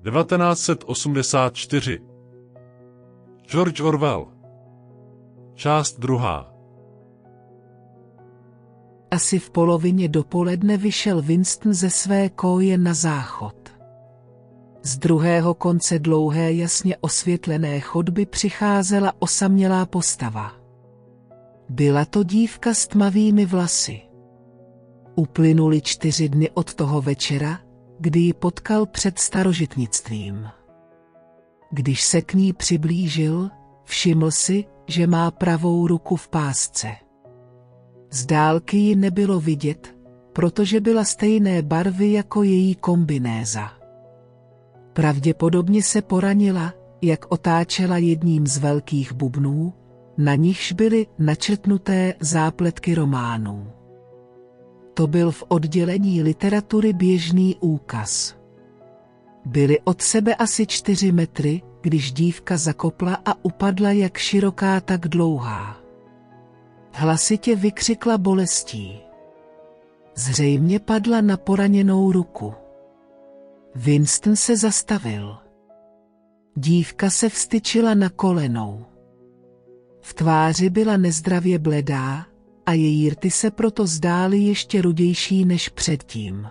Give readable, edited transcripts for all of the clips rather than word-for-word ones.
1984. George Orwell. Část 2. Asi v polovině dopoledne vyšel Winston ze své koje na záchod. Z druhého konce dlouhé jasně osvětlené chodby přicházela osamělá postava. Byla to dívka s tmavými vlasy. Uplynuly 4 dny od toho večera, kdy ji potkal před starožitnictvím. Když se k ní přiblížil, všiml si, že má pravou ruku v pásce. Z dálky ji nebylo vidět, protože byla stejné barvy jako její kombinéza. Pravděpodobně se poranila, jak otáčela jedním z velkých bubnů, na nichž byly načrtnuté zápletky románů. To byl v oddělení literatury běžný úkaz. Byly od sebe asi 4 metry, když dívka zakopla a upadla jak široká, tak dlouhá. Hlasitě vykřikla bolestí. Zřejmě padla na poraněnou ruku. Winston se zastavil. Dívka se vztyčila na kolenou. V tváři byla nezdravě bledá a její rty se proto zdály ještě rudější než předtím.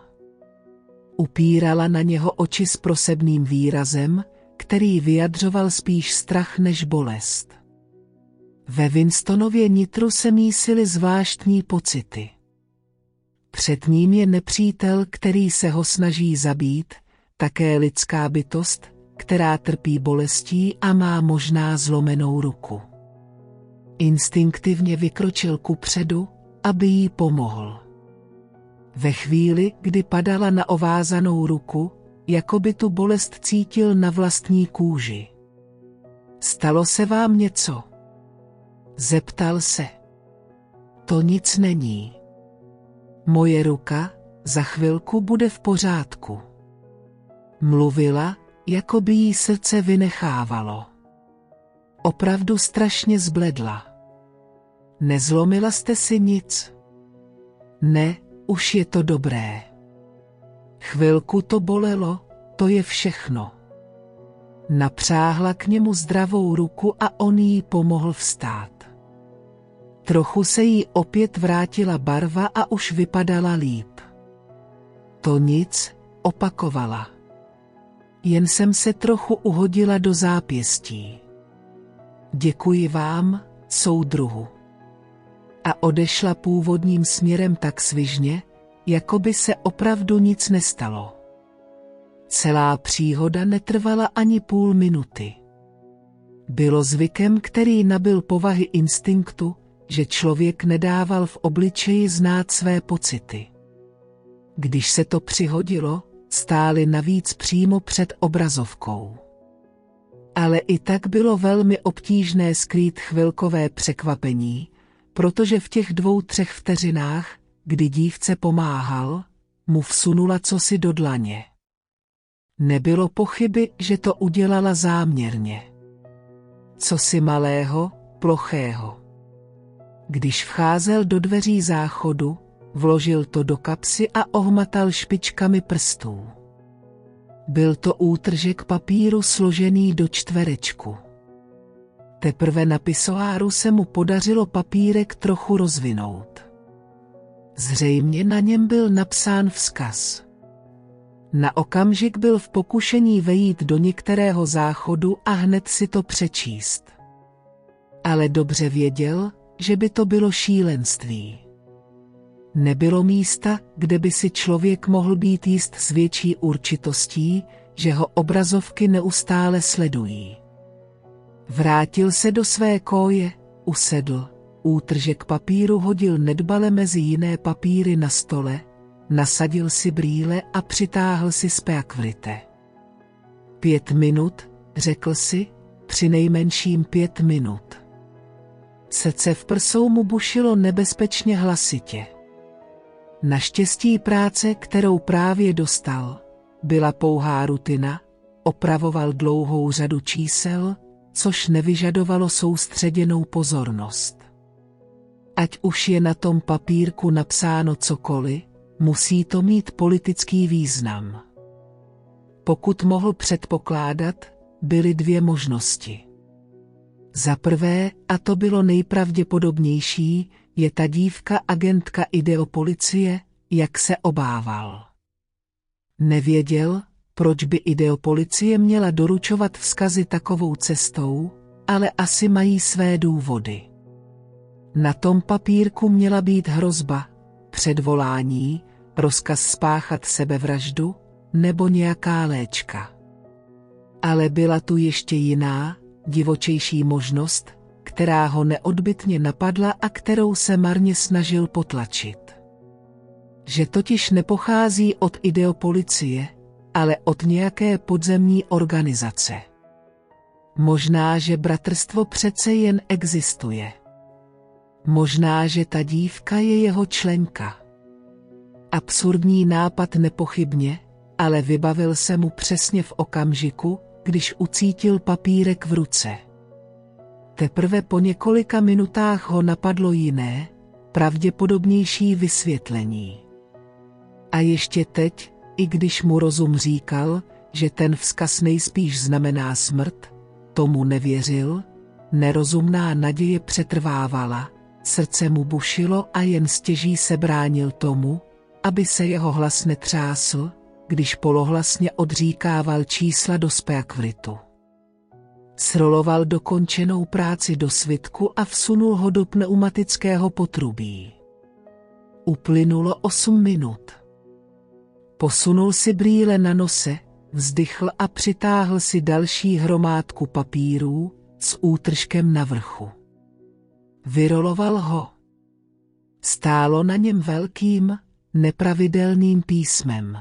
Upírala na něho oči s prosebným výrazem, který vyjadřoval spíš strach než bolest. Ve Winstonově nitru se mísily zvláštní pocity. Před ním je nepřítel, který se ho snaží zabít, také lidská bytost, která trpí bolestí a má možná zlomenou ruku. Instinktivně vykročil kupředu, aby jí pomohl. Ve chvíli, kdy padala na ovázanou ruku, jako by tu bolest cítil na vlastní kůži. Stalo se vám něco? Zeptal se. To nic není. Moje ruka za chvilku bude v pořádku. Mluvila, jako by jí srdce vynechávalo. Opravdu strašně zbledla. Nezlomila jste si nic? Ne, už je to dobré. Chvilku to bolelo, to je všechno. Napřáhla k němu zdravou ruku a on jí pomohl vstát. Trochu se jí opět vrátila barva a už vypadala líp. To nic, opakovala. Jen jsem se trochu uhodila do zápěstí. Děkuji vám, soudruhu. A odešla původním směrem tak svižně, jako by se opravdu nic nestalo. Celá příhoda netrvala ani půl minuty. Bylo zvykem, který nabyl povahy instinktu, že člověk nedával v obličeji znát své pocity. Když se to přihodilo, stáli navíc přímo před obrazovkou. Ale i tak bylo velmi obtížné skrýt chvilkové překvapení, protože v těch 2-3 vteřinách, kdy dívce pomáhal, mu vsunula cosi do dlaně. Nebylo pochyby, že to udělala záměrně. Cosi malého, plochého. Když vcházel do dveří záchodu, vložil to do kapsy a ohmatal špičkami prstů. Byl to útržek papíru složený do čtverečku. Teprve na pisoáru se mu podařilo papírek trochu rozvinout. Zřejmě na něm byl napsán vzkaz. Na okamžik byl v pokušení vejít do některého záchodu a hned si to přečíst. Ale dobře věděl, že by to bylo šílenství. Nebylo místa, kde by si člověk mohl být jist s větší určitostí, že ho obrazovky neustále sledují. Vrátil se do své koje, usedl, útržek papíru hodil nedbale mezi jiné papíry na stole, nasadil si brýle a přitáhl si speakvlite. 5 minut, řekl si, přinejmenším 5 minut. Srdce v prsou mu bušilo nebezpečně hlasitě. Naštěstí práce, kterou právě dostal, byla pouhá rutina, opravoval dlouhou řadu čísel, což nevyžadovalo soustředěnou pozornost. Ať už je na tom papírku napsáno cokoliv, musí to mít politický význam. Pokud mohl předpokládat, byly dvě možnosti. Za prvé, a to bylo nejpravděpodobnější, je ta dívka agentka ideopolicie, jak se obával. Nevěděl, proč by ideopolicie měla doručovat vzkazy takovou cestou, ale asi mají své důvody. Na tom papírku měla být hrozba, předvolání, rozkaz spáchat sebevraždu nebo nějaká léčka. Ale byla tu ještě jiná, divočejší možnost, která ho neodbytně napadla a kterou se marně snažil potlačit. Že totiž nepochází od ideopolicie, ale od nějaké podzemní organizace. Možná, že bratrstvo přece jen existuje. Možná, že ta dívka je jeho členka. Absurdní nápad nepochybně, ale vybavil se mu přesně v okamžiku, když ucítil papírek v ruce. Teprve po několika minutách ho napadlo jiné, pravděpodobnější vysvětlení. A ještě teď, i když mu rozum říkal, že ten vzkaz nejspíš znamená smrt, tomu nevěřil, nerozumná naděje přetrvávala, srdce mu bušilo a jen stěží se bránil tomu, aby se jeho hlas netřásl, když polohlasně odříkával čísla do speakvritu. Sroloval dokončenou práci do svitku a vsunul ho do pneumatického potrubí. Uplynulo 8 minut. Posunul si brýle na nose, vzdychl a přitáhl si další hromádku papírů s útržkem na vrchu. Vyroloval ho. Stálo na něm velkým, nepravidelným písmem.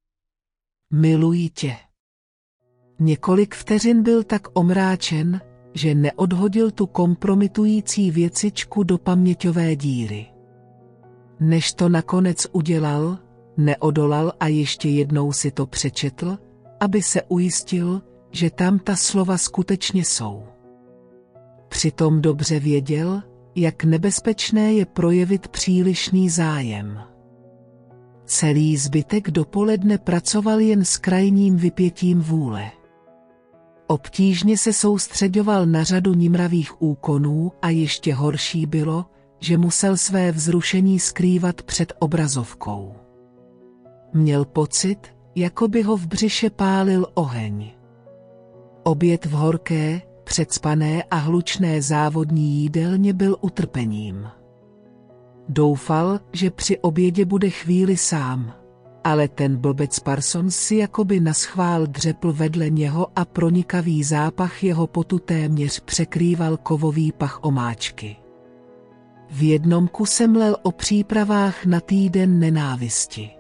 Miluji tě. Několik vteřin byl tak omráčen, že neodhodil tu kompromitující věcičku do paměťové díry. Než to nakonec udělal, neodolal a ještě jednou si to přečetl, aby se ujistil, že tam ta slova skutečně jsou. Přitom dobře věděl, jak nebezpečné je projevit přílišný zájem. Celý zbytek dopoledne pracoval jen s krajním vypětím vůle. Obtížně se soustřeďoval na řadu nimravých úkonů a ještě horší bylo, že musel své vzrušení skrývat před obrazovkou. Měl pocit, jako by ho v břiše pálil oheň. Oběd v horké, předspané a hlučné závodní jídelně byl utrpením. Doufal, že při obědě bude chvíli sám, ale ten blbec Parsons si jakoby naschvál dřepl vedle něho a pronikavý zápach jeho potu téměř překrýval kovový pach omáčky. V jednom kuse mlel o přípravách na týden nenávisti.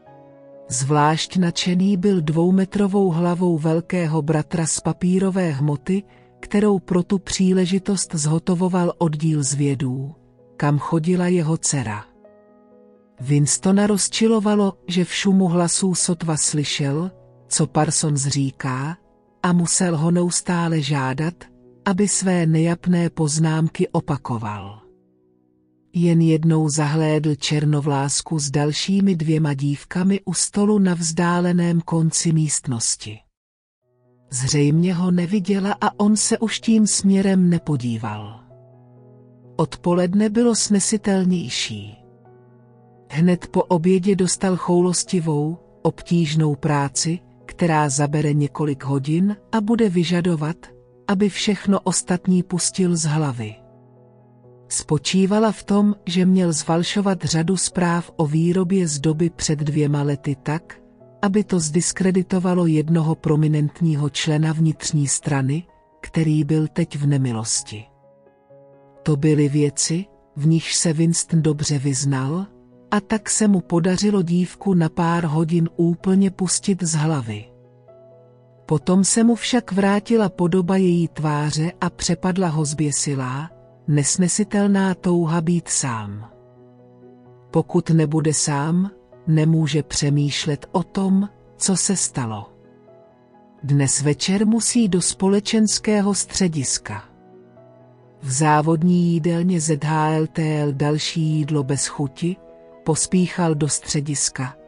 Zvlášť nadšený byl 2metrovou hlavou velkého bratra z papírové hmoty, kterou pro tu příležitost zhotovoval oddíl zvědů, kam chodila jeho dcera. Winstona rozčilovalo, že v šumu hlasů sotva slyšel, co Parsons říká, a musel ho neustále žádat, aby své nejapné poznámky opakoval. Jen jednou zahlédl černovlásku s dalšími 2 dívkami u stolu na vzdáleném konci místnosti. Zřejmě ho neviděla a on se už tím směrem nepodíval. Odpoledne bylo snesitelnější. Hned po obědě dostal choulostivou, obtížnou práci, která zabere několik hodin a bude vyžadovat, aby všechno ostatní pustil z hlavy. Spočívala v tom, že měl zfalšovat řadu zpráv o výrobě z doby před 2 lety tak, aby to zdiskreditovalo jednoho prominentního člena vnitřní strany, který byl teď v nemilosti. To byly věci, v nichž se Winston dobře vyznal, a tak se mu podařilo dívku na pár hodin úplně pustit z hlavy. Potom se mu však vrátila podoba její tváře a přepadla ho zběsilá, nesnesitelná touha být sám. Pokud nebude sám, nemůže přemýšlet o tom, co se stalo. Dnes večer musí do společenského střediska. V závodní jídelně ZHLTL další jídlo bez chuti, pospíchal do střediska,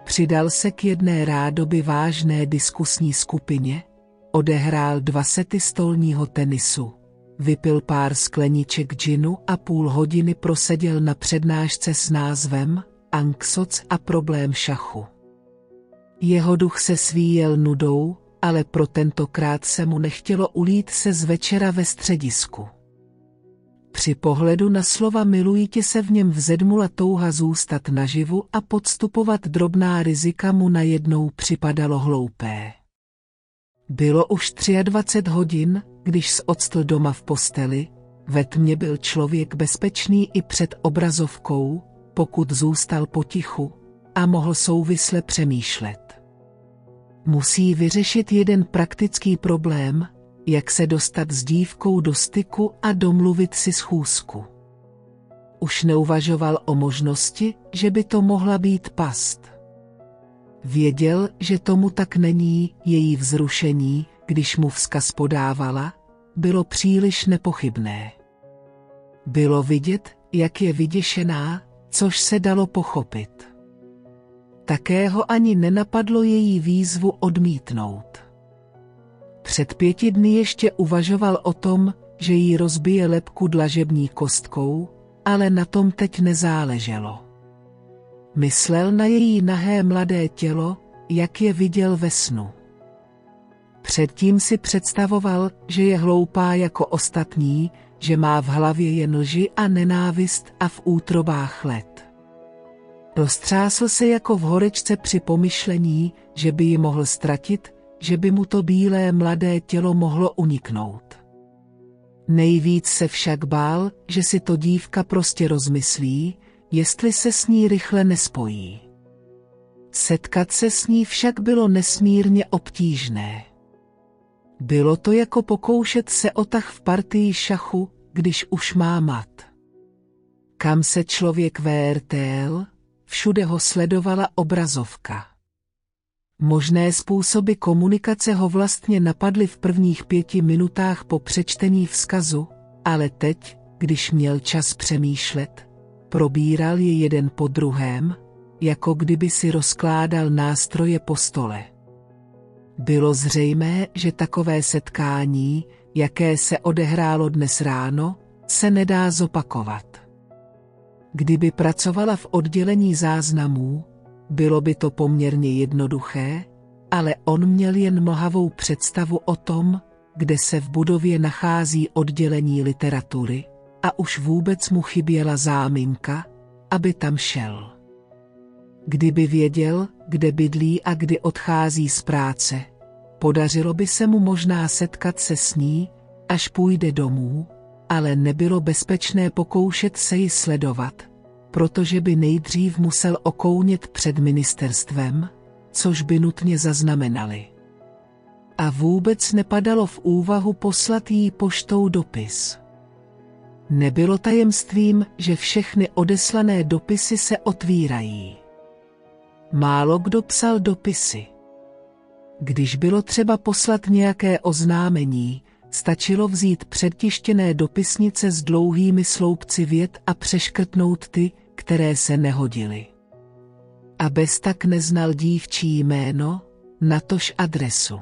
Přidal se k jedné rádoby vážné diskusní skupině, odehrál 2 sety stolního tenisu, vypil pár skleniček džinu a půl hodiny proseděl na přednášce s názvem Anksoc a problém šachu. Jeho duch se svíjel nudou, ale pro tentokrát se mu nechtělo ulít se z večera ve středisku. Při pohledu na slova milujitě se v něm vzedmula touha zůstat naživu a podstupovat drobná rizika mu najednou připadalo hloupé. Bylo už 23 hodin, když octl doma v posteli, ve tmě byl člověk bezpečný i před obrazovkou, pokud zůstal potichu a mohl souvisle přemýšlet. Musí vyřešit jeden praktický problém, jak se dostat s dívkou do styku a domluvit si schůzku. Už neuvažoval o možnosti, že by to mohla být past. Věděl, že tomu tak není, její vzrušení, když mu vzkaz podávala, bylo příliš nepochybné. Bylo vidět, jak je vyděšená, což se dalo pochopit. Také ho ani nenapadlo její výzvu odmítnout. Před 5 dny ještě uvažoval o tom, že jí rozbije lebku dlažební kostkou, ale na tom teď nezáleželo. Myslel na její nahé mladé tělo, jak je viděl ve snu. Předtím si představoval, že je hloupá jako ostatní, že má v hlavě jen lži a nenávist a v útrobách led. Roztřásl se jako v horečce při pomyšlení, že by ji mohl ztratit, že by mu to bílé mladé tělo mohlo uniknout. Nejvíc se však bál, že si to dívka prostě rozmyslí, jestli se s ní rychle nespojí. Setkat se s ní však bylo nesmírně obtížné. Bylo to jako pokoušet se o tah v partii šachu, když už má mat. Kam se člověk vrtl, všude ho sledovala obrazovka. Možné způsoby komunikace ho vlastně napadly v prvních 5 minutách po přečtení vzkazu, ale teď, když měl čas přemýšlet, probíral je jeden po druhém, jako kdyby si rozkládal nástroje po stole. Bylo zřejmé, že takové setkání, jaké se odehrálo dnes ráno, se nedá zopakovat. Kdyby pracovala v oddělení záznamů, bylo by to poměrně jednoduché, ale on měl jen mlhavou představu o tom, kde se v budově nachází oddělení literatury, a už vůbec mu chyběla záminka, aby tam šel. Kdyby věděl, kde bydlí a kdy odchází z práce, podařilo by se mu možná setkat se s ní, až půjde domů, ale nebylo bezpečné pokoušet se ji sledovat, protože by nejdřív musel okounět před ministerstvem, což by nutně zaznamenali. A vůbec nepadalo v úvahu poslat jí poštou dopis. Nebylo tajemstvím, že všechny odeslané dopisy se otvírají. Málo kdo psal dopisy. Když bylo třeba poslat nějaké oznámení, stačilo vzít předtištěné dopisnice s dlouhými sloupci vět a přeškrtnout ty, které se nehodily. A bez tak neznal dívčí jméno, natož adresu.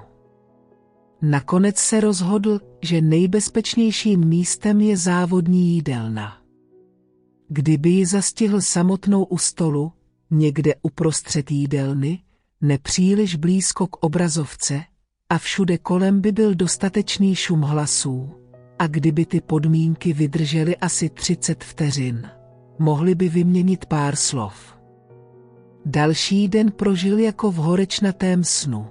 Nakonec se rozhodl, že nejbezpečnějším místem je závodní jídelna. Kdyby ji zastihl samotnou u stolu, někde uprostřed jídelny, nepříliš blízko k obrazovce, a všude kolem by byl dostatečný šum hlasů, a kdyby ty podmínky vydržely asi 30 vteřin, mohli by vyměnit pár slov. Další den prožil jako v horečnatém snu.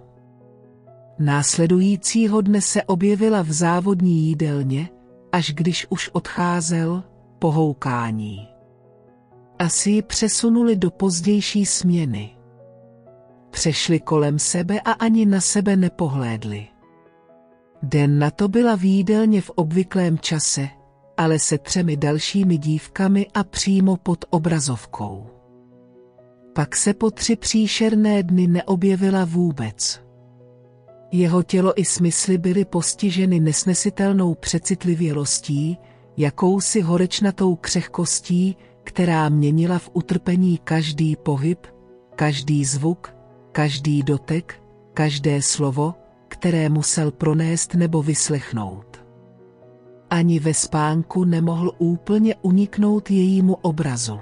Následujícího dne se objevila v závodní jídelně, až když už odcházel, po houkání. Asi ji přesunuli do pozdější směny. Přešli kolem sebe a ani na sebe nepohlédli. Den na to byla v jídelně v obvyklém čase, ale se 3 dalšími dívkami a přímo pod obrazovkou. Pak se po 3 příšerné dny neobjevila vůbec. Jeho tělo i smysly byly postiženy nesnesitelnou přecitlivělostí, jakousi horečnatou křehkostí, která měnila v utrpení každý pohyb, každý zvuk, každý dotek, každé slovo, které musel pronést nebo vyslechnout. Ani ve spánku nemohl úplně uniknout jejímu obrazu.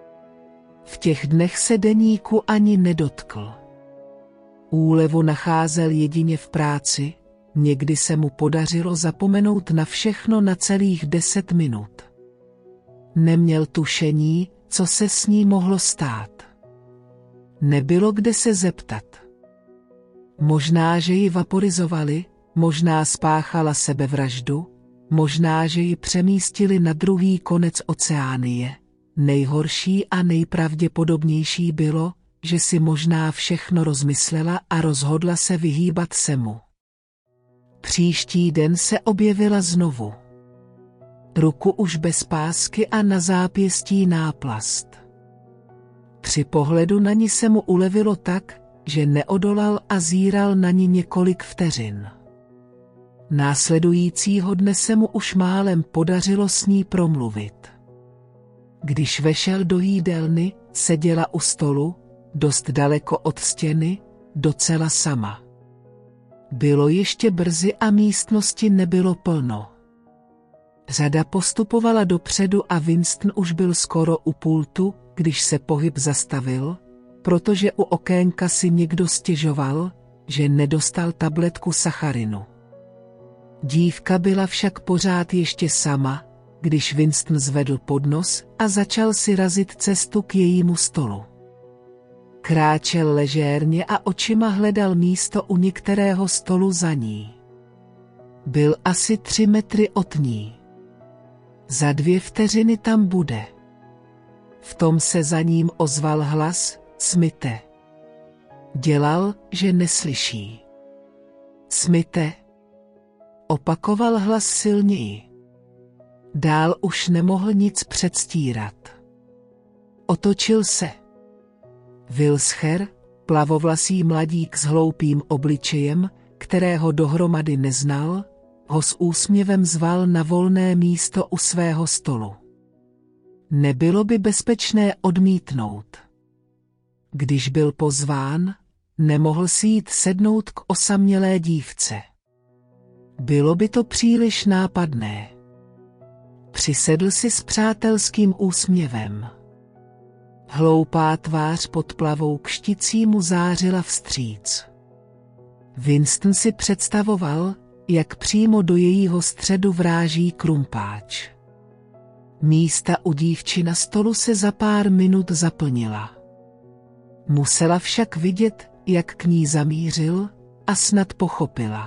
V těch dnech se deníku ani nedotkl. Úlevu nacházel jedině v práci, někdy se mu podařilo zapomenout na všechno na celých 10 minut. Neměl tušení, co se s ní mohlo stát. Nebylo kde se zeptat. Možná, že ji vaporizovali, možná spáchala sebevraždu, možná, že ji přemístili na druhý konec oceánie. Nejhorší a nejpravděpodobnější bylo, že si možná všechno rozmyslela a rozhodla se vyhýbat se mu. Příští den se objevila znovu. Ruku už bez pásky a na zápěstí náplast. Při pohledu na ní se mu ulevilo tak, že neodolal a zíral na ní několik vteřin. Následujícího dne se mu už málem podařilo s ní promluvit. Když vešel do jídelny, seděla u stolu, dost daleko od stěny, docela sama. Bylo ještě brzy a místnosti nebylo plno. Řada postupovala dopředu a Winston už byl skoro u pultu, když se pohyb zastavil, protože u okénka si někdo stěžoval, že nedostal tabletku sacharinu. Dívka byla však pořád ještě sama, když Winston zvedl podnos a začal si razit cestu k jejímu stolu. Kráčel ležérně a očima hledal místo u některého stolu za ní. Byl asi 3 metry od ní. Za 2 vteřiny tam bude. V tom se za ním ozval hlas: Smithe. Dělal, že neslyší. Smithe. Opakoval hlas silněji. Dál už nemohl nic předstírat. Otočil se. Wilscher, plavovlasý mladík s hloupým obličejem, kterého dohromady neznal, ho s úsměvem zval na volné místo u svého stolu. Nebylo by bezpečné odmítnout. Když byl pozván, nemohl si jít sednout k osamělé dívce. Bylo by to příliš nápadné. Přisedl si s přátelským úsměvem. Hloupá tvář pod plavou kšticí mu zářila vstříc. Winston si představoval, jak přímo do jejího středu vráží krumpáč. Místa u dívči na stolu se za pár minut zaplnila. Musela však vidět, jak k ní zamířil, a snad pochopila.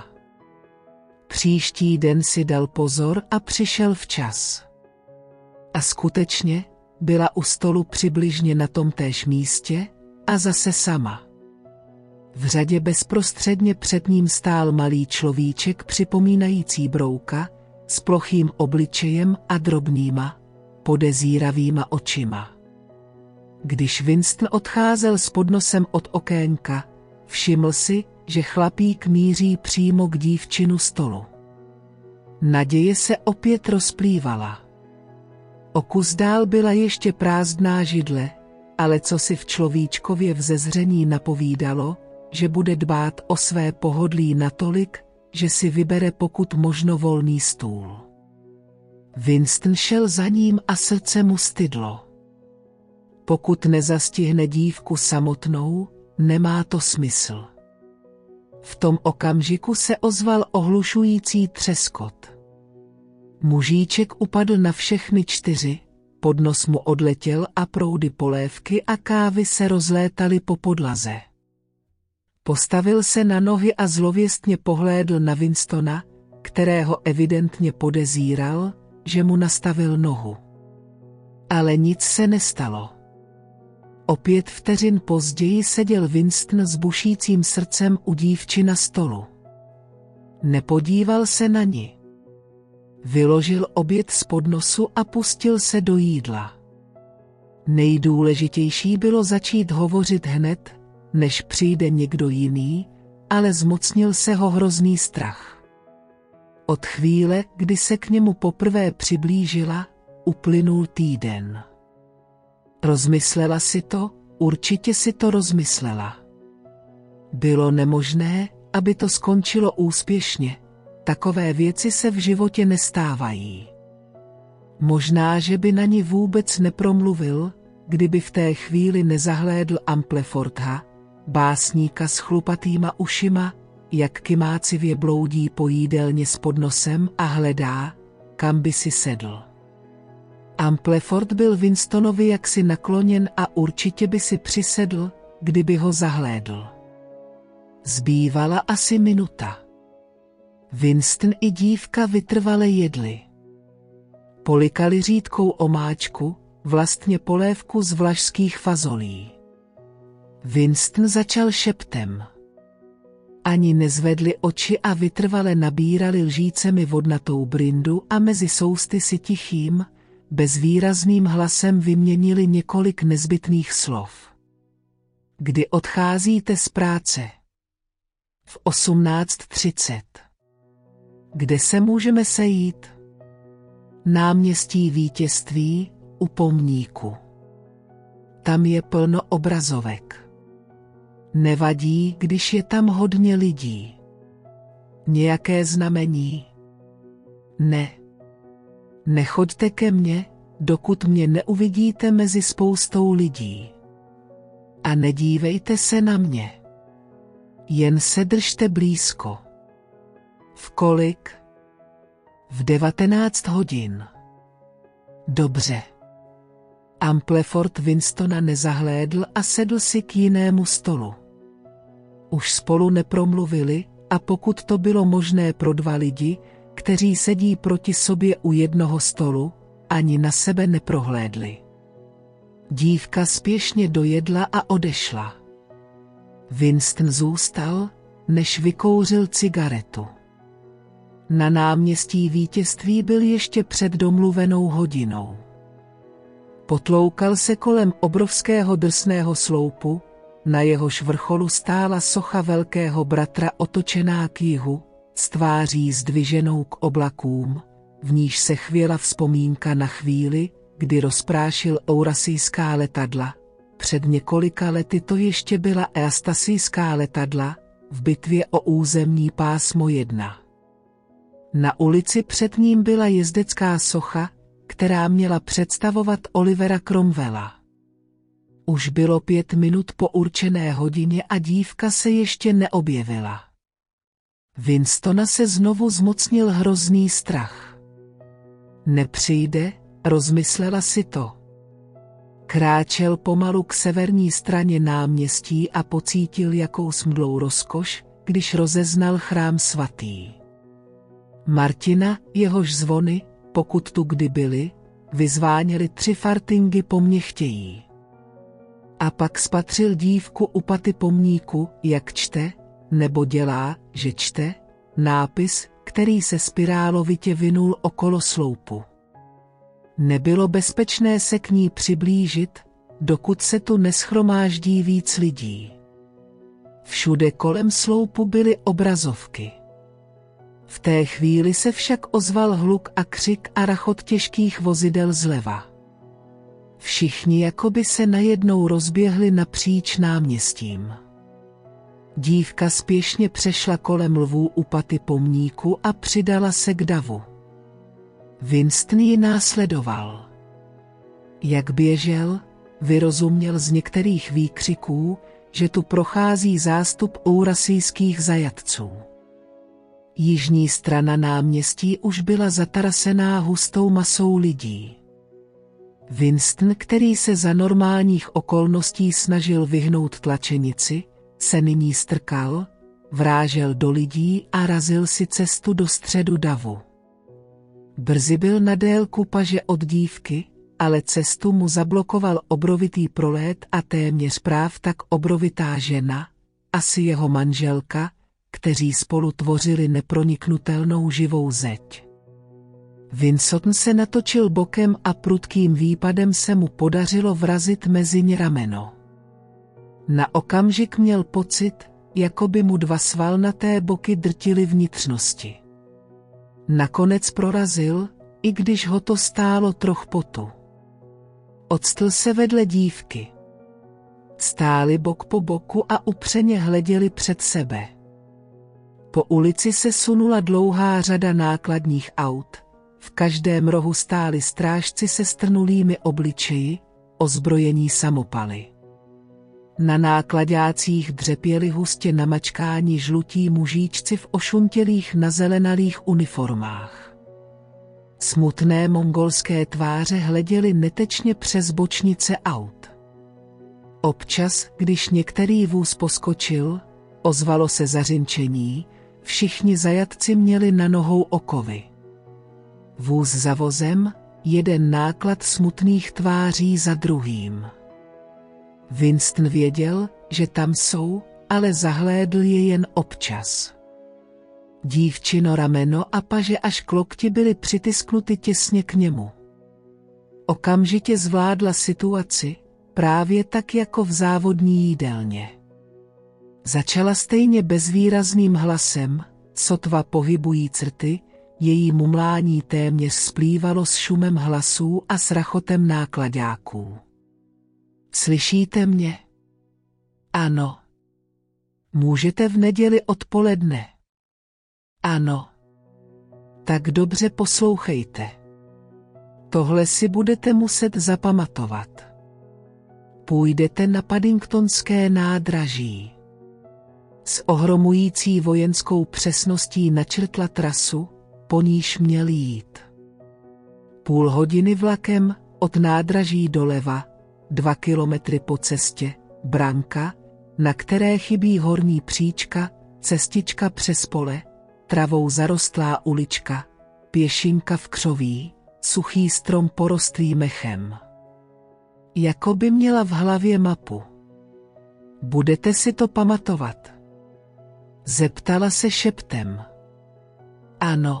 Příští den si dal pozor a přišel včas. A skutečně, byla u stolu přibližně na tomtéž místě a zase sama. V řadě bezprostředně před ním stál malý človíček připomínající brouka, s plochým obličejem a drobnýma, podezíravýma očima. Když Winston odcházel s podnosem od okénka, všiml si, že chlapík míří přímo k dívčinu stolu. Naděje se opět rozplývala. O kus dál byla ještě prázdná židle, ale co si v človíčkově vzezření napovídalo, že bude dbát o své pohodlí natolik, že si vybere pokud možno volný stůl. Winston šel za ním a srdce mu stydlo. Pokud nezastihne dívku samotnou, nemá to smysl. V tom okamžiku se ozval ohlušující třeskot. Mužíček upadl na všechny 4, podnos mu odletěl a proudy polévky a kávy se rozlétaly po podlaze. Postavil se na nohy a zlověstně pohlédl na Winstona, kterého evidentně podezíral, že mu nastavil nohu. Ale nic se nestalo. O 5 vteřin později seděl Winston s bušícím srdcem u dívči na stolu. Nepodíval se na ni. Vyložil oběd z podnosu a pustil se do jídla. Nejdůležitější bylo začít hovořit hned, než přijde někdo jiný, ale zmocnil se ho hrozný strach. Od chvíle, kdy se k němu poprvé přiblížila, uplynul týden. Rozmyslela si to, určitě si to rozmyslela. Bylo nemožné, aby to skončilo úspěšně. Takové věci se v životě nestávají. Možná, že by na ní vůbec nepromluvil, kdyby v té chvíli nezahlédl Ampleforta, básníka s chlupatýma ušima, jak kymácivě bloudí po jídelně s podnosem a hledá, kam by si sedl. Amplefort byl Winstonovi jaksi nakloněn a určitě by si přisedl, kdyby ho zahlédl. Zbývala asi minuta. Winston i dívka vytrvale jedli. Polikali řídkou omáčku, vlastně polévku z vlašských fazolí. Winston začal šeptem. Ani nezvedli oči a vytrvale nabírali lžícemi vodnatou brindu a mezi sousty si tichým, bezvýrazným hlasem vyměnili několik nezbytných slov. Kdy odcházíte z práce? V 18:30. Kde se můžeme sejít? Náměstí Vítězství, u pomníku. Tam je plno obrazovek. Nevadí, když je tam hodně lidí. Nějaké znamení? Ne. Nechoďte ke mně, dokud mě neuvidíte mezi spoustou lidí. A nedívejte se na mě. Jen se držte blízko. V kolik? V 19 hodin. Dobře. Amplefort Winstona nezahlédl a sedl si k jinému stolu. Už spolu nepromluvili, a pokud to bylo možné pro dva lidi, kteří sedí proti sobě u jednoho stolu, ani na sebe neprohlédli. Dívka spěšně dojedla a odešla. Winston zůstal, než vykouřil cigaretu. Na náměstí Vítězství byl ještě před domluvenou hodinou. Potloukal se kolem obrovského drsného sloupu, na jehož vrcholu stála socha velkého bratra otočená k jihu, s tváří zdviženou k oblakům, v níž se chvěla vzpomínka na chvíli, kdy rozprášil eurasijská letadla. Před několika lety to ještě byla eastasijská letadla, v bitvě o územní pásmo 1. Na ulici před ním byla jezdecká socha, která měla představovat Olivera Cromwella. Už bylo 5 minut po určené hodině a dívka se ještě neobjevila. Winstona se znovu zmocnil hrozný strach. Nepřijde, rozmyslela si to. Kráčel pomalu k severní straně náměstí a pocítil jakou smdlou rozkoš, když rozeznal chrám svatý Martina, jehož zvony, pokud tu kdy byly, vyzváněly 3 fartingy po mně chtějí. A pak spatřil dívku u paty pomníku, jak čte, nebo dělá, že čte, nápis, který se spirálovitě vinul okolo sloupu. Nebylo bezpečné se k ní přiblížit, dokud se tu neschromáždí víc lidí. Všude kolem sloupu byly obrazovky. V té chvíli se však ozval hluk a křik a rachot těžkých vozidel zleva. Všichni jakoby se najednou rozběhli napříč náměstím. Dívka spěšně přešla kolem lvů u paty pomníku a přidala se k davu. Winston ji následoval. Jak běžel, vyrozuměl z některých výkřiků, že tu prochází zástup eurasijských zajatců. Jižní strana náměstí už byla zatarasená hustou masou lidí. Winston, který se za normálních okolností snažil vyhnout tlačenici, se nyní strkal, vrážel do lidí a razil si cestu do středu davu. Brzy byl na délku paže od dívky, ale cestu mu zablokoval obrovitý prolét a téměř práv tak obrovitá žena, asi jeho manželka, kteří spolu tvořili neproniknutelnou živou zeď. Winston se natočil bokem a prudkým výpadem se mu podařilo vrazit mezi ně rameno. Na okamžik měl pocit, jako by mu 2 svalnaté boky drtily vnitřnosti. Nakonec prorazil, i když ho to stálo troch potu. Octl se vedle dívky. Stáli bok po boku a upřeně hleděli před sebe. Po ulici se sunula dlouhá řada nákladních aut. V každém rohu stáli strážci se strnulými obličeji, ozbrojení samopaly. Na nákladácích dřepěli hustě namačkáni žlutí mužíčci v ošuntělých nazelenalých uniformách. Smutné mongolské tváře hleděly netečně přes bočnice aut. Občas, když některý vůz poskočil, ozvalo se zařinčení, všichni zajatci měli na nohou okovy. Vůz za vozem, jeden náklad smutných tváří za druhým. Winston věděl, že tam jsou, ale zahlédl je jen občas. Dívčino rameno a paže až k lokti byly přitisknuty těsně k němu. Okamžitě zvládla situaci, právě tak jako v závodní jídelně. Začala stejně bezvýrazným hlasem, sotva pohybují crty, její mumlání téměř splývalo s šumem hlasů a s rachotem nákladáků. Slyšíte mě? Ano. Můžete v neděli odpoledne? Ano. Tak dobře poslouchejte. Tohle si budete muset zapamatovat. Půjdete na Paddingtonské nádraží. S ohromující vojenskou přesností načrtla trasu, po níž měl jít. Půl hodiny vlakem, od nádraží doleva, 2 kilometry po cestě, branka, na které chybí horní příčka, cestička přes pole, travou zarostlá ulička, pěšinka v křoví, suchý strom porostlý mechem. Jako by měla v hlavě mapu. Budete si to pamatovat? Zeptala se šeptem. Ano.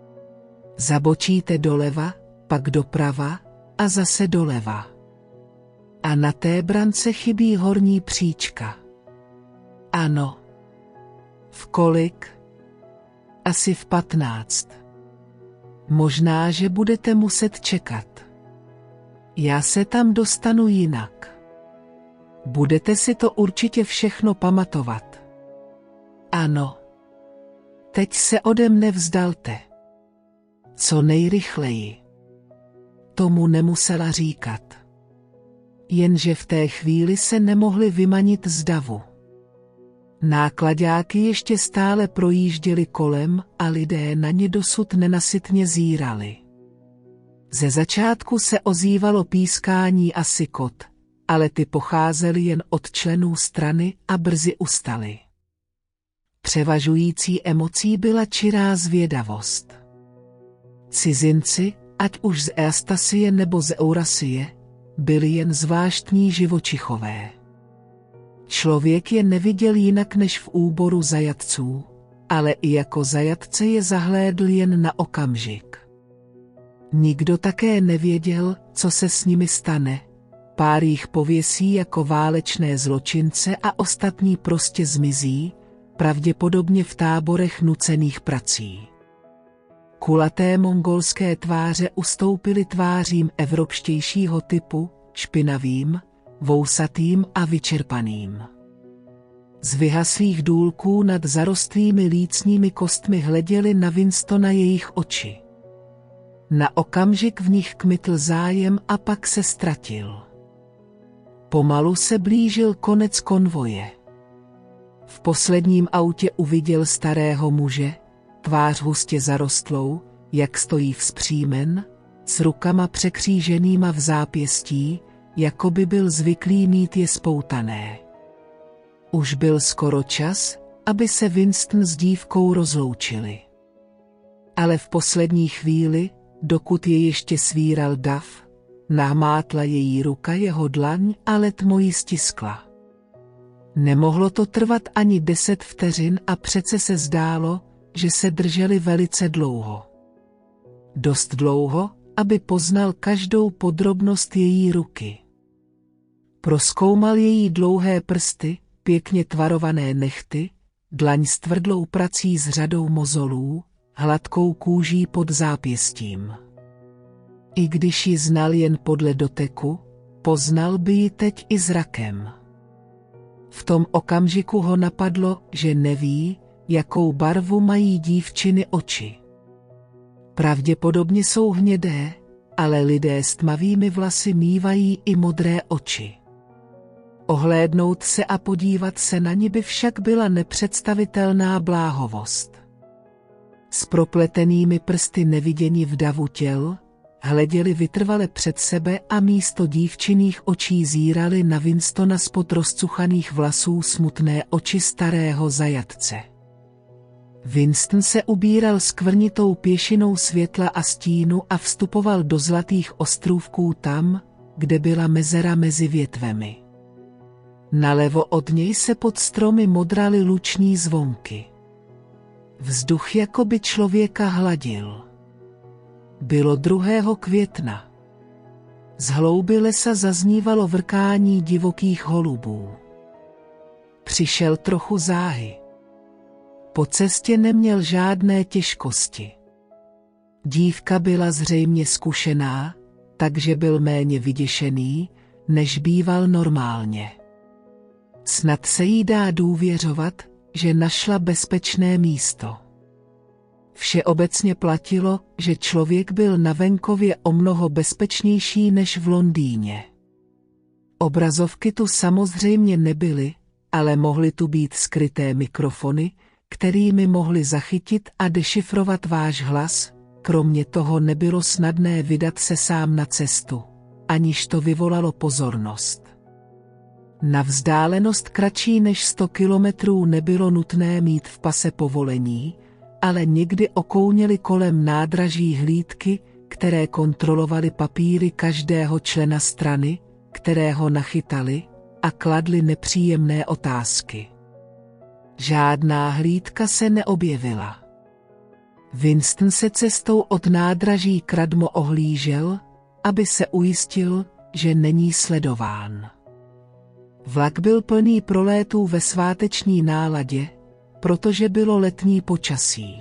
Zabočíte doleva, pak doprava a zase doleva. A na té brance chybí horní příčka. Ano. V kolik? Asi v 15. Možná, že budete muset čekat. Já se tam dostanu jinak. Budete si to určitě všechno pamatovat. Ano. Teď se ode mne vzdalte. Co nejrychleji. Tomu nemusela říkat. Jenže v té chvíli se nemohli vymanit z davu. Nákladáky ještě stále projížděli kolem a lidé na ně dosud nenasytně zírali. Ze začátku se ozývalo pískání a sykot, ale ty pocházely jen od členů strany a brzy ustaly. Převažující emocí byla čirá zvědavost. Cizinci, ať už z Eastasie nebo z Eurasie, byli jen zvláštní živočichové. Člověk je neviděl jinak než v úboru zajatců, ale i jako zajatce je zahlédl jen na okamžik. Nikdo také nevěděl, co se s nimi stane. Pár jich pověsí jako válečné zločince a ostatní prostě zmizí, pravděpodobně v táborech nucených prací. Kulaté mongolské tváře ustoupily tvářím evropštějšího typu, špinavým, vousatým a vyčerpaným. Z vyhaslých důlků nad zarostlými lícními kostmi hleděly na Winstona jejich oči. Na okamžik v nich kmitl zájem a pak se ztratil. Pomalu se blížil konec konvoje. V posledním autě uviděl starého muže, tvář hustě zarostlou, jak stojí vzpřímen, s rukama překříženýma v zápěstí, jako by byl zvyklý mít je spoutané. Už byl skoro čas, aby se Winston s dívkou rozloučili. Ale v poslední chvíli, dokud je ještě svíral dav, nahmátla její ruka jeho dlaň a letmo ji stiskla. Nemohlo to trvat ani 10 vteřin a přece se zdálo, že se drželi velice dlouho. Dost dlouho, aby poznal každou podrobnost její ruky. Prozkoumal její dlouhé prsty, pěkně tvarované nehty, dlaň s tvrdlou prací s řadou mozolů, hladkou kůží pod zápěstím. I když ji znal jen podle doteku, poznal by ji teď i zrakem. V tom okamžiku ho napadlo, že neví, jakou barvu mají dívčiny oči. Pravděpodobně jsou hnědé, ale lidé s tmavými vlasy mívají i modré oči. Ohlédnout se a podívat se na ni by však byla nepředstavitelná bláhovost. S propletenými prsty neviděni v davu těl, hleděli vytrvale před sebe a místo dívčiných očí zírali na Winstona spod rozcuchaných vlasů smutné oči starého zajatce. Winston se ubíral skvrnitou pěšinou světla a stínu a vstupoval do zlatých ostrůvků tam, kde byla mezera mezi větvemi. Nalevo od něj se pod stromy modraly luční zvonky. Vzduch jako by člověka hladil. Bylo 2. května. Z hlouby lesa zaznívalo vrkání divokých holubů. Přišel trochu záhy. Po cestě neměl žádné těžkosti. Dívka byla zřejmě zkušená, takže byl méně vyděšený, než býval normálně. Snad se jí dá důvěřovat, že našla bezpečné místo. Všeobecně platilo, že člověk byl na venkově o mnoho bezpečnější než v Londýně. Obrazovky tu samozřejmě nebyly, ale mohly tu být skryté mikrofony, kterými mohli zachytit a dešifrovat váš hlas. Kromě toho nebylo snadné vydat se sám na cestu, aniž to vyvolalo pozornost. Na vzdálenost kratší než 100 kilometrů nebylo nutné mít v pase povolení, ale někdy okouněli kolem nádraží hlídky, které kontrolovaly papíry každého člena strany, kterého nachytali, a kladli nepříjemné otázky. Žádná hlídka se neobjevila. Winston se cestou od nádraží k Radmo ohlížel, aby se ujistil, že není sledován. Vlak byl plný prolétů ve sváteční náladě, protože bylo letní počasí.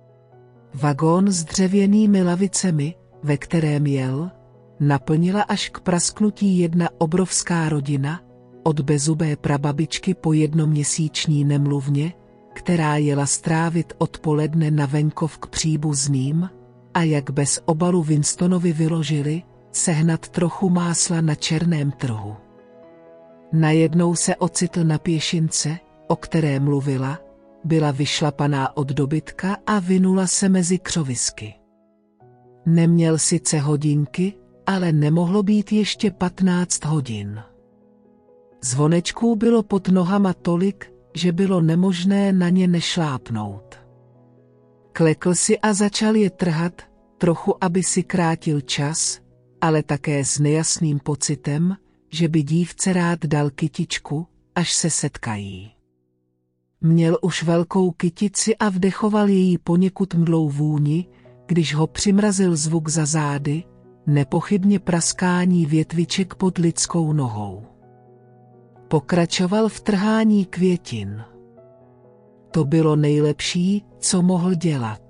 Vagón s dřevěnými lavicemi, ve kterém jel, naplnila až k prasknutí jedna obrovská rodina, od bezubé prababičky po jednoměsíční nemluvně, která jela strávit odpoledne na venkov k příbuzným, a jak bez obalu Winstonovi vyložili, sehnat trochu másla na černém trhu. Najednou se ocitl na pěšince, o které mluvila, byla vyšlapaná od dobytka a vinula se mezi křovisky. Neměl sice hodinky, ale nemohlo být ještě 15 hodin. Zvonečků bylo pod nohama tolik, že bylo nemožné na ně nešlápnout. Klekl si a začal je trhat, trochu aby si krátil čas, ale také s nejasným pocitem, že by dívce rád dal kytičku, až se setkají. Měl už velkou kytici a vdechoval její poněkud mdlou vůni, když ho přimrazil zvuk za zády, nepochybně praskání větviček pod lidskou nohou. Pokračoval v trhání květin. To bylo nejlepší, co mohl dělat.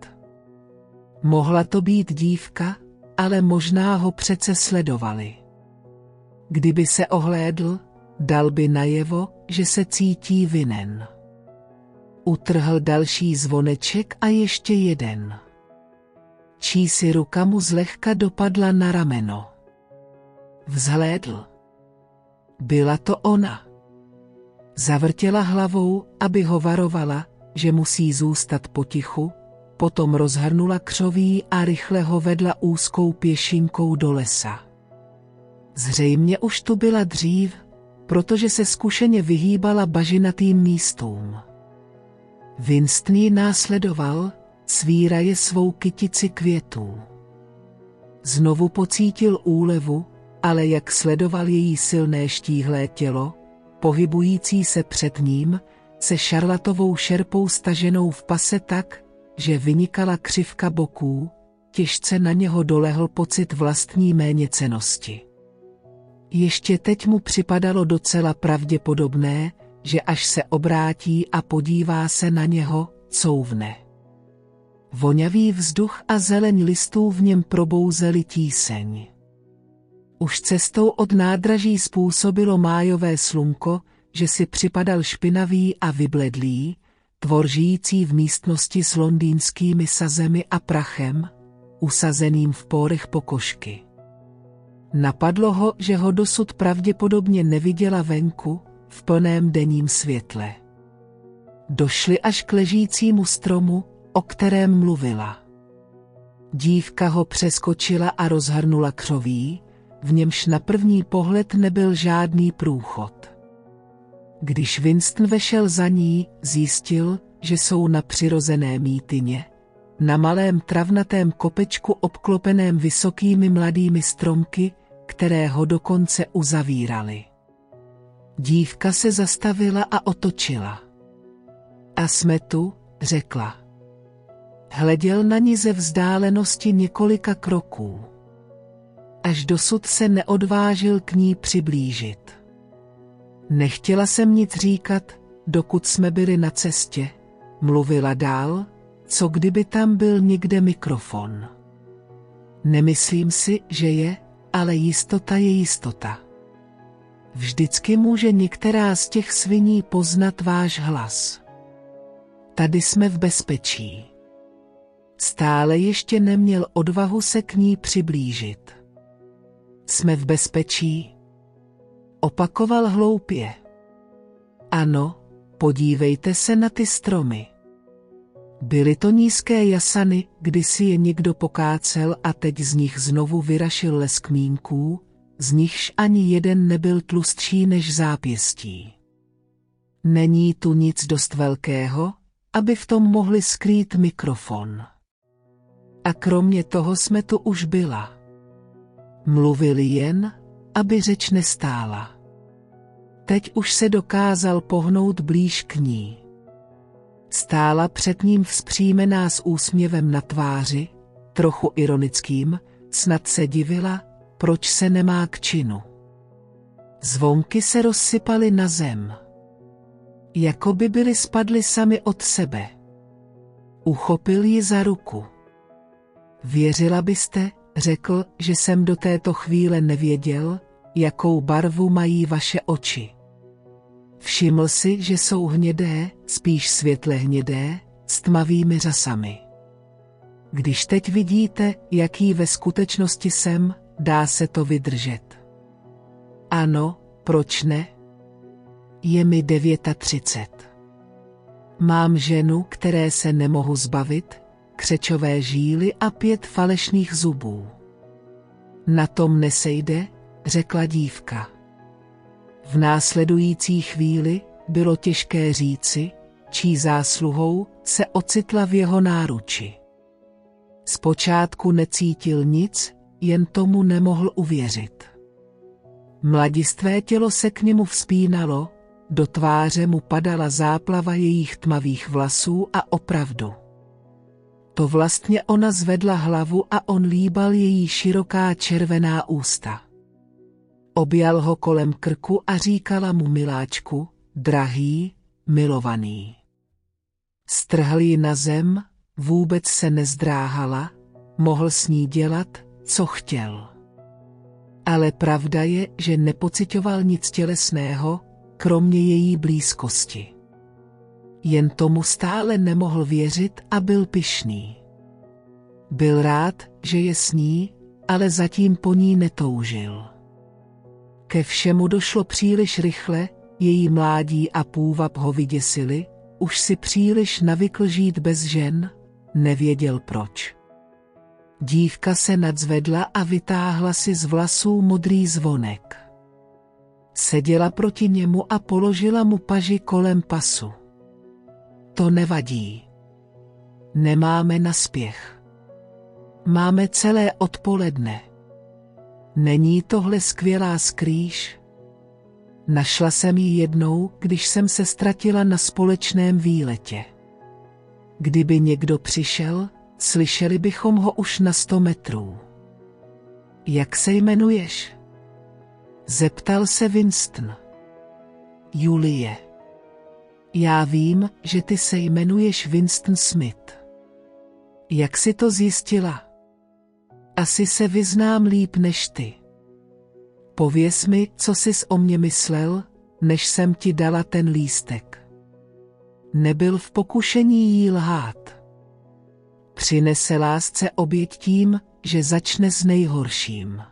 Mohla to být dívka, ale možná ho přece sledovali. Kdyby se ohlédl, dal by najevo, že se cítí vinen. Utrhl další zvoneček a ještě jeden. Čísi ruka mu zlehka dopadla na rameno. Vzhlédl. Byla to ona. Zavrtěla hlavou, aby ho varovala, že musí zůstat potichu, potom rozhrnula křoví a rychle ho vedla úzkou pěšinkou do lesa. Zřejmě už tu byla dřív, protože se zkušeně vyhýbala bažinatým místům. Winston ji následoval, svíraje svou kytici květů. Znovu pocítil úlevu, ale jak sledoval její silné štíhlé tělo, pohybující se před ním, se šarlatovou šerpou staženou v pase tak, že vynikala křivka boků, těžce na něho dolehl pocit vlastní méněcennosti. Ještě teď mu připadalo docela pravděpodobné, že až se obrátí a podívá se na něho, couvne. Vonavý vzduch a zeleň listů v něm probouzeli tíseň. Už cestou od nádraží způsobilo májové slunko, že si připadal špinavý a vybledlý, tvor žijící v místnosti s londýnskými sazemi a prachem, usazeným v pórech pokožky. Napadlo ho, že ho dosud pravděpodobně neviděla venku, v plném denním světle. Došli až k ležícímu stromu, o kterém mluvila. Dívka ho přeskočila a rozhrnula křoví, v němž na první pohled nebyl žádný průchod. Když Winston vešel za ní, zjistil, že jsou na přirozené mítině, na malém travnatém kopečku obklopeném vysokými mladými stromky, které ho dokonce uzavíraly. Dívka se zastavila a otočila. A jsme tu, řekla. Hleděl na ní ze vzdálenosti několika kroků. Až dosud se neodvážil k ní přiblížit. Nechtěla jsem nic říkat, dokud jsme byli na cestě, mluvila dál, co kdyby tam byl někde mikrofon. Nemyslím si, že je, ale jistota je jistota. Vždycky může některá z těch sviní poznat váš hlas. Tady jsme v bezpečí. Stále ještě neměl odvahu se k ní přiblížit. Jsme v bezpečí? Opakoval hloupě. Ano, podívejte se na ty stromy. Byly to nízké jasany, kdysi je někdo pokácel a teď z nich znovu vyrašil les kmínků, z nichž ani jeden nebyl tlustší než zápěstí. Není tu nic dost velkého, aby v tom mohli skrýt mikrofon. A kromě toho jsme tu už byla. Mluvili jen, aby řeč nestála. Teď už se dokázal pohnout blíž k ní. Stála před ním vzpřímená s úsměvem na tváři, trochu ironickým, snad se divila, proč se nemá k činu. Zvonky se rozsypaly na zem. Jako by byly spadly sami od sebe. Uchopil ji za ruku. Věřila byste, řekl, že jsem do této chvíle nevěděl, jakou barvu mají vaše oči. Všiml si, že jsou hnědé, spíš světle hnědé, s tmavými řasami. Když teď vidíte, jaký ve skutečnosti jsem, dá se to vydržet. Ano, proč ne? Je mi 39. Mám ženu, které se nemohu zbavit, křečové žíly a 5 falešných zubů. Na tom nesejde, řekla dívka. V následující chvíli bylo těžké říci, čí zásluhou se ocitla v jeho náruči. Zpočátku necítil nic, jen tomu nemohl uvěřit. Mladistvé tělo se k němu vzpínalo, do tváře mu padala záplava jejich tmavých vlasů a opravdu. To vlastně ona zvedla hlavu a on líbal její široká červená ústa. Objal ho kolem krku a říkala mu miláčku, drahý, milovaný. Strhl ji na zem, vůbec se nezdráhala, mohl s ní dělat, co chtěl. Ale pravda je, že nepociťoval nic tělesného, kromě její blízkosti. Jen tomu stále nemohl věřit a byl pyšný. Byl rád, že je s ní, ale zatím po ní netoužil. Ke všemu došlo příliš rychle, její mládí a půvab ho vyděsili, už si příliš navykl žít bez žen, nevěděl proč. Dívka se nadzvedla a vytáhla si z vlasů modrý zvonek. Seděla proti němu a položila mu paži kolem pasu. To nevadí. Nemáme naspěch. Máme celé odpoledne. Není tohle skvělá skrýš? Našla jsem ji jednou, když jsem se ztratila na společném výletě. Kdyby někdo přišel, slyšeli bychom ho už na 100 metrů. Jak se jmenuješ? Zeptal se Winston. Julie. Já vím, že ty se jmenuješ Winston Smith. Jak jsi to zjistila? Asi se vyznám líp než ty. Pověz mi, co jsi o mě myslel, než jsem ti dala ten lístek. Nebyl v pokušení jí lhát. Přinese lásce oběť tím, že začne s nejhorším.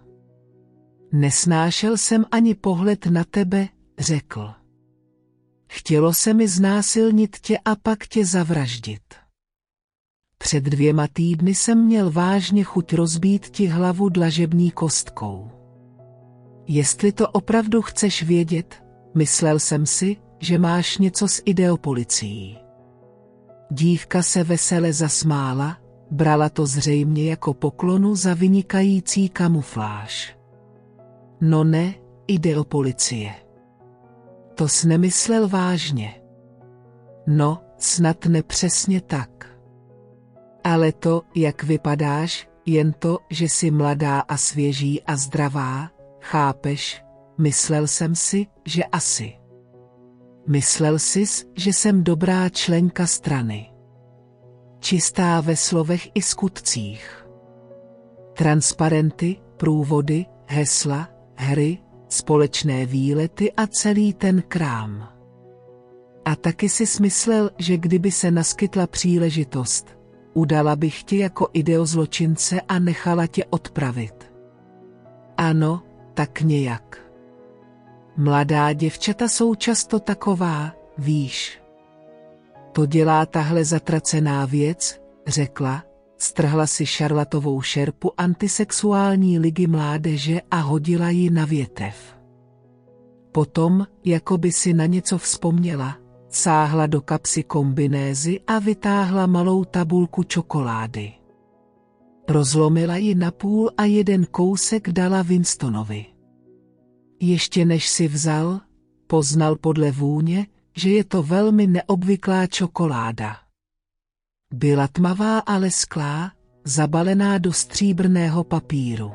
Nesnášel jsem ani pohled na tebe, řekl. Chtělo se mi znásilnit tě a pak tě zavraždit. Před 2 týdny jsem měl vážně chuť rozbít ti hlavu dlažební kostkou. Jestli to opravdu chceš vědět, myslel jsem si, že máš něco s ideopolicií. Dívka se vesele zasmála, brala to zřejmě jako poklonu za vynikající kamufláž. No ne, ideopolicie. To jsi nemyslel vážně. No, snad nepřesně tak. Ale to, jak vypadáš, jen to, že jsi mladá a svěží a zdravá, chápeš, myslel jsem si, že asi. Myslel sis, že jsem dobrá členka strany. Čistá ve slovech i skutcích. Transparenty, průvody, hesla, hry, společné výlety a celý ten krám. A taky si smyslel, že kdyby se naskytla příležitost, udala bych tě jako ideozločince a nechala tě odpravit. Ano, tak nějak. Mladá děvčata jsou často taková, víš. To dělá tahle zatracená věc, řekla, strhla si šarlatovou šerpu antisexuální ligy mládeže a hodila ji na větev. Potom, jako by si na něco vzpomněla, sáhla do kapsy kombinézy a vytáhla malou tabulku čokolády. Rozlomila ji napůl a jeden kousek dala Winstonovi. Ještě než si vzal, poznal podle vůně, že je to velmi neobvyklá čokoláda. Byla tmavá a lesklá, zabalená do stříbrného papíru.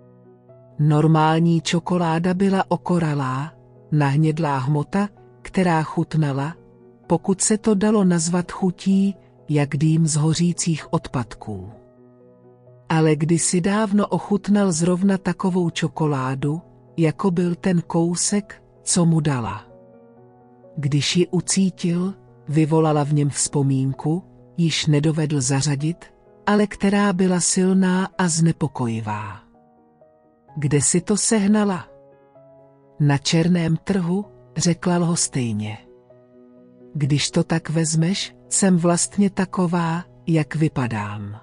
Normální čokoláda byla okoralá, nahnědlá hmota, která chutnala, pokud se to dalo nazvat chutí, jak dým z hořících odpadků. Ale kdysi dávno ochutnal zrovna takovou čokoládu, jako byl ten kousek, co mu dala. Když ji ucítil, vyvolala v něm vzpomínku, již nedovedl zařadit, ale která byla silná a znepokojivá. Kde si to sehnala? Na černém trhu, řekla lhostejně. Když to tak vezmeš, jsem vlastně taková, jak vypadám.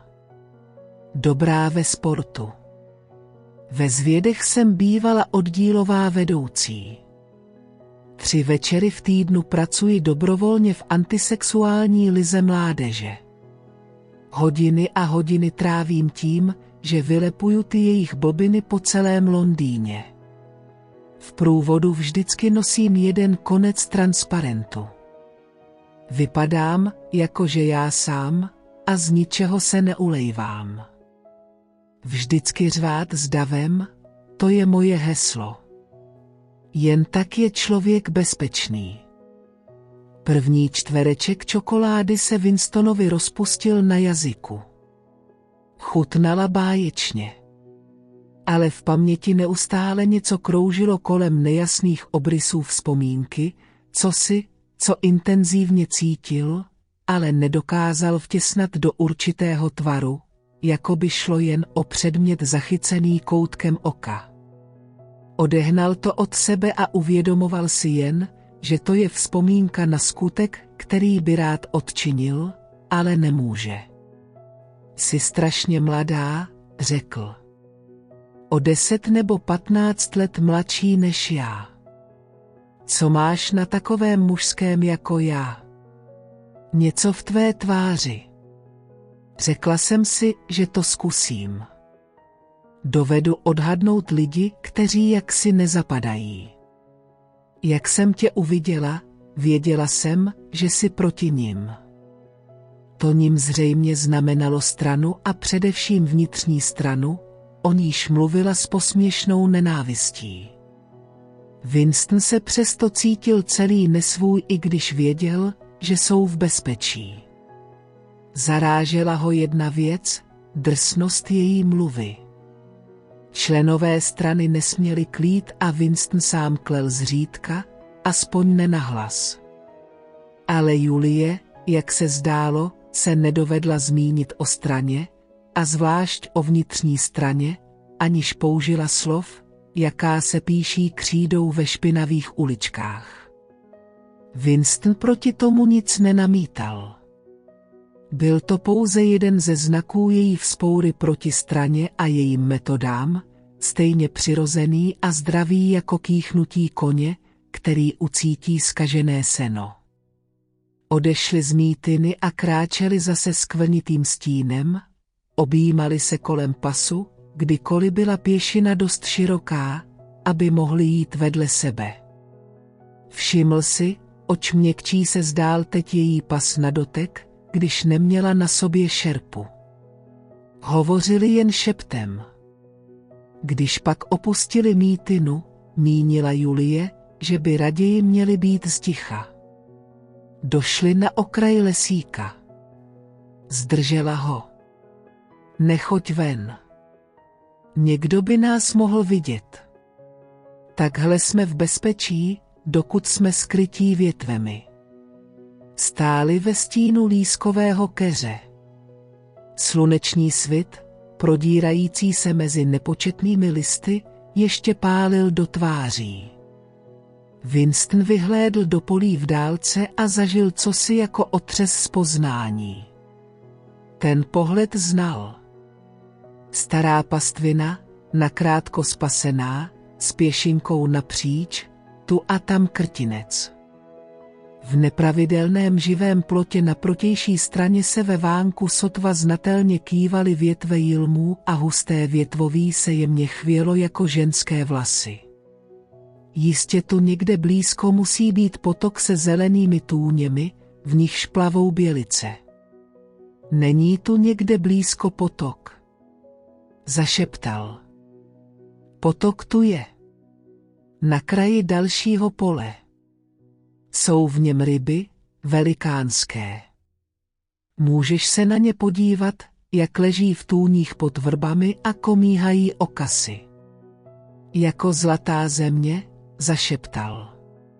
Dobrá ve sportu. Ve Zvědech jsem bývala oddílová vedoucí. 3 večery v týdnu pracuji dobrovolně v antisexuální lize mládeže. Hodiny a hodiny trávím tím, že vylepuju ty jejich blbiny po celém Londýně. V průvodu vždycky nosím jeden konec transparentu. Vypadám, jakože já sám, a z ničeho se neulejvám. Vždycky řvát s davem, to je moje heslo. Jen tak je člověk bezpečný. První čtvereček čokolády se Winstonovi rozpustil na jazyku. Chutnala báječně. Ale v paměti neustále něco kroužilo kolem nejasných obrysů vzpomínky, co intenzivně cítil, ale nedokázal vtěsnat do určitého tvaru, jako by šlo jen o předmět zachycený koutkem oka. Odehnal to od sebe a uvědomoval si jen, že to je vzpomínka na skutek, který by rád odčinil, ale nemůže. Jsi strašně mladá, řekl. O 10 nebo 15 let mladší než já. Co máš na takovém mužském jako já? Něco v tvé tváři. Řekla jsem si, že to zkusím. Dovedu odhadnout lidi, kteří jaksi nezapadají. Jak jsem tě uviděla, věděla jsem, že jsi proti nim. To ním zřejmě znamenalo stranu a především vnitřní stranu, o níž mluvila s posměšnou nenávistí. Winston se přesto cítil celý nesvůj, i když věděl, že jsou v bezpečí. Zarážela ho jedna věc, drsnost její mluvy. Členové strany nesměli klít a Winston sám klel zřídka, aspoň ne nahlas. Ale Julie, jak se zdálo, se nedovedla zmínit o straně, a zvlášť o vnitřní straně, aniž použila slov, jaká se píší křídou ve špinavých uličkách. Winston proti tomu nic nenamítal. Byl to pouze jeden ze znaků její vzpoury proti straně a jejím metodám, stejně přirozený a zdravý jako kýchnutí koně, který ucítí zkažené seno. Odešli z mítiny a kráčeli zase skvrnitým stínem, objímali se kolem pasu, kdykoliv byla pěšina dost široká, aby mohli jít vedle sebe. Všiml si, oč měkčí se zdál teď její pas na dotek, když neměla na sobě šerpu. Hovořili jen šeptem. Když pak opustili mítinu, mínila Julie, že by raději měli být sticha. Došli na okraj lesíka. Zdržela ho. Nechoď ven. Někdo by nás mohl vidět. Takhle jsme v bezpečí, dokud jsme skrytí větvemi. Stáli ve stínu lískového keře. Sluneční svit, prodírající se mezi nepočetnými listy, ještě pálil do tváří. Winston vyhlédl do polí v dálce a zažil cosi jako otřes z poznání. Ten pohled znal. Stará pastvina, nakrátko spasená, s pěšinkou napříč, tu a tam krtinec. V nepravidelném živém plotě na protější straně se ve vánku sotva znatelně kývaly větve jilmů a husté větvoví se jemně chvělo jako ženské vlasy. Jistě tu někde blízko musí být potok se zelenými tůněmi, v nichž plavou bělice. Není tu někde blízko potok? Zašeptal. Potok tu je. Na kraji dalšího pole. Jsou v něm ryby, velikánské. Můžeš se na ně podívat, jak leží v tůních pod vrbami a komíhají okasy. Jako zlatá země, zašeptal.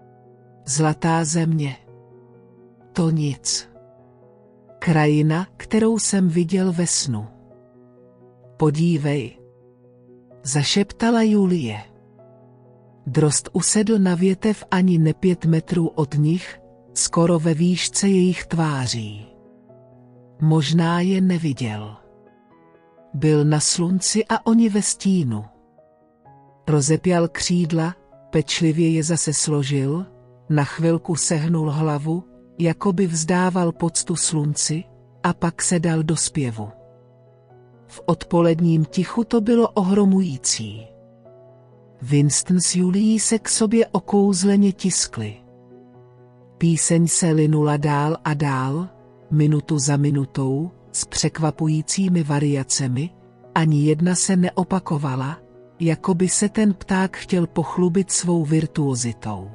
Zlatá země. To nic. Krajina, kterou jsem viděl ve snu. Podívej. Zašeptala Julie. Drost usedl na větev ani ne 5 metrů od nich, skoro ve výšce jejich tváří. Možná je neviděl. Byl na slunci a oni ve stínu. Rozepěl křídla, pečlivě je zase složil, na chvilku sehnul hlavu, jako by vzdával poctu slunci, a pak se dal do zpěvu. V odpoledním tichu to bylo ohromující. Winston s Julií se k sobě okouzleně tiskli. Píseň se linula dál a dál, minutu za minutou, s překvapujícími variacemi, ani jedna se neopakovala, jako by se ten pták chtěl pochlubit svou virtuozitou.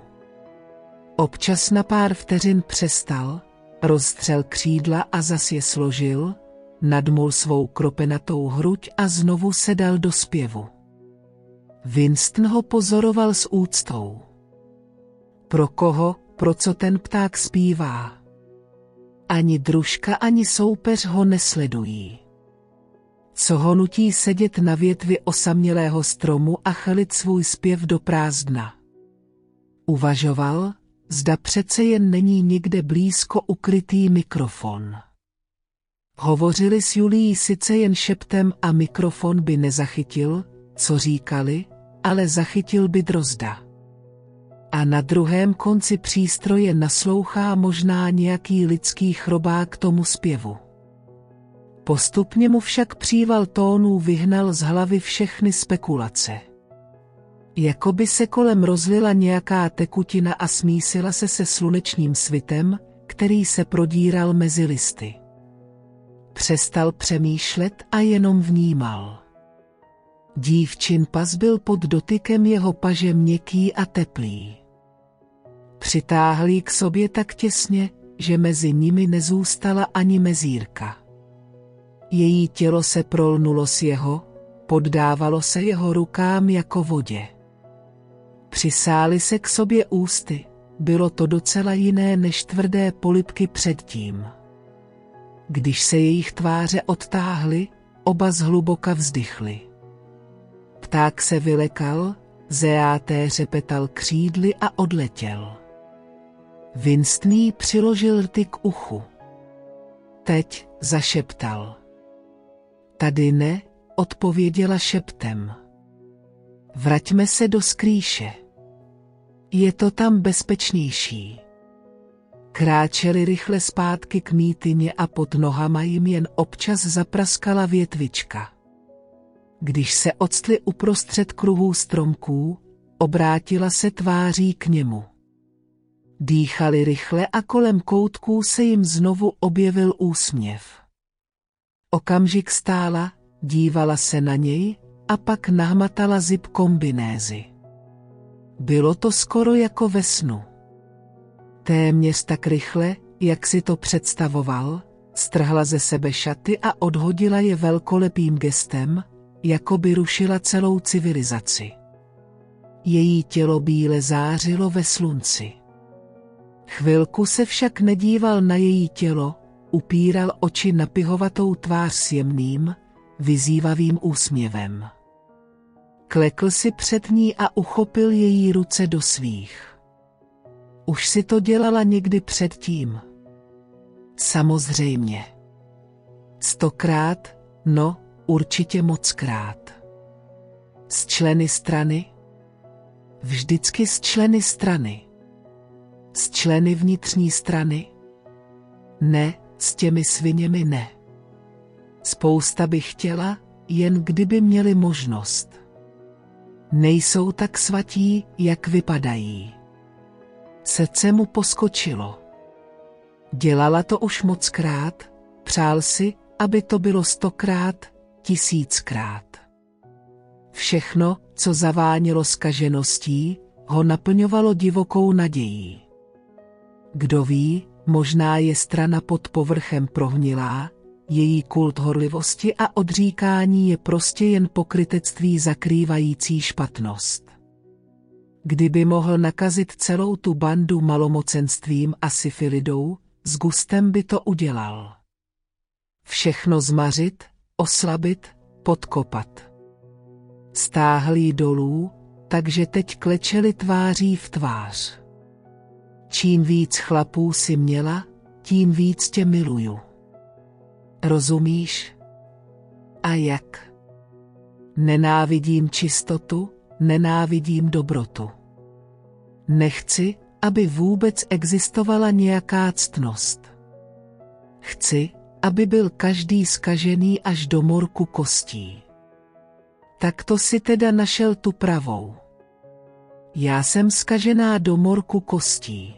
Občas na pár vteřin přestal, rozstřel křídla a zas je složil, nadmul svou kropenatou hruď a znovu se dal do zpěvu. Winston ho pozoroval s úctou. Pro koho, pro co ten pták zpívá? Ani družka, ani soupeř ho nesledují. Co ho nutí sedět na větvi osamělého stromu a chelit svůj zpěv do prázdna? Uvažoval, zda přece jen není někde blízko ukrytý mikrofon. Hovořili s Julií sice jen šeptem a mikrofon by nezachytil, co říkali, ale zachytil by drozda. A na druhém konci přístroje naslouchá možná nějaký lidský chrobák tomu zpěvu. Postupně mu však příval tónů vyhnal z hlavy všechny spekulace. Jakoby se kolem rozlila nějaká tekutina a smísila se slunečním svitem, který se prodíral mezi listy. Přestal přemýšlet a jenom vnímal. Dívčin pas byl pod dotykem jeho paže měkký a teplý. Přitáhl ji k sobě tak těsně, že mezi nimi nezůstala ani mezírka. Její tělo se prolnulo s jeho, poddávalo se jeho rukám jako vodě. Přisáli se k sobě ústy, bylo to docela jiné než tvrdé polibky předtím. Když se jejich tváře odtáhly, oba zhluboka vzdychli. Pták se vylekal, Zeáté řepetal křídly a odletěl. Winston jí přiložil rty k uchu. Teď, zašeptal. Tady ne, odpověděla šeptem. Vraťme se do skrýše. Je to tam bezpečnější. Kráčeli rychle zpátky k mítině a pod nohama jim jen občas zapraskala větvička. Když se octli uprostřed kruhů stromků, obrátila se tváří k němu. Dýchali rychle a kolem koutků se jim znovu objevil úsměv. Okamžik stála, dívala se na něj a pak nahmatala zip kombinézy. Bylo to skoro jako ve snu. Téměř tak rychle, jak si to představoval, strhla ze sebe šaty a odhodila je velkolepým gestem, jako by rušila celou civilizaci. Její tělo bíle zářilo ve slunci. Chvilku se však nedíval na její tělo, upíral oči na pihovatou tvář s jemným, vyzývavým úsměvem. Klekl si před ní a uchopil její ruce do svých. Už si to dělala někdy předtím. Samozřejmě. 100krát, no, určitě mockrát. S členy strany? Vždycky s členy strany. S členy vnitřní strany? Ne, s těmi sviněmi ne. Spousta by chtěla, jen kdyby měli možnost. Nejsou tak svatí, jak vypadají. Srdce mu poskočilo. Dělala to už mockrát, přál si, aby to bylo 100krát, 1000krát. Všechno, co zavánělo zkažeností, ho naplňovalo divokou nadějí. Kdo ví, možná je strana pod povrchem prohnilá, její kult horlivosti a odříkání je prostě jen pokrytectví zakrývající špatnost. Kdyby mohl nakazit celou tu bandu malomocenstvím a syfilidou, s gustem by to udělal. Všechno zmařit, oslabit, podkopat. Stáhl jí dolů, takže teď klečeli tváří v tvář. Čím víc chlapů si měla, tím víc tě miluju. Rozumíš? A jak? Nenávidím čistotu, nenávidím dobrotu. Nechci, aby vůbec existovala nějaká ctnost. Chci, aby byl každý zkažený až do morku kostí. Tak to si teda našel tu pravou. Já jsem zkažená do morku kostí.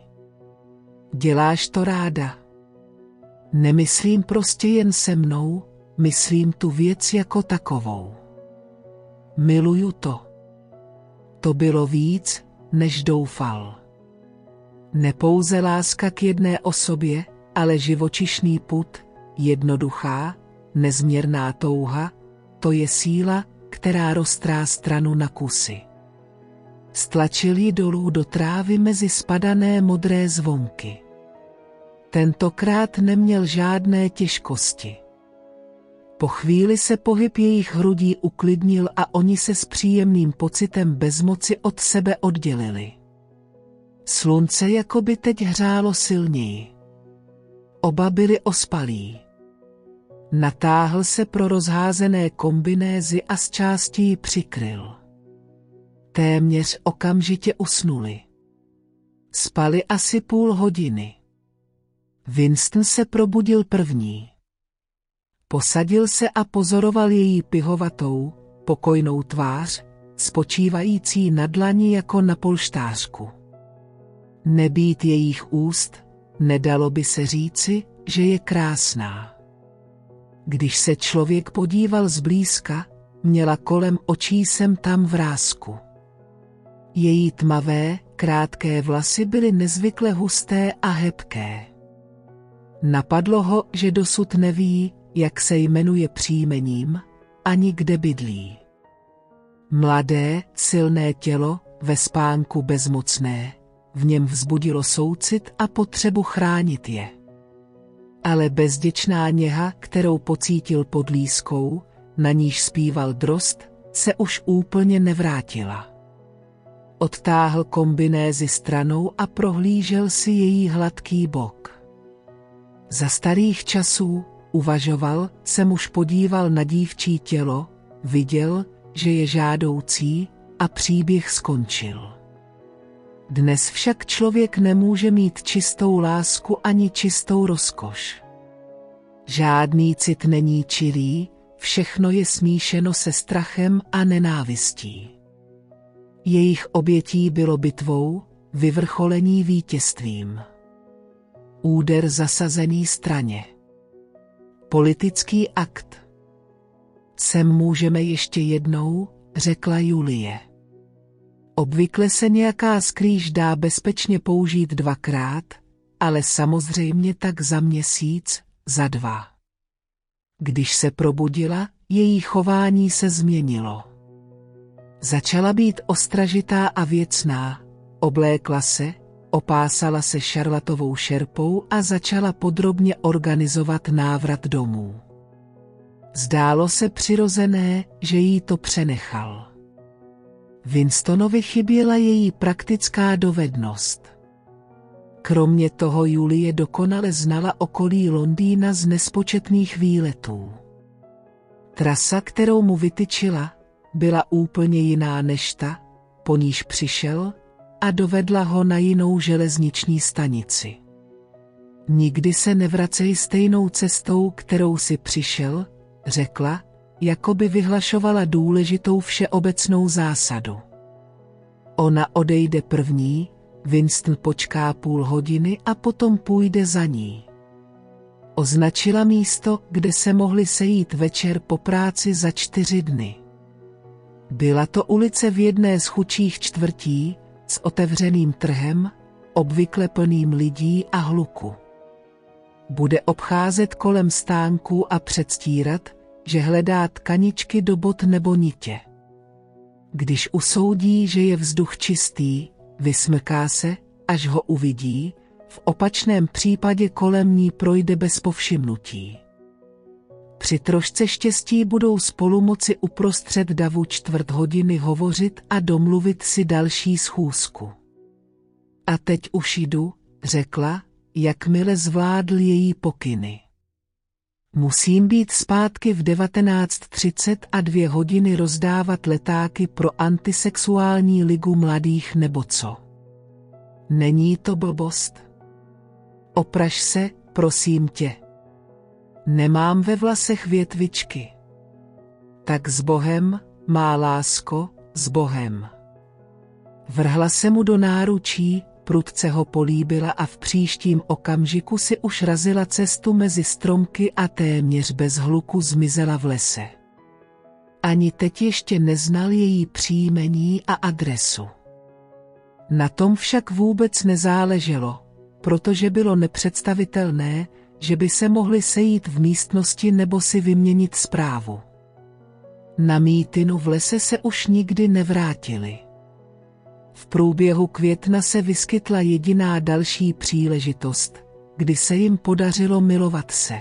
Děláš to ráda. Nemyslím prostě jen se mnou, myslím tu věc jako takovou. Miluju to. To bylo víc, než doufal. Nepouze láska k jedné osobě, ale živočišný pud, jednoduchá, nezměrná touha, to je síla, která roztrá stranu na kusy. Stlačil ji dolů do trávy mezi spadané modré zvonky. Tentokrát neměl žádné těžkosti. Po chvíli se pohyb jejich hrudí uklidnil a oni se s příjemným pocitem bezmoci od sebe oddělili. Slunce jakoby teď hřálo silněji. Oba byli ospalí. Natáhl se pro rozházené kombinézy a z části ji přikryl. Téměř okamžitě usnuli. Spali asi půl hodiny. Winston se probudil první. Posadil se a pozoroval její pihovatou, pokojnou tvář, spočívající na dlani jako na polštářku. Nebýt jejich úst, nedalo by se říci, že je krásná. Když se člověk podíval zblízka, měla kolem očí sem tam vrásku. Její tmavé, krátké vlasy byly nezvykle husté a hebké. Napadlo ho, že dosud neví, jak se jmenuje příjmením, ani kde bydlí. Mladé, silné tělo, ve spánku bezmocné, v něm vzbudilo soucit a potřebu chránit je. Ale bezděčná něha, kterou pocítil pod lískou, na níž zpíval drost, se už úplně nevrátila. Odtáhl kombinézi stranou a prohlížel si její hladký bok. Za starých časů, uvažoval, se muž podíval na dívčí tělo, viděl, že je žádoucí, a příběh skončil. Dnes však člověk nemůže mít čistou lásku ani čistou rozkoš. Žádný cit není čirý, všechno je smíšeno se strachem a nenávistí. Jejich obětí bylo bitvou, vyvrcholení vítězstvím. Úder zasazený straně. Politický akt. Sem můžeme ještě jednou, řekla Julie. Obvykle se nějaká skrýž dá bezpečně použít dvakrát, ale samozřejmě tak za měsíc, za 2. Když se probudila, její chování se změnilo. Začala být ostražitá a věcná, oblékla se, opásala se šarlatovou šerpou a začala podrobně organizovat návrat domů. Zdálo se přirozené, že jí to přenechal. Winstonovi chyběla její praktická dovednost. Kromě toho Julie dokonale znala okolí Londýna z nespočetných výletů. Trasa, kterou mu vytyčila, byla úplně jiná než ta, po níž přišel, a dovedla ho na jinou železniční stanici. Nikdy se nevracej stejnou cestou, kterou si přišel, řekla, jako by vyhlašovala důležitou všeobecnou zásadu. Ona odejde první, Winston počká půl hodiny a potom půjde za ní. Označila místo, kde se mohli sejít večer po práci za 4 dny. Byla to ulice v jedné z chudších čtvrtí, s otevřeným trhem, obvykle plným lidí a hluku. Bude obcházet kolem stánků a předstírat, že hledá tkaničky do bot nebo nitě. Když usoudí, že je vzduch čistý, vysmrká se, až ho uvidí, v opačném případě kolem ní projde bez povšimnutí. Při trošce štěstí budou spolu moci uprostřed davu 1/4 hodiny hovořit a domluvit si další schůzku. A teď už jdu, řekla, jakmile zvládl její pokyny. Musím být zpátky v 19:30 a 2 hodiny rozdávat letáky pro antisexuální ligu mladých nebo co. Není to blbost? Opraž se, prosím tě. Nemám ve vlasech větvičky. Tak s Bohem, má lásko, s Bohem. Vrhla se mu do náručí, prudce ho políbila a v příštím okamžiku si už razila cestu mezi stromky a téměř bez hluku zmizela v lese. Ani teď ještě neznal její příjmení a adresu. Na tom však vůbec nezáleželo, protože bylo nepředstavitelné, že by se mohli sejít v místnosti nebo si vyměnit zprávu. Na mítinu v lese se už nikdy nevrátili. V průběhu května se vyskytla jediná další příležitost, kdy se jim podařilo milovat se.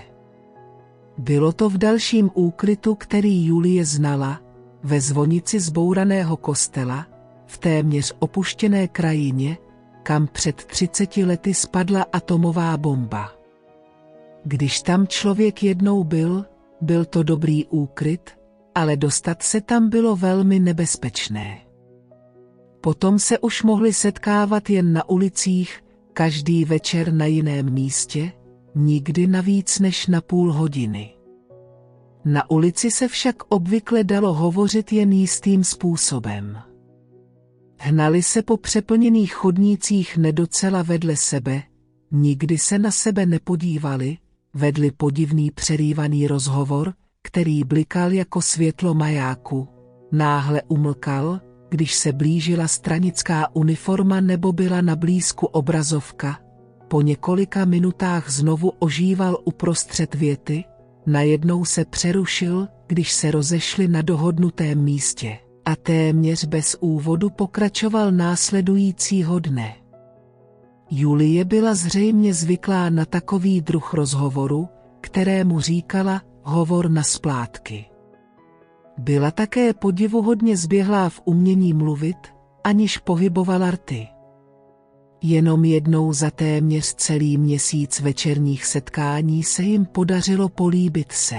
Bylo to v dalším úkrytu, který Julie znala, ve zvonici zbouraného kostela, v téměř opuštěné krajině, kam před 30 lety spadla atomová bomba. Když tam člověk jednou byl to dobrý úkryt, ale dostat se tam bylo velmi nebezpečné. Potom se už mohli setkávat jen na ulicích, každý večer na jiném místě, nikdy na víc než na půl hodiny. Na ulici se však obvykle dalo hovořit jen jistým způsobem. Hnali se po přeplněných chodnících nedocela vedle sebe, nikdy se na sebe nepodívali, vedli podivný přerývaný rozhovor, který blikal jako světlo majáku, náhle umlkal, když se blížila stranická uniforma nebo byla na blízku obrazovka, po několika minutách znovu ožíval uprostřed věty, najednou se přerušil, když se rozešli na dohodnutém místě, a téměř bez úvodu pokračoval následujícího dne. Julie byla zřejmě zvyklá na takový druh rozhovoru, kterému říkala hovor na splátky. Byla také podivuhodně zběhlá v umění mluvit, aniž pohybovala rty. Jenom jednou za téměř celý měsíc večerních setkání se jim podařilo políbit se.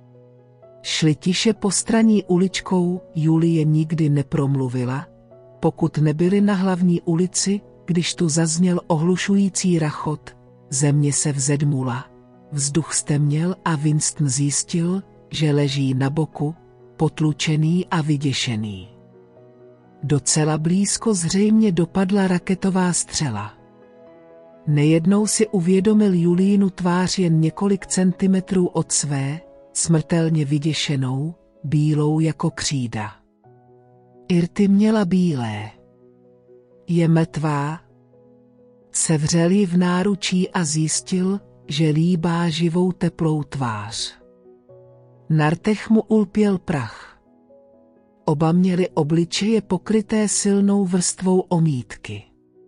Šli tiše postranní uličkou, Julie nikdy nepromluvila, pokud nebyli na hlavní ulici, když tu zazněl ohlušující rachot, země se vzedmula, vzduch stemněl a Winston zjistil, že leží na boku, potlučený a vyděšený. Docela blízko zřejmě dopadla raketová střela. Nejednou si uvědomil Juliinu tvář jen několik centimetrů od své, smrtelně vyděšenou, bílou jako křída. Irty měla bílé. Je mrtvá? Sevřel ji v náručí a zjistil, že líbá živou teplou tvář. Na rtech mu ulpěl prach. Oba měli obličeje pokryté silnou vrstvou omítky.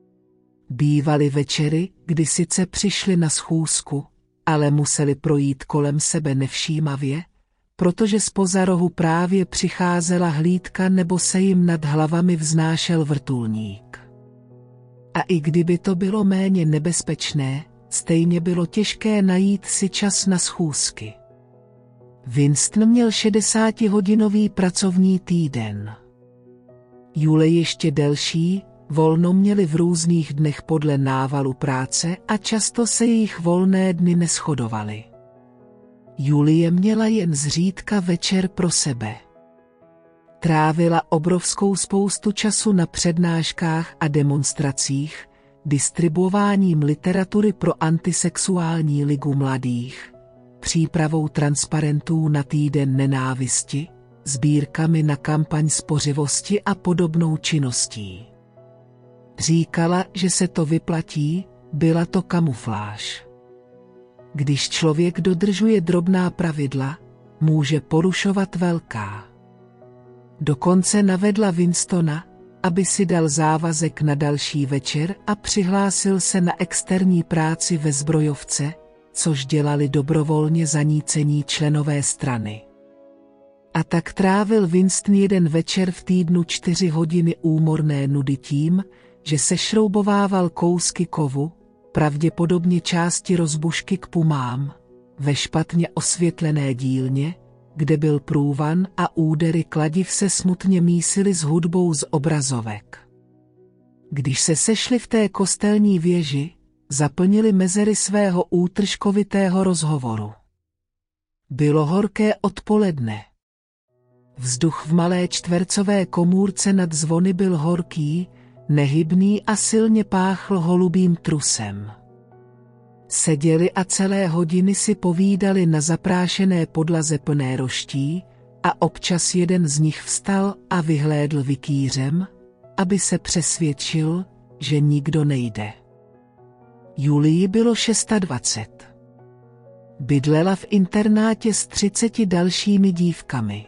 Bývaly večery, kdy sice přišli na schůzku, ale museli projít kolem sebe nevšímavě, protože zpoza rohu právě přicházela hlídka nebo se jim nad hlavami vznášel vrtulník. A i kdyby to bylo méně nebezpečné, stejně bylo těžké najít si čas na schůzky. Winston měl 60hodinový pracovní týden. Julie ještě delší, volno měli v různých dnech podle návalu práce a často se jejich volné dny neshodovaly. Julie měla jen zřídka večer pro sebe. Trávila obrovskou spoustu času na přednáškách a demonstracích, distribuováním literatury pro antisexuální ligu mladých, přípravou transparentů na týden nenávisti, sbírkami na kampaň spořivosti a podobnou činností. Říkala, že se to vyplatí, byla to kamufláž. Když člověk dodržuje drobná pravidla, může porušovat velká. Dokonce navedla Winstona, aby si dal závazek na další večer a přihlásil se na externí práci ve zbrojovce, což dělali dobrovolně zanícení členové strany. A tak trávil Winston jeden večer v týdnu 4 hodiny úmorné nudy tím, že sešroubovával kousky kovu, pravděpodobně části rozbušky k pumám, ve špatně osvětlené dílně, kde byl průvan a údery kladiv se smutně mísily s hudbou z obrazovek. Když se sešli v té kostelní věži, zaplnili mezery svého útržkovitého rozhovoru. Bylo horké odpoledne. Vzduch v malé čtvercové komůrce nad zvony byl horký, nehybný a silně páchl holubým trusem. Seděli a celé hodiny si povídali na zaprášené podlaze plné roští a občas jeden z nich vstal a vyhlédl vikýřem, aby se přesvědčil, že nikdo nejde. Julii bylo 26. Bydlela v internátě s 30 dalšími dívkami.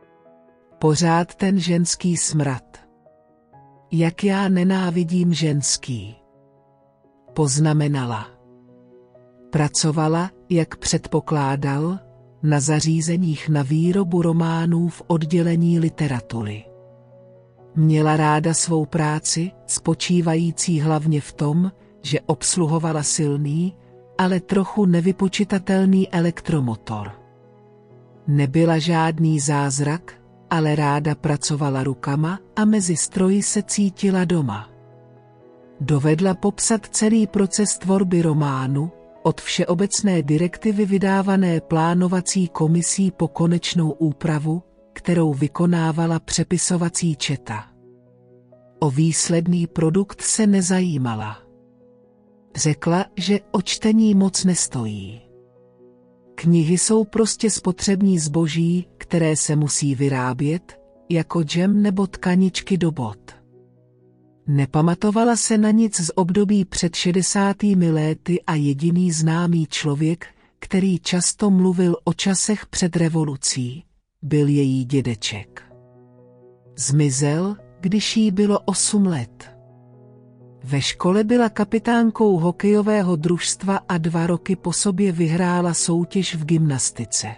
Pořád ten ženský smrad. Jak já nenávidím ženský. Poznamenala. Pracovala, jak předpokládal, na zařízeních na výrobu románů v oddělení literatury. Měla ráda svou práci, spočívající hlavně v tom, že obsluhovala silný, ale trochu nevypočitatelný elektromotor. Nebyla žádný zázrak, ale ráda pracovala rukama a mezi stroji se cítila doma. Dovedla popsat celý proces tvorby románu, od všeobecné direktivy vydávané plánovací komisí po konečnou úpravu, kterou vykonávala přepisovací četa. O výsledný produkt se nezajímala. Řekla, že o čtení moc nestojí. Knihy jsou prostě spotřební zboží, které se musí vyrábět, jako džem nebo tkaničky do bot. Nepamatovala se na nic z období před 60. lety a jediný známý člověk, který často mluvil o časech před revolucí, byl její dědeček. Zmizel, když jí bylo 8 let. Ve škole byla kapitánkou hokejového družstva a 2 roky po sobě vyhrála soutěž v gymnastice.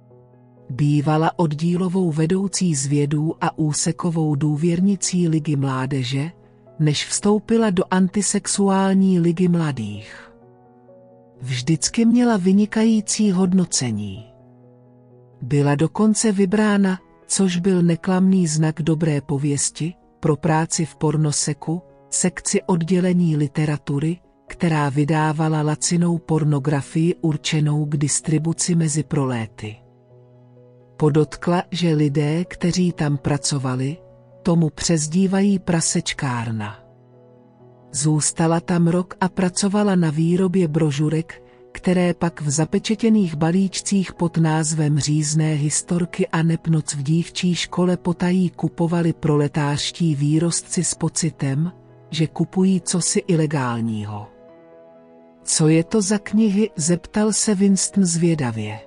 Bývala oddílovou vedoucí zvědů a úsekovou důvěrnicí Ligy mládeže, než vstoupila do antisexuální Ligy mladých. Vždycky měla vynikající hodnocení. Byla dokonce vybrána, což byl neklamný znak dobré pověsti, pro práci v Pornoseku, sekci oddělení literatury, která vydávala lacinou pornografii určenou k distribuci mezi proléty. Podotkla, že lidé, kteří tam pracovali, tomu přezdívají prasečkárna. Zůstala tam rok a pracovala na výrobě brožurek, které pak v zapečetěných balíčcích pod názvem Řízné historky a neb Noc v dívčí škole potají kupovali proletářští výrostci s pocitem, že kupují cosi ilegálního. Co je to za knihy, zeptal se Winston zvědavě.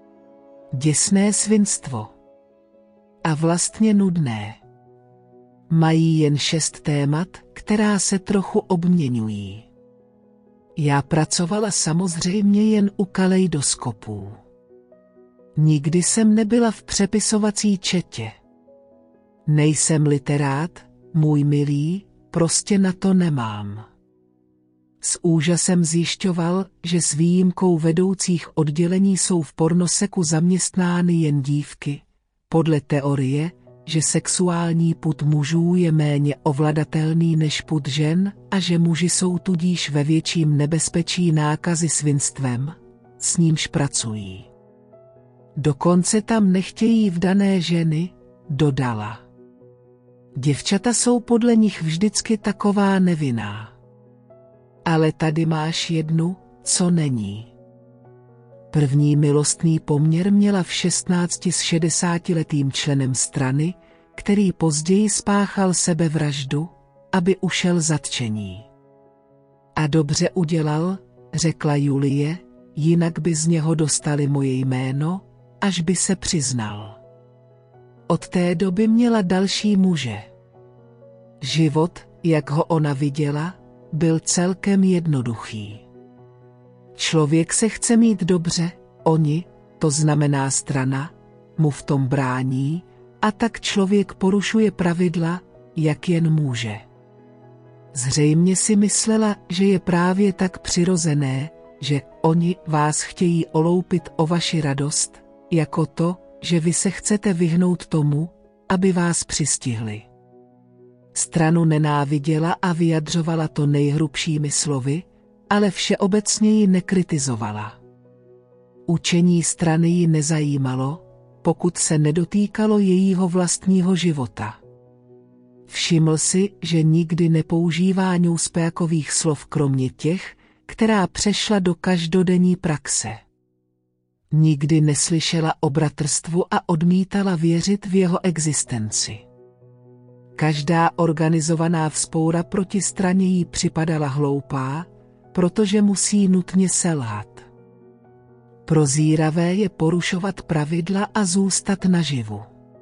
Děsné svinstvo. A vlastně nudné. Mají jen 6 témat, která se trochu obměňují. Já pracovala samozřejmě jen u kaleidoskopů. Nikdy jsem nebyla v přepisovací četě. Nejsem literát, můj milý, prostě na to nemám. S úžasem zjišťoval, že s výjimkou vedoucích oddělení jsou v Pornoseku zaměstnány jen dívky, podle teorie, že sexuální pud mužů je méně ovladatelný než pud žen a že muži jsou tudíž ve větším nebezpečí nákazy svinstvem, s nímž pracují. Dokonce tam nechtějí vdané ženy, dodala. Děvčata jsou podle nich vždycky taková nevinná. Ale tady máš jednu, co není. První milostný poměr měla v 16 s 60letým členem strany, který později spáchal sebevraždu, aby ušel zatčení. A dobře udělal, řekla Julie, jinak by z něho dostali moje jméno, až by se přiznal. Od té doby měla další muže. Život, jak ho ona viděla, byl celkem jednoduchý. Člověk se chce mít dobře, oni, to znamená strana, mu v tom brání, a tak člověk porušuje pravidla, jak jen může. Zřejmě si myslela, že je právě tak přirozené, že oni vás chtějí oloupit o vaši radost, jako to, že vy se chcete vyhnout tomu, aby vás přistihli. Stranu nenáviděla a vyjadřovala to nejhrubšími slovy, ale všeobecně ji nekritizovala. Učení strany ji nezajímalo, pokud se nedotýkalo jejího vlastního života. Všiml si, že nikdy nepoužívá newspeakových slov kromě těch, která přešla do každodenní praxe. Nikdy neslyšela o bratrstvu a odmítala věřit v jeho existenci. Každá organizovaná vzpoura proti straně jí připadala hloupá, protože musí nutně selhat. Prozíravé je porušovat pravidla a zůstat naživu.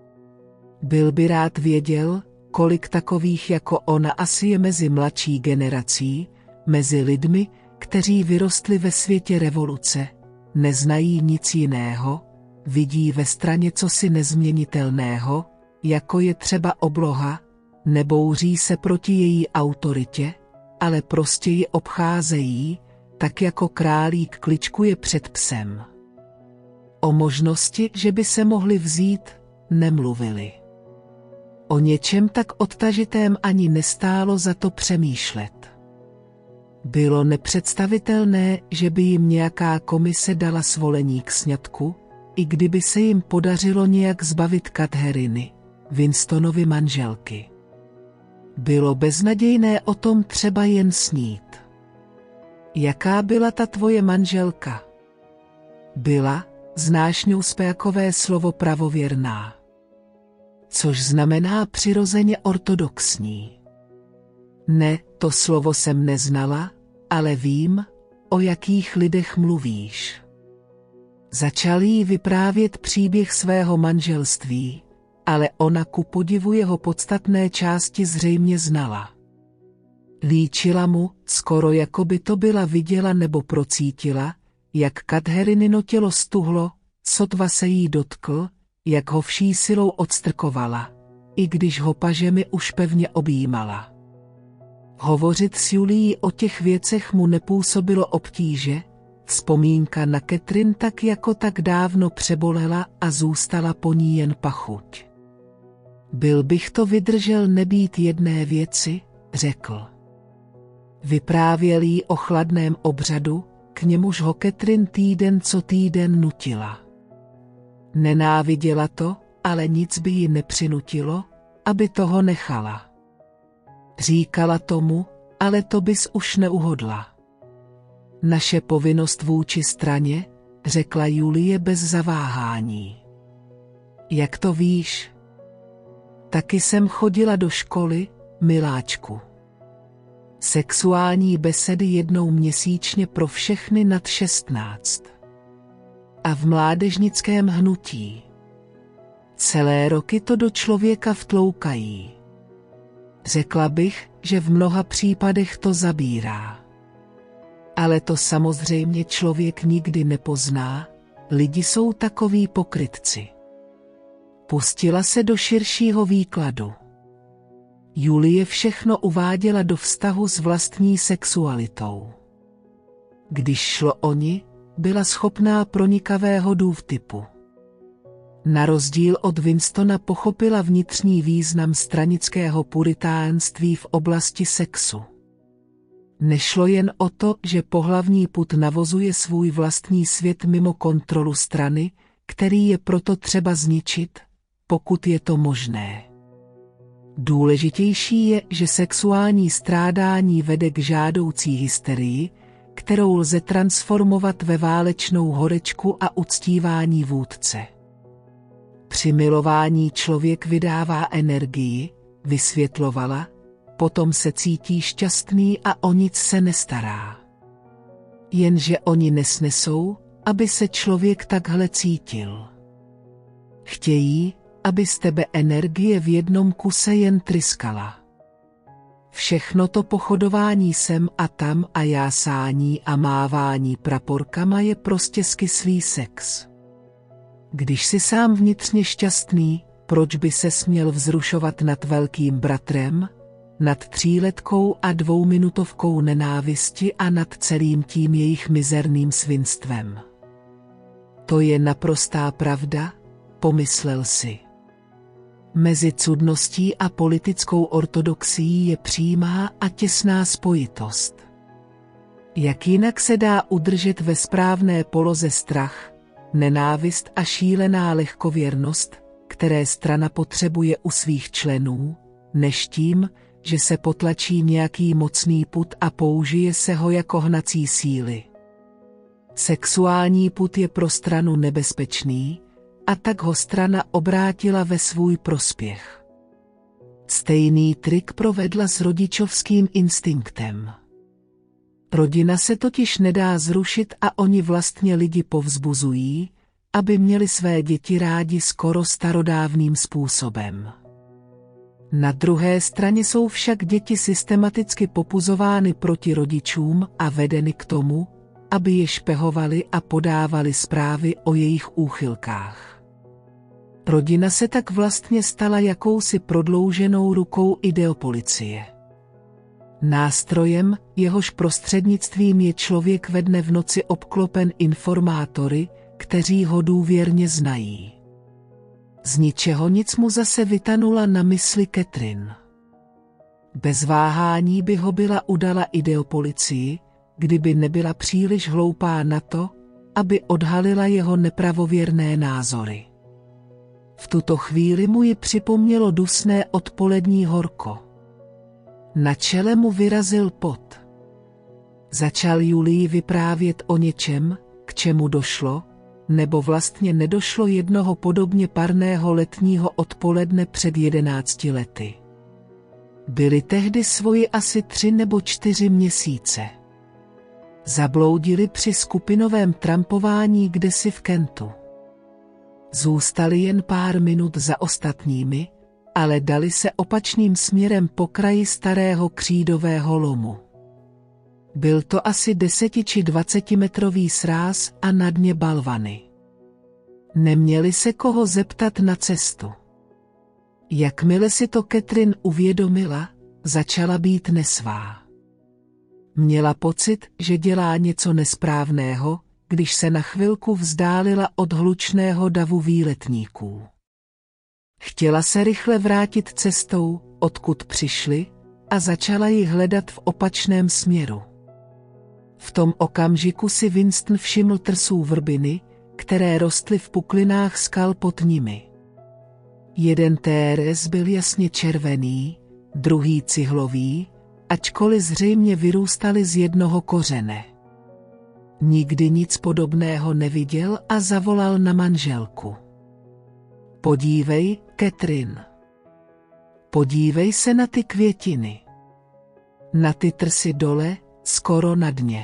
Byl by rád věděl, kolik takových jako ona asi je mezi mladší generací, mezi lidmi, kteří vyrostli ve světě revoluce, neznají nic jiného, vidí ve straně cosi nezměnitelného, jako je třeba obloha, nebouří se proti její autoritě, ale prostě ji obcházejí, tak jako králík kličkuje před psem. O možnosti, že by se mohli vzít, nemluvili. O něčem tak odtažitém ani nestálo za to přemýšlet. Bylo nepředstavitelné, že by jim nějaká komise dala svolení k sňatku, i kdyby se jim podařilo nějak zbavit Katheriny, Winstonovy manželky. Bylo beznadějné o tom třeba jen snít. Jaká byla ta tvoje manželka? Byla, znáš newspeakové slovo pravověrná. Což znamená přirozeně ortodoxní. Ne, to slovo jsem neznala, ale vím, o jakých lidech mluvíš. Začal jí vyprávět příběh svého manželství, ale ona ku podivu jeho podstatné části zřejmě znala. Líčila mu, skoro jako by to byla viděla nebo procítila, jak Katherinino tělo stuhlo, sotva se jí dotkl, jak ho vší silou odstrkovala, i když ho pažemi už pevně objímala. Hovořit s Julií o těch věcech mu nepůsobilo obtíže, vzpomínka na Catherine tak jako tak dávno přebolela a zůstala po ní jen pachuť. Byl bych to vydržel nebýt jedné věci, řekl. Vyprávěl jí o chladném obřadu, k němuž ho Catherine týden co týden nutila. Nenáviděla to, ale nic by ji nepřinutilo, aby toho nechala. Říkala tomu, ale to bys už neuhodla. Naše povinnost vůči straně, řekla Julie bez zaváhání. Jak to víš? Taky jsem chodila do školy, miláčku. Sexuální besedy jednou měsíčně pro všechny nad 16. A v mládežnickém hnutí. Celé roky to do člověka vtloukají. Řekla bych, že v mnoha případech to zabírá. Ale to samozřejmě člověk nikdy nepozná, lidi jsou takoví pokrytci. Pustila se do širšího výkladu. Julie všechno uváděla do vztahu s vlastní sexualitou. Když šlo o ni, byla schopná pronikavého důvtipu. Na rozdíl od Winstona pochopila vnitřní význam stranického puritánství v oblasti sexu. Nešlo jen o to, že pohlavní pud navozuje svůj vlastní svět mimo kontrolu strany, který je proto třeba zničit, pokud je to možné. Důležitější je, že sexuální strádání vede k žádoucí hysterii, kterou lze transformovat ve válečnou horečku a uctívání vůdce. Při milování člověk vydává energii, vysvětlovala, potom se cítí šťastný a o nic se nestará. Jenže oni nesnesou, aby se člověk takhle cítil. Chtějí, aby z tebe energie v jednom kuse jen tryskala. Všechno to pochodování sem a tam a jásání a mávání praporkama je prostě skyslý sex. Když jsi sám vnitřně šťastný, proč by se směl vzrušovat nad velkým bratrem, nad 3letkou a 2minutovkou nenávisti a nad celým tím jejich mizerným svinstvem? To je naprostá pravda, pomyslel si. Mezi cudností a politickou ortodoxií je přímá a těsná spojitost. Jak jinak se dá udržet ve správné poloze strach, nenávist a šílená lehkověrnost, které strana potřebuje u svých členů, než tím, že se potlačí nějaký mocný pud a použije se ho jako hnací síly. Sexuální pud je pro stranu nebezpečný, a tak ho strana obrátila ve svůj prospěch. Stejný trik provedla s rodičovským instinktem. Rodina se totiž nedá zrušit a oni vlastně lidi povzbuzují, aby měli své děti rádi skoro starodávným způsobem. Na druhé straně jsou však děti systematicky popuzovány proti rodičům a vedeny k tomu, aby je špehovali a podávali zprávy o jejich úchylkách. Rodina se tak vlastně stala jakousi prodlouženou rukou ideopolicie. Nástrojem, jehož prostřednictvím je člověk ve dne v noci obklopen informátory, kteří ho důvěrně znají. Z ničeho nic mu zase vytanula na mysli Catherine. Bez váhání by ho byla udala ideopolicii, kdyby nebyla příliš hloupá na to, aby odhalila jeho nepravověrné názory. V tuto chvíli mu ji připomnělo dusné odpolední horko. Na čele mu vyrazil pot. Začal Julii vyprávět o něčem, k čemu došlo, nebo vlastně nedošlo jednoho podobně parného letního odpoledne před 11 lety. Byli tehdy svoji asi 3 nebo 4 měsíce. Zabloudili při skupinovém trampování kdesi v Kentu. Zůstali jen pár minut za ostatními, ale dali se opačným směrem po kraji starého křídového lomu. Byl to asi 10 či 20metrový sráz a na dně balvany. Neměli se koho zeptat na cestu. Jakmile si to Catherine uvědomila, začala být nesvá. Měla pocit, že dělá něco nesprávného, když se na chvilku vzdálila od hlučného davu výletníků. Chtěla se rychle vrátit cestou, odkud přišli, a začala ji hledat v opačném směru. V tom okamžiku si Winston všiml trsů vrbiny, které rostly v puklinách skal pod nimi. Jeden téres byl jasně červený, druhý cihlový, ačkoliv zřejmě vyrůstaly z jednoho kořene. Nikdy nic podobného neviděl a zavolal na manželku. Podívej, Catherine. Podívej se na ty květiny. Na ty trsy dole, skoro na dně.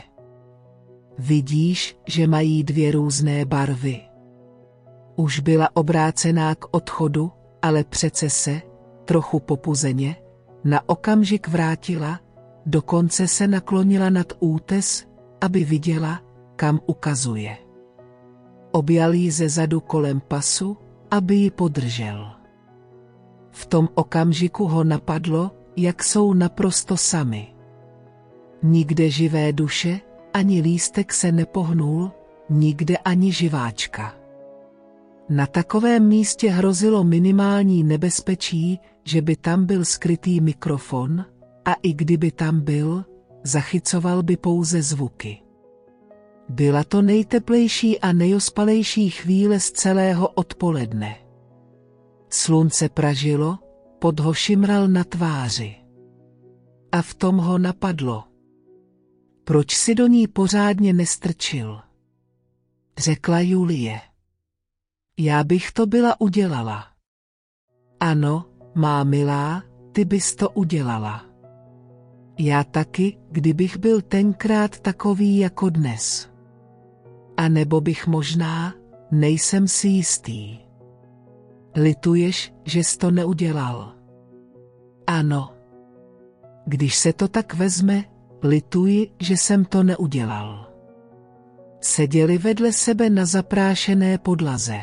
Vidíš, že mají 2 různé barvy. Už byla obrácená k odchodu, ale přece se, trochu popuzeně, na okamžik vrátila, dokonce se naklonila nad útes, aby viděla, kam ukazuje. Objal ji zezadu kolem pasu, aby ji podržel. V tom okamžiku ho napadlo, jak jsou naprosto sami. Nikde živé duše, ani lístek se nepohnul, nikde ani živáčka. Na takovém místě hrozilo minimální nebezpečí, že by tam byl skrytý mikrofon, a i kdyby tam byl, zachycoval by pouze zvuky. Byla to nejteplejší a nejospalejší chvíle z celého odpoledne. Slunce pražilo, pot ho šimral na tváři. A v tom ho napadlo. Proč si do ní pořádně nestrčil? Řekla Julie. Já bych to byla udělala. Ano, má milá, ty bys to udělala. Já taky, kdybych byl tenkrát takový jako dnes. A nebo bych možná, nejsem si jistý. Lituješ, že jsi to neudělal? Ano. Když se to tak vezme, lituji, že jsem to neudělal. Seděli vedle sebe na zaprášené podlaze.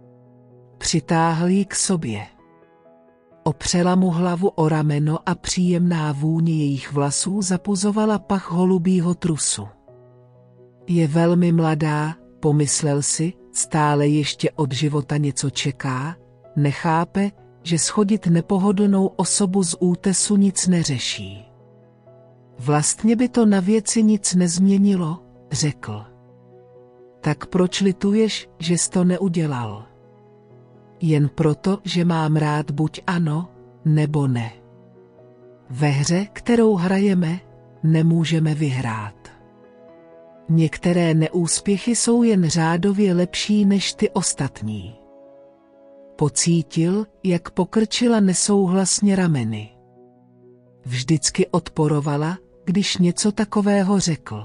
Přitáhl ji k sobě. Opřela mu hlavu o rameno a příjemná vůně jejich vlasů zapuzovala pach holubího trusu. Je velmi mladá, pomyslel si, stále ještě od života něco čeká, nechápe, že schodit nepohodlnou osobu z útesu nic neřeší. Vlastně by to na věci nic nezměnilo, řekl. Tak proč lituješ, že jsi to neudělal? Jen proto, že mám rád buď ano, nebo ne. Ve hře, kterou hrajeme, nemůžeme vyhrát. Některé neúspěchy jsou jen řádově lepší než ty ostatní. Pocítil, jak pokrčila nesouhlasně rameny. Vždycky odporovala, když něco takového řekl.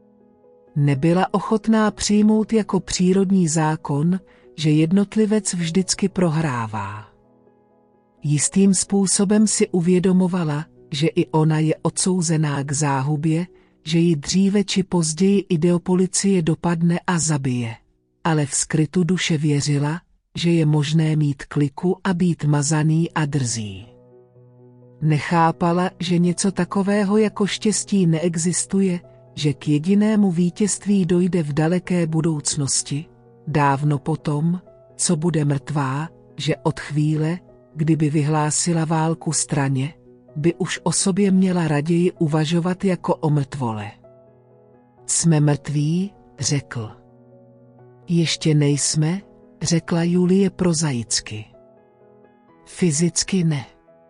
Nebyla ochotná přijmout jako přírodní zákon, že jednotlivec vždycky prohrává. Jistým způsobem si uvědomovala, že i ona je odsouzená k záhubě, že ji dříve či později ideopolicie dopadne a zabije. Ale v skrytu duše věřila, že je možné mít kliku a být mazaný a drzý. Nechápala, že něco takového jako štěstí neexistuje, že k jedinému vítězství dojde v daleké budoucnosti, dávno potom, co bude mrtvá, že od chvíle, kdyby vyhlásila válku straně, by už o sobě měla raději uvažovat jako o mrtvole. Jsme mrtví, řekl. Ještě nejsme, řekla Julie prozaicky. Fyzicky ne.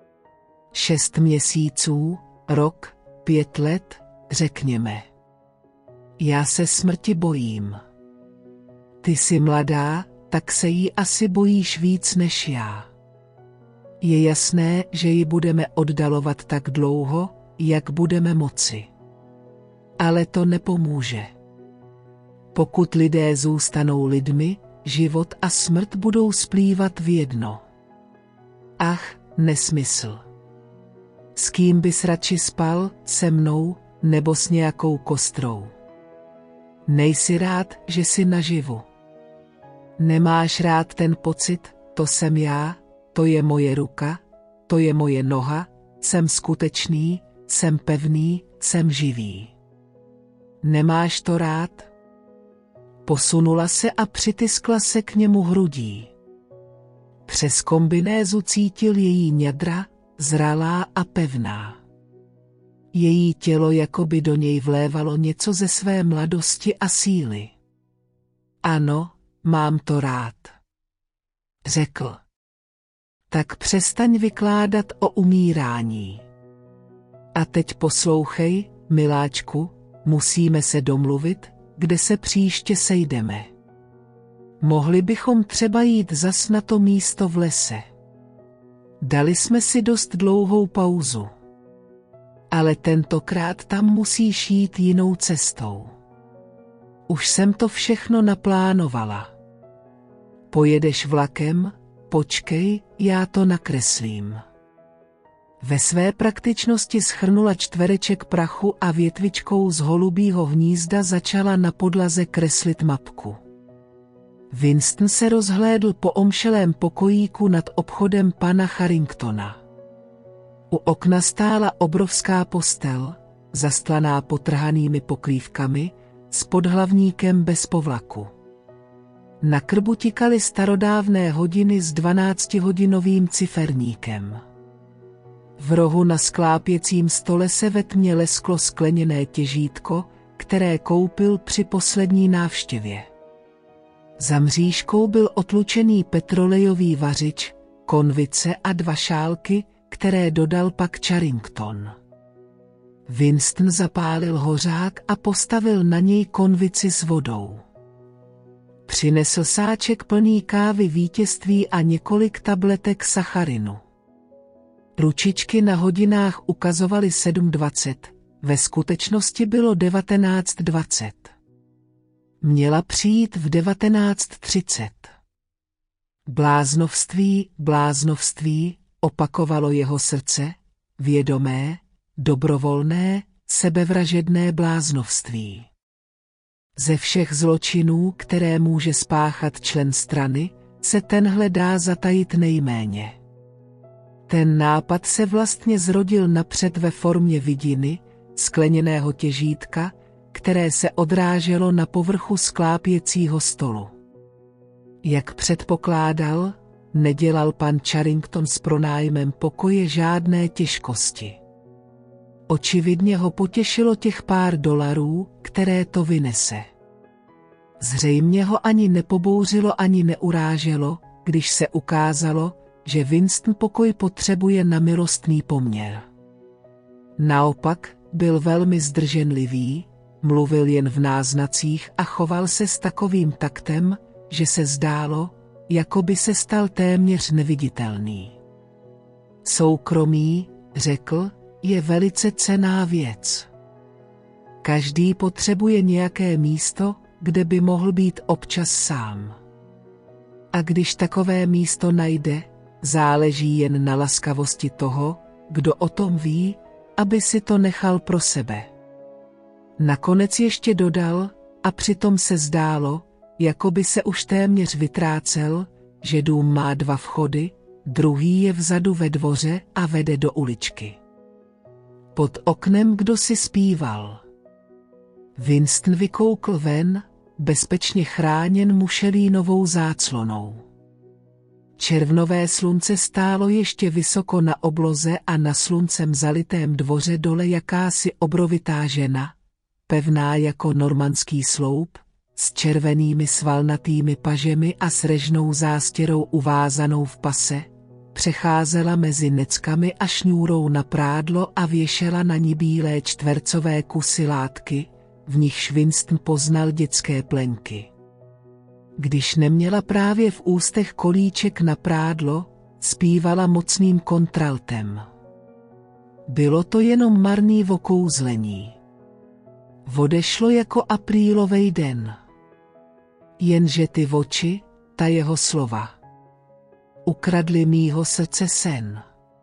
6 měsíců, rok, 5 let, řekněme. Já se smrti bojím. Ty jsi mladá, tak se jí asi bojíš víc než já. Je jasné, že ji budeme oddalovat tak dlouho, jak budeme moci. Ale to nepomůže. Pokud lidé zůstanou lidmi, život a smrt budou splývat v jedno. Ach, nesmysl. S kým bys radši spal, se mnou, nebo s nějakou kostrou? Nejsi rád, že jsi naživu. Nemáš rád ten pocit, to jsem já, to je moje ruka, to je moje noha, jsem skutečný, jsem pevný, jsem živý. Nemáš to rád? Posunula se a přitiskla se k němu hrudí. Přes kombinézu cítil její ňadra, zralá a pevná. Její tělo jakoby do něj vlévalo něco ze své mladosti a síly. Ano, mám to rád, řekl. Tak přestaň vykládat o umírání. A teď poslouchej, miláčku, musíme se domluvit, kde se příště sejdeme. Mohli bychom třeba jít zas na to místo v lese. Dali jsme si dost dlouhou pauzu. Ale tentokrát tam musíš jít jinou cestou. Už jsem to všechno naplánovala. Pojedeš vlakem? Počkej, já to nakreslím. Ve své praktičnosti shrnula čtvereček prachu a větvičkou z holubího hnízda začala na podlaze kreslit mapku. Winston se rozhlédl po omšelém pokojíku nad obchodem pana Harringtona. U okna stála obrovská postel, zastlaná potrhanými pokrývkami, s podhlavníkem bez povlaku. Na krbu tikaly starodávné hodiny s 12hodinovým ciferníkem. V rohu na sklápěcím stole se ve tmě lesklo skleněné těžítko, které koupil při poslední návštěvě. Za mřížkou byl otlučený petrolejový vařič, konvice a 2 šálky, které dodal pak Charrington. Winston zapálil hořák a postavil na něj konvici s vodou. Přinesl sáček plný kávy vítězství a několik tabletek sacharinu. Ručičky na hodinách ukazovaly 7:20, ve skutečnosti bylo 19:20. Měla přijít v 19:30. Bláznovství, bláznovství, opakovalo jeho srdce, vědomé, dobrovolné, sebevražedné bláznovství. Ze všech zločinů, které může spáchat člen strany, se tenhle dá zatajit nejméně. Ten nápad se vlastně zrodil napřed ve formě vidiny, skleněného těžítka, které se odráželo na povrchu sklápěcího stolu. Jak předpokládal, nedělal pan Charrington s pronájmem pokoje žádné těžkosti. Očividně ho potěšilo těch pár dolarů, které to vynese. Zřejmě ho ani nepobouřilo, ani neuráželo, když se ukázalo, že Winston pokoj potřebuje na milostný poměr. Naopak, byl velmi zdrženlivý, mluvil jen v náznacích a choval se s takovým taktem, že se zdálo, jako by se stal téměř neviditelný. Soukromí, řekl, je velice cenná věc. Každý potřebuje nějaké místo, kde by mohl být občas sám. A když takové místo najde, záleží jen na laskavosti toho, kdo o tom ví, aby si to nechal pro sebe. Nakonec ještě dodal, a přitom se zdálo, jako by se už téměř vytrácel, že dům má 2 vchody, druhý je vzadu ve dvoře a vede do uličky. Pod oknem kdosi zpíval. Winston vykoukl ven, bezpečně chráněn mušelínovou záclonou. Červnové slunce stálo ještě vysoko na obloze a na sluncem zalitém dvoře dole jakási obrovitá žena, pevná jako normandský sloup, s červenými svalnatými pažemi a s režnou zástěrou uvázanou v pase, přecházela mezi neckami a šňůrou na prádlo a věšela na ní bílé čtvercové kusy látky, v nichž Winston poznal dětské plenky. Když neměla právě v ústech kolíček na prádlo, zpívala mocným kontraltem. Bylo to jenom marný vokouzlení. Odešlo jako aprílovej den. Jenže ty oči, ta jeho slova, ukradly mýho srdce sen.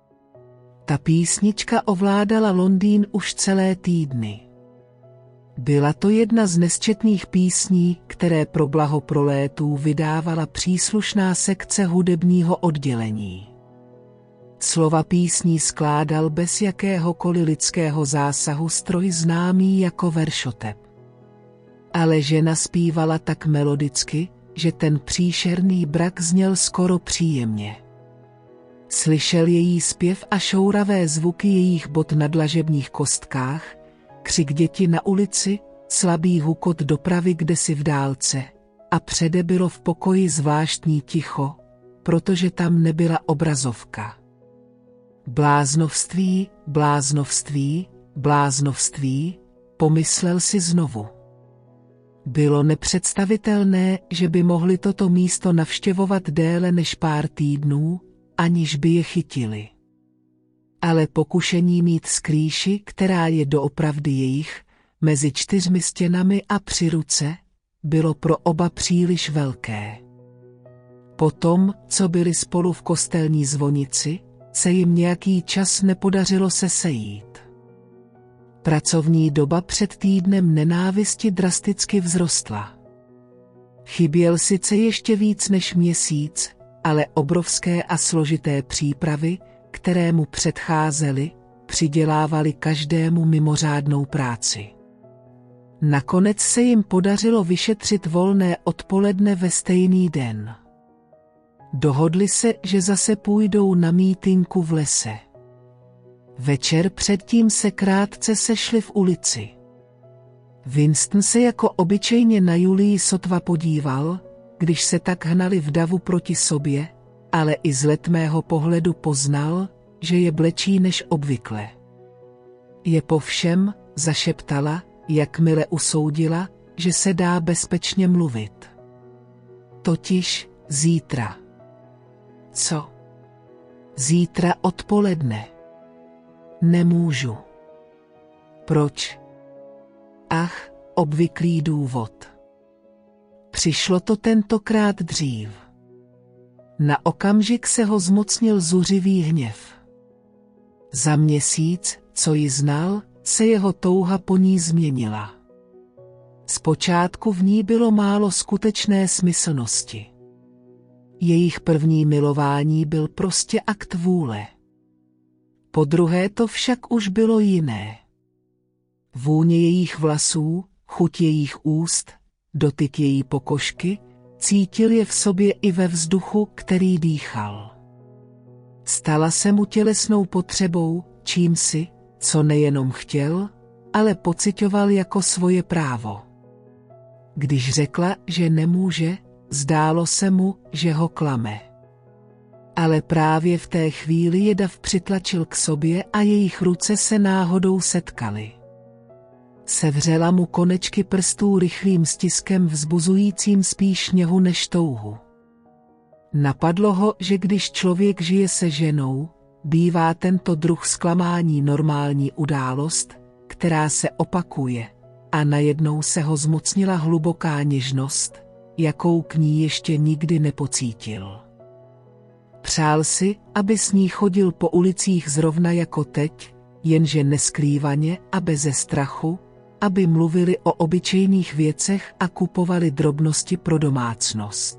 Ta písnička ovládala Londýn už celé týdny. Byla to jedna z nesčetných písní, které pro blaho prolétů vydávala příslušná sekce hudebního oddělení. Slova písní skládal bez jakéhokoliv lidského zásahu stroj známý jako veršotep. Ale žena zpívala tak melodicky, že ten příšerný brak zněl skoro příjemně. Slyšel její zpěv a šouravé zvuky jejích bot na dlažebních kostkách, křik děti na ulici, slabý hukot dopravy kdesi v dálce, a přede bylo v pokoji zvláštní ticho, protože tam nebyla obrazovka. Bláznovství, bláznovství, bláznovství, pomyslel si znovu. Bylo nepředstavitelné, že by mohli toto místo navštěvovat déle než pár týdnů, aniž by je chytili. Ale pokušení mít skrýši, která je doopravdy jejich, mezi 4 stěnami a při ruce, bylo pro oba příliš velké. Potom, co byli spolu v kostelní zvonici, se jim nějaký čas nepodařilo se sejít. Pracovní doba před týdnem nenávisti drasticky vzrostla. Chyběl sice ještě víc než měsíc, ale obrovské a složité přípravy, které mu předcházely, přidělávali každému mimořádnou práci. Nakonec se jim podařilo vyšetřit volné odpoledne ve stejný den. Dohodli se, že zase půjdou na mítinku v lese. Večer předtím se krátce sešli v ulici. Winston se jako obyčejně na Julii sotva podíval, když se tak hnali v davu proti sobě, ale i z letmého pohledu poznal, že je blečí než obvykle. Je po všem, zašeptala, jakmile usoudila, že se dá bezpečně mluvit. Totiž zítra. Co? Zítra odpoledne. Nemůžu. Proč? Ach, obvyklý důvod. Přišlo to tentokrát dřív. Na okamžik se ho zmocnil zuřivý hněv. Za měsíc, co ji znal, se jeho touha po ní změnila. Zpočátku v ní bylo málo skutečné smyslnosti. Jejich první milování byl prostě akt vůle. Podruhé to však už bylo jiné. Vůně jejich vlasů, chuť jejich úst, dotyk její pokožky, cítil je v sobě i ve vzduchu, který dýchal. Stala se mu tělesnou potřebou, čímsi, co nejenom chtěl, ale pociťoval jako svoje právo. Když řekla, že nemůže, zdálo se mu, že ho klame. Ale právě v té chvíli je dav přitlačil k sobě a jejich ruce se náhodou setkaly. Sevřela mu konečky prstů rychlým stiskem vzbuzujícím spíš něhu než touhu. Napadlo ho, že když člověk žije se ženou, bývá tento druh zklamání normální událost, která se opakuje, a najednou se ho zmocnila hluboká něžnost, jakou k ní ještě nikdy nepocítil. Přál si, aby s ní chodil po ulicích zrovna jako teď, jenže neskrývaně a beze strachu, aby mluvili o obyčejných věcech a kupovali drobnosti pro domácnost.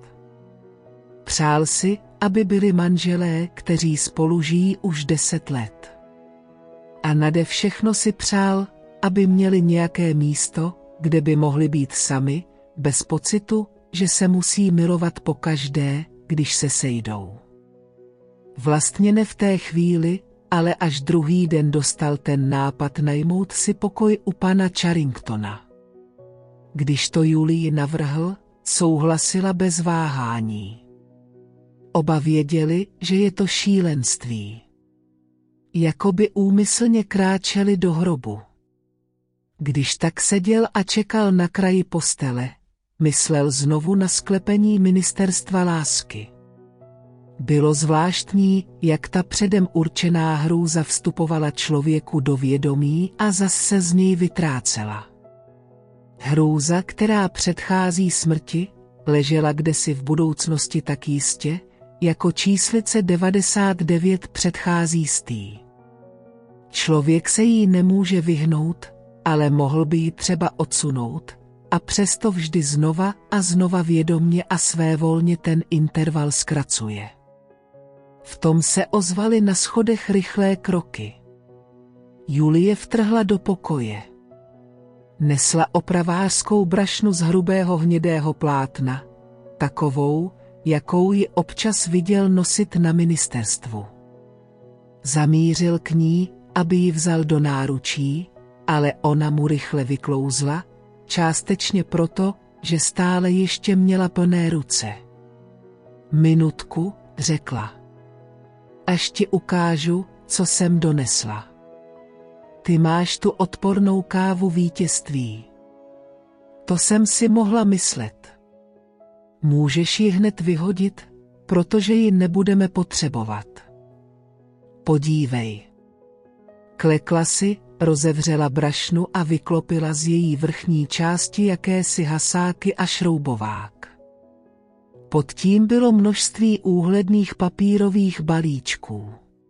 Přál si, aby byli manželé, kteří spolu žijí už 10 let. A nade všechno si přál, aby měli nějaké místo, kde by mohli být sami, bez pocitu, že se musí milovat pokaždé, když se sejdou. Vlastně ne v té chvíli, ale až druhý den dostal ten nápad najmout si pokoj u pana Charringtona. Když to Julii navrhl, souhlasila bez váhání. Oba věděli, že je to šílenství. Jakoby úmyslně kráčeli do hrobu. Když tak seděl a čekal na kraji postele, myslel znovu na sklepení ministerstva lásky. Bylo zvláštní, jak ta předem určená hrůza vstupovala člověku do vědomí a zas se z něj vytrácela. Hrůza, která předchází smrti, ležela kdesi v budoucnosti tak jistě, jako číslice 99 předchází 100. Člověk se jí nemůže vyhnout, ale mohl by ji třeba odsunout, a přesto vždy znova a znova vědomně a svévolně ten interval zkracuje. V tom se ozvaly na schodech rychlé kroky. Julie vtrhla do pokoje. Nesla opravářskou brašnu z hrubého hnědého plátna, takovou, jakou ji občas viděl nosit na ministerstvu. Zamířil k ní, aby ji vzal do náručí, ale ona mu rychle vyklouzla, částečně proto, že stále ještě měla plné ruce. Minutku, řekla. Až ti ukážu, co jsem donesla. Ty máš tu odpornou kávu vítězství. To jsem si mohla myslet. Můžeš ji hned vyhodit, protože ji nebudeme potřebovat. Podívej. Klekla si, rozevřela brašnu a vyklopila z její vrchní části jakési hasáky a šroubovák. Pod tím bylo množství úhledných papírových balíčků.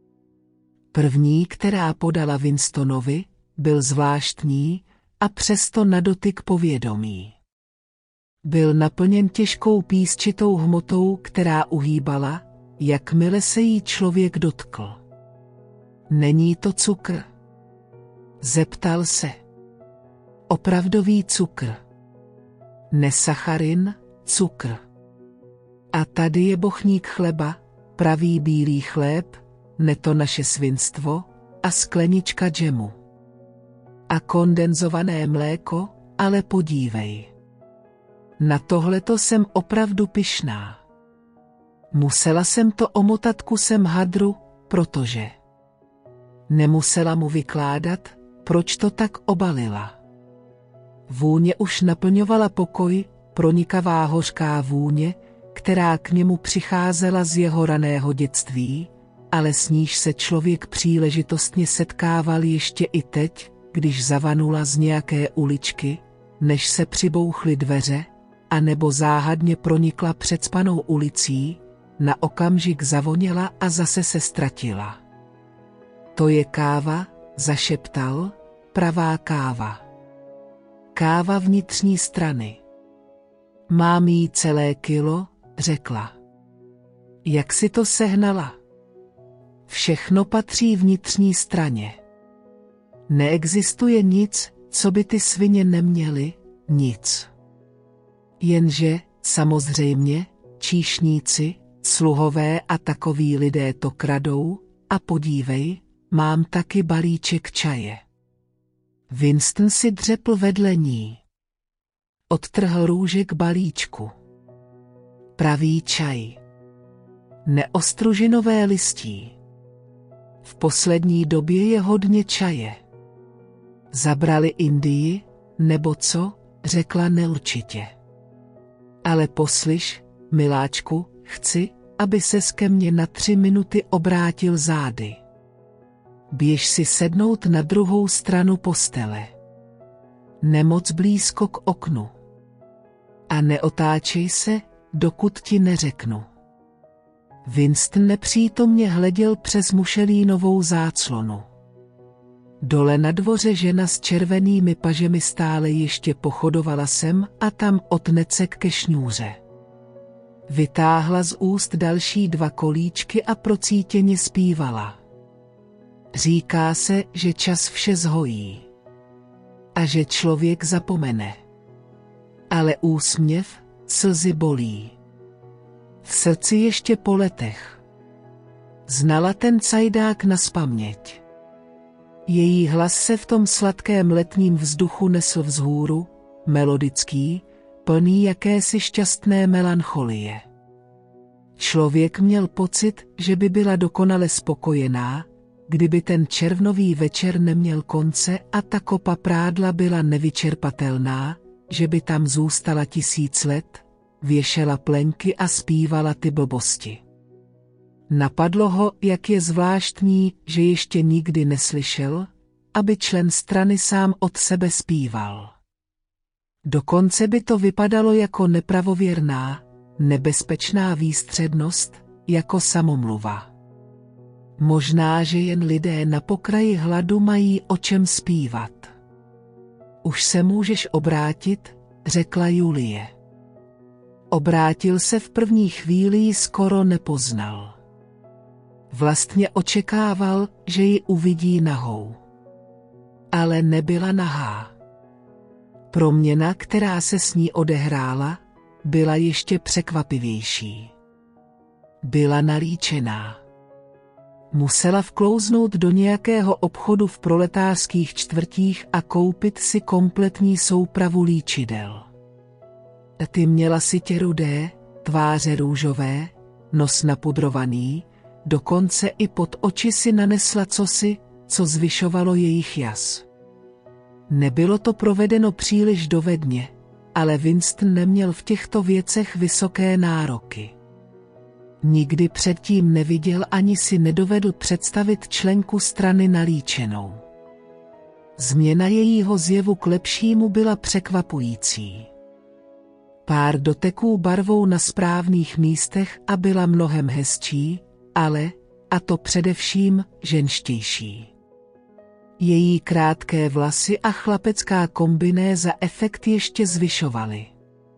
První, která podala Winstonovi, byl zvláštní a přesto na dotyk povědomí. Byl naplněn těžkou písčitou hmotou, která uhýbala, jakmile se jí člověk dotkl. Není to cukr? Zeptal se. Opravdový cukr. Nesacharin, cukr. A tady je bochník chleba, pravý bílý chléb, ne to naše svinstvo, a sklenička džemu. A kondenzované mléko, ale podívej. Na tohleto jsem opravdu pyšná. Musela jsem to omotat kusem hadru, protože... Nemusela mu vykládat, proč to tak obalila. Vůně už naplňovala pokoj, pronikavá hořká vůně, která k němu přicházela z jeho raného dětství, ale s níž se člověk příležitostně setkával ještě i teď, když zavanula z nějaké uličky, než se přibouchly dveře, anebo záhadně pronikla předspanou ulicí, na okamžik zavoněla a zase se ztratila. To je káva, zašeptal, pravá káva. Káva vnitřní strany. Mám jí celé kilo, řekla. Jak si to sehnala? Všechno patří vnitřní straně. Neexistuje nic, co by ty svině neměly, nic. Jenže, samozřejmě, číšníci, sluhové a takoví lidé to kradou, a podívej, mám taky balíček čaje. Winston si dřepl vedle ní. Odtrhl růžek balíčku. Pravý čaj. Neostružinové listí. V poslední době je hodně čaje. Zabrali Indii, nebo co, řekla neurčitě. Ale poslyš, miláčku, chci, aby ses ke mně na 3 minuty obrátil zády. Běž si sednout na druhou stranu postele. Nemoc blízko k oknu. A neotáčej se, dokud ti neřeknu. Winston nepřítomně hleděl přes mušelínovou záclonu. Dole na dvoře žena s červenými pažemi stále ještě pochodovala sem a tam od necek ke šňůře. Vytáhla z úst další 2 kolíčky a procítěně zpívala. Říká se, že čas vše zhojí. A že člověk zapomene. Ale úsměv, slzy bolí. V srdci ještě po letech. Znala ten cajdák nazpaměť. Její hlas se v tom sladkém letním vzduchu nesl vzhůru, melodický, plný jakési šťastné melancholie. Člověk měl pocit, že by byla dokonale spokojená, kdyby ten červnový večer neměl konce a ta kopa prádla byla nevyčerpatelná, že by tam zůstala 1000 let, věšela plenky a zpívala ty blbosti. Napadlo ho, jak je zvláštní, že ještě nikdy neslyšel, aby člen strany sám od sebe zpíval. Dokonce by to vypadalo jako nepravověrná, nebezpečná výstřednost, jako samomluva. Možná, že jen lidé na pokraji hladu mají o čem zpívat. Už se můžeš obrátit, řekla Julie. Obrátil se v první chvíli, ji skoro nepoznal. Vlastně očekával, že ji uvidí nahou. Ale nebyla nahá. Proměna, která se s ní odehrála, byla ještě překvapivější. Byla nalíčená. Musela vklouznout do nějakého obchodu v proletářských čtvrtích a koupit si kompletní soupravu líčidel. Ty měla sitě rudé, tváře růžové, nos napudrovaný, dokonce i pod oči si nanesla cosi, co zvyšovalo jejich jas. Nebylo to provedeno příliš dovedně, ale Winston neměl v těchto věcech vysoké nároky. Nikdy předtím neviděl ani si nedovedl představit členku strany nalíčenou. Změna jejího zjevu k lepšímu byla překvapující. Pár doteků barvou na správných místech a byla mnohem hezčí, ale, a to především, ženštější. Její krátké vlasy a chlapecká kombinéza efekt ještě zvyšovaly.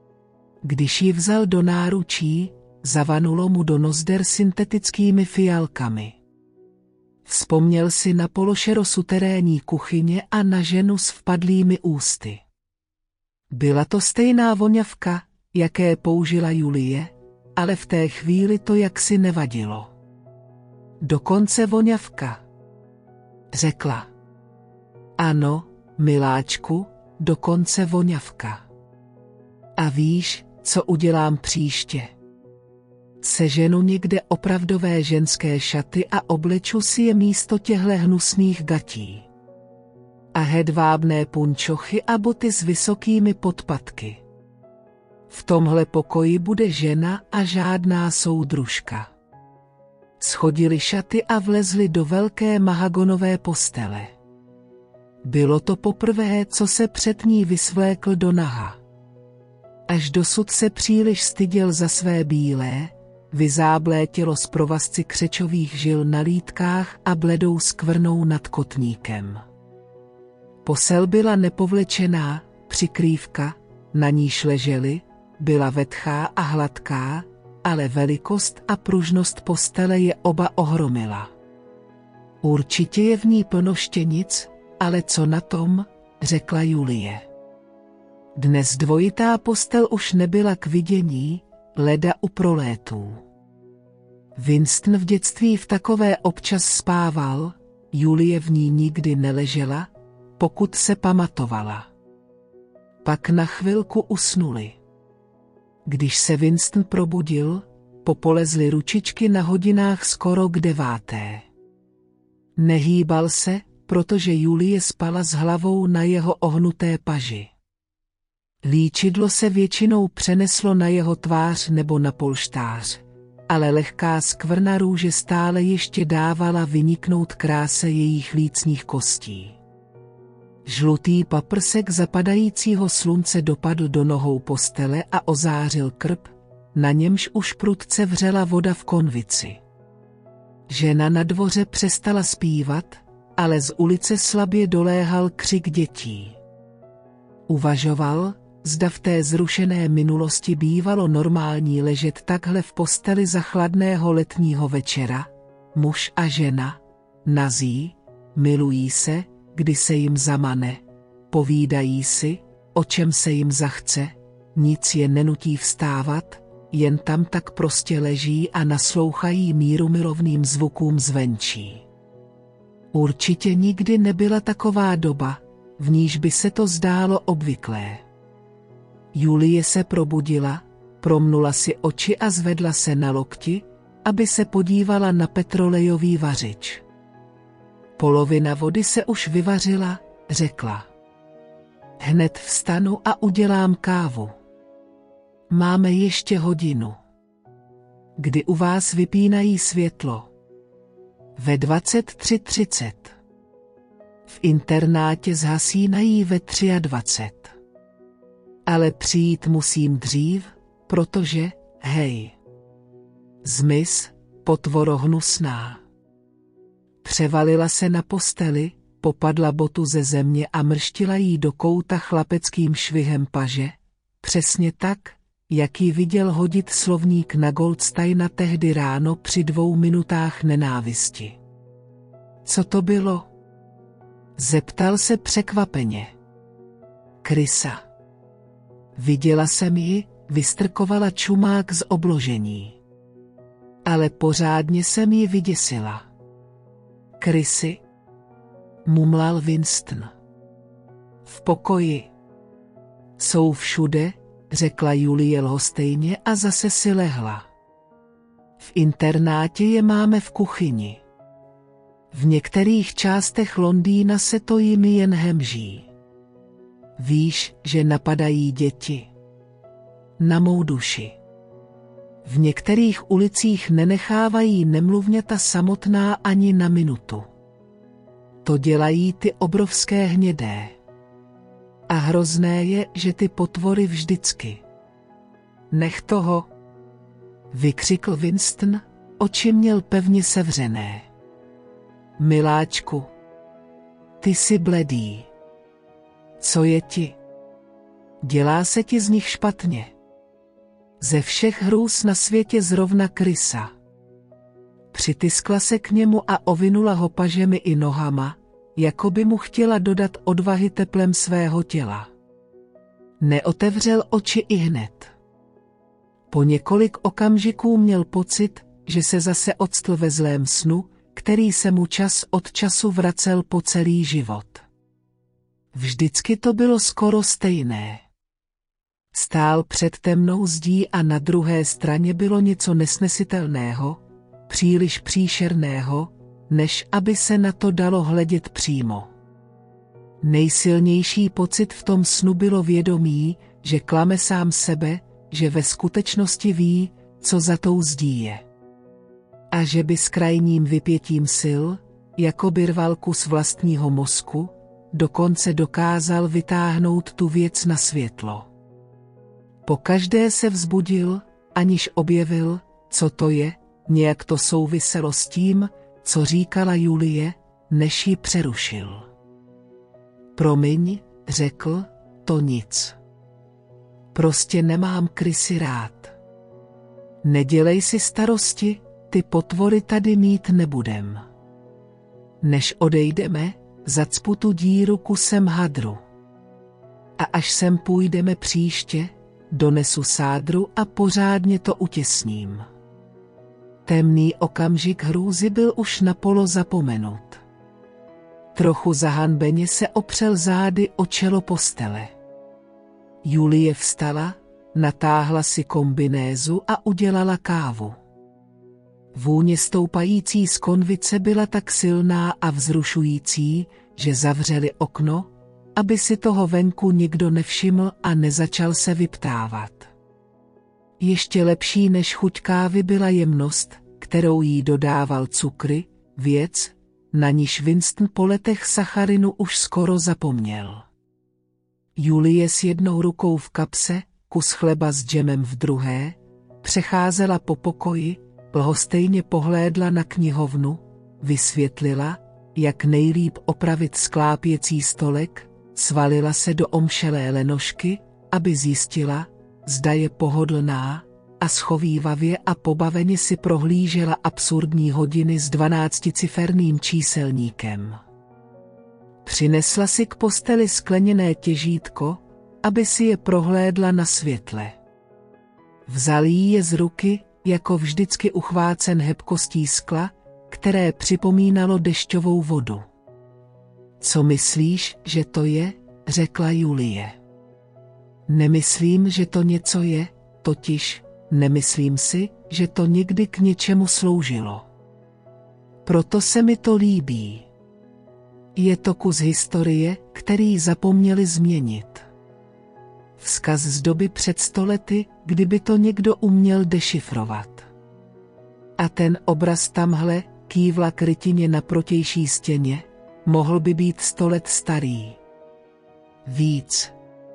Když ji vzal do náručí, zavanulo mu do nozder syntetickými fialkami. Vzpomněl si na pološero suterénní kuchyně a na ženu s vpadlými ústy. Byla to stejná voňavka, jaké použila Julie, ale v té chvíli to jaksi nevadilo. Dokonce voňavka, řekla. Ano, miláčku, dokonce voňavka. A víš, co udělám příště? Seženu někde opravdové ženské šaty a obleču si je místo těchto hnusných gatí. A hedvábné punčochy a boty s vysokými podpatky. V tomhle pokoji bude žena a žádná soudružka. Shodili šaty a vlezli do velké mahagonové postele. Bylo to poprvé, co se před ní vysvlékl do naha. Až dosud se příliš styděl za své bílé, vyzáblé tělo s provazci křečových žil na lítkách a bledou skvrnou nad kotníkem. Postel byla nepovlečená, přikrývka, na níž leželi, byla vetchá a hladká, ale velikost a pružnost postele je oba ohromila. Určitě je v ní plno štěnic, ale co na tom, řekla Julie. Dnes dvojitá postel už nebyla k vidění, leda u prolétů. Winston v dětství v takové občas spával, Julie v ní nikdy neležela, pokud se pamatovala. Pak na chvilku usnuli. Když se Winston probudil, popolezly ručičky na hodinách skoro k 9. Nehýbal se, protože Julie spala s hlavou na jeho ohnuté paži. Líčidlo se většinou přeneslo na jeho tvář nebo na polštář, ale lehká skvrna růže stále ještě dávala vyniknout kráse jejich lícních kostí. Žlutý paprsek zapadajícího slunce dopadl do nohou postele a ozářil krb, na němž už prudce vřela voda v konvici. Žena na dvoře přestala zpívat, ale z ulice slabě doléhal křik dětí. Uvažoval, zda v té zrušené minulosti bývalo normální ležet takhle v posteli za chladného letního večera, muž a žena, nazí, milují se, kdy se jim zamane, povídají si, o čem se jim zachce, nic je nenutí vstávat, jen tam tak prostě leží a naslouchají mírumilovným zvukům zvenčí. Určitě nikdy nebyla taková doba, v níž by se to zdálo obvyklé. Julie se probudila, promnula si oči a zvedla se na lokti, aby se podívala na petrolejový vařič. Polovina vody se už vyvařila, řekla. Hned vstanu a udělám kávu. Máme ještě hodinu. Kdy u vás vypínají světlo? Ve 23:30. V internátě zhasínají ve 23. Ale přijít musím dřív, protože, hej. Zmiz, potvoro hnusná. Převalila se na posteli, popadla botu ze země a mrštila jí do kouta chlapeckým švihem paže, přesně tak, jak ji viděl hodit slovník na Goldsteina tehdy ráno při 2 minutách nenávisti. Co to bylo? Zeptal se překvapeně. Krysa. Viděla jsem ji, vystrkovala čumák z obložení. Ale pořádně jsem ji vyděsila. Krysy? Mumlal Winston. V pokoji. Jsou všude, řekla Julie lhostejně a zase si lehla. V internátě je máme v kuchyni. V některých částech Londýna se to jimi jen hemží. Víš, že napadají děti. Na mou duši. V některých ulicích nenechávají nemluvňata samotná ani na minutu. To dělají ty obrovské hnědé. A hrozné je, že ty potvory vždycky. Nech toho, vykřikl Winston, oči měl pevně sevřené. Miláčku, ty jsi bledý. Co je ti? Dělá se ti z nich špatně. Ze všech hrůz na světě zrovna Krysa. Přitiskla se k němu a ovinula ho pažemi i nohama, jako by mu chtěla dodat odvahy teplem svého těla. Neotevřel oči ihned. Po několik okamžiků měl pocit, že se zase octl ve zlém snu, který se mu čas od času vracel po celý život. Vždycky to bylo skoro stejné. Stál před temnou zdí a na druhé straně bylo něco nesnesitelného, příliš příšerného, než aby se na to dalo hledět přímo. Nejsilnější pocit v tom snu bylo vědomí, že klame sám sebe, že ve skutečnosti ví, co za tou zdí je. A že by s krajním vypětím sil, jako by rval kus vlastního mozku, dokonce dokázal vytáhnout tu věc na světlo. Pokaždé se vzbudil, aniž objevil, co to je, nějak to souviselo s tím, co říkala Julie, než ji přerušil. Promiň, řekl, to nic. Prostě nemám Krysy rád. Nedělej si starosti, ty potvory tady mít nebudem. Než odejdeme, zacpu tu díru kusem hadru. A až sem půjdeme příště, donesu sádru a pořádně to utěsním. Temný okamžik hrůzy byl už napolo zapomenut. Trochu zahanbeně se opřel zády o čelo postele. Julie vstala, natáhla si kombinézu a udělala kávu. Vůně stoupající z konvice byla tak silná a vzrušující, že zavřeli okno, aby si toho venku nikdo nevšiml a nezačal se vyptávat. Ještě lepší než chuť kávy byla jemnost, kterou jí dodával cukry, věc, na níž Winston po letech sacharinu už skoro zapomněl. Julie s jednou rukou v kapse, kus chleba s džemem v druhé, přecházela po pokoji, lhostejně pohlédla na knihovnu, vysvětlila, jak nejlíp opravit sklápěcí stolek, svalila se do omšelé lenošky, aby zjistila, zda je pohodlná, a schovívavě a pobaveně si prohlížela absurdní hodiny s 12ciferným číselníkem. Přinesla si k posteli skleněné těžítko, aby si je prohlédla na světle. Vzal jí je z ruky, jako vždycky uchvácen hebkostí skla, které připomínalo dešťovou vodu. Co myslíš, že to je, řekla Julie. Nemyslím, že to něco je, totiž nemyslím si, že to někdy k něčemu sloužilo. Proto se mi to líbí. Je to kus historie, který zapomněli změnit. Vzkaz z doby před 100 lety, kdyby to někdo uměl dešifrovat. A ten obraz tamhle, kývla k rytině na protější stěně, mohl by být 100 let starý. Víc.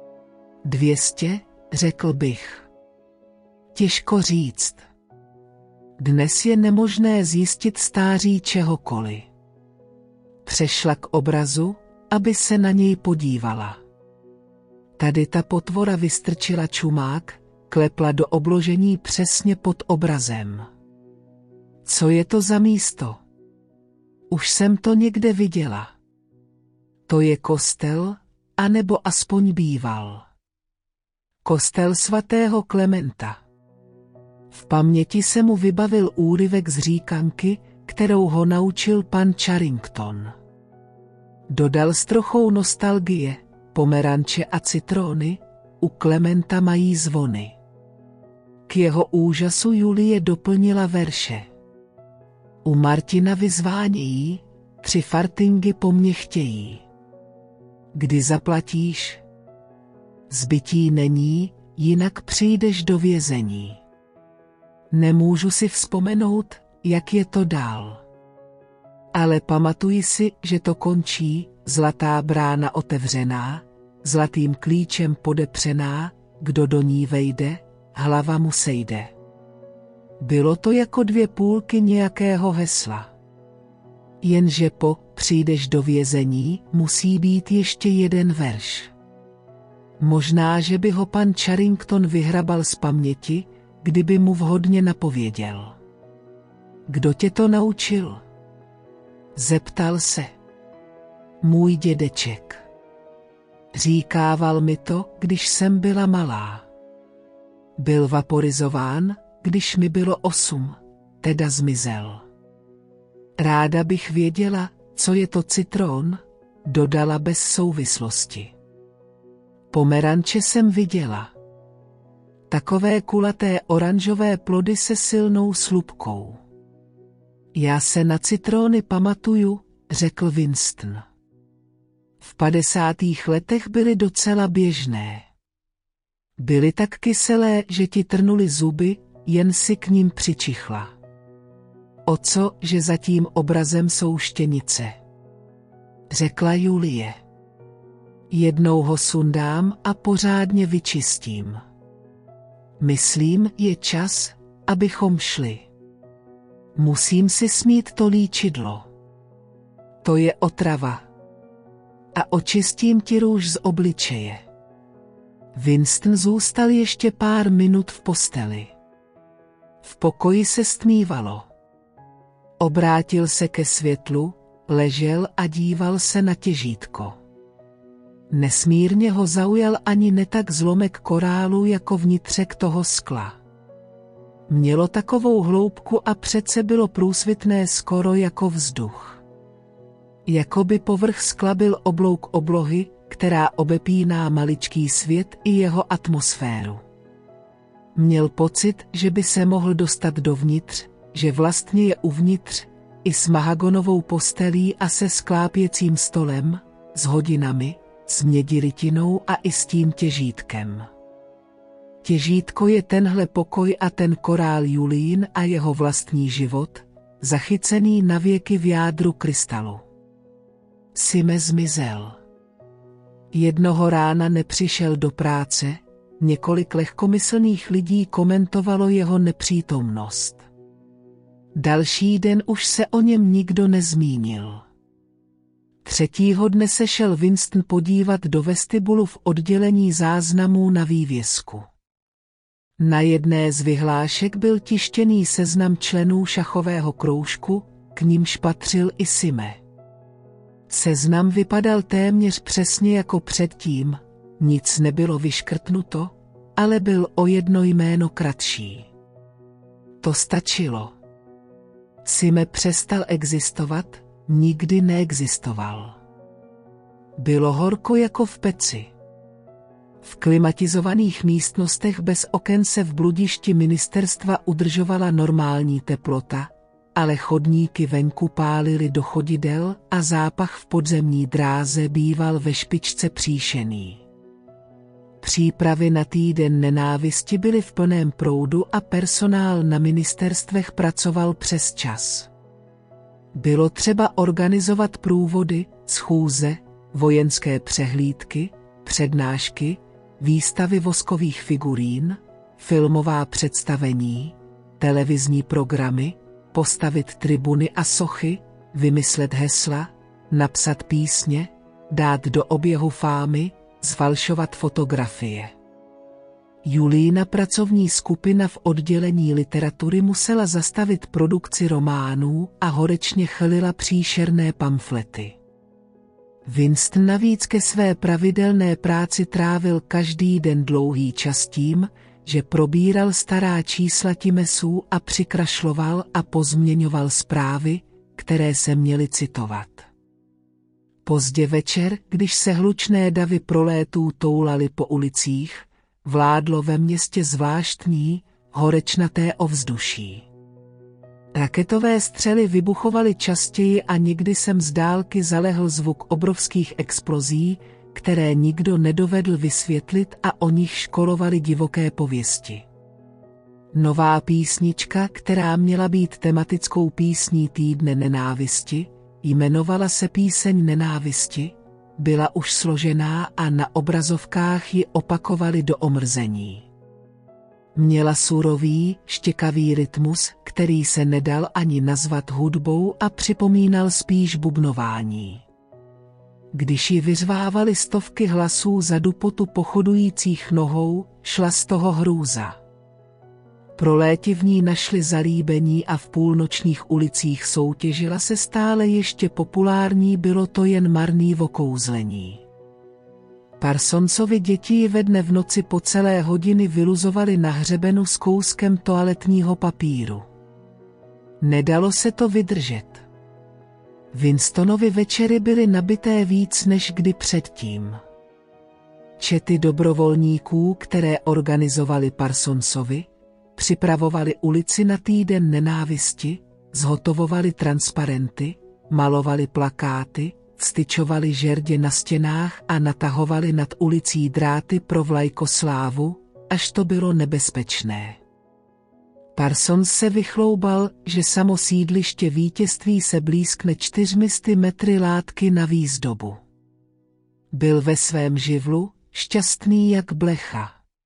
200, řekl bych. Těžko říct. Dnes je nemožné zjistit stáří čehokoliv. Přešla k obrazu, aby se na něj podívala. Tady ta potvora vystrčila čumák, klepla do obložení přesně pod obrazem. Co je to za místo? Už jsem to někde viděla. To je kostel, anebo aspoň býval. Kostel svatého Klementa. V paměti se mu vybavil úryvek z říkanky, kterou ho naučil pan Charrington. Dodal s trochou nostalgie, pomeranče a citrony, u Klementa mají zvony. K jeho úžasu Julie doplnila verše. U Martina vyzvánějí, 3 fartingy po mně chtějí. Kdy zaplatíš? Zbytí není, jinak přijdeš do vězení. Nemůžu si vzpomenout, jak je to dál. Ale pamatuji si, že to končí, zlatá brána otevřená, zlatým klíčem podepřená, kdo do ní vejde, hlava mu sejde. Bylo to jako 2 půlky nějakého hesla. Jenže po přijdeš do vězení musí být ještě jeden verš. Možná, že by ho pan Charrington vyhrabal z paměti, kdyby mu vhodně napověděl. Kdo tě to naučil? Zeptal se. Můj dědeček. Říkával mi to, když jsem byla malá. Byl vaporizován, když mi bylo 8, teda zmizel. Ráda bych věděla, co je to citron, dodala bez souvislosti. Pomeranče jsem viděla. Takové kulaté oranžové plody se silnou slupkou. Já se na citrony pamatuju, řekl Winston. V 50. letech byly docela běžné. Byly tak kyselé, že ti trnuly zuby, jen si k ním přičichla. O co, že za tím obrazem jsou štěnice? Řekla Julie. Jednou ho sundám a pořádně vyčistím. Myslím, je čas, abychom šli. Musím si smít to líčidlo. To je otrava. A očistím ti růž z obličeje. Winston zůstal ještě pár minut v posteli. V pokoji se stmívalo. Obrátil se ke světlu, ležel a díval se na těžítko. Nesmírně ho zaujal ani ne tak zlomek korálu jako vnitřek toho skla. Mělo takovou hloubku a přece bylo průsvitné skoro jako vzduch. Jakoby povrch skla byl oblouk oblohy, která obepíná maličký svět i jeho atmosféru. Měl pocit, že by se mohl dostat dovnitř, že vlastně je uvnitř, i s mahagonovou postelí a se sklápěcím stolem, s hodinami, s mědilitinou a i s tím těžítkem. Těžítko je tenhle pokoj a ten korál Julín a jeho vlastní život, zachycený navěky v jádru krystalu. Sime zmizel. Jednoho rána nepřišel do práce, několik lehkomyslných lidí komentovalo jeho nepřítomnost. Další den už se o něm nikdo nezmínil. 3. dne se šel Winston podívat do vestibulu v oddělení záznamů na vývěsku. Na jedné z vyhlášek byl tištěný seznam členů šachového kroužku, k nímž patřil i Sime. Seznam vypadal téměř přesně jako předtím, nic nebylo vyškrtnuto, ale byl o jedno jméno kratší. To stačilo. Sime přestal existovat, nikdy neexistoval. Bylo horko jako v peci. V klimatizovaných místnostech bez oken se v bludišti ministerstva udržovala normální teplota, ale chodníky venku pálily do chodidel a zápach v podzemní dráze býval ve špičce příšený. Přípravy na týden nenávisti byly v plném proudu a personál na ministerstvech pracoval přes čas. Bylo třeba organizovat průvody, schůze, vojenské přehlídky, přednášky, výstavy voskových figurín, filmová představení, televizní programy, postavit tribuny a sochy, vymyslet hesla, napsat písně, dát do oběhu fámy, zfalšovat fotografie. Julína pracovní skupina v oddělení literatury musela zastavit produkci románů a horečně chlila příšerné pamflety. Winston navíc ke své pravidelné práci trávil každý den dlouhý čas tím, že probíral stará čísla Timesů a přikrašloval a pozměňoval zprávy, které se měly citovat. Pozdě večer, když se hlučné davy prolétů toulaly po ulicích, vládlo ve městě zvláštní, horečnaté ovzduší. Raketové střely vybuchovaly častěji a někdy sem z dálky zalehl zvuk obrovských explozí, které nikdo nedovedl vysvětlit a o nich školovali divoké pověsti. Nová písnička, která měla být tematickou písní týdne nenávisti, jmenovala se Píseň nenávisti, byla už složená a na obrazovkách ji opakovali do omrzení. Měla surový, štěkavý rytmus, který se nedal ani nazvat hudbou a připomínal spíš bubnování. Když ji vyřvávaly stovky hlasů za dupotu pochodujících nohou, šla z toho hrůza. Proléti v ní našli zalíbení a v půlnočních ulicích soutěžila se stále ještě populární, bylo to jen marný okouzlení. Parsonsovi děti ji ve dne v noci po celé hodiny vyluzovali na hřebenu s kouskem toaletního papíru. Nedalo se to vydržet. Winstonovy večery byly nabité víc než kdy předtím. Čety dobrovolníků, které organizovali Parsonsovi, připravovali ulici na týden nenávisti, zhotovovali transparenty, malovali plakáty, vstyčovali žerdě na stěnách a natahovali nad ulicí dráty pro vlajkoslávu, až to bylo nebezpečné. Parsons se vychloubal, že samo sídliště vítězství se blízkne 400 metry látky na výzdobu. Byl ve svém živlu, šťastný jak blecha.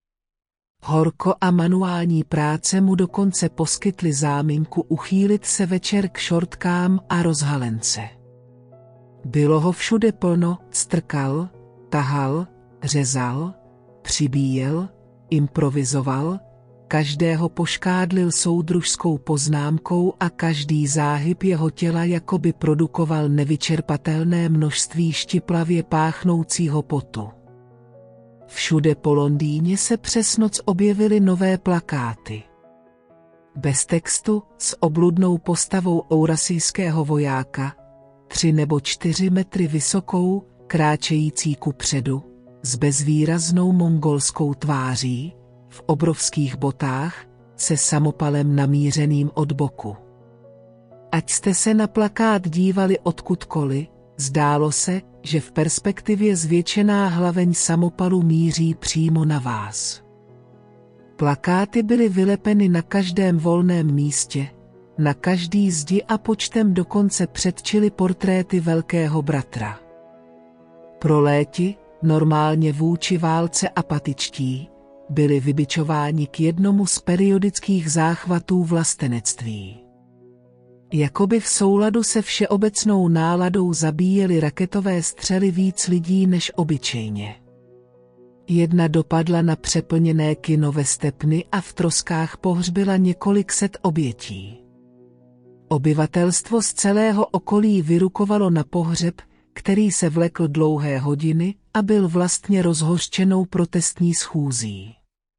Horko a manuální práce mu dokonce poskytly záminku uchýlit se večer k šortkám a rozhalence. Bylo ho všude plno, strkal, tahal, řezal, přibíjel, improvizoval, každého poškádlil soudružskou poznámkou a každý záhyb jeho těla jakoby produkoval nevyčerpatelné množství štiplavě páchnoucího potu. Všude po Londýně se přes noc objevily nové plakáty. Bez textu, s obludnou postavou ourasijského vojáka, 3 nebo 4 metry vysokou, kráčející kupředu, s bezvýraznou mongolskou tváří, v obrovských botách, se samopalem namířeným od boku. Ať jste se na plakát dívali odkudkoliv, zdálo se, že v perspektivě zvětšená hlaveň samopalu míří přímo na vás. Plakáty byly vylepeny na každém volném místě, na každý zdi a počtem dokonce předčily portréty velkého bratra. Proléti, normálně vůči válce apatičtí, byli vybičováni k jednomu z periodických záchvatů vlastenectví. Jakoby v souladu se všeobecnou náladou zabíjeli raketové střely víc lidí než obyčejně. Jedna dopadla na přeplněné kino ve Stepny a v troskách pohřbila několik set obětí. Obyvatelstvo z celého okolí vyrukovalo na pohřeb, který se vlekl dlouhé hodiny a byl vlastně rozhořčenou protestní schůzí.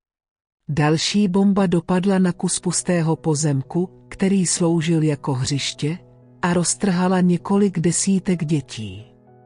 Další bomba dopadla na kus pustého pozemku, který sloužil jako hřiště, a roztrhala několik desítek dětí.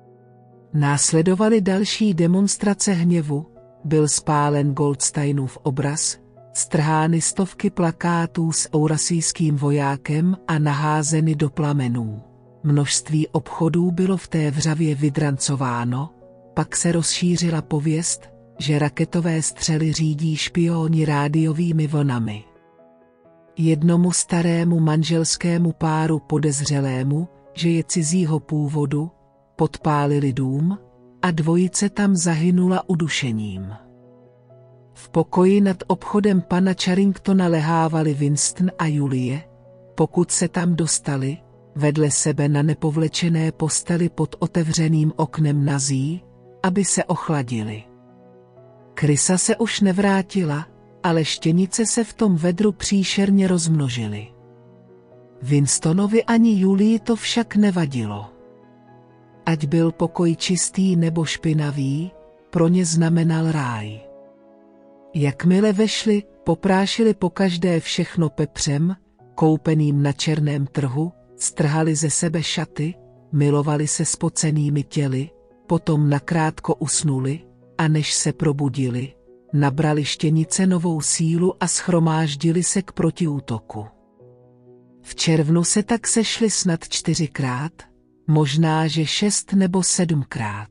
Následovaly další demonstrace hněvu, byl spálen Goldsteinův obraz, strhány stovky plakátů s ourasijským vojákem a naházeny do plamenů. Množství obchodů bylo v té vřavě vydrancováno, pak se rozšířila pověst, že raketové střely řídí špioni rádiovými vlnami. Jednomu starému manželskému páru podezřelému, že je cizího původu, podpálili dům a dvojice tam zahynula udušením. V pokoji nad obchodem pana Charringtona lehávali Winston a Julie, pokud se tam dostali, vedle sebe na nepovlečené posteli pod otevřeným oknem nazí, aby se ochladili. Krysa se už nevrátila, ale štěnice se v tom vedru příšerně rozmnožily. Winstonovi ani Julii to však nevadilo. Ať byl pokoj čistý nebo špinavý, pro ně znamenal ráj. Jakmile vešli, poprášili pokaždé všechno pepřem, koupeným na černém trhu, strhali ze sebe šaty, milovali se spocenými těly, potom nakrátko usnuli, a než se probudili, nabrali štěnice novou sílu a shromáždili se k protiútoku. V červnu se tak sešli snad 4krát, možná že 6 nebo 7krát.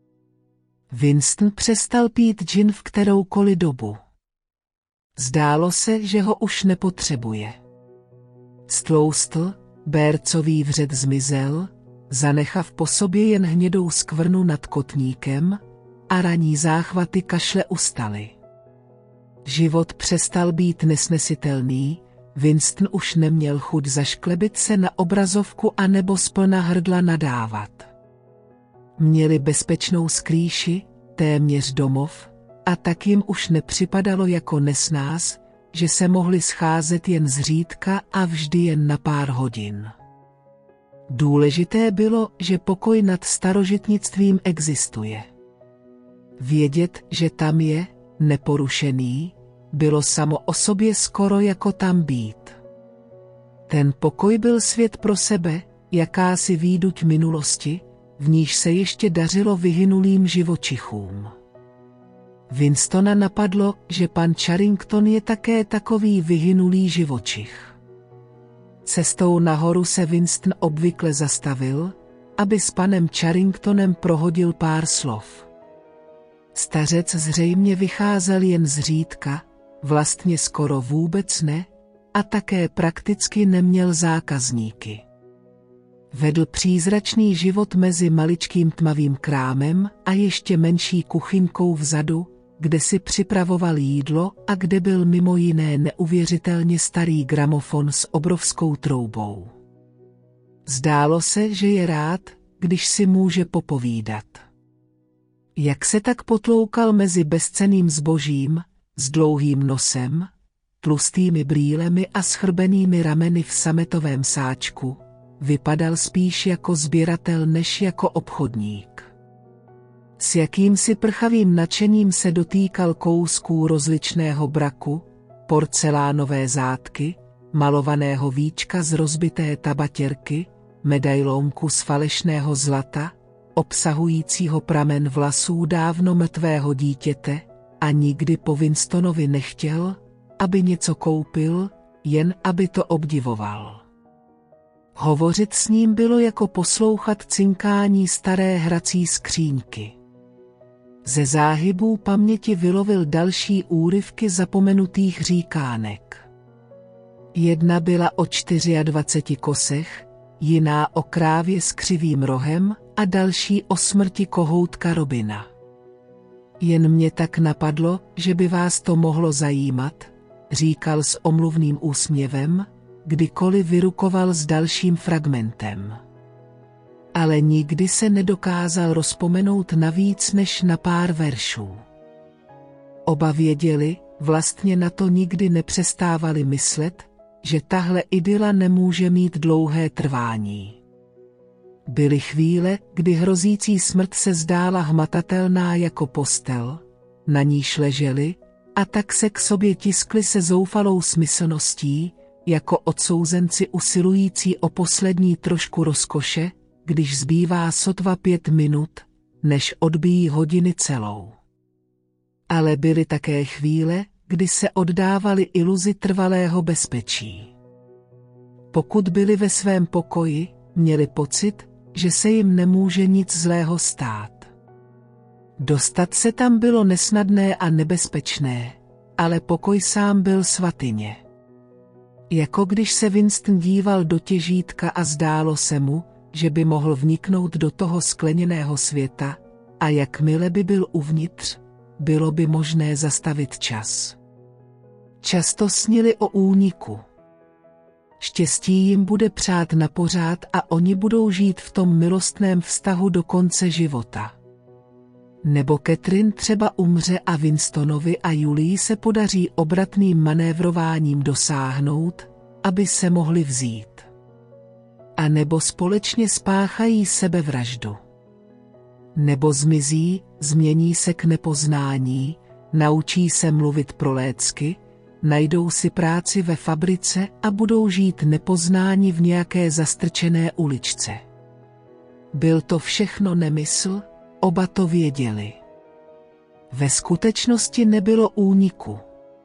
Winston přestal pít gin v kteroukoliv dobu. Zdálo se, že ho už nepotřebuje. Stloustl, bércový vřed zmizel, zanechav po sobě jen hnědou skvrnu nad kotníkem, a ranní záchvaty kašle ustaly. Život přestal být nesnesitelný, Winston už neměl chuť zašklebit se na obrazovku a nebo splna hrdla nadávat. Měli bezpečnou skrýši, téměř domov, a tak jim už nepřipadalo jako nesnáz, že se mohli scházet jen zřídka a vždy jen na pár hodin. Důležité bylo, že pokoj nad starožitnictvím existuje. Vědět, že tam je, neporušený, bylo samo o sobě skoro jako tam být. Ten pokoj byl svět pro sebe, jakási výduť minulosti, v níž se ještě dařilo vyhynulým živočichům. Winstona napadlo, že pan Charrington je také takový vyhynulý živočich. Cestou nahoru se Winston obvykle zastavil, aby s panem Charringtonem prohodil pár slov. Stařec zřejmě vycházel jen zřídka, vlastně skoro vůbec ne, a také prakticky neměl zákazníky. Vedl přízračný život mezi maličkým tmavým krámem a ještě menší kuchyňkou vzadu, kde si připravoval jídlo a kde byl mimo jiné neuvěřitelně starý gramofon s obrovskou troubou. Zdálo se, že je rád, když si může popovídat. Jak se tak potloukal mezi bezcenným zbožím, s dlouhým nosem, tlustými brýlemi a schrbenými rameny v sametovém sáčku, vypadal spíš jako sběratel než jako obchodník. S jakýmsi prchavým nadšením se dotýkal kousků rozličného braku, porcelánové zátky, malovaného víčka z rozbité tabatěrky, medailonku z falešného zlata, obsahujícího pramen vlasů dávno mrtvého dítěte, a nikdy po Winstonovi nechtěl, aby něco koupil, jen aby to obdivoval. Hovořit s ním bylo jako poslouchat cinkání staré hrací skříňky. Ze záhybů paměti vylovil další úryvky zapomenutých říkánek. Jedna byla o 24 kosech, jiná o krávě s křivým rohem a další o smrti kohoutka Robina. Jen mě tak napadlo, že by vás to mohlo zajímat, říkal s omluvným úsměvem, kdykoliv vyrukoval s dalším fragmentem. Ale nikdy se nedokázal rozpomenout na víc než na pár veršů. Oba věděli, vlastně na to nikdy nepřestávali myslet, že tahle idyla nemůže mít dlouhé trvání. Byly chvíle, kdy hrozící smrt se zdála hmatatelná jako postel, na níž leželi, a tak se k sobě tiskli se zoufalou smyslností, jako odsouzenci usilující o poslední trošku rozkoše, když zbývá sotva 5 minut, než odbijí hodiny celou. Ale byly také chvíle, kdy se oddávali iluzi trvalého bezpečí. Pokud byli ve svém pokoji, měli pocit, že se jim nemůže nic zlého stát. Dostat se tam bylo nesnadné a nebezpečné, ale pokoj sám byl svatyně. Jako když se Winston díval do těžítka a zdálo se mu, že by mohl vniknout do toho skleněného světa, a jakmile by byl uvnitř, bylo by možné zastavit čas. Často snili o úniku. štěstí jim bude přát na pořád a oni budou žít v tom milostném vztahu do konce života. Nebo Catherine třeba umře a Winstonovi a Julii se podaří obratným manévrováním dosáhnout, aby se mohli vzít. A nebo společně spáchají sebevraždu. Nebo zmizí, změní se k nepoznání, naučí se mluvit prolécky, najdou si práci ve fabrice a budou žít nepoznáni v nějaké zastrčené uličce. Byl to všechno nemysl, oba to věděli. Ve skutečnosti nebylo úniku.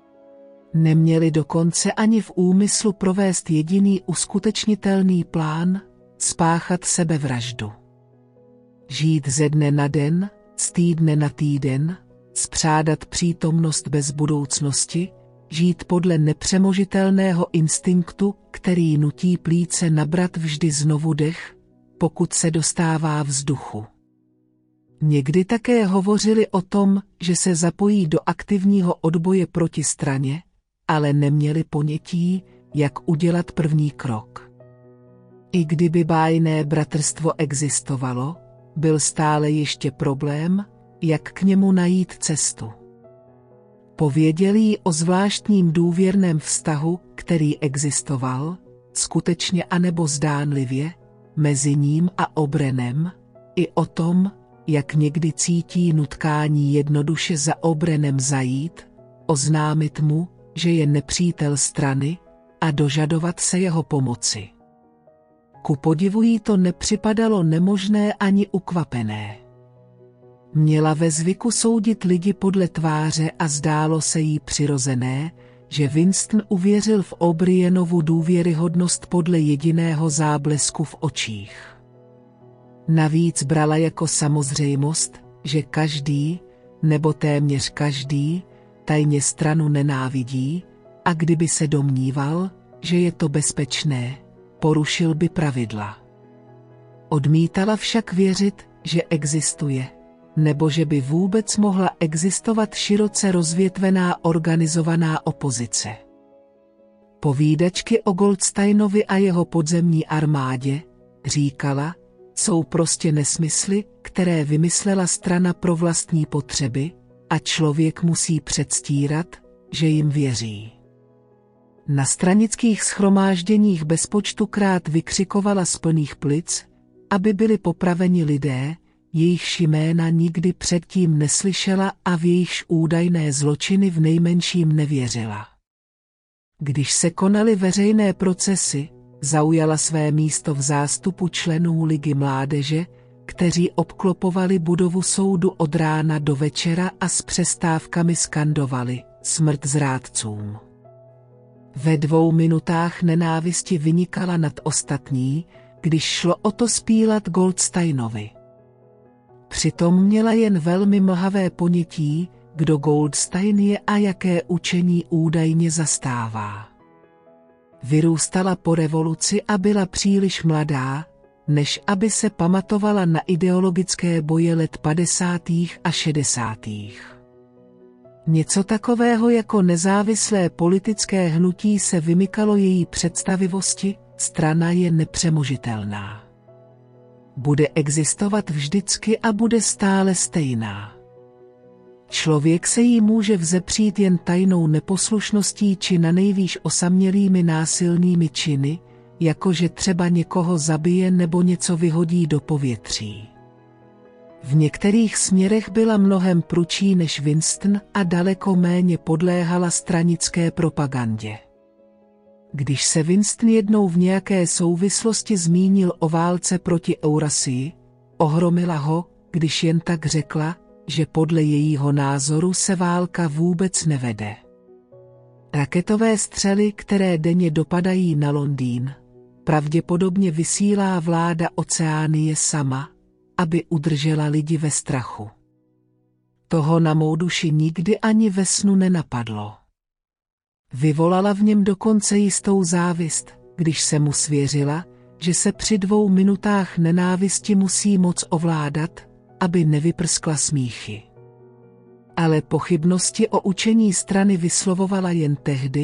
Neměli dokonce ani v úmyslu provést jediný uskutečnitelný plán, spáchat sebevraždu. Žít ze dne na den, z týdne na týden, spřádat přítomnost bez budoucnosti, žít podle nepřemožitelného instinktu, který nutí plíce nabrat vždy znovu dech, pokud se dostává vzduchu. Někdy také hovořili o tom, že se zapojí do aktivního odboje proti straně, ale neměli ponětí, jak udělat první krok. I kdyby bájné bratrstvo existovalo, byl stále ještě problém, jak k němu najít cestu. Pověděli jí o zvláštním důvěrném vztahu, který existoval, skutečně anebo zdánlivě, mezi ním a O'Brienem, i o tom, jak někdy cítí nutkání jednoduše za O'Brienem zajít, oznámit mu, že je nepřítel strany, a dožadovat se jeho pomoci. Ku podivu jí to nepřipadalo nemožné ani ukvapené. Měla ve zvyku soudit lidi podle tváře a zdálo se jí přirozené, že Winston uvěřil v O'Brienovu důvěryhodnost podle jediného záblesku v očích. Navíc brala jako samozřejmost, že každý, nebo téměř každý, tajně stranu nenávidí, a kdyby se domníval, že je to bezpečné, porušil by pravidla. Odmítala však věřit, že existuje, nebo že by vůbec mohla existovat široce rozvětvená organizovaná opozice. Povídačky o Goldsteinovi a jeho podzemní armádě, říkala, jsou prostě nesmysly, které vymyslela strana pro vlastní potřeby, a člověk musí předstírat, že jim věří. Na stranických shromážděních bezpočtukrát vykřikovala z plných plic, aby byli popraveni lidé, jejichž jména nikdy předtím neslyšela a v jejichž údajné zločiny v nejmenším nevěřila. Když se konaly veřejné procesy, zaujala své místo v zástupu členů Ligy mládeže, kteří obklopovali budovu soudu od rána do večera a s přestávkami skandovali smrt zrádcům. Ve 2 minutách nenávisti vynikala nad ostatní, když šlo o to spílat Goldsteinovi. Přitom měla jen velmi mlhavé ponětí, kdo Goldstein je a jaké učení údajně zastává. Vyrůstala po revoluci a byla příliš mladá, než aby se pamatovala na ideologické boje let 50. a 60. Něco takového jako nezávislé politické hnutí se vymykalo její představivosti, strana je nepřemožitelná. Bude existovat vždycky a bude stále stejná. Člověk se jí může vzepřít jen tajnou neposlušností či nanejvýš osamělými násilnými činy, jakože třeba někoho zabije nebo něco vyhodí do povětří. V některých směrech byla mnohem prudší než Winston a daleko méně podléhala stranické propagandě. Když se Winston jednou v nějaké souvislosti zmínil o válce proti Eurasii, ohromila ho, když jen tak řekla, že podle jejího názoru se válka vůbec nevede. Raketové střely, které denně dopadají na Londýn, pravděpodobně vysílá vláda Oceánie sama, aby udržela lidi ve strachu. Toho na mou duši nikdy ani ve snu nenapadlo. Vyvolala v něm dokonce jistou závist, když se mu svěřila, že se při 2 minutách nenávisti musí moc ovládat, aby nevyprskla smíchy. Ale pochybnosti o učení strany vyslovovala jen tehdy,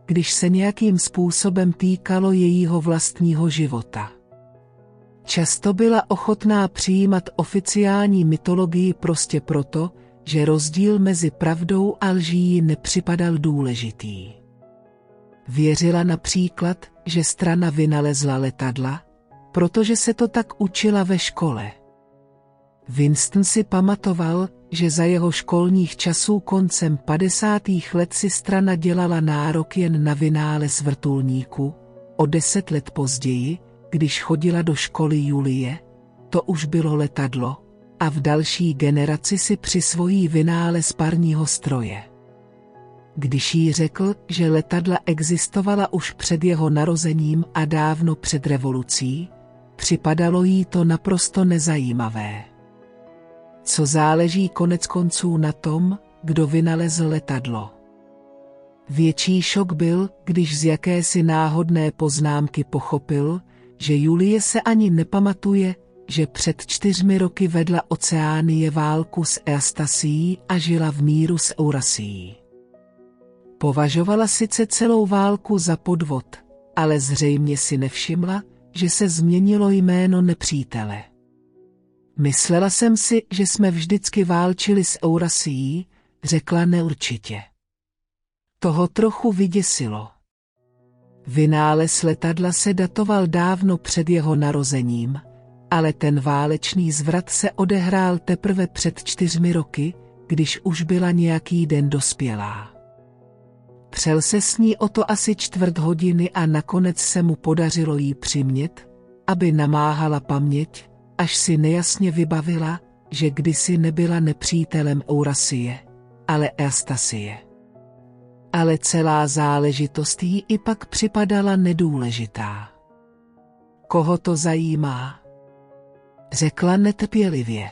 když se nějakým způsobem týkalo jejího vlastního života. Často byla ochotná přijímat oficiální mytologii prostě proto, že rozdíl mezi pravdou a lží jí nepřipadal důležitý. Věřila například, že strana vynalezla letadla, protože se to tak učila ve škole. Winston si pamatoval, že za jeho školních časů koncem 50. let si strana dělala nárok jen na vynález vrtulníku, o 10 let později, když chodila do školy Julie, to už bylo letadlo, a v další generaci si přisvojí vynález parního stroje. Když jí řekl, že letadla existovala už před jeho narozením a dávno před revolucí, připadalo jí to naprosto nezajímavé. Co záleží koneckonců na tom, kdo vynalezl letadlo? Větší šok byl, když z jakési náhodné poznámky pochopil, že Julie se ani nepamatuje, že před 4 roky vedla Oceánie válku s Eastasií a žila v míru s Eurasií. Považovala sice celou válku za podvod, ale zřejmě si nevšimla, že se změnilo jméno nepřítele. Myslela jsem si, že jsme vždycky válčili s Eurasií, řekla neurčitě. Toho trochu vyděsilo. Vynález letadla se datoval dávno před jeho narozením, ale ten válečný zvrat se odehrál teprve před 4 roky, když už byla nějaký den dospělá. Přel se s ní o to asi 1/4 hodiny a nakonec se mu podařilo jí přimět, aby namáhala paměť, až si nejasně vybavila, že kdysi nebyla nepřítelem Eurasie, ale Eastasie. Ale celá záležitost jí i pak připadala nedůležitá. Koho to zajímá? Řekla netrpělivě.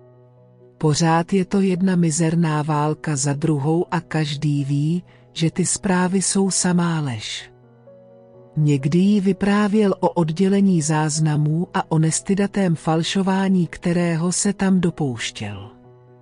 Pořád je to jedna mizerná válka za druhou a každý ví, že ty zprávy jsou samá lež. Někdy jí vyprávěl o oddělení záznamů a o nestydatém falšování, kterého se tam dopouštěl.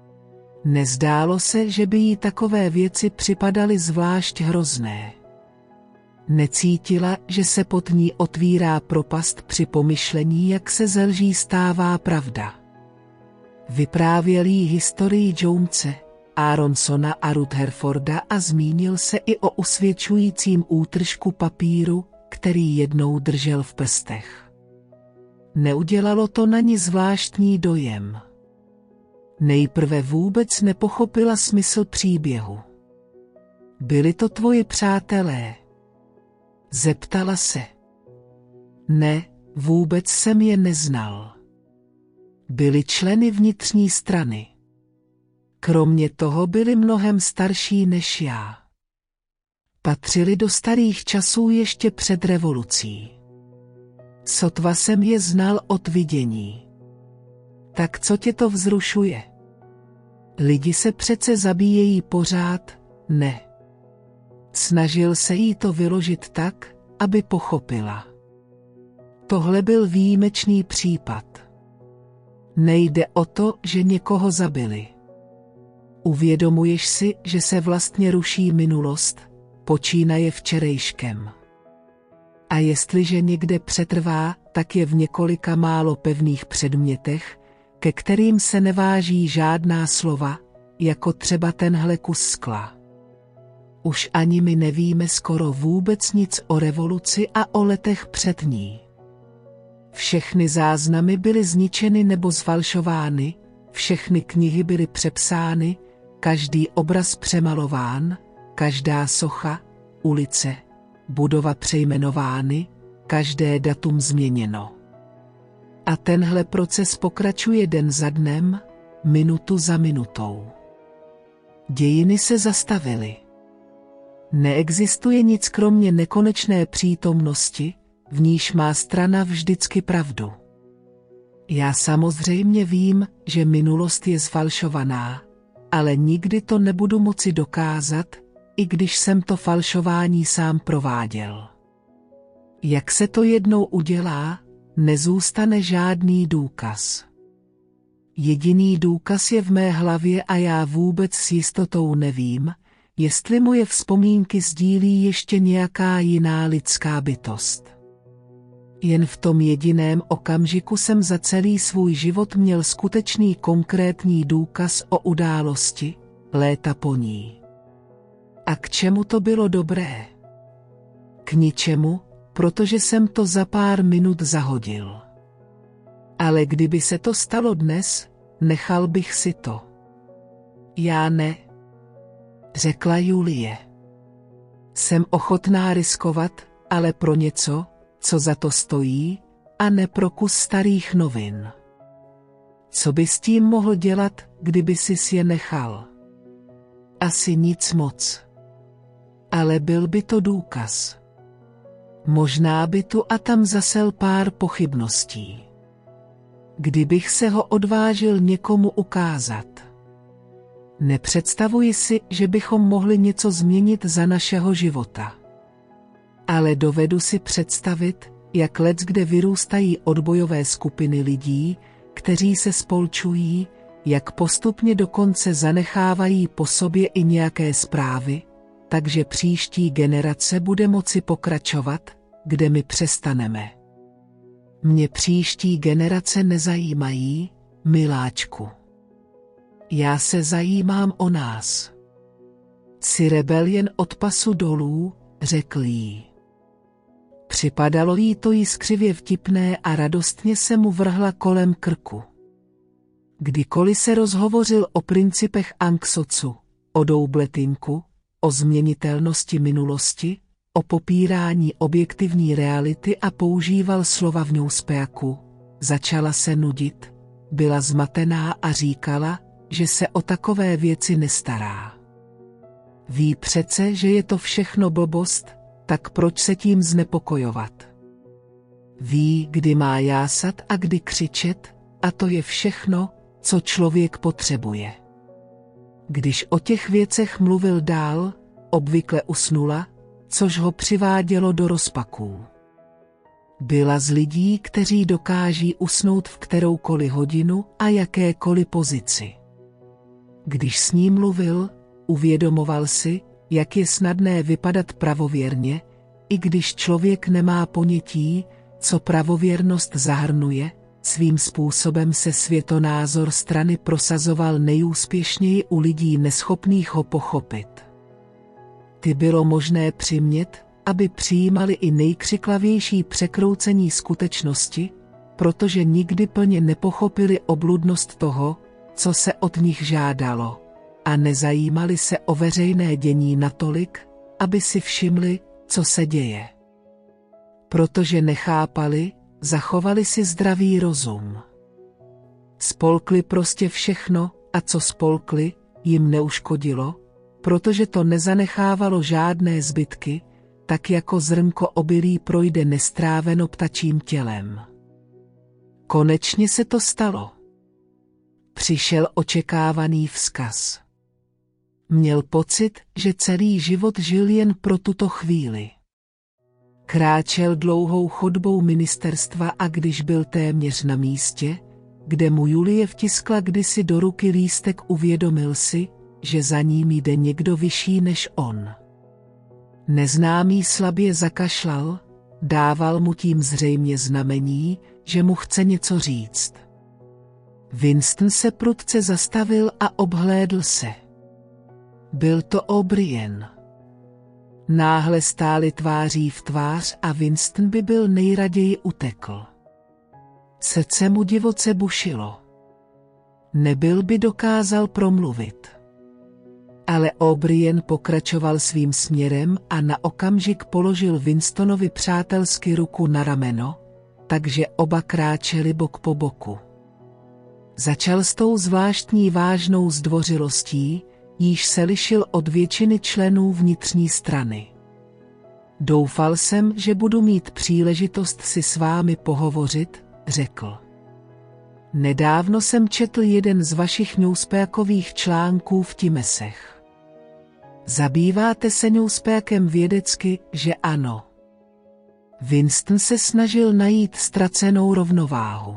Nezdálo se, že by jí takové věci připadaly zvlášť hrozné. Necítila, že se pod ní otvírá propast při pomyšlení, jak se ze lží stává pravda. Vyprávěl jí historii Jonese, Aronsona a Rutherforda a zmínil se i o usvědčujícím útržku papíru, který jednou držel v prstech. Neudělalo to na ní zvláštní dojem. Nejprve vůbec nepochopila smysl příběhu. Byli to tvoji přátelé? Zeptala se. Ne, vůbec jsem je neznal. Byli členy vnitřní strany. Kromě toho byli mnohem starší než já. Patřili do starých časů ještě před revolucí. Sotva jsem je znal od vidění. Tak co tě to vzrušuje? Lidi se přece zabíjejí pořád, ne? Snažil se jí to vyložit tak, aby pochopila. Tohle byl výjimečný případ. Nejde o to, že někoho zabili. Uvědomuješ si, že se vlastně ruší minulost, počínaje včerejškem. A jestliže někde přetrvá, tak je v několika málo pevných předmětech, ke kterým se neváží žádná slova, jako třeba tenhle kus skla. Už ani my nevíme skoro vůbec nic o revoluci a o letech před ní. Všechny záznamy byly zničeny nebo zfalšovány, všechny knihy byly přepsány, každý obraz přemalován, každá socha, ulice, budova přejmenovány, každé datum změněno. A tenhle proces pokračuje den za dnem, minutu za minutou. Dějiny se zastavily. Neexistuje nic kromě nekonečné přítomnosti, v níž má strana vždycky pravdu. Já samozřejmě vím, že minulost je zfalšovaná, ale nikdy to nebudu moci dokázat, i když jsem to falšování sám prováděl. Jak se to jednou udělá, nezůstane žádný důkaz. Jediný důkaz je v mé hlavě a já vůbec s jistotou nevím, jestli moje vzpomínky sdílí ještě nějaká jiná lidská bytost. Jen v tom jediném okamžiku jsem za celý svůj život měl skutečný konkrétní důkaz o události, léta po ní. A k čemu to bylo dobré? K ničemu, protože jsem to za pár minut zahodil. Ale kdyby se to stalo dnes, nechal bych si to. Já ne, řekla Julie. Jsem ochotná riskovat, ale pro něco, co za to stojí, a ne pro kus starých novin. Co by s tím mohl dělat, kdyby sis je nechal? Asi nic moc. Ale byl by to důkaz. Možná by tu a tam zasel pár pochybností. Kdybych se ho odvážil někomu ukázat. Nepředstavuji si, že bychom mohli něco změnit za našeho života. Ale dovedu si představit, jak leckde vyrůstají odbojové skupiny lidí, kteří se spolčují, jak postupně dokonce zanechávají po sobě i nějaké zprávy, takže příští generace bude moci pokračovat, kde my přestaneme. Mě příští generace nezajímají, miláčku. Já se zajímám o nás. Jsi rebel jen od pasu dolů, řekl jí. Připadalo jí to jiskřivě vtipné a radostně se mu vrhla kolem krku. Kdykoliv se rozhovořil o principech Anksocu, o doubletinku, o změnitelnosti minulosti, o popírání objektivní reality a používal slova v newspeaku, začala se nudit, byla zmatená a říkala, že se o takové věci nestará. Ví přece, že je to všechno blbost, tak proč se tím znepokojovat? Ví, kdy má jásat a kdy křičet, a to je všechno, co člověk potřebuje. Když o těch věcech mluvil dál, obvykle usnula, což ho přivádělo do rozpaků. Byla z lidí, kteří dokáží usnout v kteroukoliv hodinu a jakékoliv pozici. Když s ním mluvil, uvědomoval si, jak je snadné vypadat pravověrně, i když člověk nemá ponětí, co pravověrnost zahrnuje, svým způsobem se světonázor strany prosazoval nejúspěšněji u lidí neschopných ho pochopit. Ty bylo možné přimět, aby přijímali i nejkřiklavější překroucení skutečnosti, protože nikdy plně nepochopili obludnost toho, co se od nich žádalo, a nezajímali se o veřejné dění natolik, aby si všimli, co se děje. Protože nechápali, zachovali si zdravý rozum. Spolkli prostě všechno, a co spolkli, jim neuškodilo, protože to nezanechávalo žádné zbytky, tak jako zrnko obilí projde nestráveno ptačím tělem. Konečně se to stalo. Přišel očekávaný vzkaz. Měl pocit, že celý život žil jen pro tuto chvíli. Kráčel dlouhou chodbou ministerstva a když byl téměř na místě, kde mu Julie vtiskla kdysi do ruky lístek, uvědomil si, že za ním jde někdo vyšší než on. Neznámý slabě zakašlal, dával mu tím zřejmě znamení, že mu chce něco říct. Winston se prudce zastavil a obhlédl se. Byl to O'Brien. Náhle stáli tváří v tvář a Winston by byl nejraději utekl. Srdce mu divoce bušilo. Nebyl by dokázal promluvit. Ale O'Brien pokračoval svým směrem a na okamžik položil Winstonovi přátelsky ruku na rameno, takže oba kráčeli bok po boku. Začal s tou zvláštní vážnou zdvořilostí, jíž se lišil od většiny členů vnitřní strany. Doufal jsem, že budu mít příležitost si s vámi pohovořit, řekl. Nedávno jsem četl jeden z vašich newspeakových článků v Timesech. Zabýváte se newspeakem vědecky, že ano? Winston se snažil najít ztracenou rovnováhu.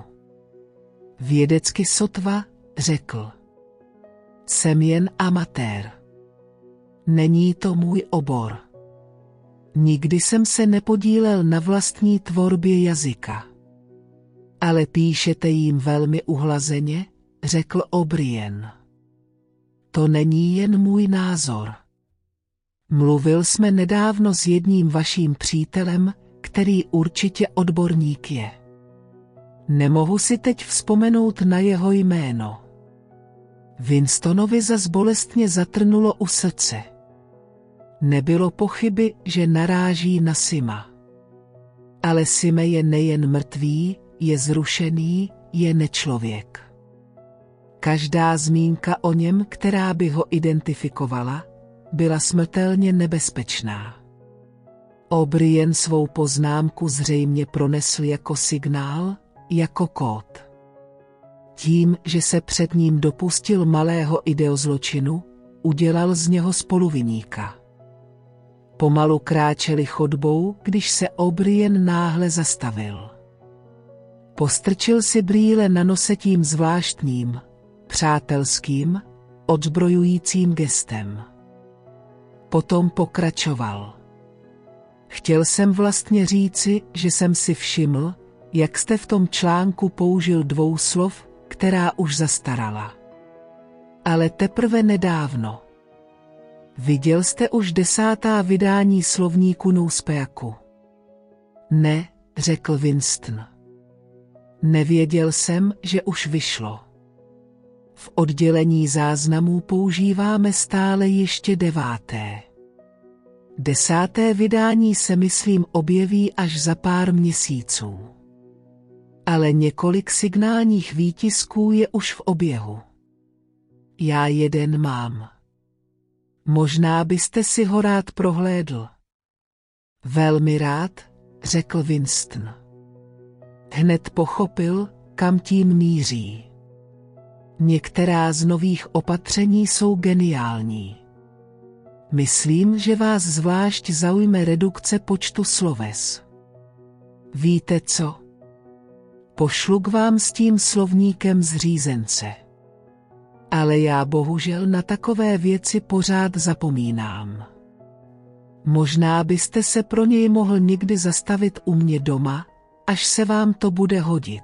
Vědecky sotva, řekl. Jsem jen amatér. Není to můj obor. Nikdy jsem se nepodílel na vlastní tvorbě jazyka. Ale píšete jim velmi uhlazeně, řekl O'Brien. To není jen můj názor. Mluvil jsme nedávno s jedním vaším přítelem, který určitě odborník je. Nemohu si teď vzpomenout na jeho jméno. Winstonovi zas bolestně zatrnulo u srdce. Nebylo pochyby, že naráží na Sima. Ale Sime je nejen mrtvý, je zrušený, je nečlověk. Každá zmínka o něm, která by ho identifikovala, byla smrtelně nebezpečná. O'Brien svou poznámku zřejmě pronesl jako signál, jako kód. Tím, že se před ním dopustil malého ideozločinu, udělal z něho spoluviníka. Pomalu kráčeli chodbou, když se O'Brien náhle zastavil. Postrčil si brýle na nose tím zvláštním, přátelským, odzbrojujícím gestem. Potom pokračoval. Chtěl jsem vlastně říci, že jsem si všiml, jak jste v tom článku použil 2 slov, která už zastarala. Ale teprve nedávno. Viděl jste už 10. vydání slovníku Newspeaku? Ne, řekl Winston. Nevěděl jsem, že už vyšlo. V oddělení záznamů používáme stále ještě 9. 10. vydání se myslím objeví až za pár měsíců. Ale několik signálních výtisků je už v oběhu. Já jeden mám. Možná byste si ho rád prohlédl. Velmi rád, řekl Winston. Hned pochopil, kam tím míří. Některá z nových opatření jsou geniální. Myslím, že vás zvlášť zaujme redukce počtu sloves. Víte co? Pošlu k vám s tím slovníkem z řízence. Ale já bohužel na takové věci pořád zapomínám. Možná byste se pro něj mohl někdy zastavit u mě doma, až se vám to bude hodit.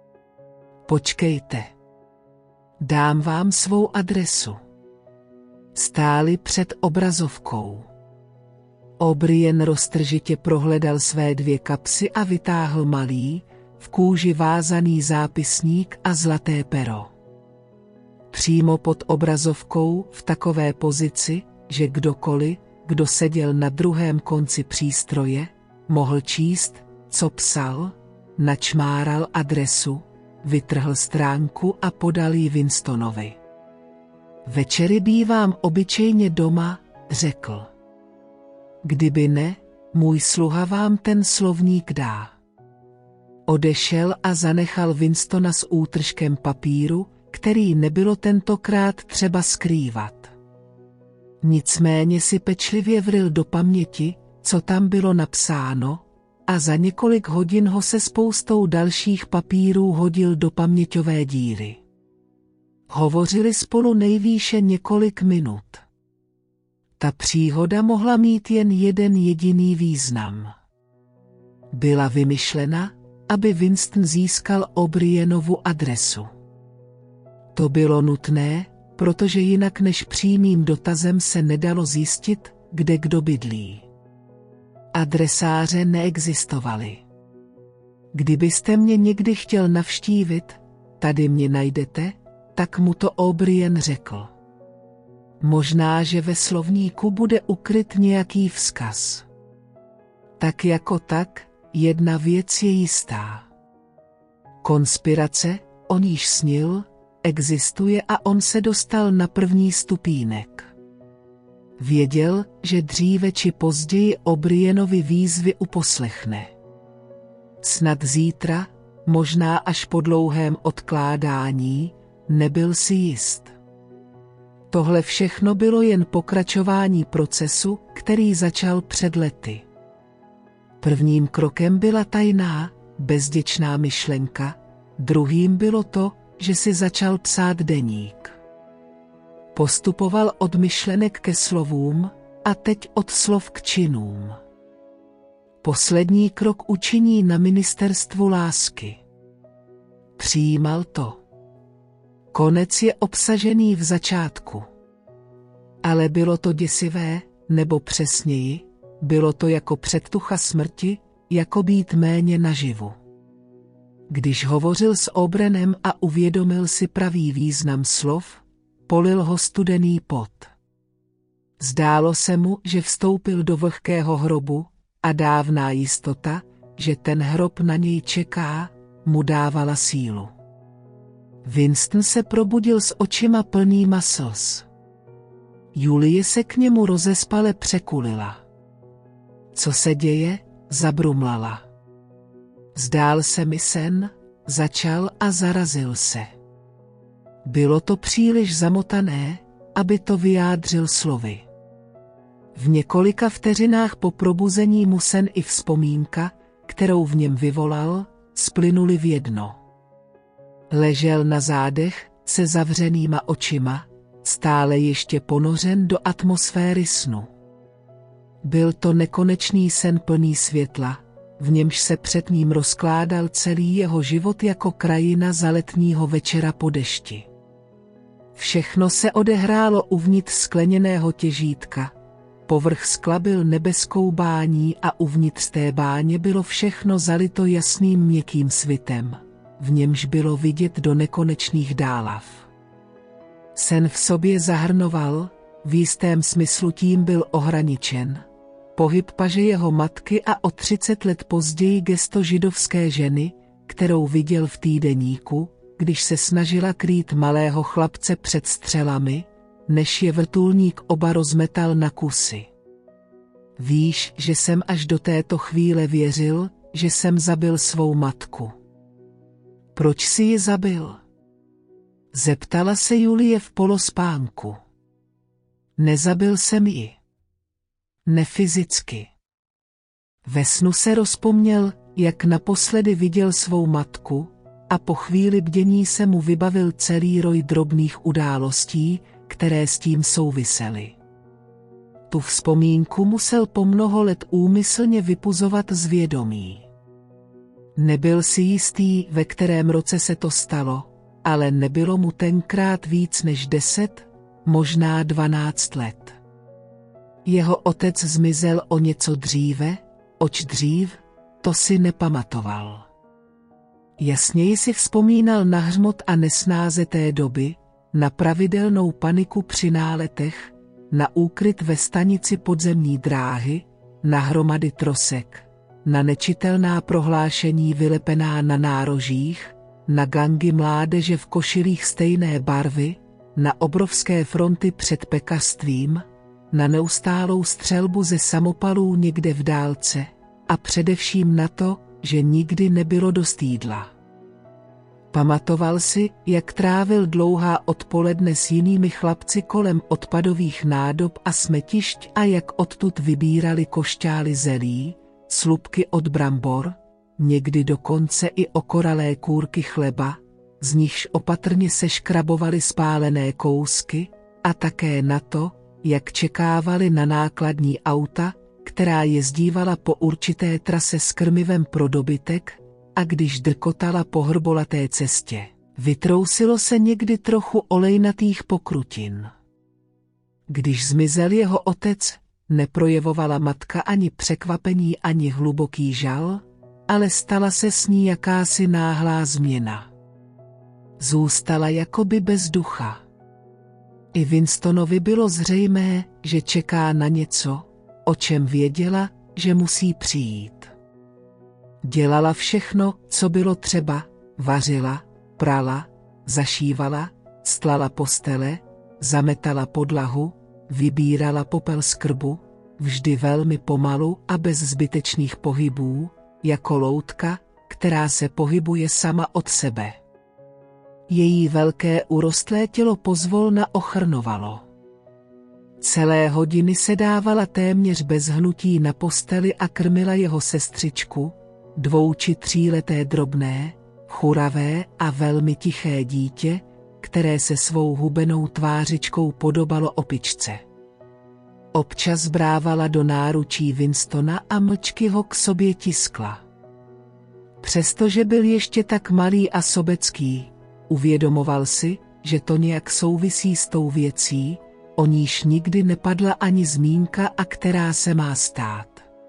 Počkejte. Dám vám svou adresu. Stáli před obrazovkou. O'Brien roztržitě prohledal své 2 kapsy a vytáhl malý, v kůži vázaný zápisník a zlaté pero. Přímo pod obrazovkou, v takové pozici, že kdokoliv, kdo seděl na druhém konci přístroje, mohl číst, co psal, načmáral adresu, vytrhl stránku a podal ji Winstonovi. Večery bývám obyčejně doma, řekl. Kdyby ne, můj sluha vám ten slovník dá. Odešel a zanechal Winstona s útržkem papíru, který nebylo tentokrát třeba skrývat. Nicméně si pečlivě vryl do paměti, co tam bylo napsáno, a za několik hodin ho se spoustou dalších papírů hodil do paměťové díry. Hovořili spolu nejvýše několik minut. Ta příhoda mohla mít jen jeden jediný význam. Byla vymyšlena, aby Winston získal O'Brienovu adresu. To bylo nutné, protože jinak než přímým dotazem se nedalo zjistit, kde kdo bydlí. Adresáře neexistovaly. Kdybyste mě někdy chtěl navštívit, tady mě najdete, tak mu to O'Brien řekl. Možná, že ve slovníku bude ukryt nějaký vzkaz. Tak jako tak, jedna věc je jistá. Konspirace, o níž snil, existuje a on se dostal na první stupínek. Věděl, že dříve či později O'Brienovi výzvy uposlechne. Snad zítra, možná až po dlouhém odkládání, nebyl si jist. Tohle všechno bylo jen pokračování procesu, který začal před lety. Prvním krokem byla tajná, bezděčná myšlenka, druhým bylo to, že si začal psát deník. Postupoval od myšlenek ke slovům a teď od slov k činům. Poslední krok učiní na ministerstvu lásky. Přijímal to. Konec je obsažený v začátku. Ale bylo to děsivé, nebo přesněji, bylo to jako předtucha smrti, jako být méně naživu. Když hovořil s Obrenem a uvědomil si pravý význam slov, polil ho studený pot. Zdálo se mu, že vstoupil do vlhkého hrobu a dávná jistota, že ten hrob na něj čeká, mu dávala sílu. Winston se probudil s očima plnýma slz. Julie se k němu rozespale překulila. Co se děje? Zabrumlala. Zdál se mi sen, začal a zarazil se. Bylo to příliš zamotané, aby to vyjádřil slovy. V několika vteřinách po probuzení mu sen i vzpomínka, kterou v něm vyvolal, splynuli v jedno. Ležel na zádech, se zavřenýma očima, stále ještě ponořen do atmosféry snu. Byl to nekonečný sen plný světla, v němž se před ním rozkládal celý jeho život jako krajina za letního večera po dešti. Všechno se odehrálo uvnitř skleněného těžítka, povrch skla byl nebeskou bání a uvnitř té báně bylo všechno zalito jasným měkkým svitem, v němž bylo vidět do nekonečných dálav. Sen v sobě zahrnoval, v jistém smyslu tím byl ohraničen, pohyb paže jeho matky a o 30 let později gesto židovské ženy, kterou viděl v týdeníku, když se snažila krýt malého chlapce před střelami, než je vrtulník oba rozmetal na kusy. Víš, že jsem až do této chvíle věřil, že jsem zabil svou matku. Proč jsi ji zabil? Zeptala se Julie v polospánku. Nezabil jsem ji. Nefyzicky. Ve snu se rozpomněl, jak naposledy viděl svou matku, a po chvíli bdění se mu vybavil celý roj drobných událostí, které s tím souvisely. Tu vzpomínku musel po mnoho let úmyslně vypuzovat z vědomí. Nebyl si jistý, ve kterém roce se to stalo, ale nebylo mu tenkrát víc než 10, možná 12 let. Jeho otec zmizel o něco dříve, oč dřív, to si nepamatoval. Jasněji si vzpomínal na hřmot a nesnáze té doby, na pravidelnou paniku při náletech, na úkryt ve stanici podzemní dráhy, na hromady trosek, na nečitelná prohlášení vylepená na nárožích, na gangy mládeže v košilích stejné barvy, na obrovské fronty před pekařstvím, na neustálou střelbu ze samopalů někde v dálce a především na to, že nikdy nebylo dost jídla. Pamatoval si, jak trávil dlouhá odpoledne s jinými chlapci kolem odpadových nádob a smetišť a jak odtud vybírali košťály zelí, slupky od brambor, někdy dokonce i okoralé kůrky chleba, z nichž opatrně seškrabovaly spálené kousky, a také na to, jak čekávali na nákladní auta, která jezdívala po určité trase s krmivem pro dobytek, a když drkotala po hrbolaté cestě, vytrousilo se někdy trochu olejnatých pokrutin. Když zmizel jeho otec, neprojevovala matka ani překvapení, ani hluboký žal, ale stala se s ní jakási náhlá změna. Zůstala jakoby bez ducha. I Winstonovi bylo zřejmé, že čeká na něco, o čem věděla, že musí přijít. Dělala všechno, co bylo třeba, vařila, prala, zašívala, stlala postele, zametala podlahu, vybírala popel z krbu, vždy velmi pomalu a bez zbytečných pohybů, jako loutka, která se pohybuje sama od sebe. Její velké urostlé tělo pozvolna ochrnovalo. Celé hodiny se dávala téměř bez hnutí na posteli a krmila jeho sestřičku, 2- či 3leté drobné, churavé a velmi tiché dítě, které se svou hubenou tvářičkou podobalo opičce. Občas brávala do náručí Winstona a mlčky ho k sobě tiskla. Přestože byl ještě tak malý a sobecký, uvědomoval si, že to nějak souvisí s tou věcí, o níž nikdy nepadla ani zmínka a která se má stát.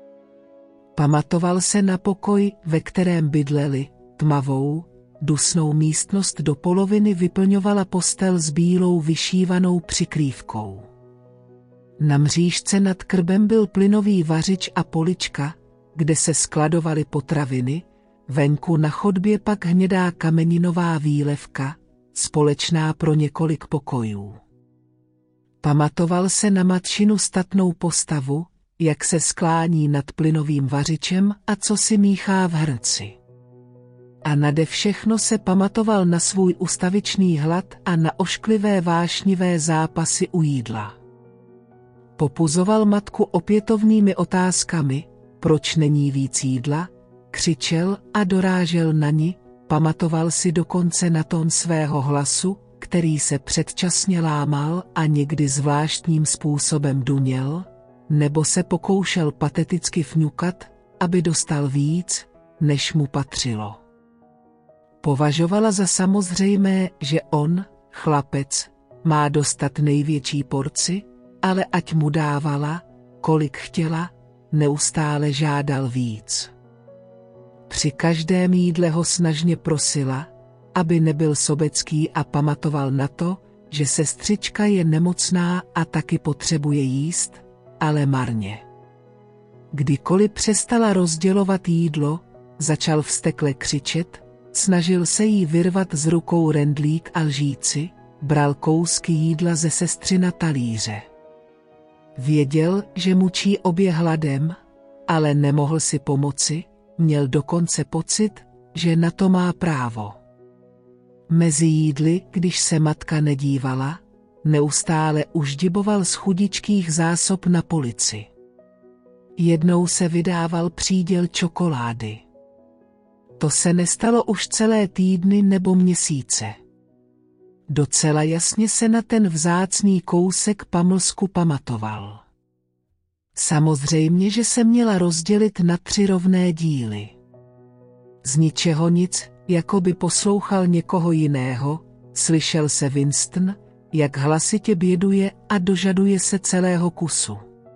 Pamatoval se na pokoj, ve kterém bydleli, tmavou, dusnou místnost do poloviny vyplňovala postel s bílou vyšívanou přikrývkou. Na mřížce nad krbem byl plynový vařič a polička, kde se skladovaly potraviny, venku na chodbě pak hnědá kameninová výlevka, společná pro několik pokojů. Pamatoval se na matčinu statnou postavu, jak se sklání nad plynovým vařičem a co si míchá v hrnci. A nade všechno se pamatoval na svůj ustavičný hlad a na ošklivé vášnivé zápasy u jídla. Popuzoval matku opětovnými otázkami, proč není víc jídla, křičel a dorážel na ni, pamatoval si dokonce na tón svého hlasu, který se předčasně lámal a někdy zvláštním způsobem duněl, nebo se pokoušel pateticky fňukat, aby dostal víc, než mu patřilo. Považovala za samozřejmé, že on, chlapec, má dostat největší porci, ale ať mu dávala, kolik chtěla, neustále žádal víc. Při každém jídle ho snažně prosila, aby nebyl sobecký a pamatoval na to, že sestřička je nemocná a taky potřebuje jíst, ale marně. Kdykoliv přestala rozdělovat jídlo, začal vztekle křičet, snažil se jí vyrvat z rukou rendlík a lžíci, bral kousky jídla ze sestřina talíře. Věděl, že mučí obě hladem, ale nemohl si pomoci, měl dokonce pocit, že na to má právo. Mezi jídly, když se matka nedívala, neustále uždiboval z chudičkých zásob na polici. Jednou se vydával příděl čokolády. To se nestalo už celé týdny nebo měsíce. Docela jasně se na ten vzácný kousek pamlsku pamatoval. Samozřejmě, že se měla rozdělit na 3 rovné díly. Z ničeho nic, jako by poslouchal někoho jiného, slyšel se Winston, jak hlasitě běduje a dožaduje se celého kusu.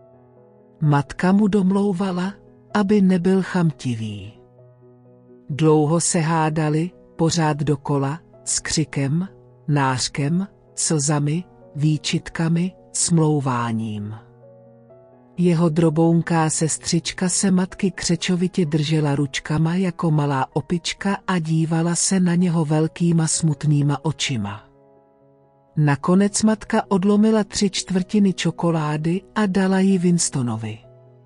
Matka mu domlouvala, aby nebyl chamtivý. Dlouho se hádali, pořád dokola, s křikem, nářkem, slzami, výčitkami, smlouváním. Jeho drobounká sestřička se matky křečovitě držela ručkama jako malá opička a dívala se na něho velkýma smutnýma očima. Nakonec matka odlomila 3/4 čokolády a dala ji Winstonovi.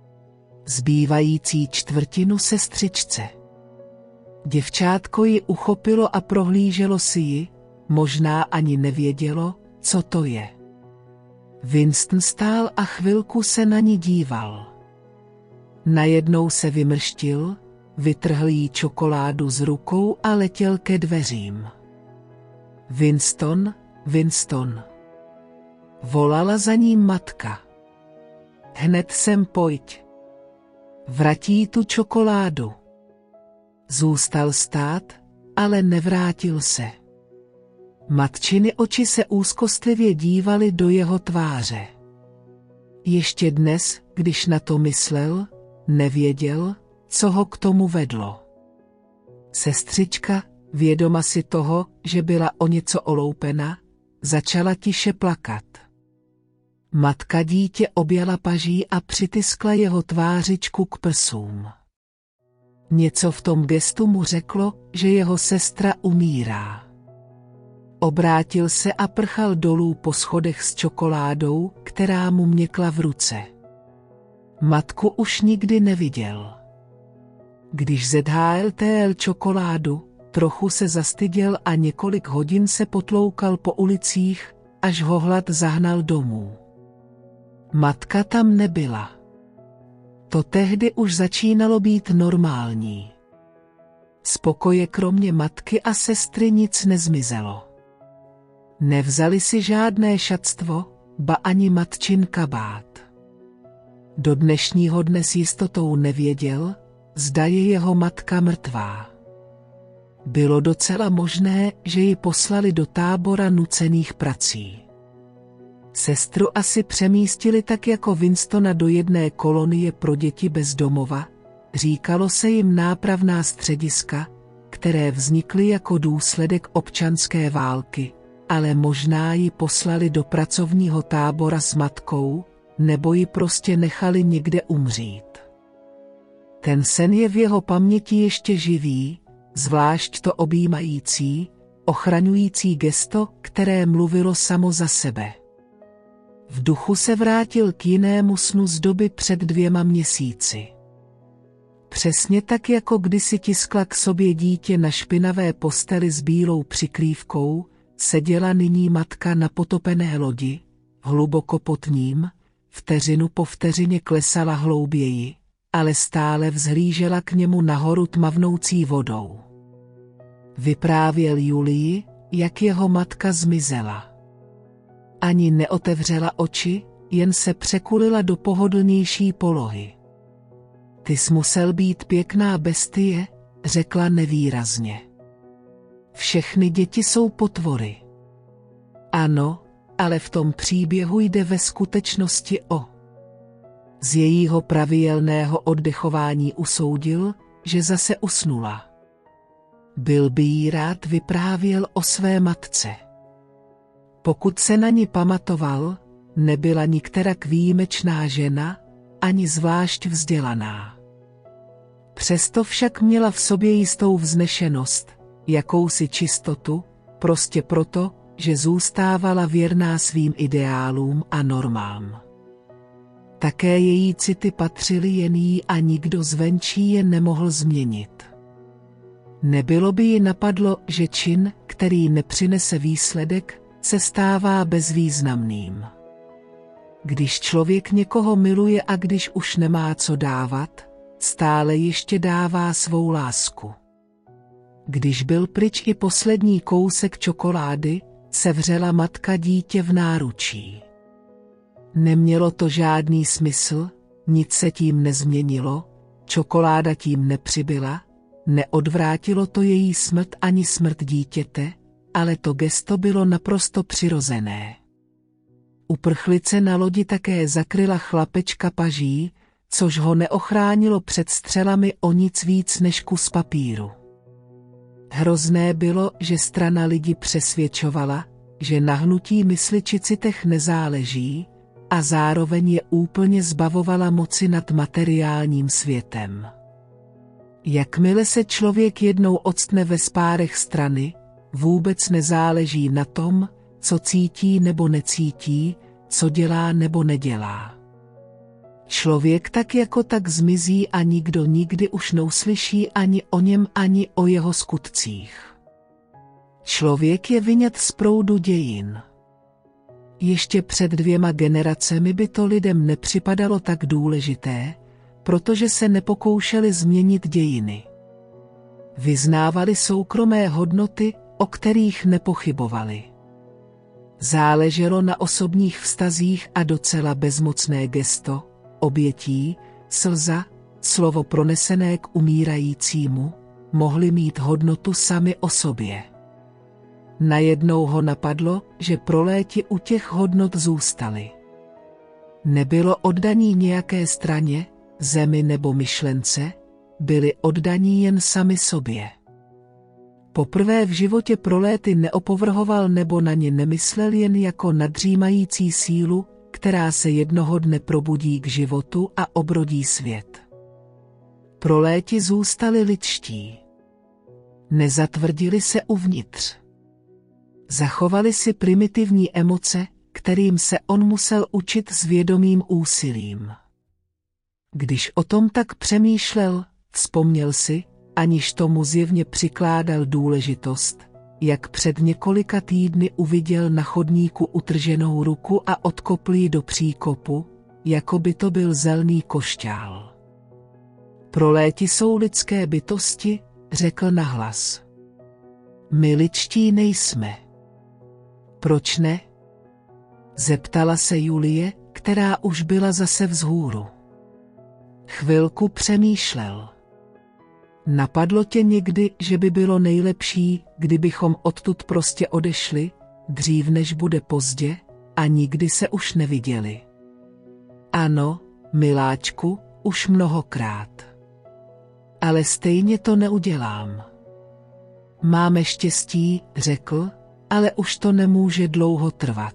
Zbývající 1/4 sestřičce. Děvčátko ji uchopilo a prohlíželo si ji, možná ani nevědělo, co to je. Winston stál a chvilku se na ní díval. Najednou se vymrštil, vytrhl jí čokoládu z rukou a letěl ke dveřím. Winston, Winston. Volala za ním matka. Hned sem pojď. Vrátí tu čokoládu. Zůstal stát, ale nevrátil se. Matčiny oči se úzkostlivě dívaly do jeho tváře. Ještě dnes, když na to myslel, nevěděl, co ho k tomu vedlo. Sestřička, vědoma si toho, že byla o něco oloupena, začala tiše plakat. Matka dítě objala paží a přitiskla jeho tvářičku k prsům. Něco v tom gestu mu řeklo, že jeho sestra umírá. Obrátil se a prchal dolů po schodech s čokoládou, která mu měkla v ruce. Matku už nikdy neviděl. Když ZHLTL čokoládu, trochu se zastyděl a několik hodin se potloukal po ulicích, až ho hlad zahnal domů. Matka tam nebyla. To tehdy už začínalo být normální. Z pokoje kromě matky a sestry nic nezmizelo. Nevzali si žádné šatstvo, ba ani matčin kabát. Do dnešního dne s jistotou nevěděl, zda je jeho matka mrtvá. Bylo docela možné, že ji poslali do tábora nucených prací. Sestru asi přemístili tak jako Winstona do jedné kolonie pro děti bez domova, říkalo se jim nápravná střediska, které vznikly jako důsledek občanské války, ale možná ji poslali do pracovního tábora s matkou, nebo ji prostě nechali někde umřít. Ten sen je v jeho paměti ještě živý, zvlášť to objímající, ochraňující gesto, které mluvilo samo za sebe. V duchu se vrátil k jinému snu z doby před 2 měsíci. Přesně tak, jako kdysi tiskla k sobě dítě na špinavé posteli s bílou přikrývkou, seděla nyní matka na potopené lodi, hluboko pod ním, vteřinu po vteřině klesala hlouběji, ale stále vzhlížela k němu nahoru tmavnoucí vodou. Vyprávěl Julii, jak jeho matka zmizela. Ani neotevřela oči, jen se překulila do pohodlnější polohy. Ty jsi musel být pěkná bestie, řekla nevýrazně. Všechny děti jsou potvory. Ano, ale v tom příběhu jde ve skutečnosti o. Z jejího pravidelného oddechování usoudil, že zase usnula. Byl by jí rád vyprávěl o své matce. Pokud se na ní pamatoval, nebyla nikterak výjimečná žena, ani zvlášť vzdělaná. Přesto však měla v sobě jistou vznešenost, jakousi čistotu, prostě proto, že zůstávala věrná svým ideálům a normám. Také její city patřily jen jí a nikdo zvenčí je nemohl změnit. Nebylo by ji napadlo, že čin, který nepřinese výsledek, se stává bezvýznamným. Když člověk někoho miluje a když už nemá co dávat, stále ještě dává svou lásku. Když byl pryč i poslední kousek čokolády, sevřela matka dítě v náručí. Nemělo to žádný smysl, nic se tím nezměnilo, čokoláda tím nepřibyla, neodvrátilo to její smrt ani smrt dítěte, ale to gesto bylo naprosto přirozené. Uprchlice na lodi také zakryla chlapečka paží, což ho neochránilo před střelami o nic víc než kus papíru. Hrozné bylo, že strana lidi přesvědčovala, že na hnutí mysli či citech nezáleží, a zároveň je úplně zbavovala moci nad materiálním světem. Jakmile se člověk jednou octne ve spárech strany, vůbec nezáleží na tom, co cítí nebo necítí, co dělá nebo nedělá. Člověk tak jako tak zmizí a nikdo nikdy už neuslyší ani o něm, ani o jeho skutcích. Člověk je vyňat z proudu dějin. Ještě před 2 generacemi by to lidem nepřipadalo tak důležité, protože se nepokoušeli změnit dějiny. Vyznávali soukromé hodnoty, o kterých nepochybovali. Záleželo na osobních vztazích a docela bezmocné gesto, obětí, slza, slovo pronesené k umírajícímu, mohly mít hodnotu sami o sobě. Najednou ho napadlo, že proléti u těch hodnot zůstaly. Nebylo oddaní nějaké straně, zemi nebo myšlence, byli oddaní jen sami sobě. Poprvé v životě proléty neopovrhoval nebo na ně nemyslel jen jako nadřímající sílu, která se jednoho dne probudí k životu a obrodí svět. Proléti zůstali lidští. Nezatvrdili se uvnitř. Zachovali si primitivní emoce, kterým se on musel učit s vědomým úsilím. Když o tom tak přemýšlel, vzpomněl si, aniž tomu zjevně přikládal důležitost, jak před několika týdny uviděl na chodníku utrženou ruku a odkopl ji do příkopu, jako by to byl zelný košťál. Proléti jsou lidské bytosti, řekl nahlas. My lidští nejsme. Proč ne? Zeptala se Julie, která už byla zase vzhůru. Chvilku přemýšlel. Napadlo tě někdy, že by bylo nejlepší, kdybychom odtud prostě odešli, dřív než bude pozdě, a nikdy se už neviděli? Ano, miláčku, už mnohokrát. Ale stejně to neudělám. Máme štěstí, řekl, ale už to nemůže dlouho trvat.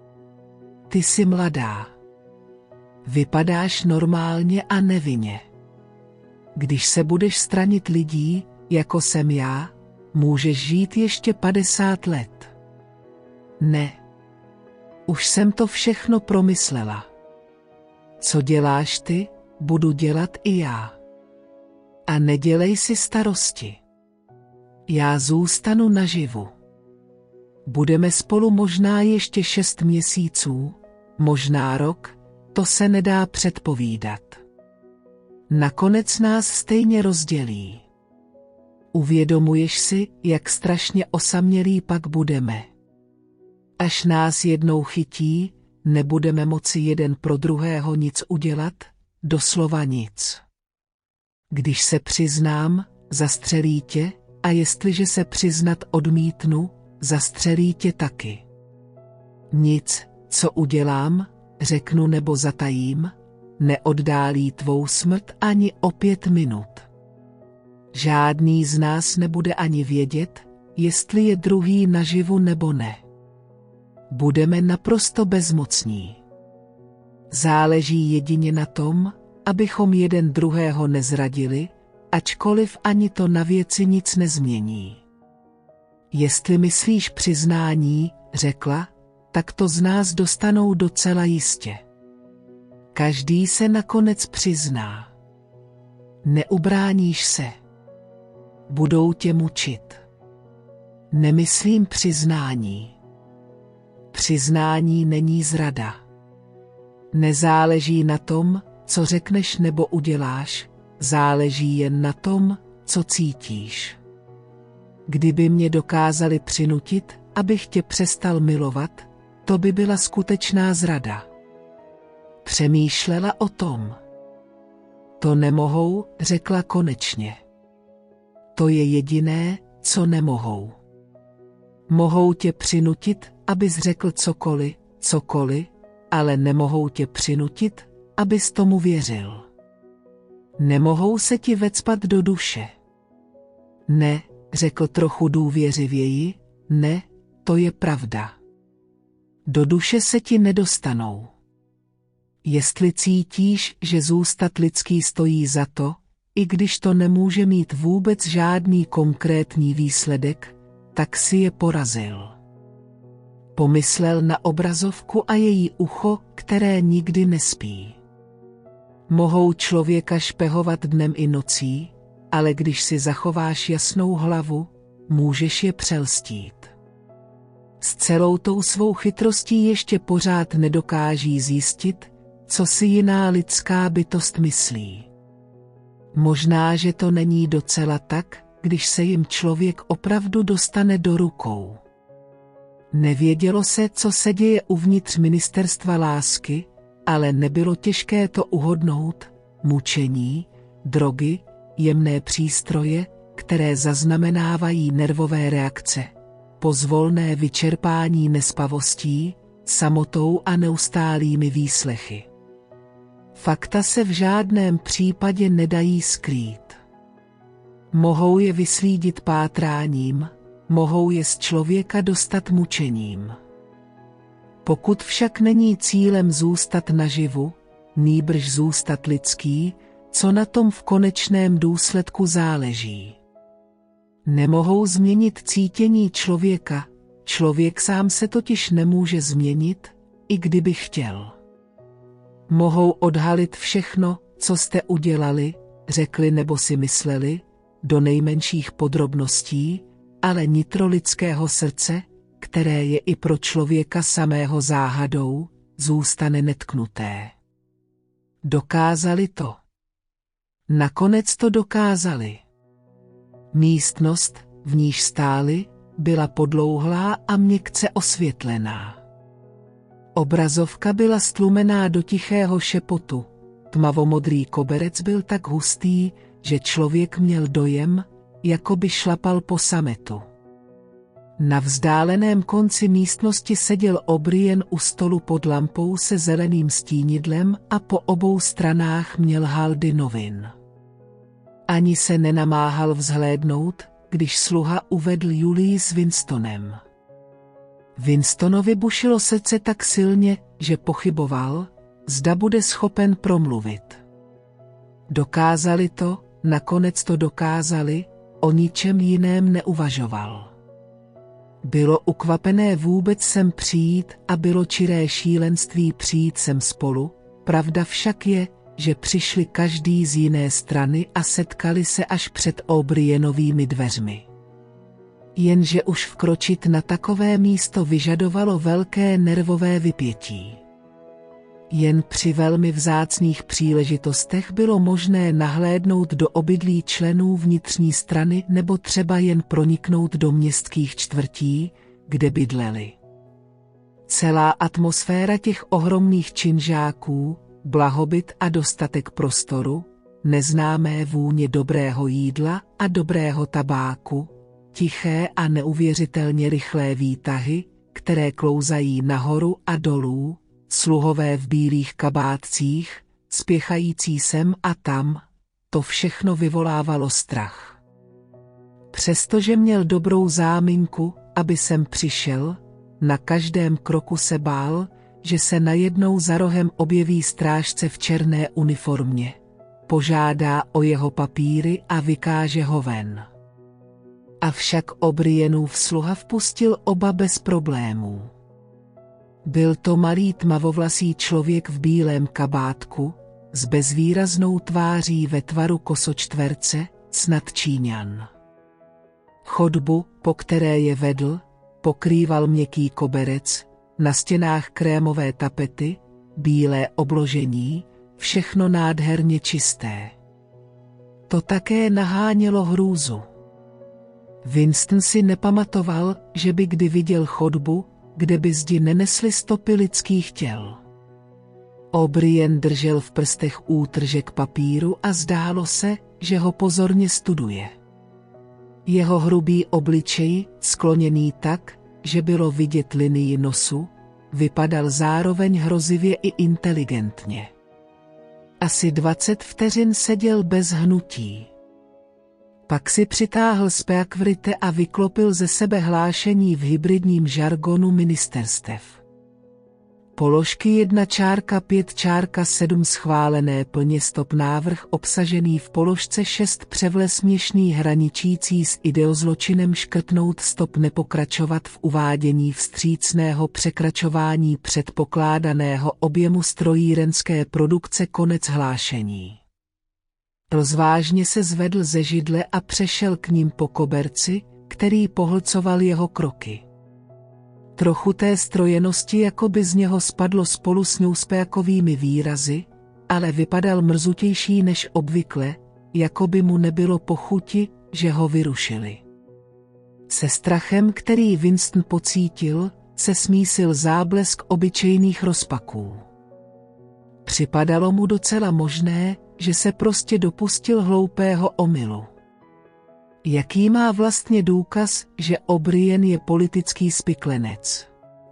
Ty jsi mladá. Vypadáš normálně a nevinně. Když se budeš stranit lidí, jako jsem já, můžeš žít ještě 50 let. Ne. Už jsem to všechno promyslela. Co děláš ty, budu dělat i já. A nedělej si starosti. Já zůstanu naživu. Budeme spolu možná ještě 6 měsíců, možná rok, to se nedá předpovídat. Nakonec nás stejně rozdělí. Uvědomuješ si, jak strašně osamělí pak budeme. Až nás jednou chytí, nebudeme moci jeden pro druhého nic udělat, doslova nic. Když se přiznám, zastřelí tě, a jestliže se přiznat odmítnu, zastřelí tě taky. Nic, co udělám, řeknu nebo zatajím, neoddálí tvou smrt ani o 5 minut. Žádný z nás nebude ani vědět, jestli je druhý naživu nebo ne. Budeme naprosto bezmocní. Záleží jedině na tom, abychom jeden druhého nezradili, ačkoliv ani to na věci nic nezmění. Jestli myslíš přiznání, řekla, tak to z nás dostanou docela jistě. Každý se nakonec přizná. Neubráníš se. Budou tě mučit. Nemyslím přiznání. Přiznání není zrada. Nezáleží na tom, co řekneš nebo uděláš, záleží jen na tom, co cítíš. Kdyby mě dokázali přinutit, abych tě přestal milovat, to by byla skutečná zrada. Přemýšlela o tom. To nemohou, řekla konečně. To je jediné, co nemohou. Mohou tě přinutit, abys řekl cokoliv, ale nemohou tě přinutit, abys tomu věřil. Nemohou se ti vecpat do duše. Ne, řekl trochu důvěřivěji, ne, to je pravda. Do duše se ti nedostanou. Jestli cítíš, že zůstat lidský stojí za to, i když to nemůže mít vůbec žádný konkrétní výsledek, tak si je porazil. Pomyslel na obrazovku a její ucho, které nikdy nespí. Mohou člověka špehovat dnem i nocí, ale když si zachováš jasnou hlavu, můžeš je přelstít. S celou tou svou chytrostí ještě pořád nedokáží zjistit, co si jiná lidská bytost myslí. Možná, že to není docela tak, když se jim člověk opravdu dostane do rukou. Nevědělo se, co se děje uvnitř ministerstva lásky, ale nebylo těžké to uhodnout, mučení, drogy, jemné přístroje, které zaznamenávají nervové reakce, pozvolné vyčerpání nespavostí, samotou a neustálými výslechy. Fakta se v žádném případě nedají skrýt. Mohou je vyslídit pátráním, mohou je z člověka dostat mučením. Pokud však není cílem zůstat naživu, nýbrž zůstat lidský, co na tom v konečném důsledku záleží. Nemohou změnit cítění člověka, člověk sám se totiž nemůže změnit, i kdyby chtěl. Mohou odhalit všechno, co jste udělali, řekli nebo si mysleli, do nejmenších podrobností, ale nitro lidského srdce, které je i pro člověka samého záhadou, zůstane netknuté. Dokázali to. Nakonec to dokázali. Místnost, v níž stáli, byla podlouhlá a měkce osvětlená. Obrazovka byla stlumená do tichého šepotu. Tmavomodrý koberec byl tak hustý, že člověk měl dojem, jako by šlapal po sametu. Na vzdáleném konci místnosti seděl O'Brien u stolu pod lampou se zeleným stínidlem a po obou stranách měl haldy novin. Ani se nenamáhal vzhlédnout, když sluha uvedl Julii s Winstonem. Winstonovi bušilo srdce tak silně, že pochyboval, zda bude schopen promluvit. Dokázali to, nakonec to dokázali, o ničem jiném neuvažoval. Bylo ukvapené vůbec sem přijít a bylo čiré šílenství přijít sem spolu, pravda však je, že přišli každý z jiné strany a setkali se až před O'Brienovými dveřmi. Jenže už vkročit na takové místo vyžadovalo velké nervové vypětí. Jen při velmi vzácných příležitostech bylo možné nahlédnout do obydlí členů vnitřní strany nebo třeba jen proniknout do městských čtvrtí, kde bydleli. Celá atmosféra těch ohromných činžáků, blahobyt a dostatek prostoru, neznámé vůně dobrého jídla a dobrého tabáku, tiché a neuvěřitelně rychlé výtahy, které klouzají nahoru a dolů, sluhové v bílých kabátcích, spěchající sem a tam, to všechno vyvolávalo strach. Přestože měl dobrou záminku, aby sem přišel, na každém kroku se bál, že se najednou za rohem objeví strážce v černé uniformě, požádá o jeho papíry a vykáže ho ven. Avšak O'Brienův sluha vpustil oba bez problémů. Byl to malý tmavovlasý člověk v bílém kabátku, s bezvýraznou tváří ve tvaru kosočtverce, snad Číňan. Chodbu, po které je vedl, pokrýval měkký koberec, na stěnách krémové tapety, bílé obložení, všechno nádherně čisté. To také nahánělo hrůzu. Winston si nepamatoval, že by kdy viděl chodbu, kde by zdi nenesly stopy lidských těl. O'Brien držel v prstech útržek papíru a zdálo se, že ho pozorně studuje. Jeho hrubý obličej, skloněný tak, že bylo vidět linii nosu, vypadal zároveň hrozivě i inteligentně. Asi 20 vteřin seděl bez hnutí. Pak si přitáhl speakvrite a vyklopil ze sebe hlášení v hybridním žargonu ministerstev. Položky 1.5.7 schválené plně stop návrh obsažený v položce 6 převle směšný hraničící s ideozločinem škrtnout stop nepokračovat v uvádění vstřícného překračování předpokládaného objemu strojírenské produkce konec hlášení. Rozvážně se zvedl ze židle a přešel k ním po koberci, který pohlcoval jeho kroky. Trochu té strojenosti jako by z něho spadlo spolu s newspeakovými výrazy, ale vypadal mrzutější než obvykle, jako by mu nebylo po chuti, že ho vyrušili. Se strachem, který Winston pocítil, se smísil záblesk obyčejných rozpaků. Připadalo mu docela možné, že se prostě dopustil hloupého omylu. Jaký má vlastně důkaz, že O'Brien je politický spiklenec?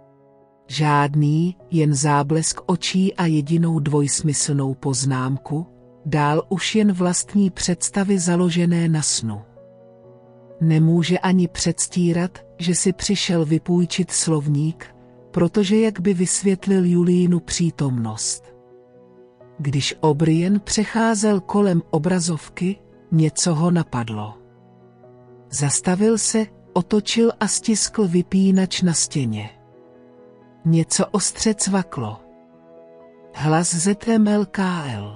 Žádný, jen záblesk očí a jedinou dvojsmyslnou poznámku, dál už jen vlastní představy založené na snu. Nemůže ani předstírat, že si přišel vypůjčit slovník, protože jak by vysvětlil Juliinu přítomnost. Když O'Brien přecházel kolem obrazovky, něco ho napadlo. Zastavil se, otočil a stiskl vypínač na stěně. Něco ostře cvaklo. Hlas ZMLKL.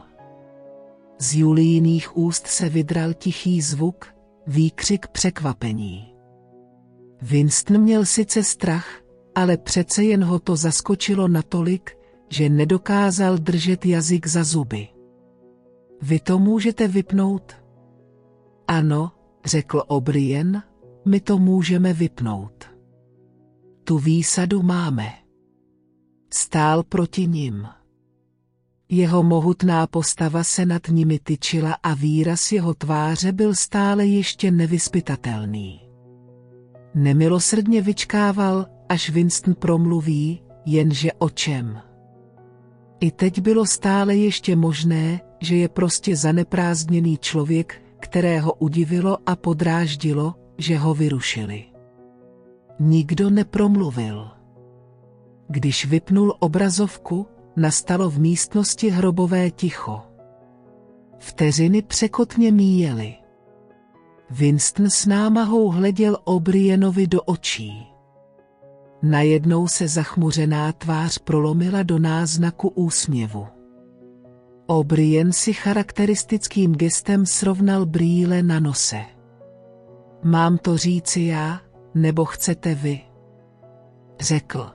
Z Julijiných úst se vydral tichý zvuk, výkřik překvapení. Winston měl sice strach, ale přece jen ho to zaskočilo natolik, že nedokázal držet jazyk za zuby. Vy to můžete vypnout? Ano, řekl O'Brien, my to můžeme vypnout. Tu výsadu máme. Stál proti nim. Jeho mohutná postava se nad nimi tyčila a výraz jeho tváře byl stále ještě nevyzpytatelný. Nemilosrdně vyčkával, až Winston promluví, jenže o čem. I teď bylo stále ještě možné, že je prostě zaneprázdněný člověk, kterého udivilo a podráždilo, že ho vyrušili. Nikdo nepromluvil. Když vypnul obrazovku, nastalo v místnosti hrobové ticho. Vteřiny překotně míjely. Winston s námahou hleděl O'Brienovi do očí. Najednou se zachmuřená tvář prolomila do náznaku úsměvu. O'Brien si charakteristickým gestem srovnal brýle na nose. Mám to říci já, nebo chcete vy? Řekl.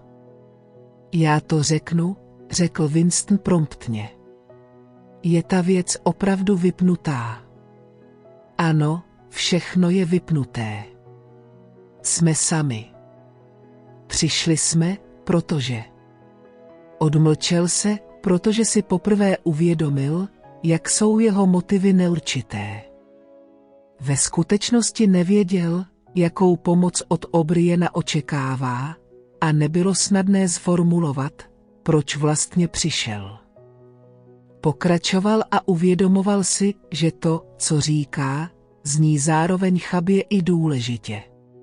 Já to řeknu, řekl Winston promptně. Je ta věc opravdu vypnutá? Ano, všechno je vypnuté. Jsme sami. Přišli jsme, protože... Odmlčel se, protože si poprvé uvědomil, jak jsou jeho motivy neurčité. Ve skutečnosti nevěděl, jakou pomoc od O'Briena očekává, a nebylo snadné zformulovat, proč vlastně přišel. Pokračoval a uvědomoval si, že to, co říká, zní zároveň chabě i důležitě.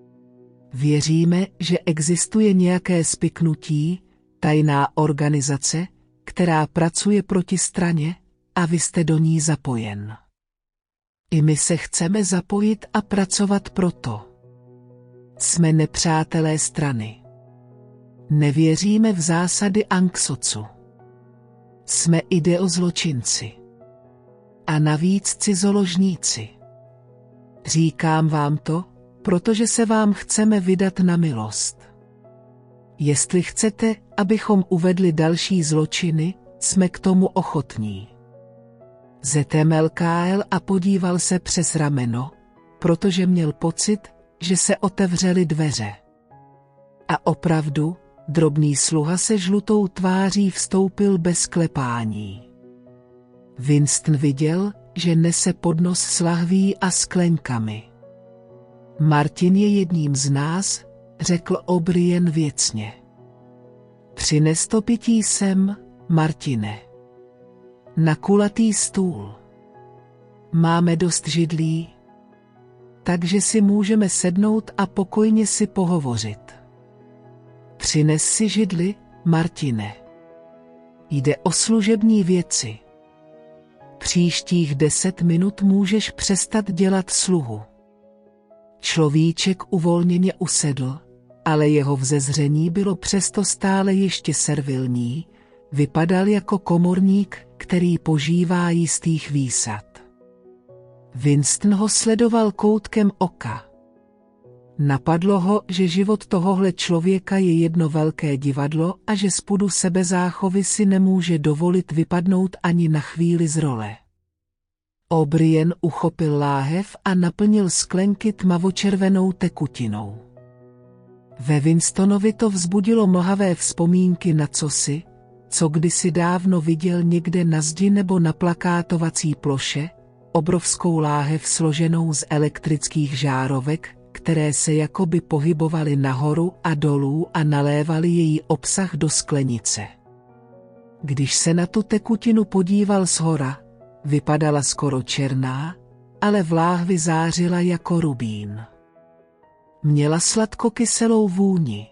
Věříme, že existuje nějaké spiknutí, tajná organizace, která pracuje proti straně, a vy jste do ní zapojen. I my se chceme zapojit a pracovat proto. Jsme nepřátelé strany. Nevěříme v zásady Anksocu. Jsme ideozločinci. A navíc cizoložníci. Říkám vám to, protože se vám chceme vydat na milost. Jestli chcete, abychom uvedli další zločiny, jsme k tomu ochotní. Zetemel káel a podíval se přes rameno, protože měl pocit, že se otevřely dveře. A opravdu, drobný sluha se žlutou tváří vstoupil bez klepání. Winston viděl, že nese podnos s lahví a sklenkami. Martin je jedním z nás, řekl O'Brien věcně. Přines to pití sem, Martine. Na kulatý stůl. Máme dost židlí, takže si můžeme sednout a pokojně si pohovořit. Přines si židli, Martine. Jde o služební věci. Příštích 10 minut můžeš přestat dělat sluhu. Človíček uvolněně usedl, ale jeho vzezření bylo přesto stále ještě servilní, vypadal jako komorník, který požívá jistých výsad. Winston ho sledoval koutkem oka. Napadlo ho, že život tohohle člověka je jedno velké divadlo a že z pudu sebezáchovy si nemůže dovolit vypadnout ani na chvíli z role. O'Brien uchopil láhev a naplnil sklenky tmavočervenou tekutinou. Ve Winstonovi to vzbudilo mlhavé vzpomínky na cosi, co kdysi dávno viděl někde na zdi nebo na plakátovací ploše, obrovskou láhev složenou z elektrických žárovek, které se jakoby pohybovaly nahoru a dolů a nalévaly její obsah do sklenice. Když se na tu tekutinu podíval shora, vypadala skoro černá, ale v láhvi zářila jako rubín. Měla sladkokyselou vůni.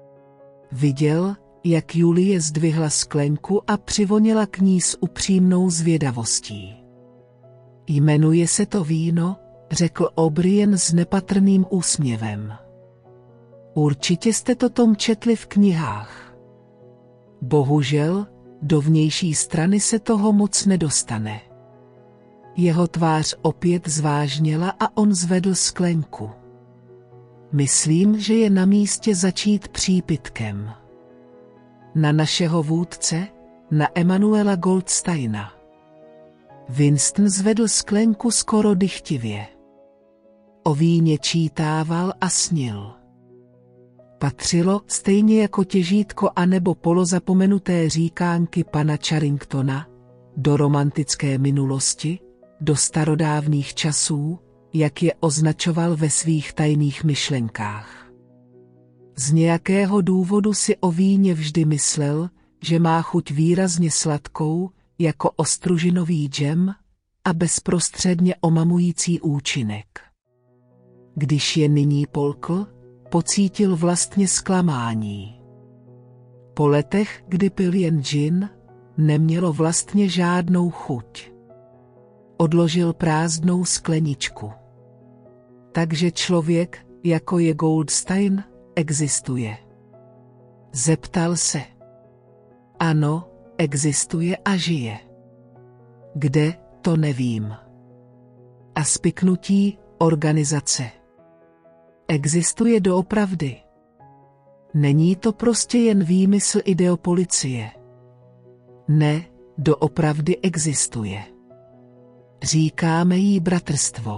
Viděl, jak Julie zdvihla sklenku a přivonila k ní s upřímnou zvědavostí. Jmenuje se to víno, řekl O'Brien s nepatrným úsměvem. Určitě jste to tom četli v knihách. Bohužel, do vnější strany se toho moc nedostane. Jeho tvář opět zvážněla a on zvedl sklenku. Myslím, že je na místě začít přípitkem. Na našeho vůdce, na Emanuela Goldsteina. Winston zvedl sklenku skoro dychtivě. O víně čítával a snil. Patřilo, stejně jako těžítko anebo polozapomenuté říkánky pana Charringtona, do romantické minulosti, do starodávných časů, jak je označoval ve svých tajných myšlenkách. Z nějakého důvodu si o víně vždy myslel, že má chuť výrazně sladkou, jako ostružinový džem, a bezprostředně omamující účinek. Když je nyní polkl, pocítil vlastně zklamání. Po letech, kdy pil jen gin, nemělo vlastně žádnou chuť. Odložil prázdnou skleničku. Takže člověk, jako je Goldstein, existuje. Zeptal se. Ano, existuje a žije. Kde, to nevím. A spiknutí, organizace. Existuje doopravdy. Není to prostě jen výmysl ideopolicie. Ne, doopravdy existuje. Říkáme jí bratrstvo.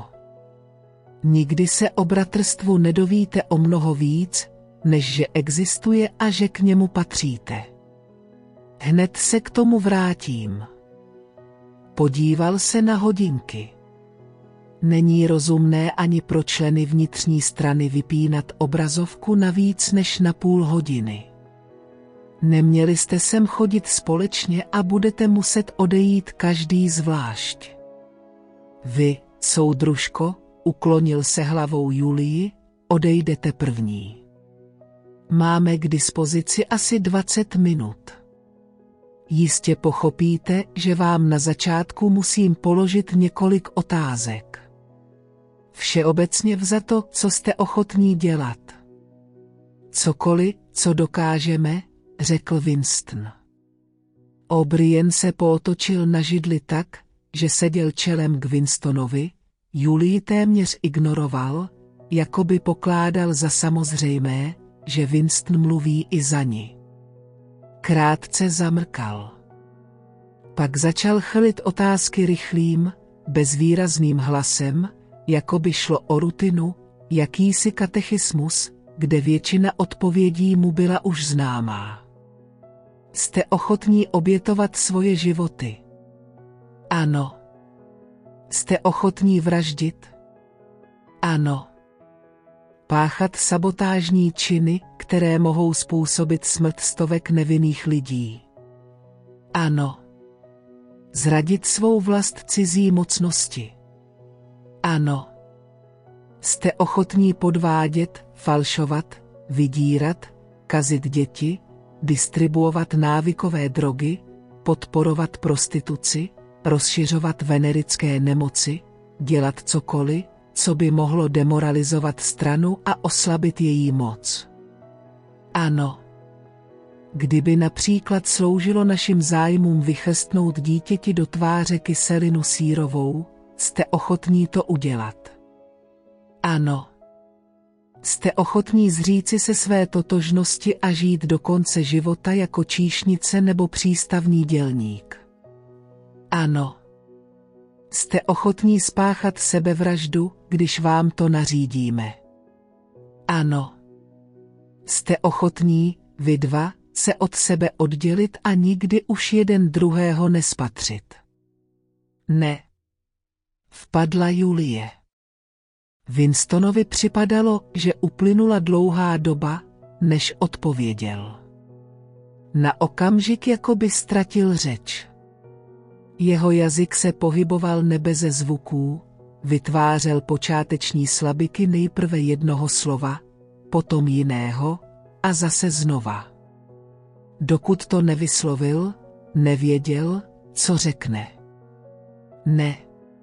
Nikdy se o bratrstvu nedovíte o mnoho víc, než že existuje a že k němu patříte. Hned se k tomu vrátím. Podíval se na hodinky. Není rozumné ani pro členy vnitřní strany vypínat obrazovku na víc než na půl hodiny. Neměli jste sem chodit společně a budete muset odejít každý zvlášť. Vy, soudružko, uklonil se hlavou Julii, odejdete první. Máme k dispozici asi 20 minut. Jistě pochopíte, že vám na začátku musím položit několik otázek. Všeobecně vzato, co jste ochotní dělat. Cokoliv, co dokážeme, řekl Winston. O'Brien se pootočil na židli tak, že seděl čelem k Winstonovi, Julii téměř ignoroval, jako by pokládal za samozřejmé, že Winston mluví i za ni. Krátce zamrkal. Pak začal chlit otázky rychlým, bezvýrazným hlasem, jako by šlo o rutinu, jakýsi katechismus, kde většina odpovědí mu byla už známá. Jste ochotní obětovat svoje životy? Ano. Jste ochotní vraždit? Ano. Páchat sabotážní činy, které mohou způsobit smrt stovek nevinných lidí? Ano. Zradit svou vlast cizí mocnosti? Ano. Jste ochotní podvádět, falšovat, vydírat, kazit děti, distribuovat návykové drogy, podporovat prostituci, rozšiřovat venerické nemoci, dělat cokoliv, co by mohlo demoralizovat stranu a oslabit její moc? Ano. Kdyby například sloužilo našim zájmům vychrstnout dítěti do tváře kyselinu sírovou, jste ochotní to udělat? Ano. Jste ochotní zříci se své totožnosti a žít do konce života jako číšnice nebo přístavní dělník? Ano. Jste ochotní spáchat sebevraždu, když vám to nařídíme? Ano. Jste ochotní, vy dva, se od sebe oddělit a nikdy už jeden druhého nespatřit? Ne. Vpadla Julie. Winstonovi připadalo, že uplynula dlouhá doba, než odpověděl. Na okamžik jakoby ztratil řeč. Jeho jazyk se pohyboval nebeze zvuků, vytvářel počáteční slabiky nejprve jednoho slova, potom jiného, a zase znova. Dokud to nevyslovil, nevěděl, co řekne. Ne.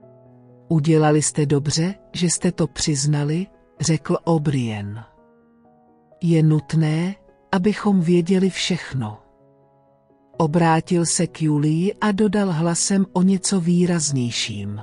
Udělali jste dobře, že jste to přiznali, řekl O'Brien. Je nutné, abychom věděli všechno. Obrátil se k Julii a dodal hlasem o něco výraznějším.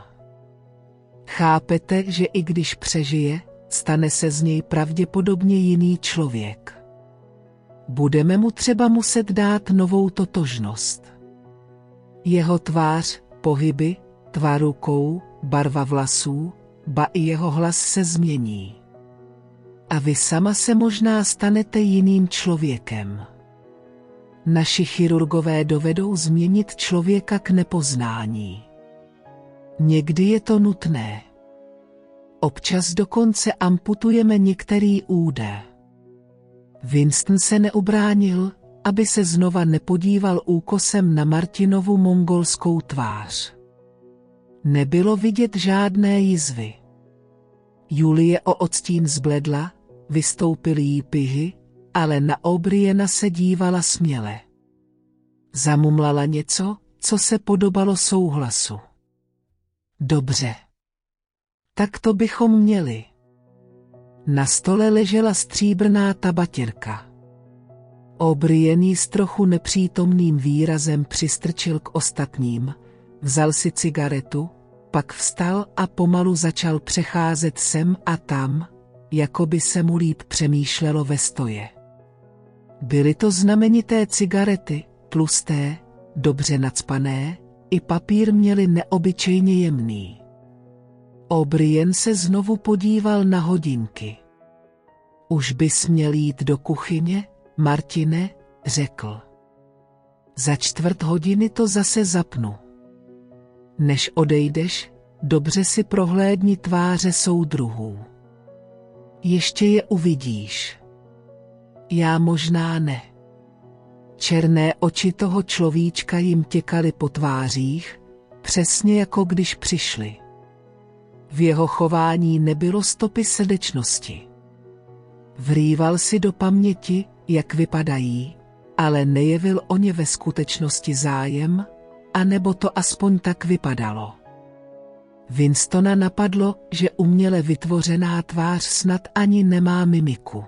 Chápete, že i když přežije, stane se z něj pravděpodobně jiný člověk. Budeme mu třeba muset dát novou totožnost. Jeho tvář, pohyby, tvar rukou, barva vlasů, ba i jeho hlas se změní. A vy sama se možná stanete jiným člověkem. Naši chirurgové dovedou změnit člověka k nepoznání. Někdy je to nutné. Občas dokonce amputujeme některý úde. Winston se neubránil, aby se znova nepodíval úkosem na Martinovu mongolskou tvář. Nebylo vidět žádné jizvy. Julie o odstín zbledla, vystoupily jí pihy, ale na O'Briena se dívala směle. Zamumlala něco, co se podobalo souhlasu. Dobře. Tak to bychom měli. Na stole ležela stříbrná tabakěrka. O'Brien ji s trochu nepřítomným výrazem přistrčil k ostatním, vzal si cigaretu, pak vstal a pomalu začal přecházet sem a tam, jako by se mu líp přemýšlelo ve stoje. Byly to znamenité cigarety, tlusté, dobře nacpané, i papír měli neobyčejně jemný. O'Brien se znovu podíval na hodinky. Už bys měl jít do kuchyně, Martine, řekl. Za 1/4 hodiny to zase zapnu. Než odejdeš, dobře si prohlédni tváře soudruhů. Ještě je uvidíš. Já možná ne. Černé oči toho človíčka jim těkaly po tvářích, přesně jako když přišli. V jeho chování nebylo stopy srdečnosti. Vrýval si do paměti, jak vypadají, ale nejevil o ně ve skutečnosti zájem, anebo to aspoň tak vypadalo. Winstona napadlo, že uměle vytvořená tvář snad ani nemá mimiku.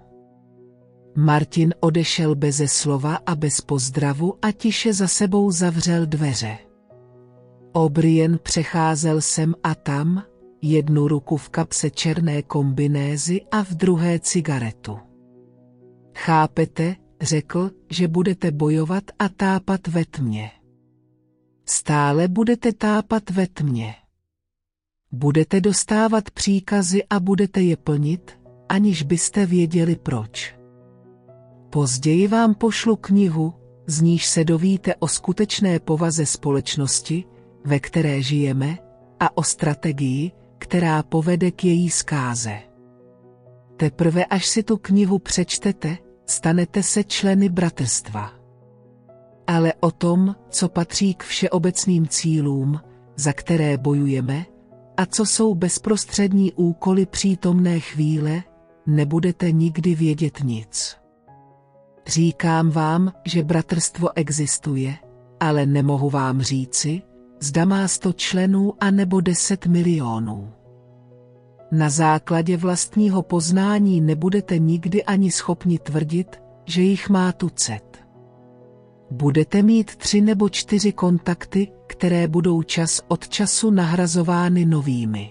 Martin odešel beze slova a bez pozdravu a tiše za sebou zavřel dveře. O'Brien přecházel sem a tam, jednu ruku v kapse černé kombinézy a v druhé cigaretu. Chápete, řekl, že budete bojovat a tápat ve tmě. Stále budete tápat ve tmě. Budete dostávat příkazy a budete je plnit, aniž byste věděli proč. Později vám pošlu knihu, z níž se dovíte o skutečné povaze společnosti, ve které žijeme, a o strategii, která povede k její zkáze. Teprve až si tu knihu přečtete, stanete se členy bratrstva. Ale o tom, co patří k všeobecným cílům, za které bojujeme, a co jsou bezprostřední úkoly přítomné chvíle, nebudete nikdy vědět nic. Říkám vám, že bratrstvo existuje, ale nemohu vám říci, zda má 100 členů a nebo 10 milionů. Na základě vlastního poznání nebudete nikdy ani schopni tvrdit, že jich má tucet. Budete mít 3 nebo 4 kontakty, které budou čas od času nahrazovány novými.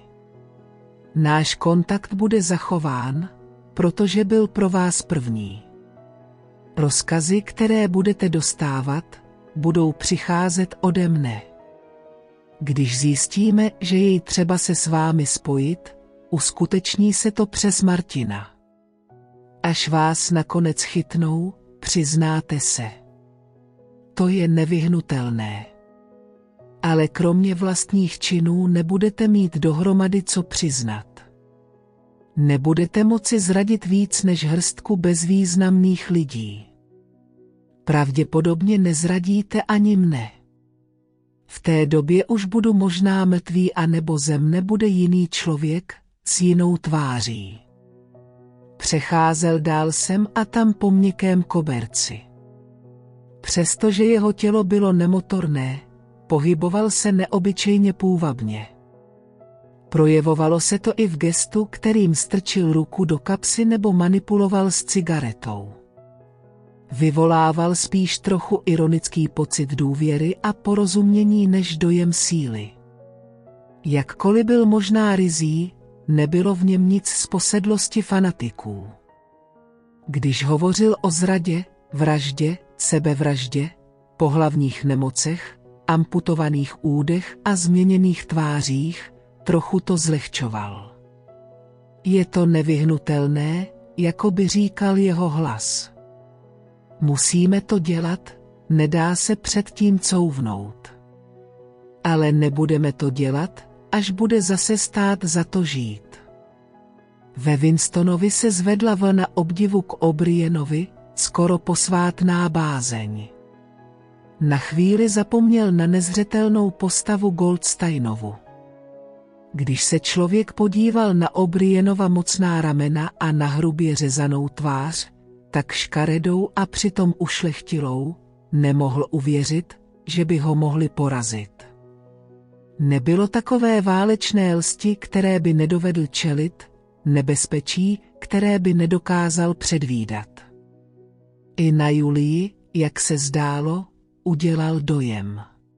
Náš kontakt bude zachován, protože byl pro vás první. Rozkazy, které budete dostávat, budou přicházet ode mne. Když zjistíme, že jej třeba se s vámi spojit, uskuteční se to přes Martina. Až vás nakonec chytnou, přiznáte se. To je nevyhnutelné. Ale kromě vlastních činů nebudete mít dohromady co přiznat. Nebudete moci zradit víc než hrstku bezvýznamných lidí. Pravděpodobně nezradíte ani mne. V té době už budu možná mrtvý a nebo ze mne bude jiný člověk s jinou tváří. Přecházel dál sem a tam po měkkém koberci. Přestože jeho tělo bylo nemotorné, pohyboval se neobyčejně půvabně. Projevovalo se to i v gestu, kterým strčil ruku do kapsy nebo manipuloval s cigaretou. Vyvolával spíš trochu ironický pocit důvěry a porozumění než dojem síly. Jakkoliv byl možná ryzí, nebylo v něm nic z posedlosti fanatiků. Když hovořil o zradě, vraždě, sebevraždě, pohlavních nemocech, amputovaných údech a změněných tvářích, trochu to zlehčoval. Je to nevyhnutelné, jako by říkal jeho hlas. Musíme to dělat, nedá se před tím couvnout. Ale nebudeme to dělat, až bude zase stát za to žít. Ve Winstonovi se zvedla vlna obdivu k O'Brienovi, skoro posvátná bázeň. Na chvíli zapomněl na nezřetelnou postavu Goldsteinovu. Když se člověk podíval na O'Brienova mocná ramena a na hrubě řezanou tvář, tak škaredou a přitom ušlechtilou, nemohl uvěřit, že by ho mohli porazit. Nebylo takové válečné lsti, které by nedovedl čelit, nebezpečí, které by nedokázal předvídat. I na Julii, jak se zdálo, udělal dojem.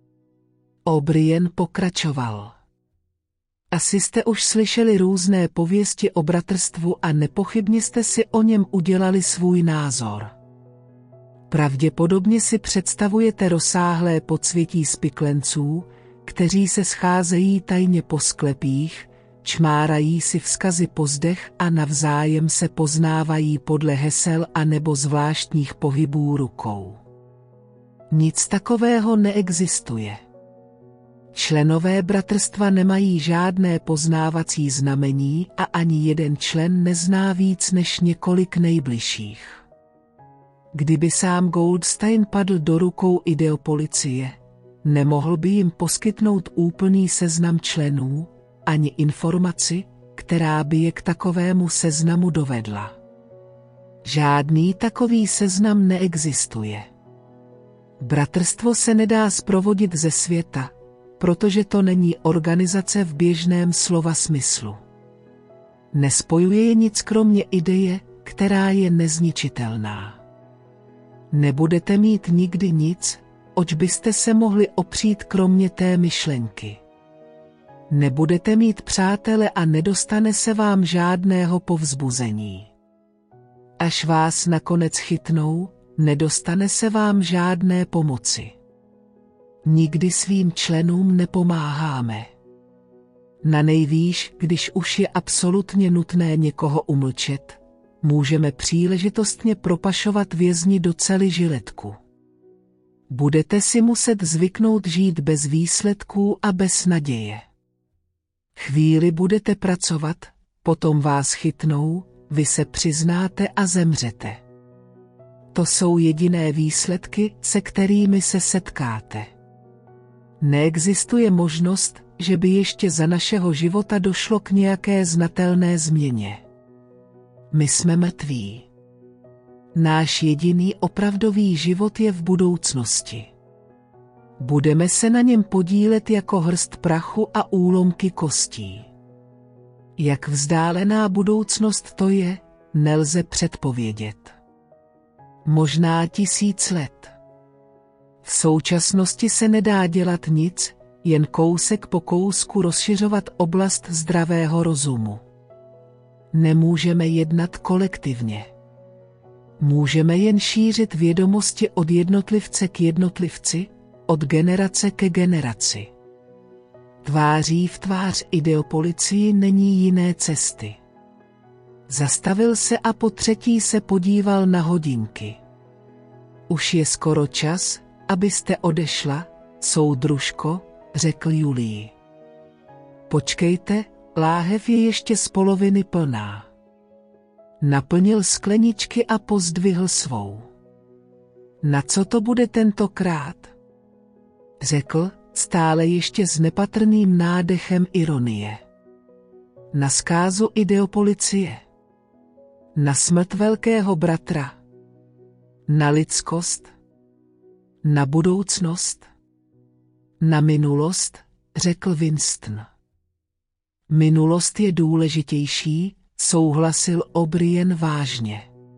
O'Brien pokračoval. Asi jste už slyšeli různé pověsti o bratrstvu a nepochybně jste si o něm udělali svůj názor. Pravděpodobně si představujete rozsáhlé podsvětí spiklenců, kteří se scházejí tajně po sklepích, čmárají si vzkazy po zdech a navzájem se poznávají podle hesel a nebo zvláštních pohybů rukou. Nic takového neexistuje. Členové bratrstva nemají žádné poznávací znamení a ani jeden člen nezná víc než několik nejbližších. Kdyby sám Goldstein padl do rukou ideopolicie, nemohl by jim poskytnout úplný seznam členů, ani informaci, která by je k takovému seznamu dovedla. Žádný takový seznam neexistuje. Bratrstvo se nedá zprovodit ze světa, protože to není organizace v běžném slova smyslu. Nespojuje je nic kromě ideje, která je nezničitelná. Nebudete mít nikdy nic, oč byste se mohli opřít kromě té myšlenky. Nebudete mít přátele a nedostane se vám žádného povzbuzení. Až vás nakonec chytnou, nedostane se vám žádné pomoci. Nikdy svým členům nepomáháme. Nanejvýš, když už je absolutně nutné někoho umlčet, můžeme příležitostně propašovat vězni do cely žiletku. Budete si muset zvyknout žít bez výsledků a bez naděje. Chvíli budete pracovat, potom vás chytnou, vy se přiznáte a zemřete. To jsou jediné výsledky, se kterými se setkáte. Neexistuje možnost, že by ještě za našeho života došlo k nějaké znatelné změně. My jsme mrtví. Náš jediný opravdový život je v budoucnosti. Budeme se na něm podílet jako hrst prachu a úlomky kostí. Jak vzdálená budoucnost to je, nelze předpovědět. Možná 1000 let. V současnosti se nedá dělat nic, jen kousek po kousku rozšiřovat oblast zdravého rozumu. Nemůžeme jednat kolektivně. Můžeme jen šířit vědomosti od jednotlivce k jednotlivci, od generace ke generaci. Tváří v tvář ideopolicii není jiné cesty. Zastavil se a po třetí se podíval na hodinky. Už je skoro čas, abyste odešla, soudružko, řekl Julii. Počkejte, láhev je ještě z poloviny plná. Naplnil skleničky a pozdvihl svou. Na co to bude tentokrát? Řekl, stále ještě s nepatrným nádechem ironie. Na zkázu ideopolicie. Na smrt velkého bratra. Na lidskost. Na budoucnost. Na minulost, řekl Winston. Minulost je důležitější, souhlasil O'Brien vážně.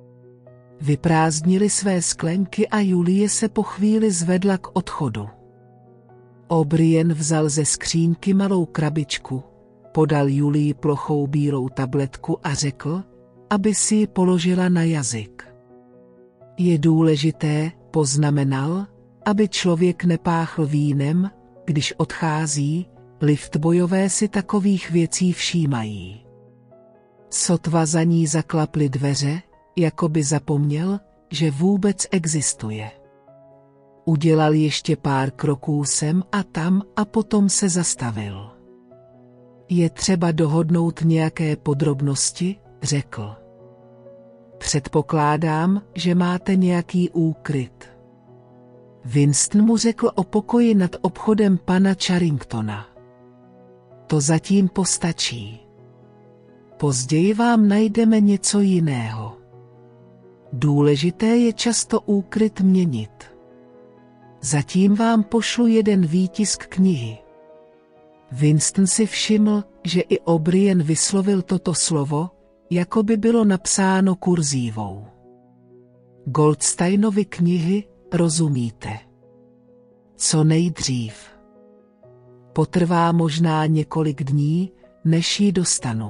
Vyprázdnili své sklenky a Julie se po chvíli zvedla k odchodu. O'Brien vzal ze skřínky malou krabičku, podal Julii plochou bílou tabletku a řekl, aby si ji položila na jazyk. Je důležité, poznamenal, aby člověk nepáchl vínem, když odchází, liftbojové si takových věcí všímají. Sotva za ní zaklaply dveře, jako by zapomněl, že vůbec existuje. Udělal ještě pár kroků sem a tam a potom se zastavil. Je třeba dohodnout nějaké podrobnosti, řekl. Předpokládám, že máte nějaký úkryt. Winston mu řekl o pokoji nad obchodem pana Charringtona. To zatím postačí. Později vám najdeme něco jiného. Důležité je často úkryt měnit. Zatím vám pošlu jeden výtisk knihy. Winston si všiml, že i O'Brien vyslovil toto slovo, jako by bylo napsáno kurzívou. Goldsteinovy knihy, rozumíte? Co nejdřív. Potrvá možná několik dní, než ji dostanu.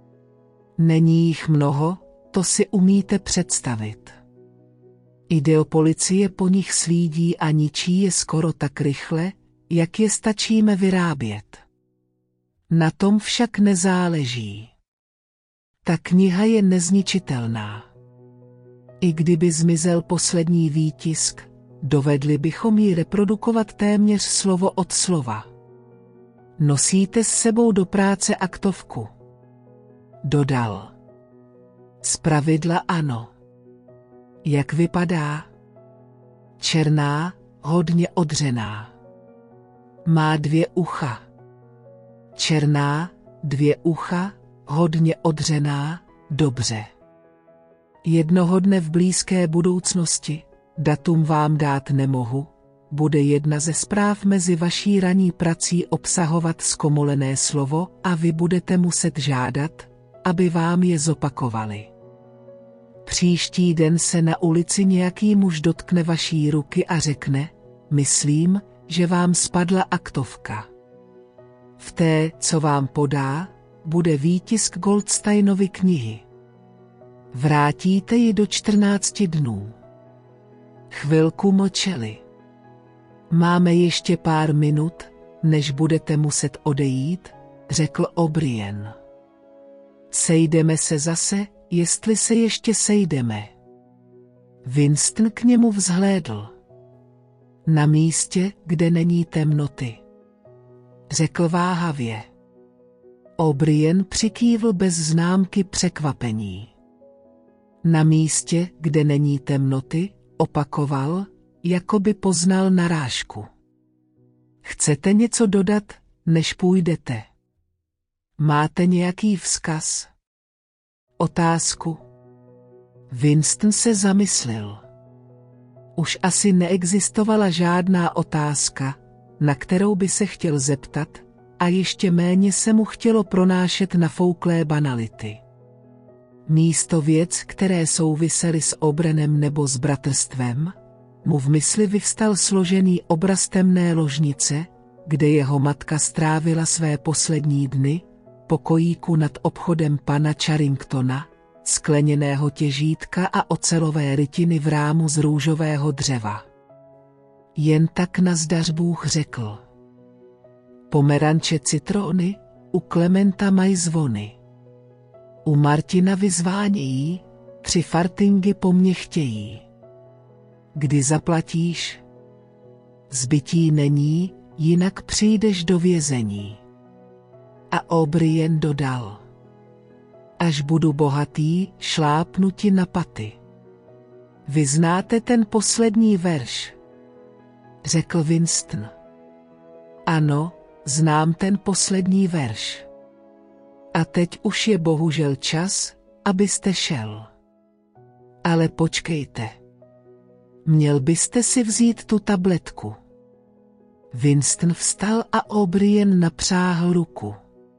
Není jich mnoho, to si umíte představit. Ideopolicie po nich slídí a ničí je skoro tak rychle, jak je stačíme vyrábět. Na tom však nezáleží. Ta kniha je nezničitelná. I kdyby zmizel poslední výtisk, dovedli bychom ji reprodukovat téměř slovo od slova. Nosíte s sebou do práce aktovku? Dodal. Zpravidla ano. Jak vypadá? Černá, hodně odřená. Má 2 ucha. Černá, 2 ucha, hodně odřená, dobře. Jednoho dne v blízké budoucnosti, datum vám dát nemohu, bude jedna ze zpráv mezi vaší ranní prací obsahovat zkomolené slovo a vy budete muset žádat, aby vám je zopakovali. Příští den se na ulici nějaký muž dotkne vaší ruky a řekne, myslím, že vám spadla aktovka. V té, co vám podá, bude výtisk Goldsteinovy knihy. Vrátíte ji do 14 dnů. Chvilku mlčeli. Máme ještě pár minut, než budete muset odejít, řekl O'Brien. Sejdeme se zase, jestli se ještě sejdeme. Winston k němu vzhlédl. Na místě, kde není temnoty. Řekl váhavě. O'Brien přikývl bez známky překvapení. Na místě, kde není temnoty, opakoval, jako by poznal narážku. Chcete něco dodat, než půjdete? Máte nějaký vzkaz? Otázku? Winston se zamyslel. Už asi neexistovala žádná otázka, na kterou by se chtěl zeptat, a ještě méně se mu chtělo pronášet nafouklé banality. Místo věc, které souvisely s O'Brienem nebo s bratrstvem, mu v mysli vyvstal složený obraz temné ložnice, kde jeho matka strávila své poslední dny, pokojíku nad obchodem pana Charringtona, skleněného těžítka a ocelové rytiny v rámu z růžového dřeva. Jen tak nazdař Bůh řekl. Pomeranče citrony, u Klementa mají zvony. U Martina vyzvánějí, 3 fartingy po mně chtějí. Kdy zaplatíš? Zbytí není, jinak přijdeš do vězení. A O'Brien dodal. Až budu bohatý, šlápnu ti na paty. Vy znáte ten poslední verš? Řekl Winston. Ano, znám ten poslední verš. A teď už je bohužel čas, abyste šel. Ale počkejte. Měl byste si vzít tu tabletku. Winston vstal a O'Brien napřáhl ruku.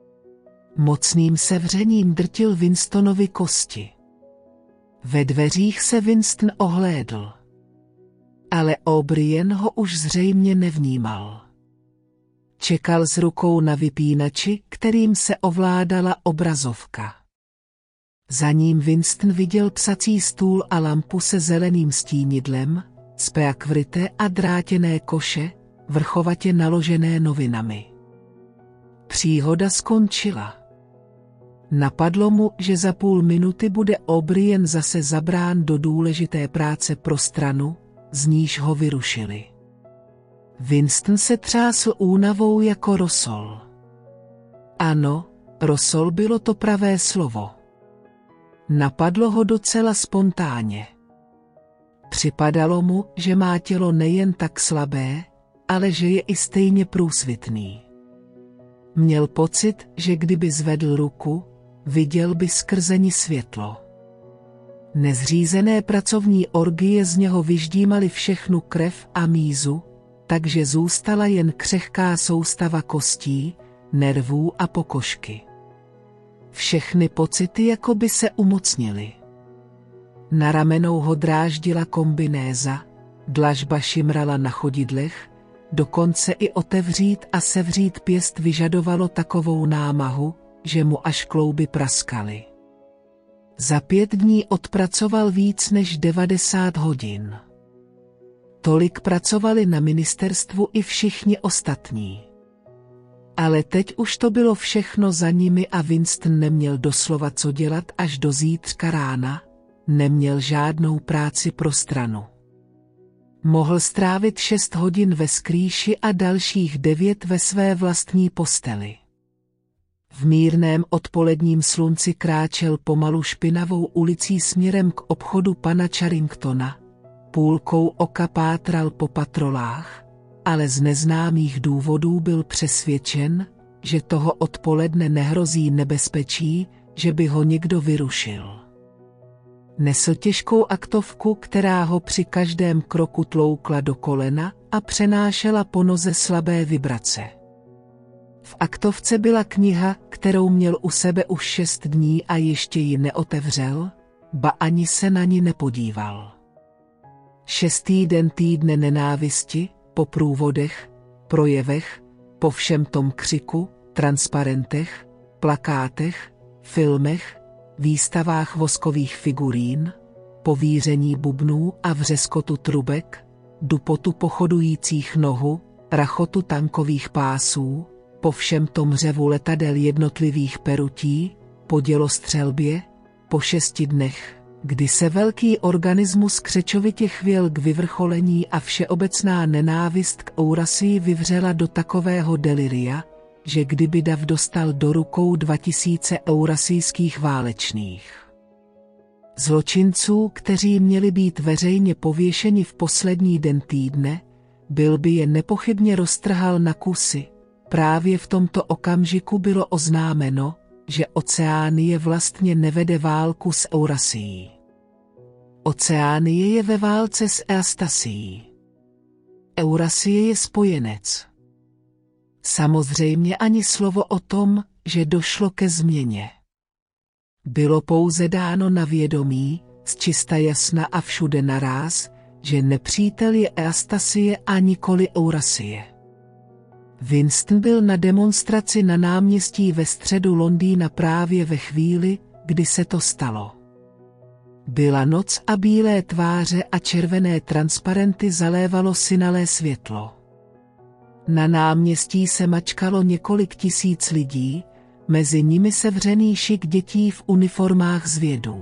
Mocným sevřením drtil Winstonovi kosti. Ve dveřích se Winston ohlédl. Ale O'Brien ho už zřejmě nevnímal. Čekal s rukou na vypínači, kterým se ovládala obrazovka. Za ním Winston viděl psací stůl a lampu se zeleným stínidlem, speakvrité a drátěné koše, vrchovatě naložené novinami. Příhoda skončila. Napadlo mu, že za půl minuty bude O'Brien zase zabrán do důležité práce pro stranu, z níž ho vyrušili. Winston se třásl únavou jako rosol. Ano, rosol bylo to pravé slovo. Napadlo ho docela spontánně. Připadalo mu, že má tělo nejen tak slabé, ale že je i stejně průsvitný. Měl pocit, že kdyby zvedl ruku, viděl by skrze ní světlo. Nezřízené pracovní orgie z něho vyždímaly všechnu krev a mízu, takže zůstala jen křehká soustava kostí, nervů a pokožky. Všechny pocity jako by se umocnily. Na ramenou ho dráždila kombinéza, dlažba šimrala na chodidlech, dokonce i otevřít a sevřít pěst vyžadovalo takovou námahu, že mu až klouby praskaly. Za 5 dní odpracoval víc než 90 hodin. Tolik pracovali na ministerstvu i všichni ostatní. Ale teď už to bylo všechno za nimi a Winston neměl doslova co dělat až do zítřka rána, neměl žádnou práci pro stranu. Mohl strávit 6 hodin ve skrýši a dalších 9 ve své vlastní posteli. V mírném odpoledním slunci kráčel pomalu špinavou ulicí směrem k obchodu pana Charringtona. Půlkou oka pátral po patrolách, ale z neznámých důvodů byl přesvědčen, že toho odpoledne nehrozí nebezpečí, že by ho někdo vyrušil. Nesl těžkou aktovku, která ho při každém kroku tloukla do kolena a přenášela po noze slabé vibrace. V aktovce byla kniha, kterou měl u sebe už 6 dní a ještě ji neotevřel, ba ani se na ní nepodíval. 6. den týdne nenávisti, po průvodech, projevech, po všem tom křiku, transparentech, plakátech, filmech, výstavách voskových figurín, po víření bubnů a vřeskotu trubek, dupotu pochodujících nohu, rachotu tankových pásů, po všem tom řevu letadel jednotlivých perutí, po dělostřelbě, po 6 dnech, kdy se velký organismus křečovitě chvěl k vyvrcholení a všeobecná nenávist k Eurasii vyvřela do takového deliria, že kdyby dav dostal do rukou 2000 eurasijských válečných zločinců, kteří měli být veřejně pověšeni v poslední den týdne, byl by je nepochybně roztrhal na kusy. Právě v tomto okamžiku bylo oznámeno, že Oceánie vlastně nevede válku s Eurasií. Oceánie je ve válce s Eastasií. Eurasie je spojenec. Samozřejmě ani slovo o tom, že došlo ke změně. Bylo pouze dáno na vědomí, zčista jasna a všude naráz, že nepřítel je Eastasie a nikoli Eurasie. Winston byl na demonstraci na náměstí ve středu Londýna právě ve chvíli, kdy se to stalo. Byla noc a bílé tváře a červené transparenty zalévalo synalé světlo. Na náměstí se mačkalo několik tisíc lidí, mezi nimi sevřený šik dětí v uniformách zvědů.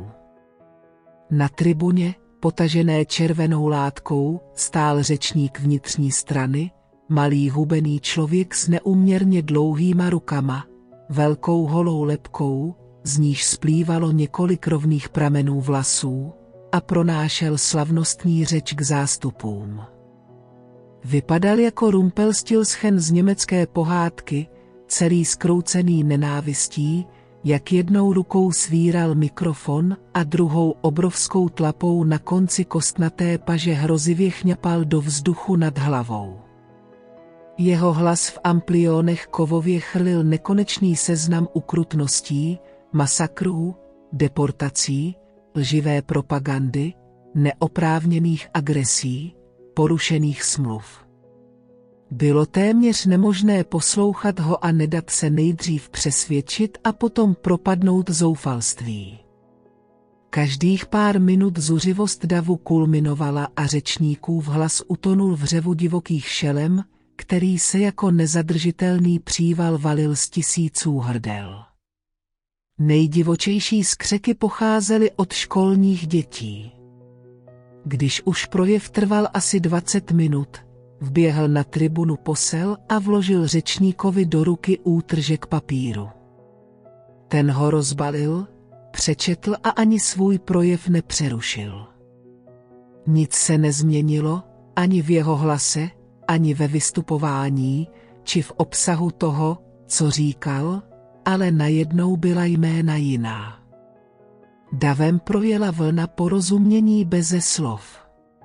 Na tribuně, potažené červenou látkou, stál řečník vnitřní strany, malý hubený člověk s neúměrně dlouhýma rukama, velkou holou lebkou, z níž splývalo několik rovných pramenů vlasů, a pronášel slavnostní řeč k zástupům. Vypadal jako Rumpelstiltskin z německé pohádky, celý zkroucený nenávistí, jak jednou rukou svíral mikrofon a druhou obrovskou tlapou na konci kostnaté paže hrozivě chňapal do vzduchu nad hlavou. Jeho hlas v amplionech kovově chrlil nekonečný seznam ukrutností, masakrů, deportací, lživé propagandy, neoprávněných agresí, porušených smluv. Bylo téměř nemožné poslouchat ho a nedat se nejdřív přesvědčit a potom propadnout zoufalství. Každých pár minut zuřivost davu kulminovala a řečníkův hlas utonul v řevu divokých šelem, který se jako nezadržitelný příval valil z tisíců hrdel. Nejdivočejší skřeky pocházely od školních dětí. Když už projev trval asi 20 minut, vběhl na tribunu posel a vložil řečníkovi do ruky útržek papíru. Ten ho rozbalil, přečetl a ani svůj projev nepřerušil. Nic se nezměnilo, ani v jeho hlase, ani ve vystupování, či v obsahu toho, co říkal, ale najednou byla jména jiná. Davem projela vlna porozumění beze slov.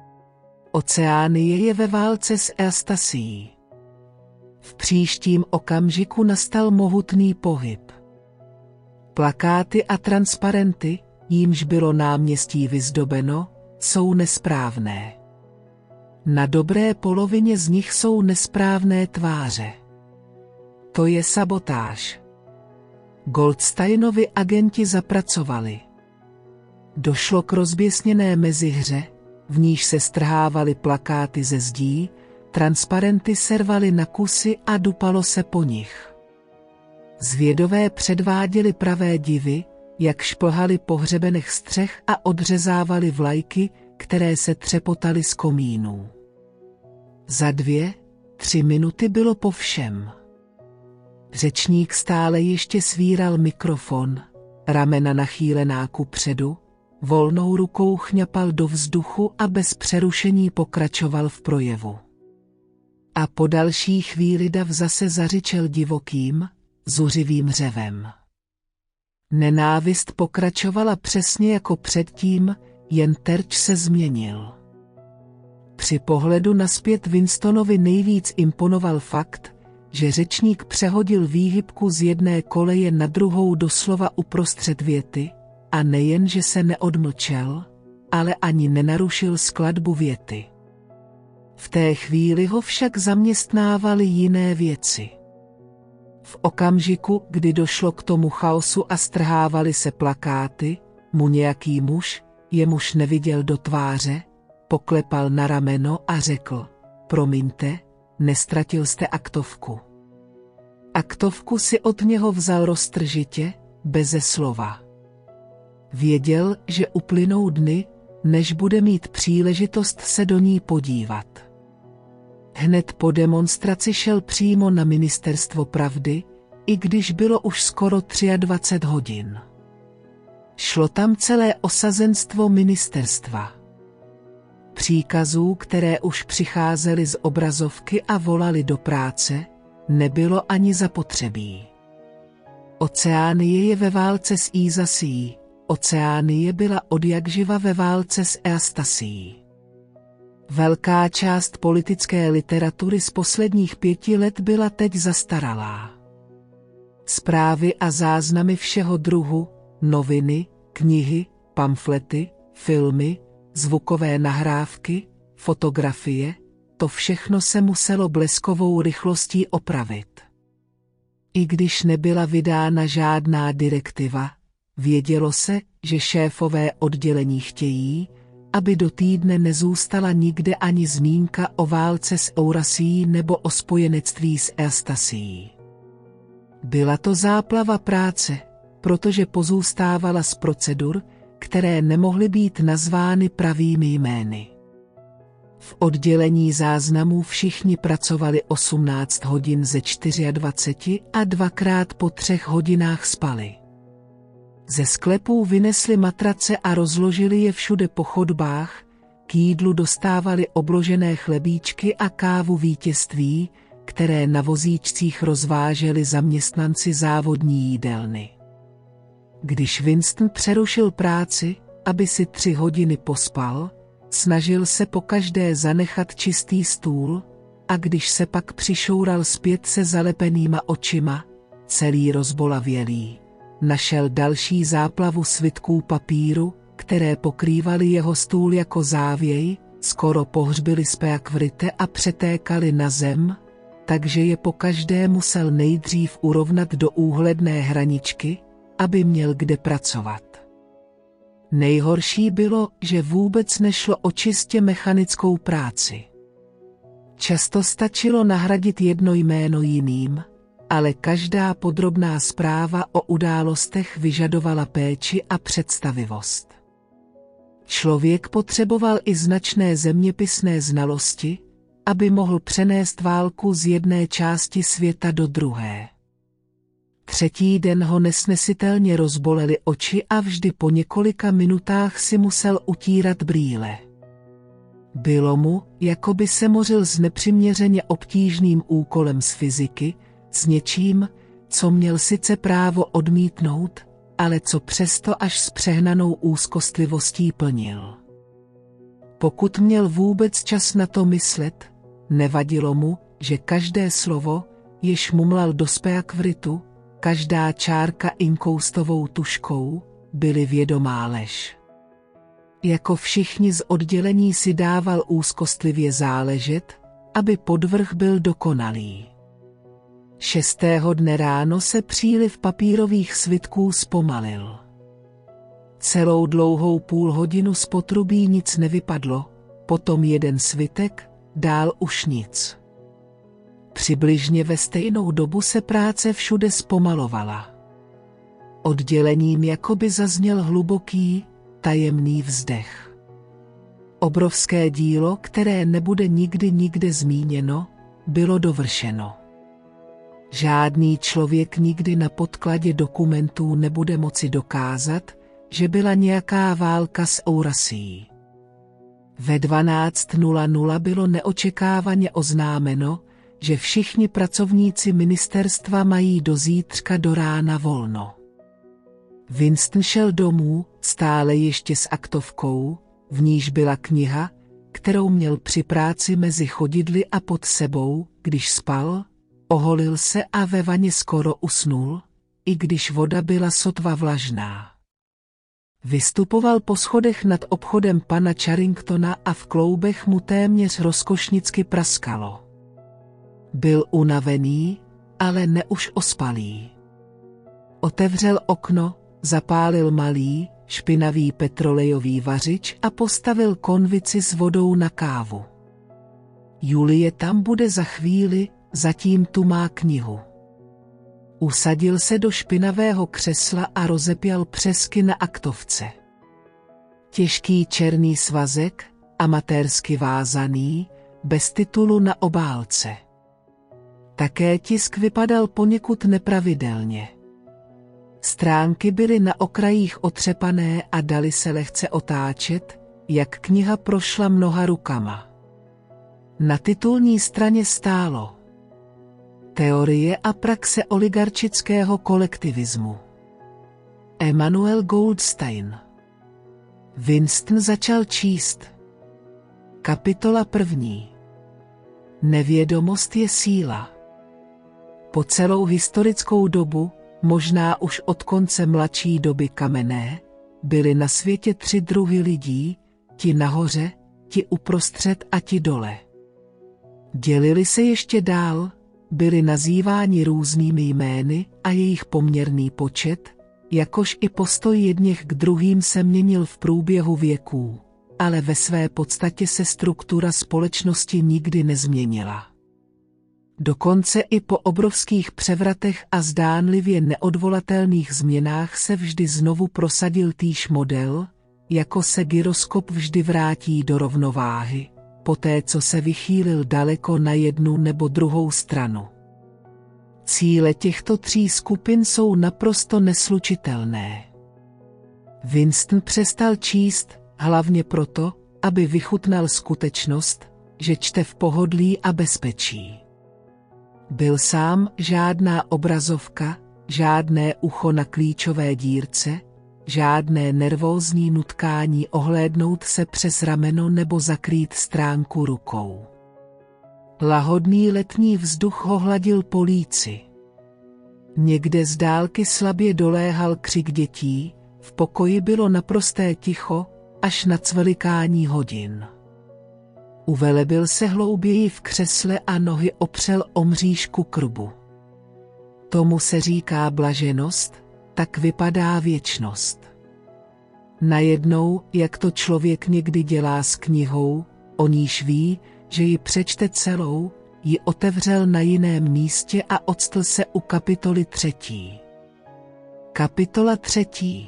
Oceánie je ve válce s Eastasií. V příštím okamžiku nastal mohutný pohyb. Plakáty a transparenty, jímž bylo náměstí vyzdobeno, jsou nesprávné. Na dobré polovině z nich jsou nesprávné tváře. To je sabotáž. Goldsteinovi agenti zapracovali. Došlo k rozběsněné mezihře, v níž se strhávaly plakáty ze zdí, transparenty se rvaly na kusy a dupalo se po nich. Zvědové předváděli pravé divy, jak šplhali po hřebenech střech a odřezávali vlajky, které se třepotaly z komínů. Za 2-3 minuty bylo po všem. Řečník stále ještě svíral mikrofon, ramena nachýlená kupředu, volnou rukou chňapal do vzduchu a bez přerušení pokračoval v projevu. A po další chvíli dav zase zařičel divokým, zuřivým řevem. Nenávist pokračovala přesně jako předtím, jen terč se změnil. Při pohledu nazpět Winstonovi nejvíc imponoval fakt, že řečník přehodil výhybku z jedné koleje na druhou doslova uprostřed věty, a nejen, že se neodmlčel, ale ani nenarušil skladbu věty. V té chvíli ho však zaměstnávaly jiné věci. V okamžiku, kdy došlo k tomu chaosu a strhávaly se plakáty, mu nějaký muž, jemuž neviděl do tváře, poklepal na rameno a řekl: promiňte, nestratil jste aktovku. Aktovku si od něho vzal roztržitě, beze slova. Věděl, že uplynou dny, než bude mít příležitost se do ní podívat. Hned po demonstraci šel přímo na ministerstvo pravdy, i když bylo už skoro 23 hodin. Šlo tam celé osazenstvo ministerstva. Příkazů, které už přicházely z obrazovky a volali do práce, nebylo ani zapotřebí. Oceánie je ve válce s Eastasií, Oceánie byla odjakživa ve válce s Eastasií. Velká část politické literatury z posledních 5 let byla teď zastaralá. Zprávy a záznamy všeho druhu, noviny, knihy, pamflety, filmy, zvukové nahrávky, fotografie, to všechno se muselo bleskovou rychlostí opravit. I když nebyla vydána žádná direktiva, vědělo se, že šéfové oddělení chtějí, aby do týdne nezůstala nikde ani zmínka o válce s Eurasií nebo o spojenectví s Eastasií. Byla to záplava práce, protože pozůstávala z procedur, které nemohly být nazvány pravými jmény. V oddělení záznamů všichni pracovali 18 hodin ze 24 a 2krát po 3 hodinách spali. Ze sklepů vynesli matrace a rozložili je všude po chodbách, k jídlu dostávali obložené chlebíčky a kávu vítězství, které na vozíčcích rozváželi zaměstnanci závodní jídelny. Když Winston přerušil práci, aby si 3 hodiny pospal, snažil se pokaždé zanechat čistý stůl, a když se pak přišoural zpět se zalepenýma očima, celý rozbolavělý, našel další záplavu svitků papíru, které pokrývaly jeho stůl jako závěj, skoro pohřbili speakvrite a přetékali na zem, takže je pokaždé musel nejdřív urovnat do úhledné hraničky, aby měl kde pracovat. Nejhorší bylo, že vůbec nešlo o čistě mechanickou práci. Často stačilo nahradit jedno jméno jiným, ale každá podrobná zpráva o událostech vyžadovala péči a představivost. Člověk potřeboval i značné zeměpisné znalosti, aby mohl přenést válku z jedné části světa do druhé. Třetí den ho nesnesitelně rozbolely oči a vždy po několika minutách si musel utírat brýle. Bylo mu, jako by se mořil s nepřiměřeně obtížným úkolem z fyziky, s něčím, co měl sice právo odmítnout, ale co přesto až s přehnanou úzkostlivostí plnil. Pokud měl vůbec čas na to myslet, nevadilo mu, že každé slovo, jež mumlal do speakvritu, každá čárka inkoustovou tužkou, byly vědomá lež. Jako všichni z oddělení si dával úzkostlivě záležet, aby podvrh byl dokonalý. 6. dne ráno se příliv papírových svitků zpomalil. Celou dlouhou půlhodinu z potrubí nic nevypadlo, potom jeden svitek, dál už nic. Přibližně ve stejnou dobu se práce všude zpomalovala. Oddělením jakoby zazněl hluboký, tajemný vzdech. Obrovské dílo, které nebude nikdy nikde zmíněno, bylo dovršeno. Žádný člověk nikdy na podkladě dokumentů nebude moci dokázat, že byla nějaká válka s Eurasií. Ve 12:00 bylo neočekávaně oznámeno, že všichni pracovníci ministerstva mají do zítřka do rána volno. Winston šel domů, stále ještě s aktovkou, v níž byla kniha, kterou měl při práci mezi chodidly a pod sebou, když spal, oholil se a ve vaně skoro usnul, i když voda byla sotva vlažná. Vystupoval po schodech nad obchodem pana Charringtona a v kloubech mu téměř rozkošnicky praskalo. Byl unavený, ale ne už ospalý. Otevřel okno, zapálil malý, špinavý petrolejový vařič a postavil konvici s vodou na kávu. Julie tam bude za chvíli, zatím tu má knihu. Usadil se do špinavého křesla a rozepěl přesky na aktovce. Těžký černý svazek, amatérsky vázaný, bez titulu na obálce. Také tisk vypadal poněkud nepravidelně. Stránky byly na okrajích otřepané a daly se lehce otáčet, jak kniha prošla mnoha rukama. Na titulní straně stálo: Teorie a praxe oligarchického kolektivismu. Emanuel Goldstein. Winston začal číst. Kapitola 1. Nevědomost je síla. Po celou historickou dobu, možná už od konce mladší doby kamenné, byly na světě 3 druhy lidí, ti nahoře, ti uprostřed a ti dole. Dělili se ještě dál, byli nazýváni různými jmény a jejich poměrný počet, jakož i postoj jedněch k druhým se měnil v průběhu věků, ale ve své podstatě se struktura společnosti nikdy nezměnila. Dokonce i po obrovských převratech a zdánlivě neodvolatelných změnách se vždy znovu prosadil týž model, jako se gyroskop vždy vrátí do rovnováhy, poté co se vychýlil daleko na jednu nebo druhou stranu. Cíle těchto 3 skupin jsou naprosto neslučitelné. Winston přestal číst, hlavně proto, aby vychutnal skutečnost, že čte v pohodlí a bezpečí. Byl sám, žádná obrazovka, žádné ucho na klíčové dírce, žádné nervózní nutkání ohlédnout se přes rameno nebo zakrýt stránku rukou. Lahodný letní vzduch ho hladil po líci. Někde z dálky slabě doléhal křik dětí, v pokoji bylo naprosté ticho, až na cvelikání hodin. Uvelebil se hlouběji v křesle a nohy opřel o mřížku krbu. Tomu se říká blaženost, tak vypadá věčnost. Najednou, jak to člověk někdy dělá s knihou, o níž ví, že ji přečte celou, ji otevřel na jiném místě a octl se u kapitoly 3. Kapitola 3.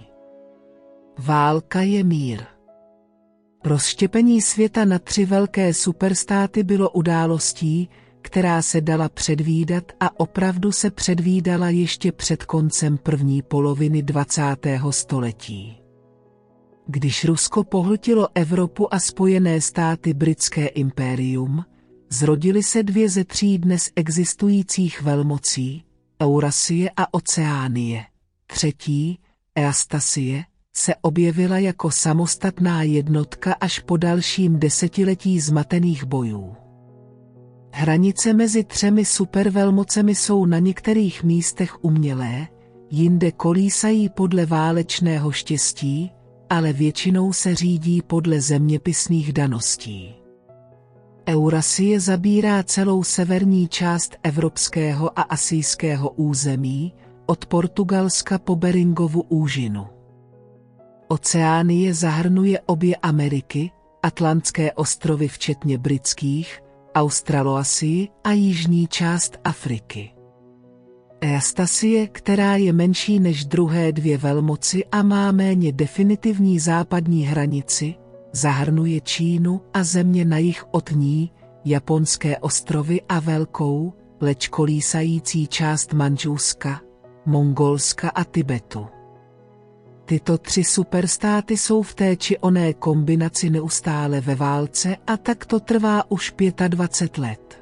Válka je mír. Rozštěpení světa na 3 velké superstáty bylo událostí, která se dala předvídat a opravdu se předvídala ještě před koncem první poloviny 20. století. Když Rusko pohltilo Evropu a Spojené státy britské impérium, zrodily se 2 ze 3 dnes existujících velmocí, Eurasie a Oceánie. 3. Eastasie se objevila jako samostatná jednotka až po dalším desetiletí zmatených bojů. Hranice mezi 3 supervelmocemi jsou na některých místech umělé, jinde kolísají podle válečného štěstí, ale většinou se řídí podle zeměpisných daností. Eurasie zabírá celou severní část evropského a asijského území, od Portugalska po Beringovu úžinu. Oceánie zahrnuje obě Ameriky, Atlantské ostrovy včetně britských, Australoasii a jižní část Afriky. Eastasie, která je menší než druhé 2 velmoci a má méně definitivní západní hranici, zahrnuje Čínu a země na jih od ní, Japonské ostrovy a velkou, leč kolísající část Mandžuska, Mongolska a Tibetu. Tyto 3 superstáty jsou v té či oné kombinaci neustále ve válce a tak to trvá už 25 let.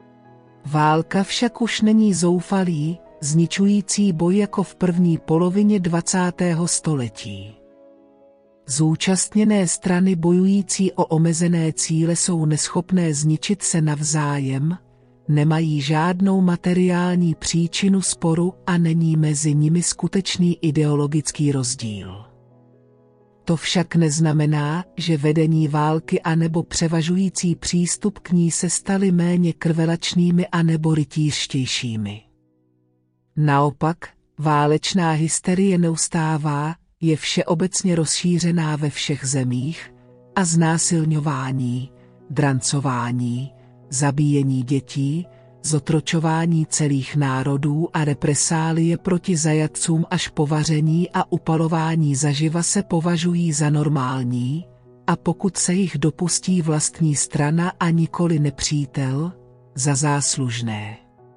Válka však už není zoufalý, zničující boj jako v první polovině 20. století. Zúčastněné strany bojující o omezené cíle jsou neschopné zničit se navzájem, nemají žádnou materiální příčinu sporu a není mezi nimi skutečný ideologický rozdíl. To však neznamená, že vedení války anebo převažující přístup k ní se staly méně krvelačnými anebo rytířštějšími. Naopak, válečná hysterie neustává, je všeobecně rozšířená ve všech zemích a znásilňování, drancování, zabíjení dětí, zotročování celých národů a represálie proti zajatcům až po vaření a upalování zaživa se považují za normální, a pokud se jich dopustí vlastní strana a nikoli nepřítel, za záslužné.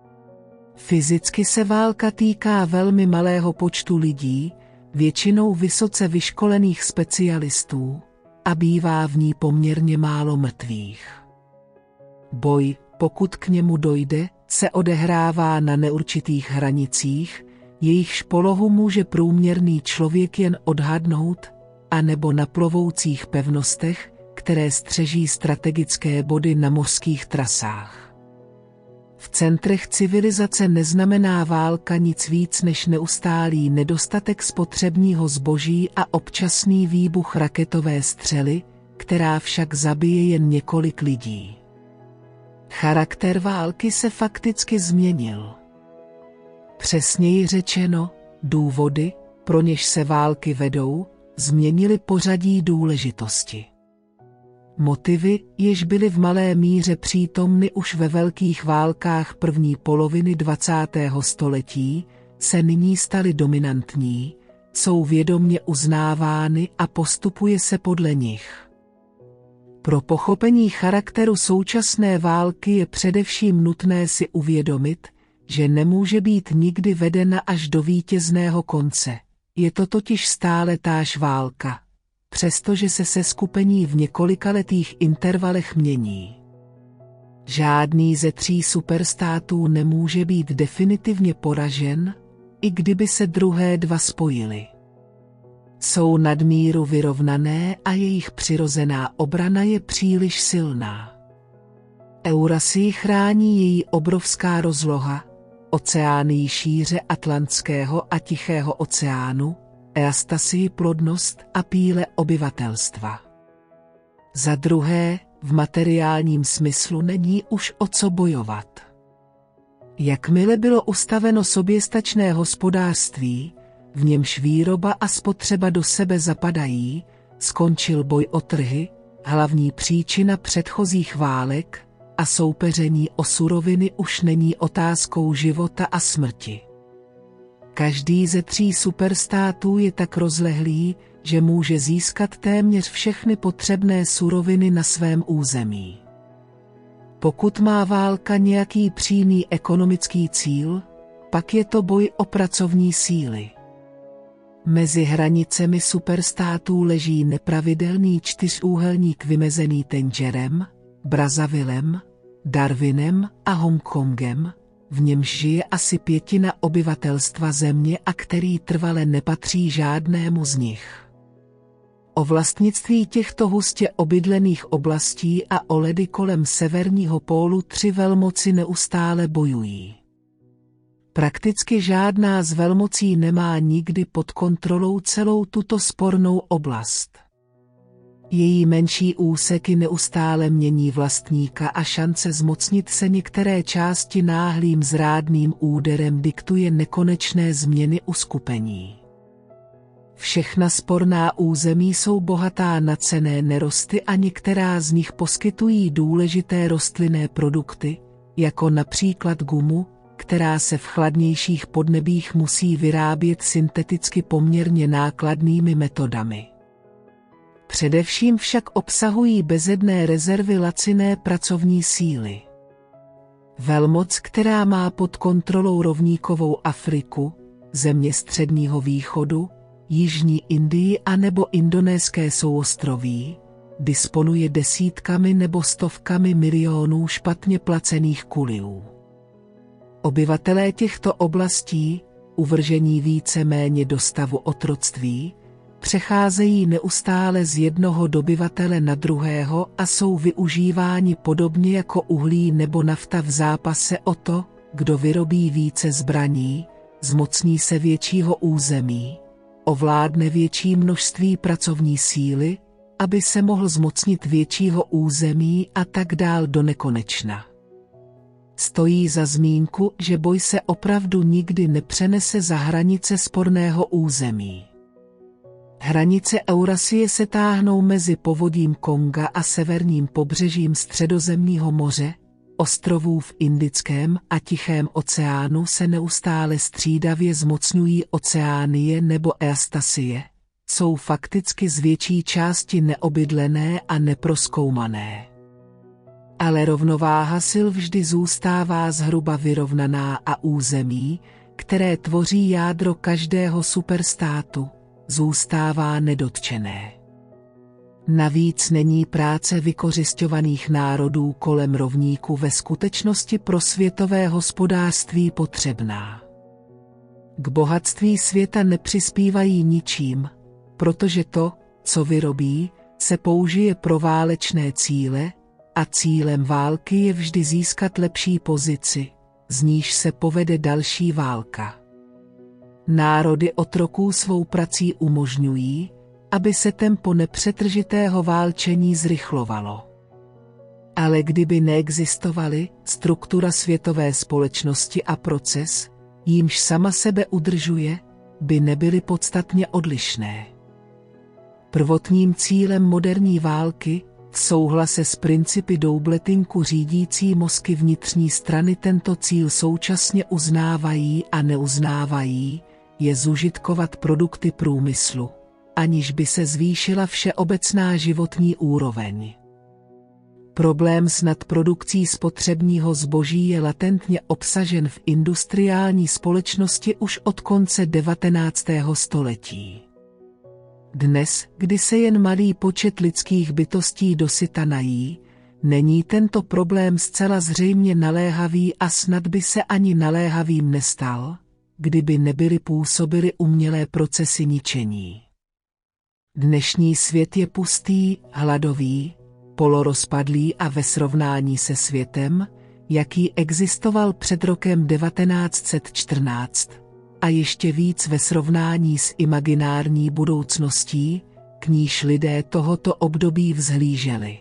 Fyzicky se válka týká velmi malého počtu lidí, většinou vysoce vyškolených specialistů, a bývá v ní poměrně málo mrtvých. Boj, pokud k němu dojde, se odehrává na neurčitých hranicích, jejichž polohu může průměrný člověk jen odhadnout, anebo na plovoucích pevnostech, které střeží strategické body na mořských trasách. V centrech civilizace neznamená válka nic víc než neustálý nedostatek spotřebního zboží a občasný výbuch raketové střely, která však zabije jen několik lidí. Charakter války se fakticky změnil. Přesněji řečeno, důvody, pro něž se války vedou, změnily pořadí důležitosti. Motivy, jež byly v malé míře přítomny už ve velkých válkách první poloviny 20. století, se nyní staly dominantní, jsou vědomě uznávány a postupuje se podle nich. Pro pochopení charakteru současné války je především nutné si uvědomit, že nemůže být nikdy vedena až do vítězného konce. Je to totiž stále táž válka, přestože se seskupení v několikaletých intervalech mění. Žádný ze 3 superstátů nemůže být definitivně poražen, i kdyby se druhé 2 spojily. Jsou nadmíru vyrovnané a jejich přirozená obrana je příliš silná. Eurasii chrání její obrovská rozloha, Oceánii šíře Atlantského a Tichého oceánu, Eastasii plodnost a píle obyvatelstva. Za druhé, v materiálním smyslu není už o co bojovat. Jakmile bylo ustaveno soběstačné hospodářství, v němž výroba a spotřeba do sebe zapadají, skončil boj o trhy, hlavní příčina předchozích válek, a soupeření o suroviny už není otázkou života a smrti. Každý ze 3 superstátů je tak rozlehlý, že může získat téměř všechny potřebné suroviny na svém území. Pokud má válka nějaký přímý ekonomický cíl, pak je to boj o pracovní síly. Mezi hranicemi superstátů leží nepravidelný 4úhelník vymezený Tangerem, Brazzavillem, Darwinem a Hongkongem, v němž žije asi 1/5 obyvatelstva země a který trvale nepatří žádnému z nich. O vlastnictví těchto hustě obydlených oblastí a o ledy kolem severního pólu 3 velmoci neustále bojují. Prakticky žádná z velmocí nemá nikdy pod kontrolou celou tuto spornou oblast. Její menší úseky neustále mění vlastníka a šance zmocnit se některé části náhlým zrádným úderem diktuje nekonečné změny uskupení. Všechna sporná území jsou bohatá na cenné nerosty a některá z nich poskytují důležité rostlinné produkty, jako například gumu, která se v chladnějších podnebích musí vyrábět synteticky poměrně nákladnými metodami. Především však obsahují bezedné rezervy laciné pracovní síly. Velmoc, která má pod kontrolou rovníkovou Afriku, země Středního východu, Jižní Indii a nebo Indonéské souostroví, disponuje desítkami nebo stovkami milionů špatně placených kuliů. Obyvatelé těchto oblastí, uvržení více-méně do stavu otroctví, přecházejí neustále z jednoho dobyvatele na druhého a jsou využíváni podobně jako uhlí nebo nafta v zápase o to, kdo vyrobí více zbraní, zmocní se většího území, ovládne větší množství pracovní síly, aby se mohl zmocnit většího území a tak dál do nekonečna. Stojí za zmínku, že boj se opravdu nikdy nepřenese za hranice sporného území. Hranice Eurasie se táhnou mezi povodím Konga a severním pobřežím Středozemního moře, ostrovů v Indickém a Tichém oceánu se neustále střídavě zmocňují Oceánie nebo Eastasie, jsou fakticky z větší části neobydlené a neprozkoumané. Ale rovnováha sil vždy zůstává zhruba vyrovnaná a území, které tvoří jádro každého superstátu, zůstává nedotčené. Navíc není práce vykořisťovaných národů kolem rovníku ve skutečnosti pro světové hospodářství potřebná. K bohatství světa nepřispívají ničím, protože to, co vyrobí, se použije pro válečné cíle, a cílem války je vždy získat lepší pozici, z níž se povede další válka. Národy otroků svou prací umožňují, aby se tempo nepřetržitého válčení zrychlovalo. Ale kdyby neexistovaly struktura světové společnosti a proces, jímž sama sebe udržuje, by nebyly podstatně odlišné. Prvotním cílem moderní války, v souhlase s principy Doubletinku řídící mozky vnitřní strany tento cíl současně uznávají a neuznávají, je zužitkovat produkty průmyslu, aniž by se zvýšila všeobecná životní úroveň. Problém s nadprodukcí spotřebního zboží je latentně obsažen v industriální společnosti už od konce 19. století. Dnes, kdy se jen malý počet lidských bytostí dosyta nají, není tento problém zcela zřejmě naléhavý a snad by se ani naléhavým nestal, kdyby nebyly působily umělé procesy ničení. Dnešní svět je pustý, hladový, polorozpadlý a ve srovnání se světem, jaký existoval před rokem 1914, a ještě víc ve srovnání s imaginární budoucností, k níž lidé tohoto období vzhlíželi.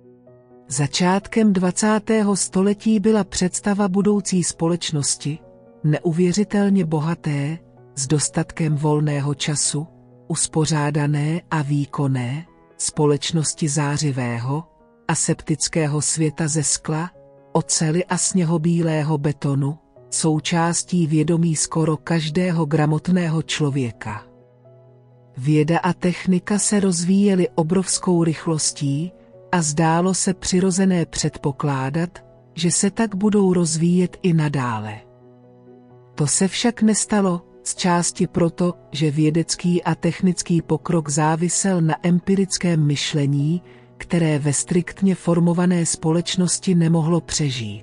Začátkem 20. století byla představa budoucí společnosti, neuvěřitelně bohaté, s dostatkem volného času, uspořádané a výkonné, společnosti zářivého, aseptického světa ze skla, oceli a sněhobílého betonu, součástí vědomí skoro každého gramotného člověka. Věda a technika se rozvíjely obrovskou rychlostí a zdálo se přirozené předpokládat, že se tak budou rozvíjet i nadále. To se však nestalo, z části proto, že vědecký a technický pokrok závisel na empirickém myšlení, které ve striktně formované společnosti nemohlo přežít.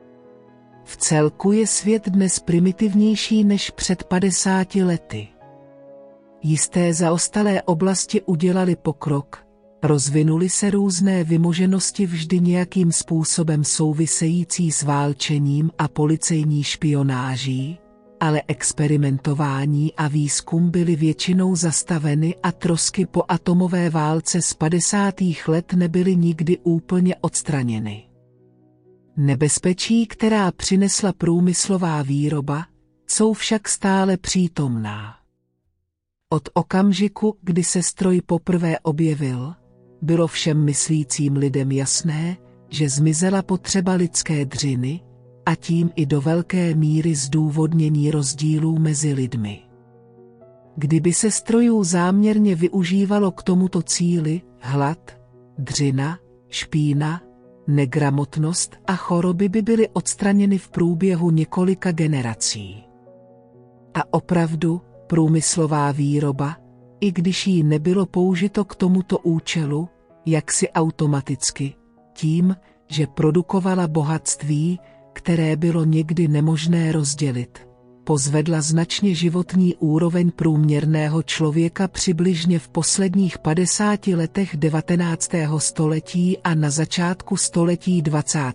Vcelku je svět dnes primitivnější než před 50 lety. Jisté zaostalé oblasti udělaly pokrok, rozvinuly se různé vymoženosti vždy nějakým způsobem související s válčením a policejní špionáží, ale experimentování a výzkum byly většinou zastaveny a trosky po atomové válce z 50. let nebyly nikdy úplně odstraněny. Nebezpečí, která přinesla průmyslová výroba, jsou však stále přítomná. Od okamžiku, kdy se stroj poprvé objevil, bylo všem myslícím lidem jasné, že zmizela potřeba lidské dřiny, a tím i do velké míry zdůvodnění rozdílů mezi lidmi. Kdyby se strojů záměrně využívalo k tomuto cíli, hlad, dřina, špína, negramotnost a choroby by byly odstraněny v průběhu několika generací. A opravdu, průmyslová výroba, i když jí nebylo použito k tomuto účelu, jaksi automaticky, tím, že produkovala bohatství, které bylo někdy nemožné rozdělit, pozvedla značně životní úroveň průměrného člověka přibližně v posledních 50 letech 19. století a na začátku století 20.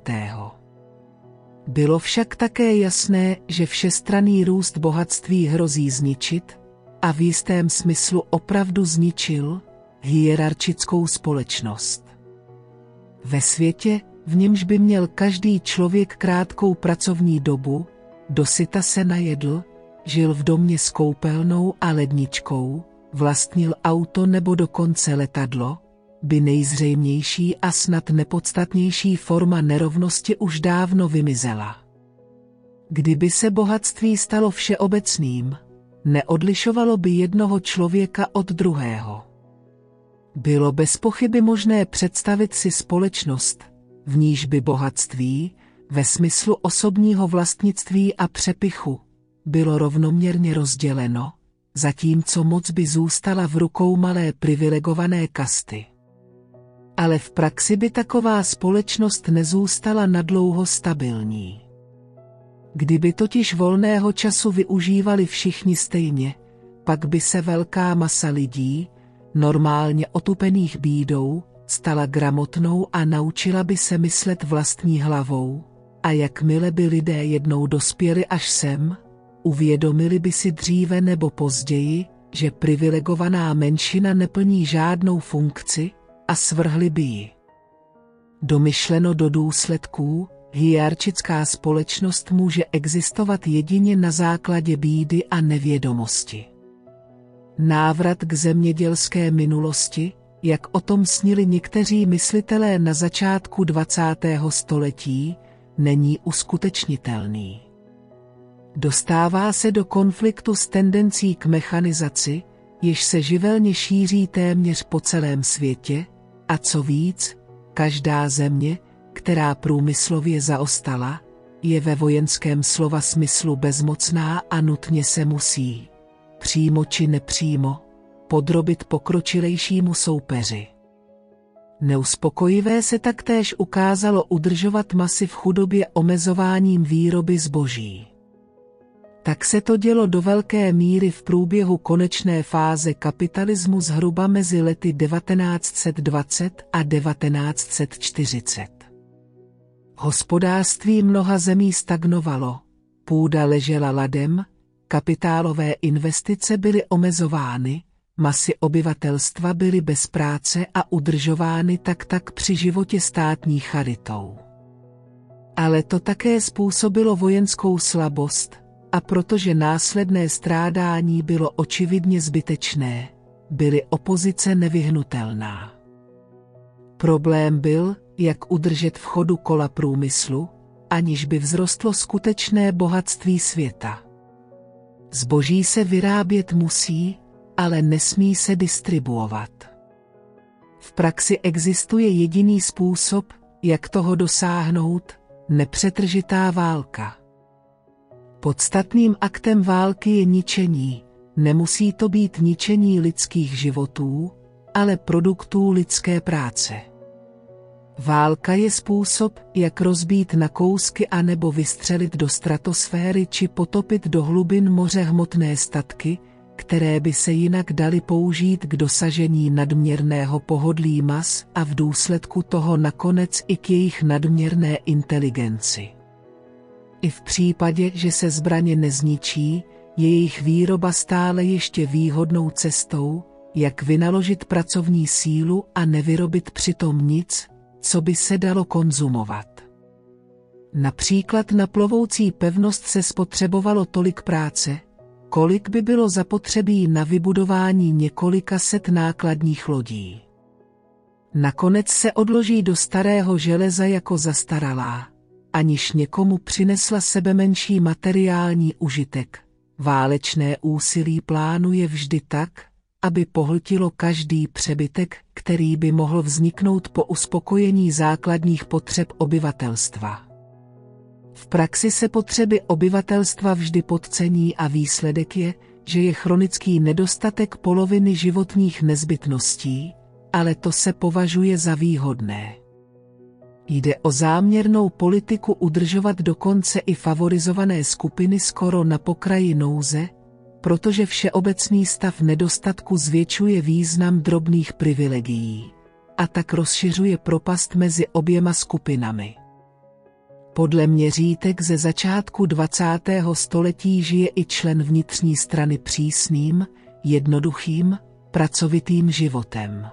Bylo však také jasné, že všestranný růst bohatství hrozí zničit, a v jistém smyslu opravdu zničil, hierarchickou společnost. Ve světě, v němž by měl každý člověk krátkou pracovní dobu, dosyta se najedl, žil v domě s koupelnou a ledničkou, vlastnil auto nebo dokonce letadlo, by nejzřejmější a snad nepodstatnější forma nerovnosti už dávno vymizela. Kdyby se bohatství stalo všeobecným, neodlišovalo by jednoho člověka od druhého. Bylo bez pochyby možné představit si společnost, v níž by bohatství, ve smyslu osobního vlastnictví a přepichu, bylo rovnoměrně rozděleno, zatímco moc by zůstala v rukou malé privilegované kasty. Ale v praxi by taková společnost nezůstala nadlouho stabilní. Kdyby totiž volného času využívali všichni stejně, pak by se velká masa lidí, normálně otupených bídou, stala gramotnou a naučila by se myslet vlastní hlavou, a jakmile by lidé jednou dospěli až sem, uvědomili by si dříve nebo později, že privilegovaná menšina neplní žádnou funkci, a svrhli by ji. Domyšleno do důsledků, hierarchická společnost může existovat jedině na základě bídy a nevědomosti. Návrat k zemědělské minulosti, jak o tom snili někteří myslitelé na začátku 20. století, není uskutečnitelný. Dostává se do konfliktu s tendencí k mechanizaci, jež se živelně šíří téměř po celém světě, a co víc, každá země, která průmyslově zaostala, je ve vojenském slova smyslu bezmocná a nutně se musí, přímo či nepřímo, podrobit pokročilejšímu soupeři. Neuspokojivé se taktéž ukázalo udržovat masy v chudobě omezováním výroby zboží. Tak se to dělo do velké míry v průběhu konečné fáze kapitalismu zhruba mezi lety 1920 a 1940. Hospodářství mnoha zemí stagnovalo, půda ležela ladem, kapitálové investice byly omezovány, masy obyvatelstva byly bez práce a udržovány tak při životě státní charitou. Ale to také způsobilo vojenskou slabost, a protože následné strádání bylo očividně zbytečné, byly opozice nevyhnutelná. Problém byl, jak udržet v chodu kola průmyslu, aniž by vzrostlo skutečné bohatství světa. Zboží se vyrábět musí, ale nesmí se distribuovat. V praxi existuje jediný způsob, jak toho dosáhnout, nepřetržitá válka. Podstatným aktem války je ničení, nemusí to být ničení lidských životů, ale produktů lidské práce. Válka je způsob, jak rozbít na kousky anebo vystřelit do stratosféry či potopit do hlubin moře hmotné statky, které by se jinak daly použít k dosažení nadměrného pohodlí mas a v důsledku toho nakonec i k jejich nadměrné inteligenci. I v případě, že se zbraně nezničí, je jejich výroba stále ještě výhodnou cestou, jak vynaložit pracovní sílu a nevyrobit přitom nic, co by se dalo konzumovat. Například na plovoucí pevnost se spotřebovalo tolik práce, kolik by bylo zapotřebí na vybudování několika set nákladních lodí. Nakonec se odloží do starého železa jako zastaralá, aniž někomu přinesla sebemenší materiální užitek. Válečné úsilí plánuje vždy tak, aby pohltilo každý přebytek, který by mohl vzniknout po uspokojení základních potřeb obyvatelstva. V praxi se potřeby obyvatelstva vždy podcení a výsledek je, že je chronický nedostatek poloviny životních nezbytností, ale to se považuje za výhodné. Jde o záměrnou politiku udržovat dokonce i favorizované skupiny skoro na pokraji nouze, protože všeobecný stav nedostatku zvětšuje význam drobných privilegií a tak rozšiřuje propast mezi oběma skupinami. Podle měřítek ze začátku 20. století žije i člen vnitřní strany přísným, jednoduchým, pracovitým životem.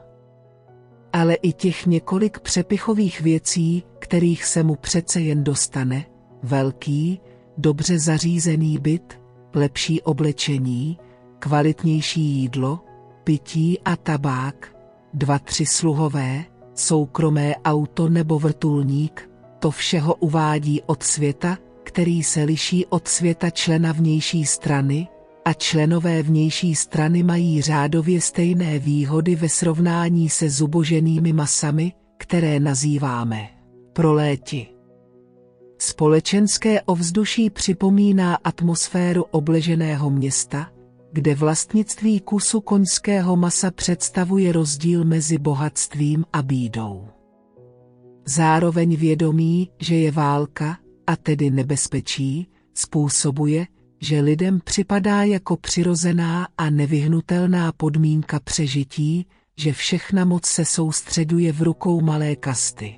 Ale i těch několik přepichových věcí, kterých se mu přece jen dostane, velký, dobře zařízený byt, lepší oblečení, kvalitnější jídlo, pití a tabák, 2-3 sluhové, soukromé auto nebo vrtulník, to všeho uvádí od světa, který se liší od světa člena vnější strany, a členové vnější strany mají řádově stejné výhody ve srovnání se zuboženými masami, které nazýváme proléti. Společenské ovzduší připomíná atmosféru obleženého města, kde vlastnictví kusu koňského masa představuje rozdíl mezi bohatstvím a bídou. Zároveň vědomí, že je válka, a tedy nebezpečí, způsobuje, že lidem připadá jako přirozená a nevyhnutelná podmínka přežití, že všechna moc se soustředuje v rukou malé kasty.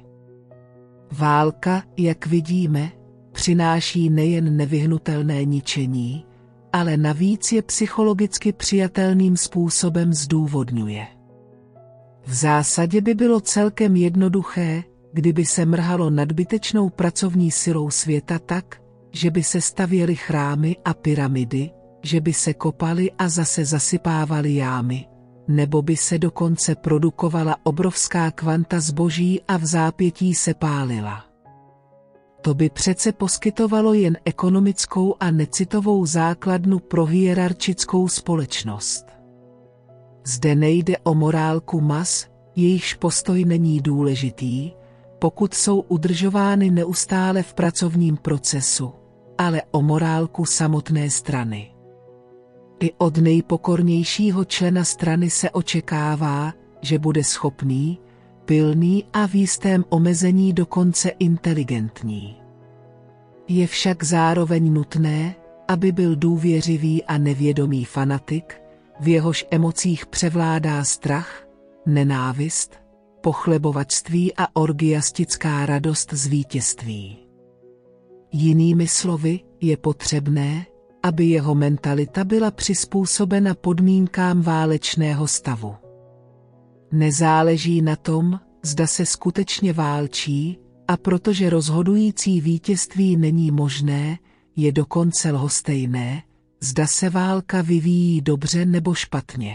Válka, jak vidíme, přináší nejen nevyhnutelné ničení, ale navíc je psychologicky přijatelným způsobem zdůvodňuje. V zásadě by bylo celkem jednoduché, kdyby se mrhalo nadbytečnou pracovní silou světa tak, že by se stavěly chrámy a pyramidy, že by se kopaly a zase zasypávaly jámy, nebo by se dokonce produkovala obrovská kvanta zboží a v zápětí se pálila. To by přece poskytovalo jen ekonomickou a necitovou základnu pro hierarchickou společnost. Zde nejde o morálku mas, jejichž postoj není důležitý, pokud jsou udržovány neustále v pracovním procesu, ale o morálku samotné strany. I od nejpokornějšího člena strany se očekává, že bude schopný, pilný a v jistém omezení dokonce inteligentní. Je však zároveň nutné, aby byl důvěřivý a nevědomý fanatik, v jehož emocích převládá strach, nenávist, pochlebovačství a orgiastická radost z vítězství. Jinými slovy, je potřebné, aby jeho mentalita byla přizpůsobena podmínkám válečného stavu. Nezáleží na tom, zda se skutečně válčí, a protože rozhodující vítězství není možné, je dokonce lhostejné, zda se válka vyvíjí dobře nebo špatně.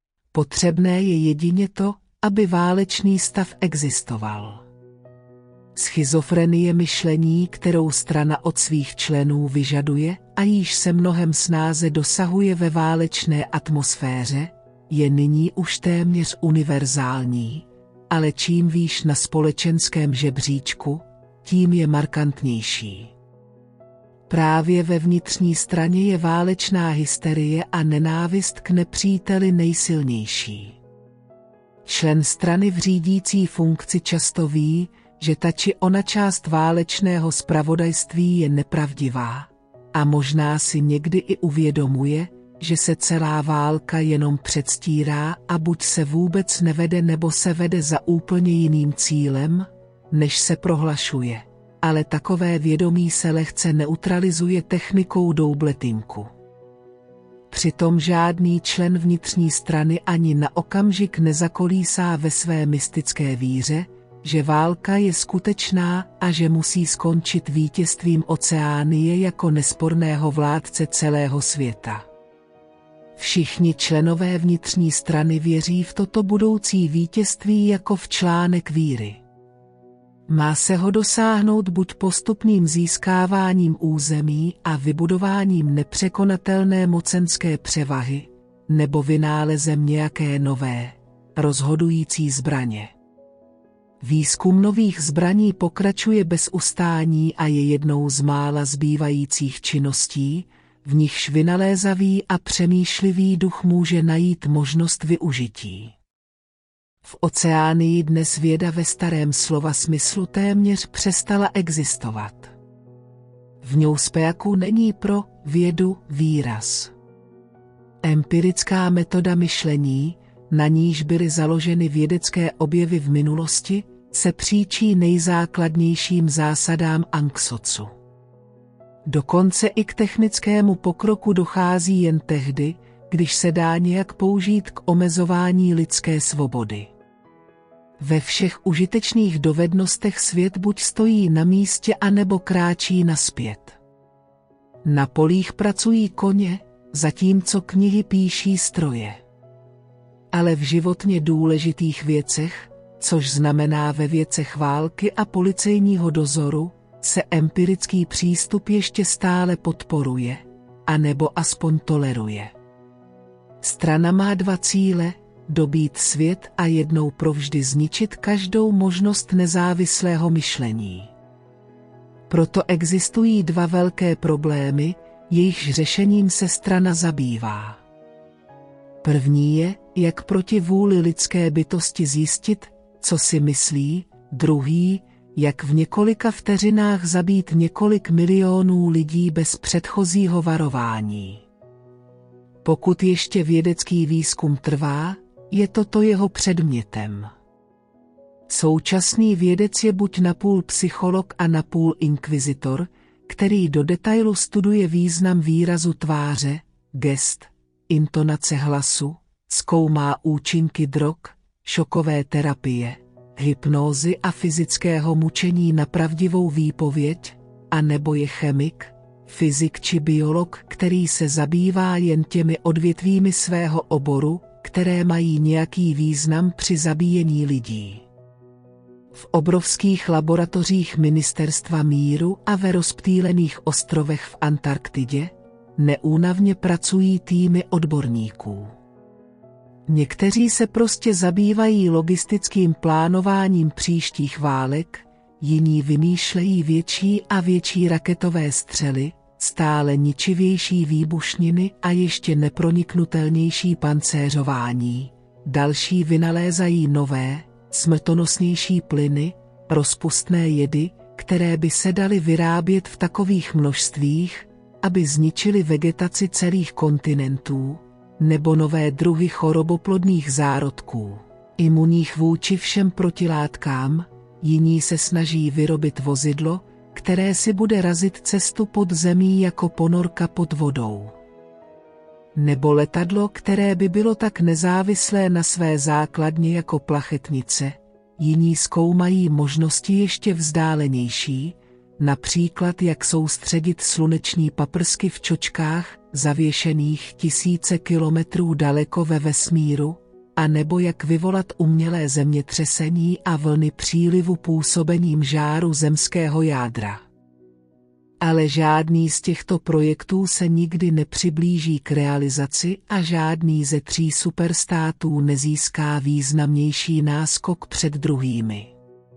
Potřebné je jedině to, aby válečný stav existoval. Schizofrenie myšlení, kterou strana od svých členů vyžaduje a již se mnohem snáze dosahuje ve válečné atmosféře, je nyní už téměř univerzální, ale čím výš na společenském žebříčku, tím je markantnější. Právě ve vnitřní straně je válečná hysterie a nenávist k nepříteli nejsilnější. Člen strany v řídící funkci často ví, že ta či ona část válečného zpravodajství je nepravdivá, a možná si někdy i uvědomuje, že se celá válka jenom předstírá a buď se vůbec nevede nebo se vede za úplně jiným cílem, než se prohlašuje. Ale takové vědomí se lehce neutralizuje technikou doubletinku. Přitom žádný člen vnitřní strany ani na okamžik nezakolísá ve své mystické víře, že válka je skutečná a že musí skončit vítězstvím Oceánie jako nesporného vládce celého světa. Všichni členové vnitřní strany věří v toto budoucí vítězství jako v článek víry. Má se ho dosáhnout buď postupným získáváním území a vybudováním nepřekonatelné mocenské převahy, nebo vynálezem nějaké nové, rozhodující zbraně. Výzkum nových zbraní pokračuje bez ustání a je jednou z mála zbývajících činností, v nichž vynalézavý a přemýšlivý duch může najít možnost využití. V Oceánii dnes věda ve starém slova smyslu téměř přestala existovat. V Ňouspéaku není pro vědu výraz. Empirická metoda myšlení, na níž byly založeny vědecké objevy v minulosti, se příčí nejzákladnějším zásadám Anksocu. Dokonce i k technickému pokroku dochází jen tehdy, když se dá nějak použít k omezování lidské svobody. Ve všech užitečných dovednostech svět buď stojí na místě, anebo kráčí nazpět. Na polích pracují koně, zatímco knihy píší stroje. Ale v životně důležitých věcech, což znamená ve věcech války a policejního dozoru, se empirický přístup ještě stále podporuje, anebo aspoň toleruje. Strana má dva cíle: dobít svět a jednou provždy zničit každou možnost nezávislého myšlení. Proto existují dva velké problémy, jejichž řešením se strana zabývá. První je, jak proti vůli lidské bytosti zjistit, co si myslí, druhý, jak v několika vteřinách zabít několik milionů lidí bez předchozího varování. Pokud ještě vědecký výzkum trvá, je toto jeho předmětem. Současný vědec je buď napůl psycholog a napůl inkvizitor, který do detailu studuje význam výrazu tváře, gest, intonace hlasu, zkoumá účinky drog, šokové terapie, hypnózy a fyzického mučení na pravdivou výpověď, a nebo je chemik, fyzik či biolog, který se zabývá jen těmi odvětvími svého oboru, které mají nějaký význam při zabíjení lidí. V obrovských laboratořích Ministerstva míru a ve rozptýlených ostrovech v Antarktidě neúnavně pracují týmy odborníků. Někteří se prostě zabývají logistickým plánováním příštích válek, jiní vymýšlejí větší a větší raketové střely, stále ničivější výbušniny a ještě neproniknutelnější pancéřování. Další vynalézají nové, smrtonosnější plyny, rozpustné jedy, které by se daly vyrábět v takových množstvích, aby zničily vegetaci celých kontinentů, nebo nové druhy choroboplodných zárodků, imunních vůči všem protilátkám. Jiní se snaží vyrobit vozidlo, které si bude razit cestu pod zemí jako ponorka pod vodou. Nebo letadlo, které by bylo tak nezávislé na své základně jako plachetnice. Jiní zkoumají možnosti ještě vzdálenější, například jak soustředit sluneční paprsky v čočkách, zavěšených tisíce kilometrů daleko ve vesmíru, a nebo jak vyvolat umělé zemětřesení a vlny přílivu působením žáru zemského jádra. Ale žádný z těchto projektů se nikdy nepřiblíží k realizaci a žádný ze 3 superstátů nezíská významnější náskok před druhými.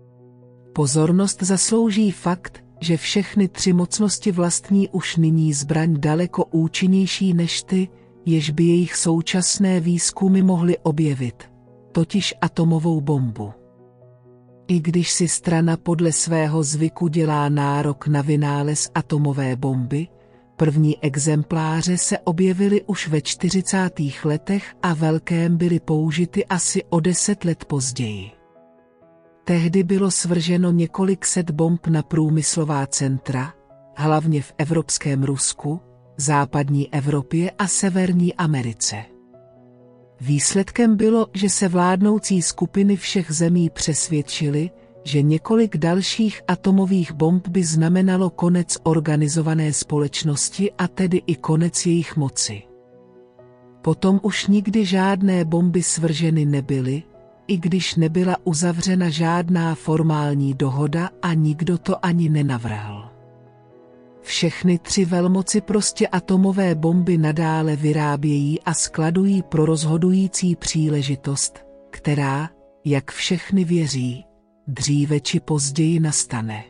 Pozornost zaslouží fakt, že všechny 3 mocnosti vlastní už nyní zbraň daleko účinnější než ty, jež by jejich současné výzkumy mohly objevit, totiž atomovou bombu. I když si strana podle svého zvyku dělá nárok na vynález atomové bomby, první exempláře se objevily už ve 40. letech a velkém byly použity asi o 10 let později. Tehdy bylo svrženo několik set bomb na průmyslová centra, hlavně v evropském Rusku, západní Evropě a Severní Americe. Výsledkem bylo, že se vládnoucí skupiny všech zemí přesvědčily, že několik dalších atomových bomb by znamenalo konec organizované společnosti a tedy i konec jejich moci. Potom už nikdy žádné bomby svrženy nebyly, i když nebyla uzavřena žádná formální dohoda a nikdo to ani nenavrhl. Všechny 3 velmoci prostě atomové bomby nadále vyrábějí a skladují pro rozhodující příležitost, která, jak všechny věří, dříve či později nastane.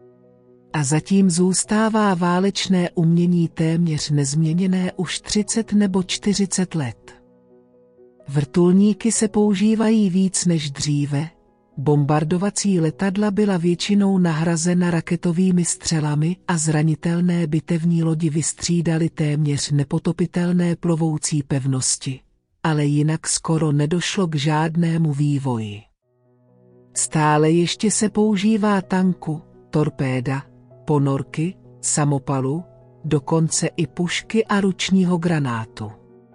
A zatím zůstává válečné umění téměř nezměněné už 30 nebo 40 let. Vrtulníky se používají víc než dříve, bombardovací letadla byla většinou nahrazena raketovými střelami a zranitelné bitevní lodi vystřídaly téměř nepotopitelné plovoucí pevnosti, ale jinak skoro nedošlo k žádnému vývoji. Stále ještě se používá tanku, torpéda, ponorky, samopalu, dokonce i pušky a ručního granátu.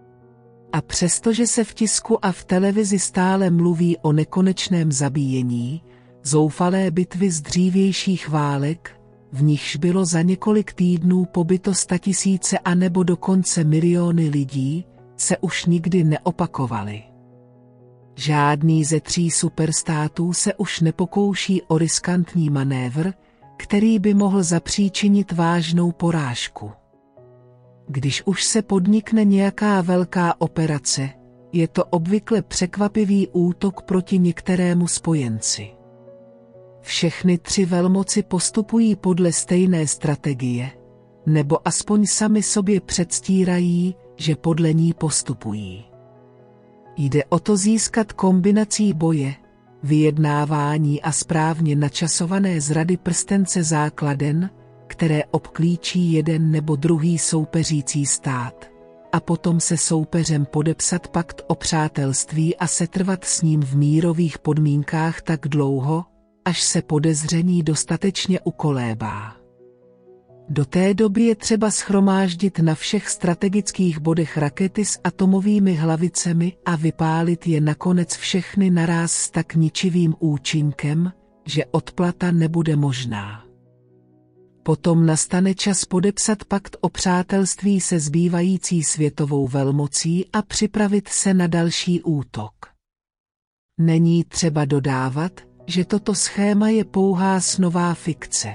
A přestože se v tisku a v televizi stále mluví o nekonečném zabíjení, zoufalé bitvy z dřívějších válek, v nichž bylo za několik týdnů pobyto 100 000 anebo dokonce miliony lidí, se už nikdy neopakovaly. Žádný ze 3 superstátů se už nepokouší o riskantní manévr, který by mohl zapříčinit vážnou porážku. Když už se podnikne nějaká velká operace, je to obvykle překvapivý útok proti některému spojenci. Všechny 3 velmoci postupují podle stejné strategie, nebo aspoň sami sobě předstírají, že podle ní postupují. Jde o to získat kombinací boje, vyjednávání a správně načasované zrady prstence základen, které obklíčí jeden nebo druhý soupeřící stát, a potom se soupeřem podepsat pakt o přátelství a setrvat s ním v mírových podmínkách tak dlouho, až se podezření dostatečně ukolébá. Do té doby je třeba shromáždit na všech strategických bodech rakety s atomovými hlavicemi a vypálit je nakonec všechny naráz s tak ničivým účinkem, že odplata nebude možná. Potom nastane čas podepsat pakt o přátelství se zbývající světovou velmocí a připravit se na další útok. Není třeba dodávat, že toto schéma je pouhá snová fikce.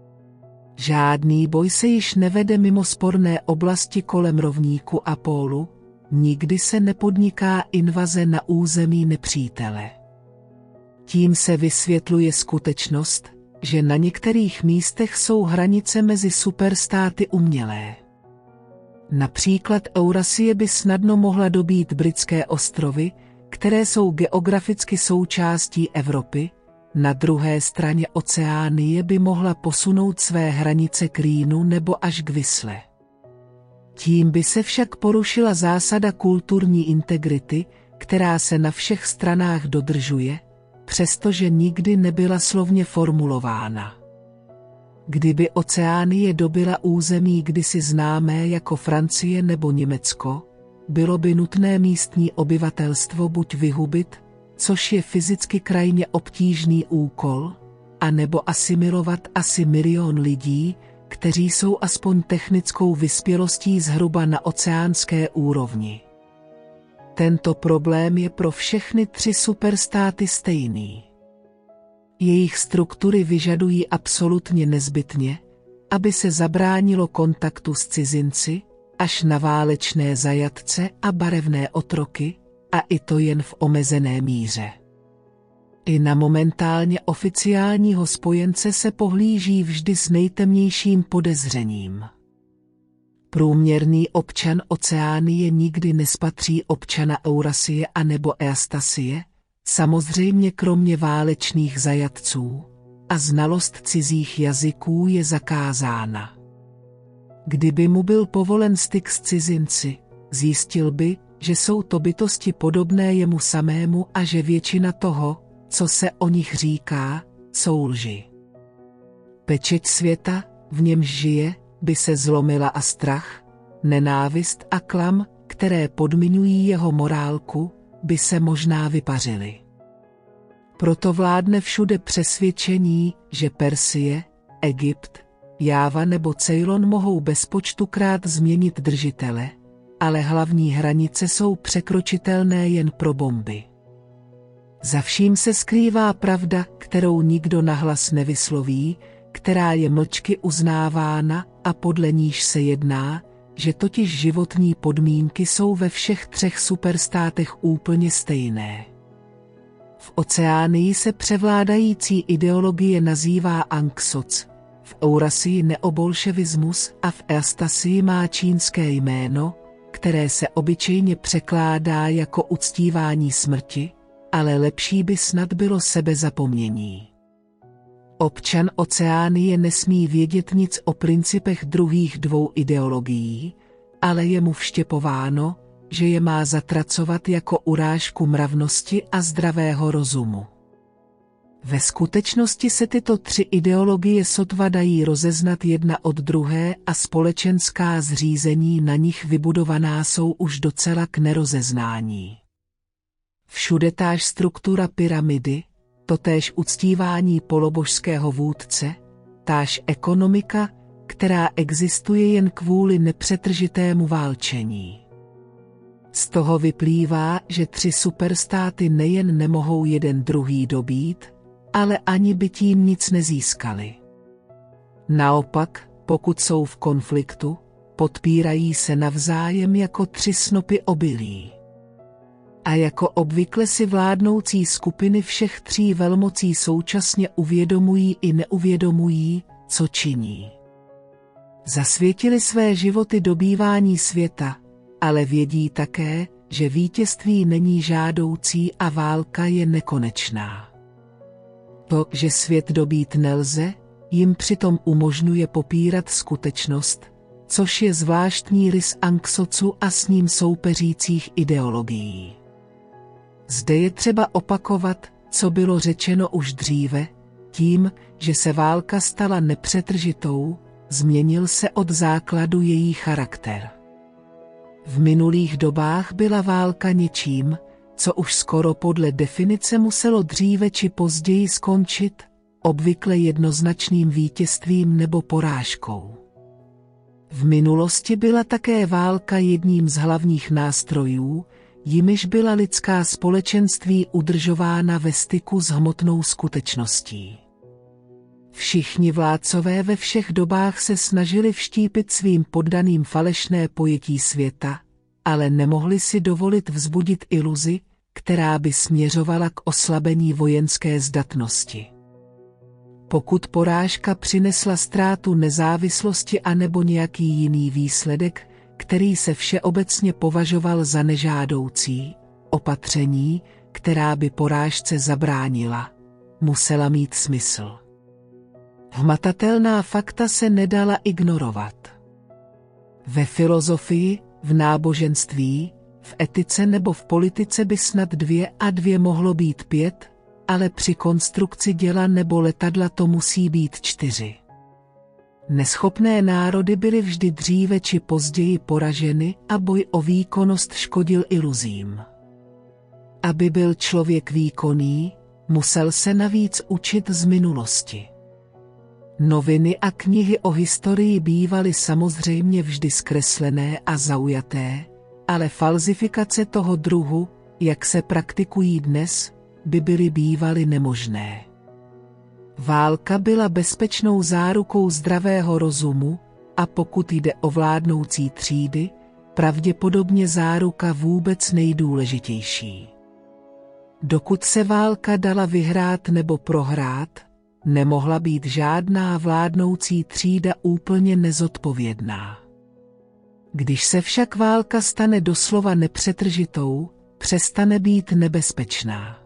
Žádný boj se již nevede mimo sporné oblasti kolem rovníku a pólu, nikdy se nepodniká invaze na území nepřítele. Tím se vysvětluje skutečnost, že na některých místech jsou hranice mezi superstáty umělé. Například Eurasie by snadno mohla dobýt Britské ostrovy, které jsou geograficky součástí Evropy, na druhé straně Oceánie by mohla posunout své hranice k Rýnu nebo až k Visle. Tím by se však porušila zásada kulturní integrity, která se na všech stranách dodržuje, přestože nikdy nebyla slovně formulována. Kdyby Oceánie dobyla území kdysi známé jako Francie nebo Německo, bylo by nutné místní obyvatelstvo buď vyhubit, což je fyzicky krajně obtížný úkol, anebo asimilovat asi 1 milion lidí, kteří jsou aspoň technickou vyspělostí zhruba na oceánské úrovni. Tento problém je pro všechny 3 superstáty stejný. Jejich struktury vyžadují absolutně nezbytně, aby se zabránilo kontaktu s cizinci, až na válečné zajatce a barevné otroky, a i to jen v omezené míře. I na momentálně oficiálního spojence se pohlíží vždy s nejtemnějším podezřením. Průměrný občan Oceánie nikdy nespatří občana Eurasie anebo Eastasie, samozřejmě kromě válečných zajatců, a znalost cizích jazyků je zakázána. Kdyby mu byl povolen styk s cizinci, zjistil by, že jsou to bytosti podobné jemu samému a že většina toho, co se o nich říká, jsou lži. Pečeť světa, v němž žije, by se zlomila a strach, nenávist a klam, které podmiňují jeho morálku, by se možná vypařily. Proto vládne všude přesvědčení, že Persie, Egypt, Jáva nebo Ceylon mohou bezpočtukrát změnit držitele, ale hlavní hranice jsou překročitelné jen pro bomby. Za vším se skrývá pravda, kterou nikdo nahlas nevysloví, která je mlčky uznávána a podle níž se jedná, že totiž životní podmínky jsou ve všech 3 superstátech úplně stejné. V Oceánii se převládající ideologie nazývá Anksoc, v Eurasii neobolševismus a v Eastasii má čínské jméno, které se obyčejně překládá jako uctívání smrti, ale lepší by snad bylo sebezapomnění. Občan Oceánie nesmí vědět nic o principech druhých 2 ideologií, ale je mu vštěpováno, že je má zatracovat jako urážku mravnosti a zdravého rozumu. Ve skutečnosti se tyto 3 ideologie sotva dají rozeznat jedna od druhé a společenská zřízení na nich vybudovaná jsou už docela k nerozeznání. Všude táž struktura pyramidy, totéž uctívání polobožského vůdce, táž ekonomika, která existuje jen kvůli nepřetržitému válčení. Z toho vyplývá, že 3 superstáty nejen nemohou jeden druhý dobít, ale ani by tím nic nezískali. Naopak, pokud jsou v konfliktu, podpírají se navzájem jako 3 snopy obilí. A jako obvykle si vládnoucí skupiny všech 3 velmocí současně uvědomují i neuvědomují, co činí. Zasvětili své životy dobývání světa, ale vědí také, že vítězství není žádoucí a válka je nekonečná. To, že svět dobít nelze, jim přitom umožňuje popírat skutečnost, což je zvláštní rys Anksocu a s ním soupeřících ideologií. Zde je třeba opakovat, co bylo řečeno už dříve, tím, že se válka stala nepřetržitou, změnil se od základu její charakter. V minulých dobách byla válka něčím, co už skoro podle definice muselo dříve či později skončit, obvykle jednoznačným vítězstvím nebo porážkou. V minulosti byla také válka jedním z hlavních nástrojů, jimiž byla lidská společenství udržována ve styku s hmotnou skutečností. Všichni vládcové ve všech dobách se snažili vštípit svým poddaným falešné pojetí světa, ale nemohli si dovolit vzbudit iluzi, která by směřovala k oslabení vojenské zdatnosti. Pokud porážka přinesla ztrátu nezávislosti anebo nějaký jiný výsledek, který se všeobecně považoval za nežádoucí, opatření, která by porážce zabránila, musela mít smysl. Hmatatelná fakta se nedala ignorovat. Ve filozofii, v náboženství, v etice nebo v politice by snad 2 a 2 mohlo být 5, ale při konstrukci děla nebo letadla to musí být 4. Neschopné národy byly vždy dříve či později poraženy a boj o výkonnost škodil iluzím. Aby byl člověk výkonný, musel se navíc učit z minulosti. Noviny a knihy o historii bývaly samozřejmě vždy zkreslené a zaujaté, ale falzifikace toho druhu, jak se praktikují dnes, by byly bývaly nemožné. Válka byla bezpečnou zárukou zdravého rozumu a pokud jde o vládnoucí třídy, pravděpodobně záruka vůbec nejdůležitější. Dokud se válka dala vyhrát nebo prohrát, nemohla být žádná vládnoucí třída úplně nezodpovědná. Když se však válka stane doslova nepřetržitou, přestane být nebezpečná.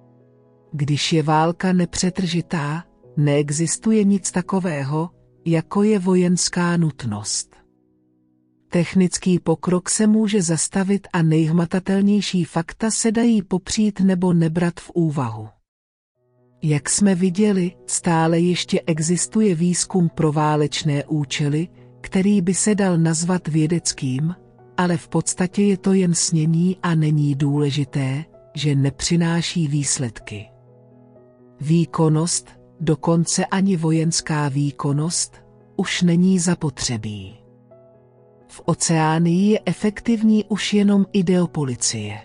Když je válka nepřetržitá, neexistuje nic takového, jako je vojenská nutnost. Technický pokrok se může zastavit a nejhmatatelnější fakta se dají popřít nebo nebrat v úvahu. Jak jsme viděli, stále ještě existuje výzkum pro válečné účely, který by se dal nazvat vědeckým, ale v podstatě je to jen snění a není důležité, že nepřináší výsledky. Výkonnost, dokonce ani vojenská výkonnost, už není zapotřebí. V Oceánii je efektivní už jenom ideopolicie.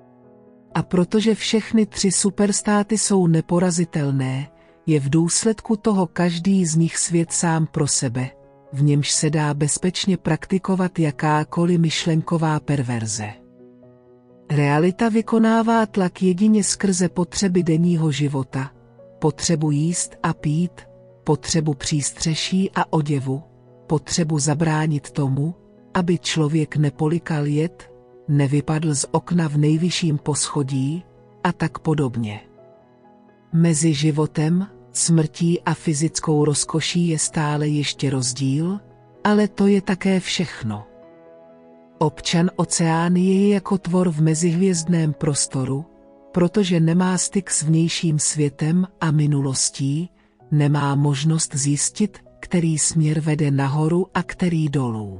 A protože všechny 3 superstáty jsou neporazitelné, je v důsledku toho každý z nich svět sám pro sebe, v němž se dá bezpečně praktikovat jakákoliv myšlenková perverze. Realita vykonává tlak jedině skrze potřeby denního života, potřebu jíst a pít, potřebu přístřeší a oděvu, potřebu zabránit tomu, aby člověk nepolikal jed, nevypadl z okna v nejvyšším poschodí a tak podobně. Mezi životem, smrtí a fyzickou rozkoší je stále ještě rozdíl, ale to je také všechno. Občan Oceánie je jako tvor v mezihvězdném prostoru, protože nemá styk s vnějším světem a minulostí, nemá možnost zjistit, který směr vede nahoru a který dolů.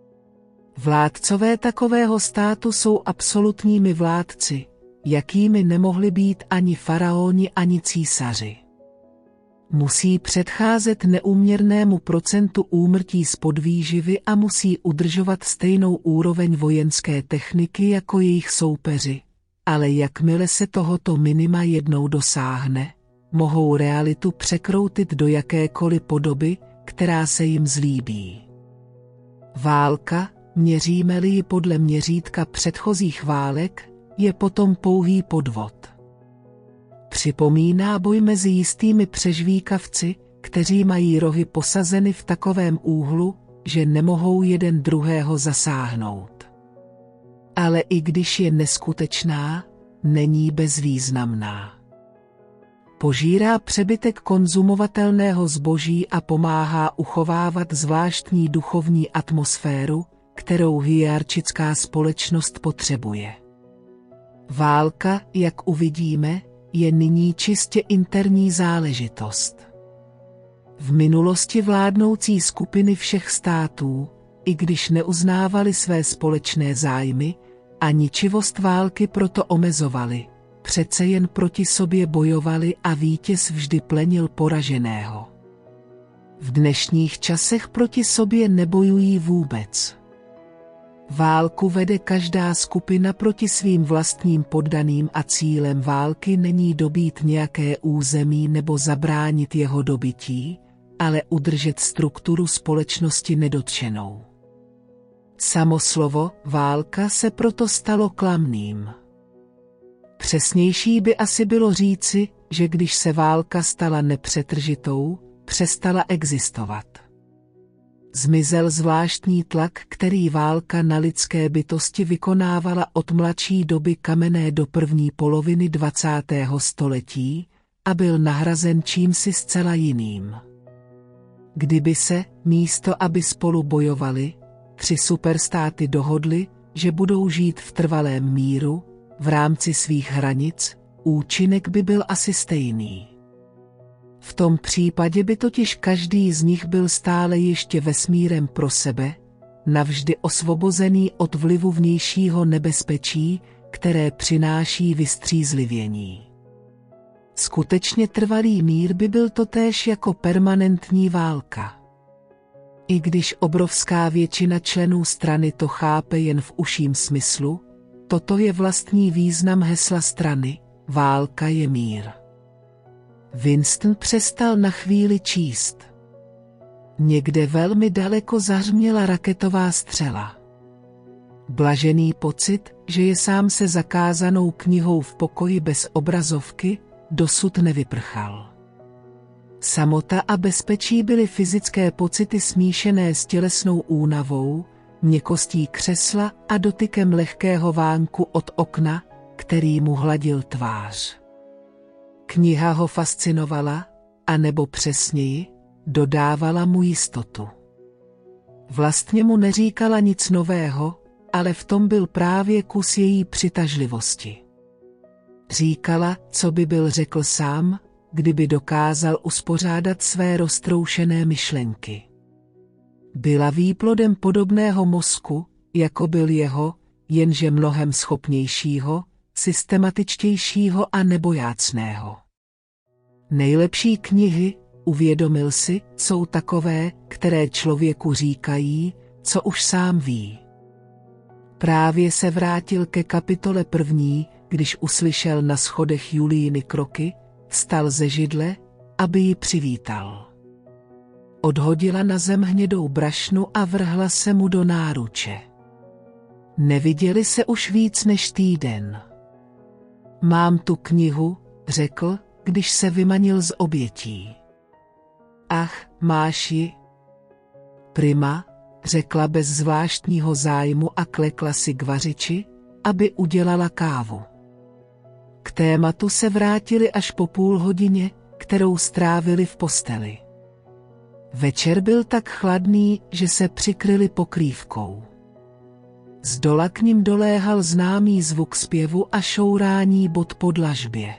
Vládcové takového státu jsou absolutními vládci, jakými nemohli být ani faraoni ani císaři. Musí předcházet neúměrnému procentu úmrtí z podvýživy a musí udržovat stejnou úroveň vojenské techniky jako jejich soupeři, ale jakmile se tohoto minima jednou dosáhne, mohou realitu překroutit do jakékoliv podoby, která se jim zlíbí. Válka, měříme-li ji podle měřítka předchozích válek, je potom pouhý podvod. Připomíná boj mezi jistými přežvíkavci, kteří mají rohy posazeny v takovém úhlu, že nemohou jeden druhého zasáhnout. Ale i když je neskutečná, není bezvýznamná. Požírá přebytek konzumovatelného zboží a pomáhá uchovávat zvláštní duchovní atmosféru, kterou hierarchická společnost potřebuje. Válka, jak uvidíme, je nyní čistě interní záležitost. V minulosti vládnoucí skupiny všech států, i když neuznávali své společné zájmy, a ničivost války proto omezovali, přece jen proti sobě bojovali a vítěz vždy plenil poraženého. V dnešních časech proti sobě nebojují vůbec. Válku vede každá skupina proti svým vlastním poddaným a cílem války není dobít nějaké území nebo zabránit jeho dobytí, ale udržet strukturu společnosti nedotčenou. Samo slovo válka se proto stalo klamným. Přesnější by asi bylo říci, že když se válka stala nepřetržitou, přestala existovat. Zmizel zvláštní tlak, který válka na lidské bytosti vykonávala od mladší doby kamenné do první poloviny 20. století a byl nahrazen čímsi zcela jiným. Kdyby se, místo aby spolu bojovali, 3 superstáty dohodly, že budou žít v trvalém míru, v rámci svých hranic, účinek by byl asi stejný. V tom případě by totiž každý z nich byl stále ještě vesmírem pro sebe, navždy osvobozený od vlivu vnějšího nebezpečí, které přináší vystřízlivění. Skutečně trvalý mír by byl totéž jako permanentní válka. I když obrovská většina členů strany to chápe jen v užším smyslu, toto je vlastní význam hesla strany, válka je mír. Winston přestal na chvíli číst. Někde velmi daleko zahřměla raketová střela. Blažený pocit, že je sám se zakázanou knihou v pokoji bez obrazovky, dosud nevyprchal. Samota a bezpečí byly fyzické pocity smíšené s tělesnou únavou, měkkostí křesla a dotykem lehkého vánku od okna, který mu hladil tvář. Kniha ho fascinovala, anebo přesněji, dodávala mu jistotu. Vlastně mu neříkala nic nového, ale v tom byl právě kus její přitažlivosti. Říkala, co by byl řekl sám, kdyby dokázal uspořádat své roztroušené myšlenky. Byla výplodem podobného mozku, jako byl jeho, jenže mnohem schopnějšího, systematičtějšího a nebojácného. Nejlepší knihy, uvědomil si, jsou takové, které člověku říkají, co už sám ví. Právě se vrátil ke kapitole 1, když uslyšel na schodech Julijiny kroky, vstal ze židle, aby ji přivítal. Odhodila na zem hnědou brašnu a vrhla se mu do náruče. Neviděli se už víc než týden. Mám tu knihu, řekl, když se vymanil z obětí. Ach, máš ji? Prima, řekla bez zvláštního zájmu a klekla si k vařiči, aby udělala kávu. K tématu se vrátili až po půl hodině, kterou strávili v posteli. Večer byl tak chladný, že se přikryli pokrývkou. Zdola k nim doléhal známý zvuk zpěvu a šourání bot po dlažbě.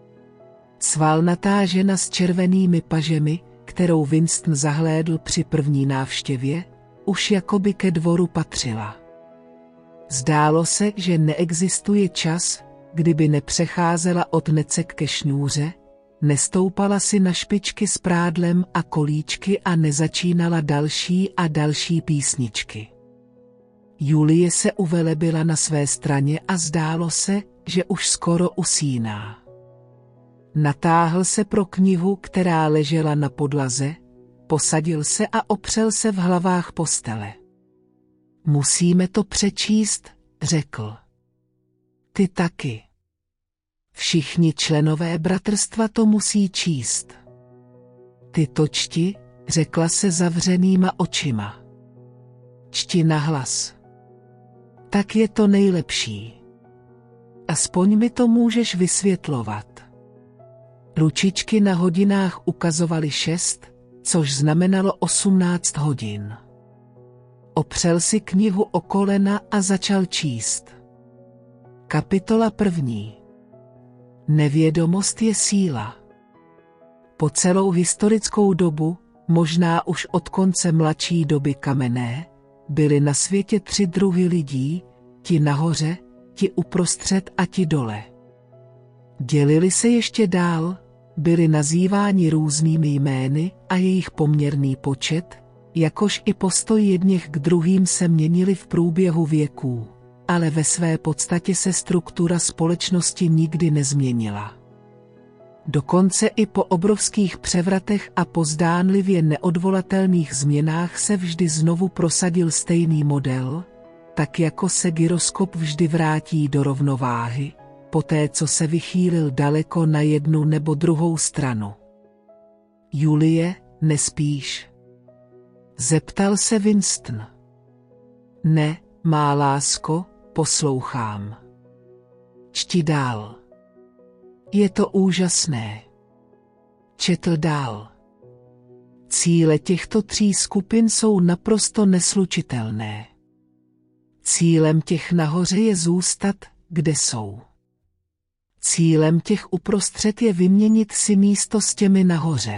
Svalnatá žena s červenými pažemi, kterou Winston zahlédl při první návštěvě, už jakoby ke dvoru patřila. Zdálo se, že neexistuje čas, kdyby nepřecházela od necek ke šňůře, nestoupala si na špičky s prádlem a kolíčky a nezačínala další a další písničky. Julie se uvelebila na své straně a zdálo se, že už skoro usíná. Natáhl se pro knihu, která ležela na podlaze, posadil se a opřel se v hlavách postele. Musíme to přečíst, řekl. Ty taky. Všichni členové bratrstva to musí číst. Ty to čti, řekla se zavřenýma očima. Čti nahlas. Tak je to nejlepší. Aspoň mi to můžeš vysvětlovat. Ručičky na hodinách ukazovaly 6, což znamenalo 18 hodin. Opřel si knihu o kolena a začal číst. Kapitola 1. Nevědomost je síla. Po celou historickou dobu, možná už od konce mladší doby kamenné, byly na světě 3 druhy lidí, ti nahoře, ti uprostřed a ti dole. Dělili se ještě dál, byli nazýváni různými jmény a jejich poměrný počet, jakož i postoj jedněch k druhým se měnili v průběhu věků, ale ve své podstatě se struktura společnosti nikdy nezměnila. Dokonce i po obrovských převratech a po zdánlivě neodvolatelných změnách se vždy znovu prosadil stejný model, tak jako se gyroskop vždy vrátí do rovnováhy, poté co se vychýlil daleko na jednu nebo druhou stranu. Julie, nespíš? Zeptal se Winston. Ne, má lásko, poslouchám. Čti dál. Je to úžasné. Četl dál. Cíle těchto 3 skupin jsou naprosto neslučitelné. Cílem těch nahoře je zůstat, kde jsou. Cílem těch uprostřed je vyměnit si místo s těmi nahoře.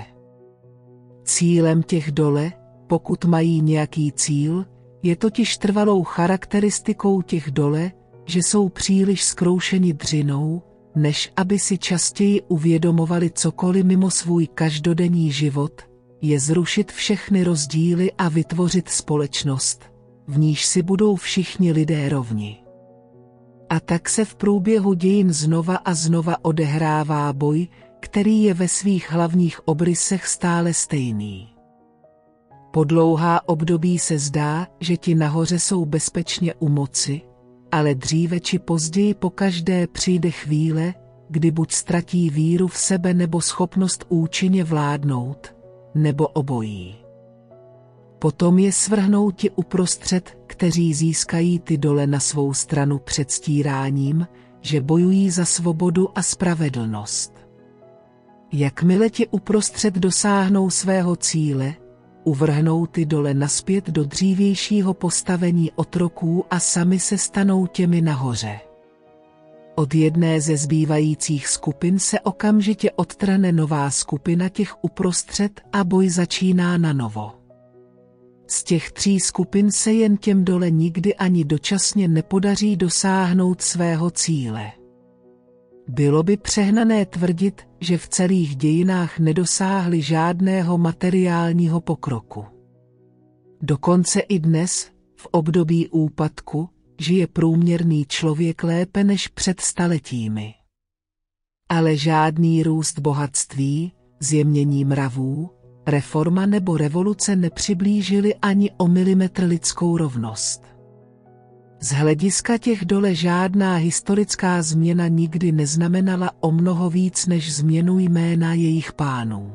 Cílem těch dole, pokud mají nějaký cíl, je totiž trvalou charakteristikou těch dole, že jsou příliš zkroušeni dřinou, než aby si častěji uvědomovali cokoliv mimo svůj každodenní život, je zrušit všechny rozdíly a vytvořit společnost, v níž si budou všichni lidé rovni. A tak se v průběhu dějin znova a znova odehrává boj, který je ve svých hlavních obrysech stále stejný. Po dlouhá období se zdá, že ti nahoře jsou bezpečně u moci, ale dříve či později pokaždé přijde chvíle, kdy buď ztratí víru v sebe nebo schopnost účinně vládnout, nebo obojí. Potom je svrhnou ti uprostřed, kteří získají ty dole na svou stranu předstíráním, že bojují za svobodu a spravedlnost. Jakmile ti uprostřed dosáhnou svého cíle, uvrhnou ty dole nazpět do dřívějšího postavení otroků a sami se stanou těmi nahoře. Od jedné ze zbývajících skupin se okamžitě odtrhne nová skupina těch uprostřed a boj začíná nanovo. Z těch 3 skupin se jen těm dole nikdy ani dočasně nepodaří dosáhnout svého cíle. Bylo by přehnané tvrdit, že v celých dějinách nedosáhli žádného materiálního pokroku. Dokonce i dnes, v období úpadku, žije průměrný člověk lépe než před staletími. Ale žádný růst bohatství, zjemnění mravů, reforma nebo revoluce nepřiblížily ani o milimetr lidskou rovnost. Z hlediska těch dole žádná historická změna nikdy neznamenala o mnoho víc než změnu jména jejich pánů.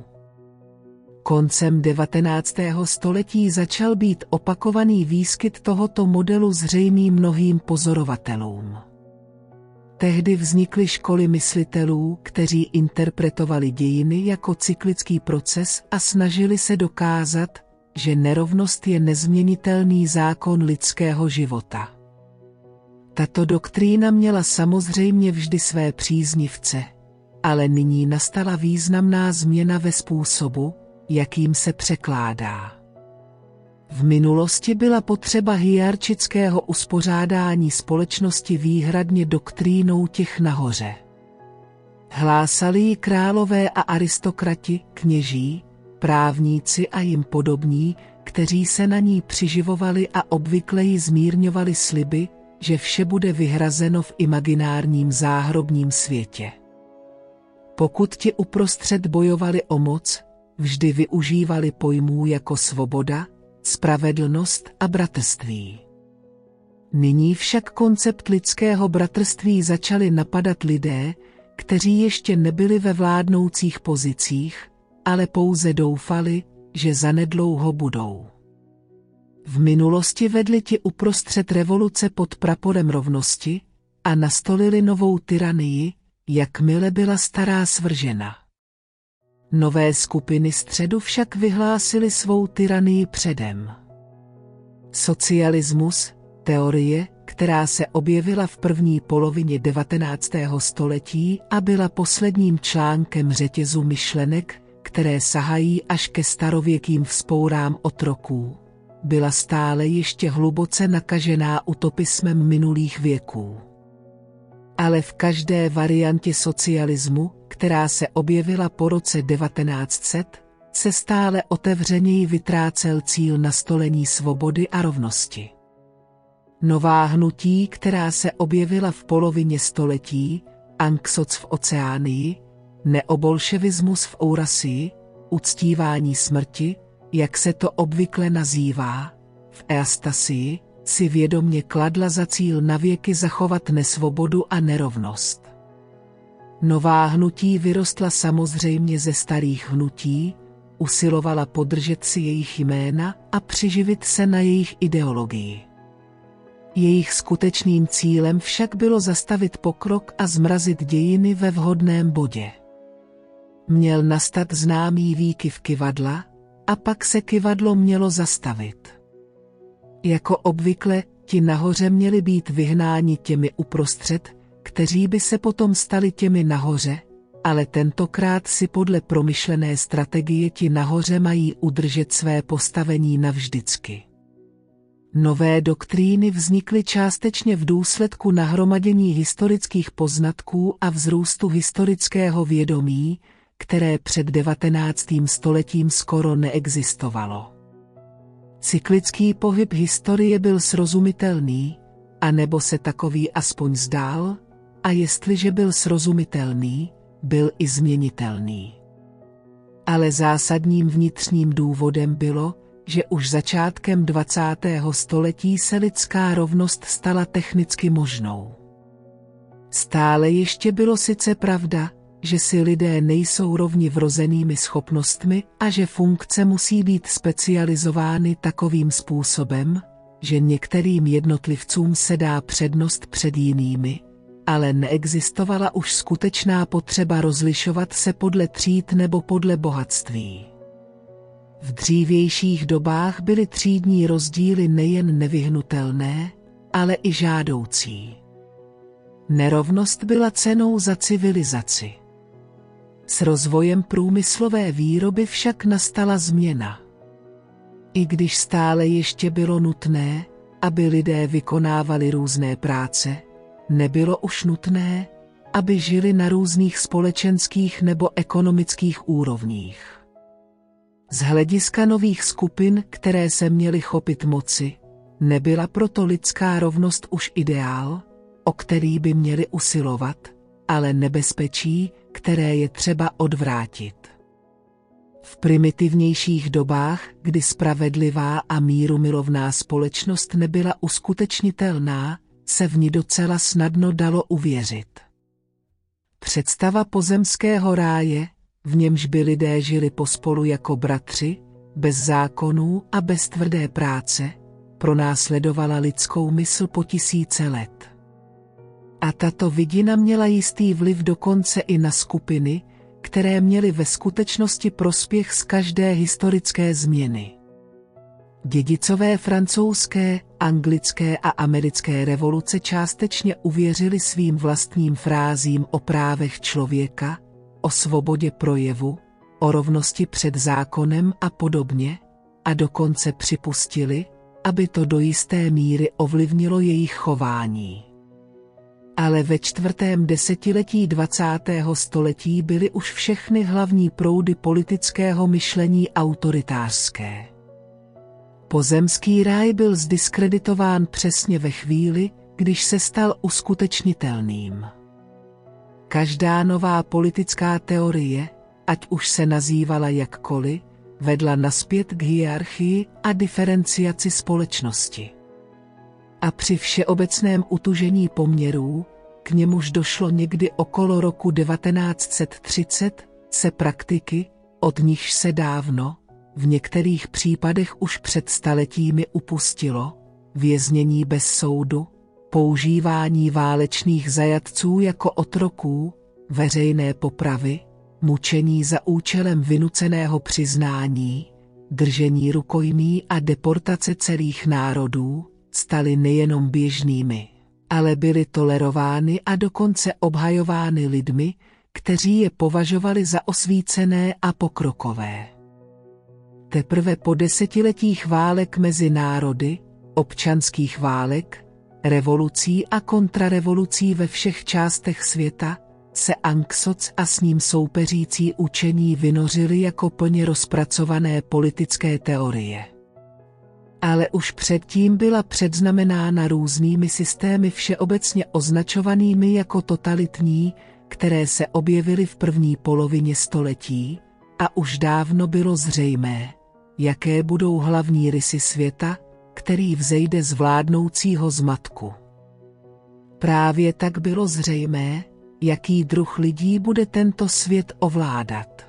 Koncem 19. století začal být opakovaný výskyt tohoto modelu zřejmý mnohým pozorovatelům. Tehdy vznikly školy myslitelů, kteří interpretovali dějiny jako cyklický proces a snažili se dokázat, že nerovnost je nezměnitelný zákon lidského života. Tato doktrína měla samozřejmě vždy své příznivce, ale nyní nastala významná změna ve způsobu, jakým se překládá. V minulosti byla potřeba hierarchického uspořádání společnosti výhradně doktrínou těch nahoře. Hlásali ji králové a aristokrati, kněží, právníci a jim podobní, kteří se na ní přiživovali a obvykle ji zmírňovali sliby, že vše bude vyhrazeno v imaginárním záhrobním světě. Pokud ti uprostřed bojovali o moc, vždy využívali pojmů jako svoboda, spravedlnost a bratrství. Nyní však koncept lidského bratrství začali napadat lidé, kteří ještě nebyli ve vládnoucích pozicích, ale pouze doufali, že zanedlouho budou. V minulosti vedli ti uprostřed revoluce pod praporem rovnosti a nastolili novou tyranii, jakmile byla stará svržena. Nové skupiny středu však vyhlásily svou tyranii předem. Socialismus, teorie, která se objevila v první polovině 19. století a byla posledním článkem řetězu myšlenek, které sahají až ke starověkým vzpourám otroků, byla stále ještě hluboce nakažená utopismem minulých věků. Ale v každé variantě socialismu, která se objevila po roce 1900, se stále otevřeněji vytrácel cíl nastolení svobody a rovnosti. Nová hnutí, která se objevila v polovině století, Anksoc v Oceánii, neobolševismus v Eurasii, uctívání smrti, jak se to obvykle nazývá, v Eastasii, si vědomě kladla za cíl navěky zachovat nesvobodu a nerovnost. Nová hnutí vyrostla samozřejmě ze starých hnutí, usilovala podržet si jejich jména a přiživit se na jejich ideologii. Jejich skutečným cílem však bylo zastavit pokrok a zmrazit dějiny ve vhodném bodě. Měl nastat známý výkyv kyvadla, a pak se kyvadlo mělo zastavit. Jako obvykle, ti nahoře měli být vyhnáni těmi uprostřed, kteří by se potom stali těmi nahoře, ale tentokrát si podle promyšlené strategie ti nahoře mají udržet své postavení navždycky. Nové doktríny vznikly částečně v důsledku nahromadění historických poznatků a vzrůstu historického vědomí, které před 19. stoletím skoro neexistovalo. Cyklický pohyb historie byl srozumitelný, anebo se takový aspoň zdál, a jestliže byl srozumitelný, byl i změnitelný. Ale zásadním vnitřním důvodem bylo, že už začátkem 20. století se lidská rovnost stala technicky možnou. Stále ještě bylo sice pravda, že si lidé nejsou rovni vrozenými schopnostmi a že funkce musí být specializovány takovým způsobem, že některým jednotlivcům se dá přednost před jinými, ale neexistovala už skutečná potřeba rozlišovat se podle tříd nebo podle bohatství. V dřívějších dobách byly třídní rozdíly nejen nevyhnutelné, ale i žádoucí. Nerovnost byla cenou za civilizaci. S rozvojem průmyslové výroby však nastala změna. I když stále ještě bylo nutné, aby lidé vykonávali různé práce, nebylo už nutné, aby žili na různých společenských nebo ekonomických úrovních. Z hlediska nových skupin, které se měly chopit moci, nebyla proto lidská rovnost už ideál, o který by měli usilovat, ale nebezpečí, které je třeba odvrátit. V primitivnějších dobách, kdy spravedlivá a mírumilovná společnost nebyla uskutečnitelná, se v ní docela snadno dalo uvěřit. Představa pozemského ráje, v němž by lidé žili pospolu jako bratři, bez zákonů a bez tvrdé práce, pronásledovala lidskou mysl po tisíce let. A tato vidina měla jistý vliv dokonce i na skupiny, které měly ve skutečnosti prospěch z každé historické změny. Dědicové francouzské, anglické a americké revoluce částečně uvěřili svým vlastním frázím o právech člověka, o svobodě projevu, o rovnosti před zákonem a podobně, a dokonce připustili, aby to do jisté míry ovlivnilo jejich chování. Ale ve čtvrtém desetiletí 20. století byly už všechny hlavní proudy politického myšlení autoritářské. Pozemský ráj byl zdiskreditován přesně ve chvíli, když se stal uskutečnitelným. Každá nová politická teorie, ať už se nazývala jakkoliv, vedla nazpět k hierarchii a diferenciaci společnosti. A při všeobecném utužení poměrů, k němuž došlo někdy okolo roku 1930, se praktiky, od nichž se dávno, v některých případech už před staletími upustilo, věznění bez soudu, používání válečných zajatců jako otroků, veřejné popravy, mučení za účelem vynuceného přiznání, držení rukojmí a deportace celých národů, staly nejenom běžnými, ale byly tolerovány a dokonce obhajovány lidmi, kteří je považovali za osvícené a pokrokové. Teprve po desetiletích válek mezi národy, občanských válek, revolucí a kontrarevolucí ve všech částech světa, se Anksoc a s ním soupeřící učení vynořily jako plně rozpracované politické teorie. Ale už předtím byla předznamenána různými systémy všeobecně označovanými jako totalitní, které se objevily v první polovině století, a už dávno bylo zřejmé, jaké budou hlavní rysy světa, který vzejde z vládnoucího zmatku. Právě tak bylo zřejmé, jaký druh lidí bude tento svět ovládat.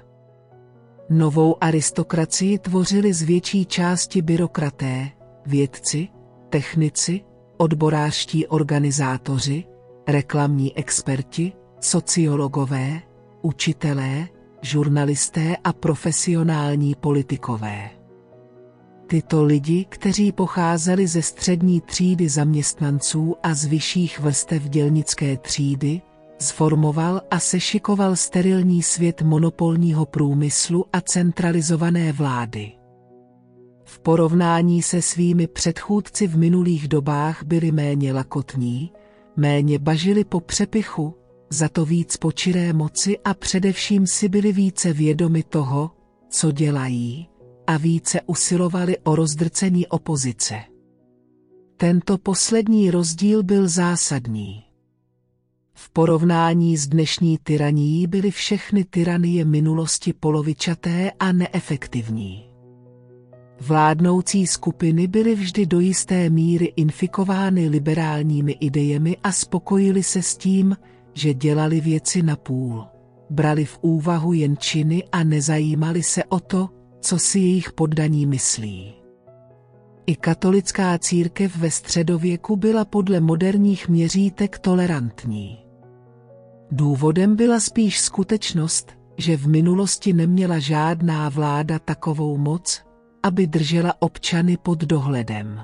Novou aristokracii tvořili z větší části byrokraté, vědci, technici, odborářští organizátoři, reklamní experti, sociologové, učitelé, žurnalisté a profesionální politikové. Tyto lidi, kteří pocházeli ze střední třídy zaměstnanců a z vyšších vrstev dělnické třídy, zformoval a sešikoval sterilní svět monopolního průmyslu a centralizované vlády. V porovnání se svými předchůdci v minulých dobách byli méně lakotní, méně bažili po přepichu, za to víc počiré moci a především si byli více vědomi toho, co dělají, a více usilovali o rozdrcení opozice. Tento poslední rozdíl byl zásadní. V porovnání s dnešní tyranií byly všechny tyranie minulosti polovičaté a neefektivní. Vládnoucí skupiny byly vždy do jisté míry infikovány liberálními idejemi a spokojili se s tím, že dělali věci napůl. Brali v úvahu jen činy a nezajímali se o to, co si jejich poddaní myslí. I katolická církev ve středověku byla podle moderních měřítek tolerantní. Důvodem byla spíš skutečnost, že v minulosti neměla žádná vláda takovou moc, aby držela občany pod dohledem.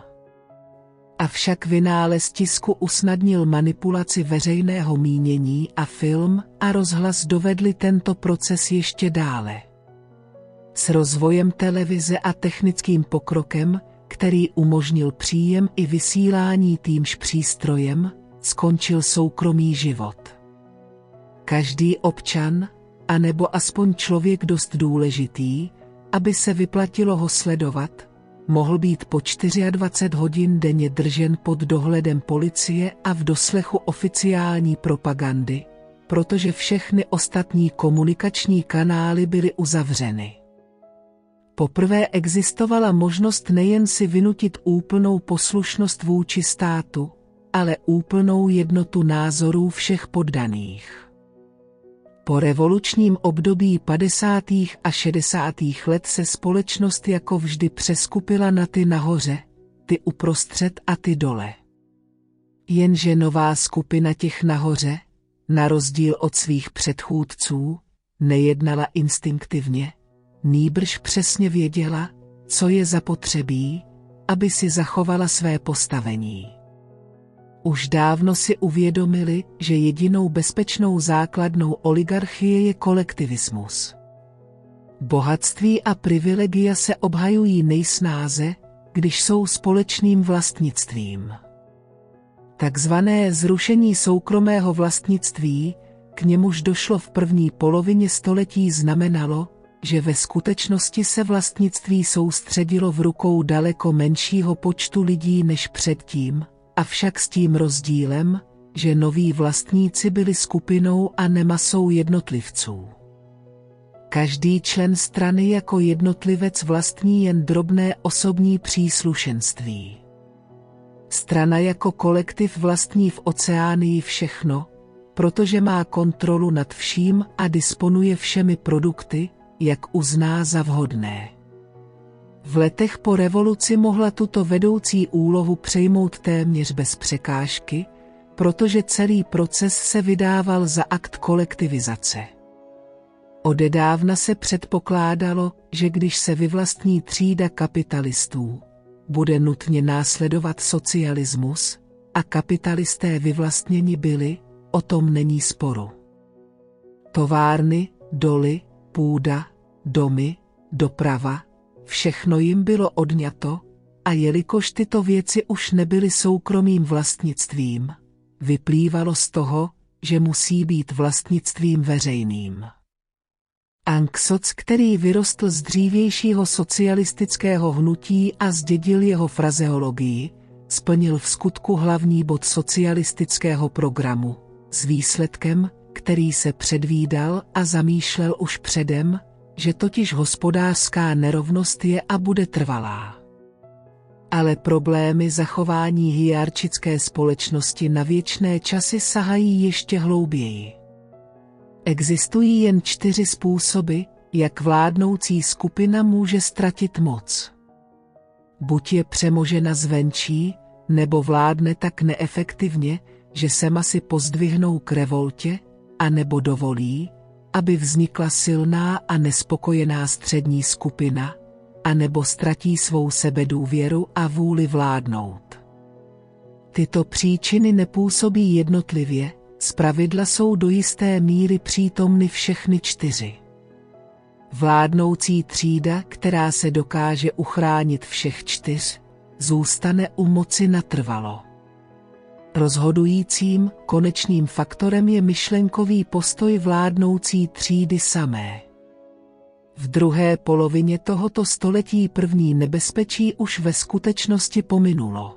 Avšak vynález tisku usnadnil manipulaci veřejného mínění a film a rozhlas dovedli tento proces ještě dále. S rozvojem televize a technickým pokrokem, který umožnil příjem i vysílání týmž přístrojem, skončil soukromý život. Každý občan, anebo aspoň člověk dost důležitý, aby se vyplatilo ho sledovat, mohl být po 24 hodin denně držen pod dohledem policie a v doslechu oficiální propagandy, protože všechny ostatní komunikační kanály byly uzavřeny. Poprvé existovala možnost nejen si vynutit úplnou poslušnost vůči státu, ale úplnou jednotu názorů všech poddaných. Po revolučním období 50. a 60. let se společnost jako vždy přeskupila na ty nahoře, ty uprostřed a ty dole. Jenže nová skupina těch nahoře, na rozdíl od svých předchůdců, nejednala instinktivně, nýbrž přesně věděla, co je zapotřebí, aby si zachovala své postavení. Už dávno si uvědomili, že jedinou bezpečnou základnou oligarchie je kolektivismus. Bohatství a privilegia se obhajují nejsnáze, když jsou společným vlastnictvím. Takzvané zrušení soukromého vlastnictví, k němuž došlo v první polovině století, znamenalo, že ve skutečnosti se vlastnictví soustředilo v rukou daleko menšího počtu lidí než předtím, avšak s tím rozdílem, že noví vlastníci byli skupinou a ne masou jednotlivců. Každý člen strany jako jednotlivec vlastní jen drobné osobní příslušenství. Strana jako kolektiv vlastní v Oceánii všechno, protože má kontrolu nad vším a disponuje všemi produkty, jak uzná za vhodné. V letech po revoluci mohla tuto vedoucí úlohu přejmout téměř bez překážky, protože celý proces se vydával za akt kolektivizace. Odedávna se předpokládalo, že když se vyvlastní třída kapitalistů, bude nutně následovat socialismus, a kapitalisté vyvlastněni byli, o tom není sporu. Továrny, doly, půda, domy, doprava, všechno jim bylo odňato, a jelikož tyto věci už nebyly soukromým vlastnictvím, vyplývalo z toho, že musí být vlastnictvím veřejným. Anxoc, který vyrostl z dřívějšího socialistického hnutí a zdědil jeho frazeologii, splnil v skutku hlavní bod socialistického programu, s výsledkem, který se předvídal a zamýšlel už předem, že totiž hospodářská nerovnost je a bude trvalá. Ale problémy zachování hierarchické společnosti na věčné časy sahají ještě hlouběji. Existují jen 4 způsoby, jak vládnoucí skupina může ztratit moc. Buď je přemožena zvenčí, nebo vládne tak neefektivně, že se masy pozdvihnou k revoltě, anebo dovolí, aby vznikla silná a nespokojená střední skupina, anebo ztratí svou sebedůvěru a vůli vládnout. Tyto příčiny nepůsobí jednotlivě, zpravidla jsou do jisté míry přítomny všechny 4. Vládnoucí třída, která se dokáže uchránit všech 4, zůstane u moci natrvalo. Rozhodujícím, konečným faktorem je myšlenkový postoj vládnoucí třídy samé. V druhé polovině tohoto století první nebezpečí už ve skutečnosti pominulo.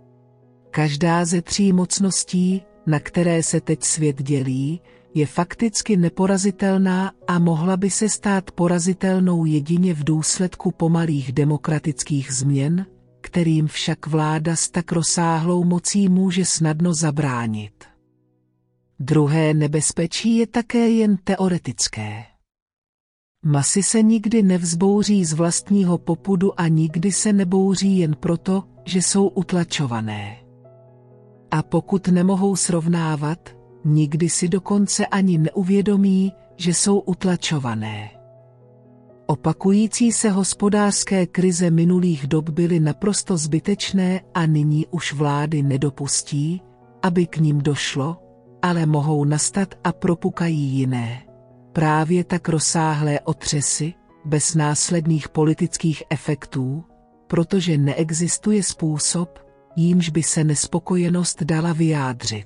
Každá ze tří mocností, na které se teď svět dělí, je fakticky neporazitelná a mohla by se stát porazitelnou jedině v důsledku pomalých demokratických změn, kterým však vláda s tak rozsáhlou mocí může snadno zabránit. Druhé nebezpečí je také jen teoretické. Masy se nikdy nevzbouří z vlastního popudu a nikdy se nebouří jen proto, že jsou utlačované. A pokud nemohou srovnávat, nikdy si dokonce ani neuvědomí, že jsou utlačované. Opakující se hospodářské krize minulých dob byly naprosto zbytečné a nyní už vlády nedopustí, aby k nim došlo, ale mohou nastat a propukají jiné. Právě tak rozsáhlé otřesy, bez následných politických efektů, protože neexistuje způsob, jímž by se nespokojenost dala vyjádřit.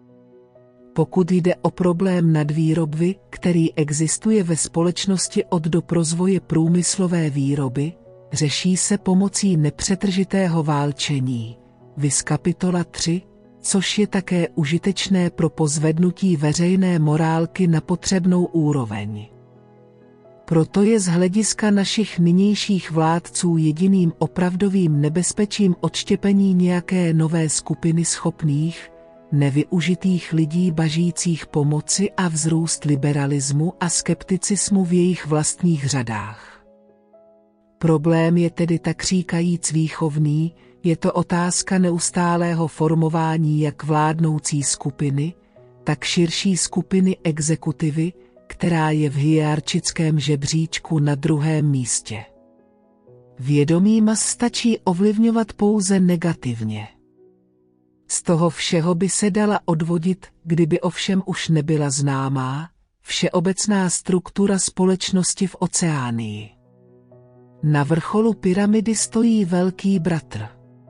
Pokud jde o problém nadvýroby, který existuje ve společnosti od dob rozvoje průmyslové výroby, řeší se pomocí nepřetržitého válčení, viz kapitola 3, což je také užitečné pro pozvednutí veřejné morálky na potřebnou úroveň. Proto je z hlediska našich nynějších vládců jediným opravdovým nebezpečím odštěpení nějaké nové skupiny schopných, nevyužitých lidí bažících pomoci a vzrůst liberalismu a skepticismu v jejich vlastních řadách. Problém je tedy takříkajíc výchovný, je to otázka neustálého formování jak vládnoucí skupiny, tak širší skupiny exekutivy, která je v hierarchickém žebříčku na druhém místě. Vědomí mas stačí ovlivňovat pouze negativně. Z toho všeho by se dala odvodit, kdyby ovšem už nebyla známá, všeobecná struktura společnosti v Oceánii. Na vrcholu pyramidy stojí Velký bratr.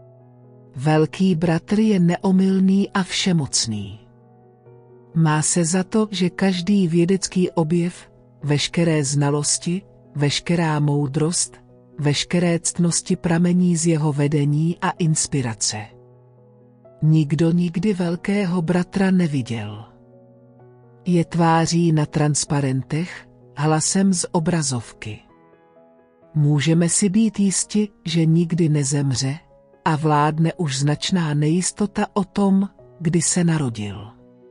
Velký bratr je neomylný a všemocný. Má se za to, že každý vědecký objev, veškeré znalosti, veškerá moudrost, veškeré ctnosti pramení z jeho vedení a inspirace. Nikdo nikdy Velkého bratra neviděl. Je tváří na transparentech, hlasem z obrazovky. Můžeme si být jisti, že nikdy nezemře, a vládne už značná nejistota o tom, kdy se narodil.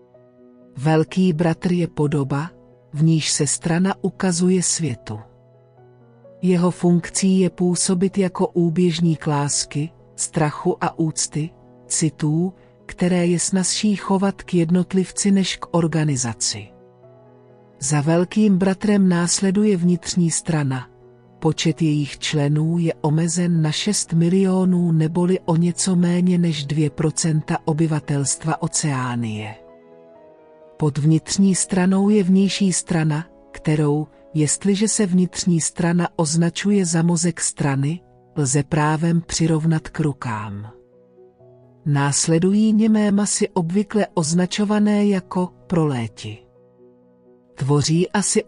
Velký bratr je podoba, v níž se strana ukazuje světu. Jeho funkcí je působit jako úběžník lásky, strachu a úcty, citů, které je snazší chovat k jednotlivci než k organizaci. Za Velkým bratrem následuje vnitřní strana. Počet jejich členů je omezen na 6 milionů neboli o něco méně než 2% obyvatelstva Oceánie. Pod vnitřní stranou je vnější strana, kterou, jestliže se vnitřní strana označuje za mozek strany, lze právem přirovnat k rukám. Následují němé masy obvykle označované jako proléti. Tvoří asi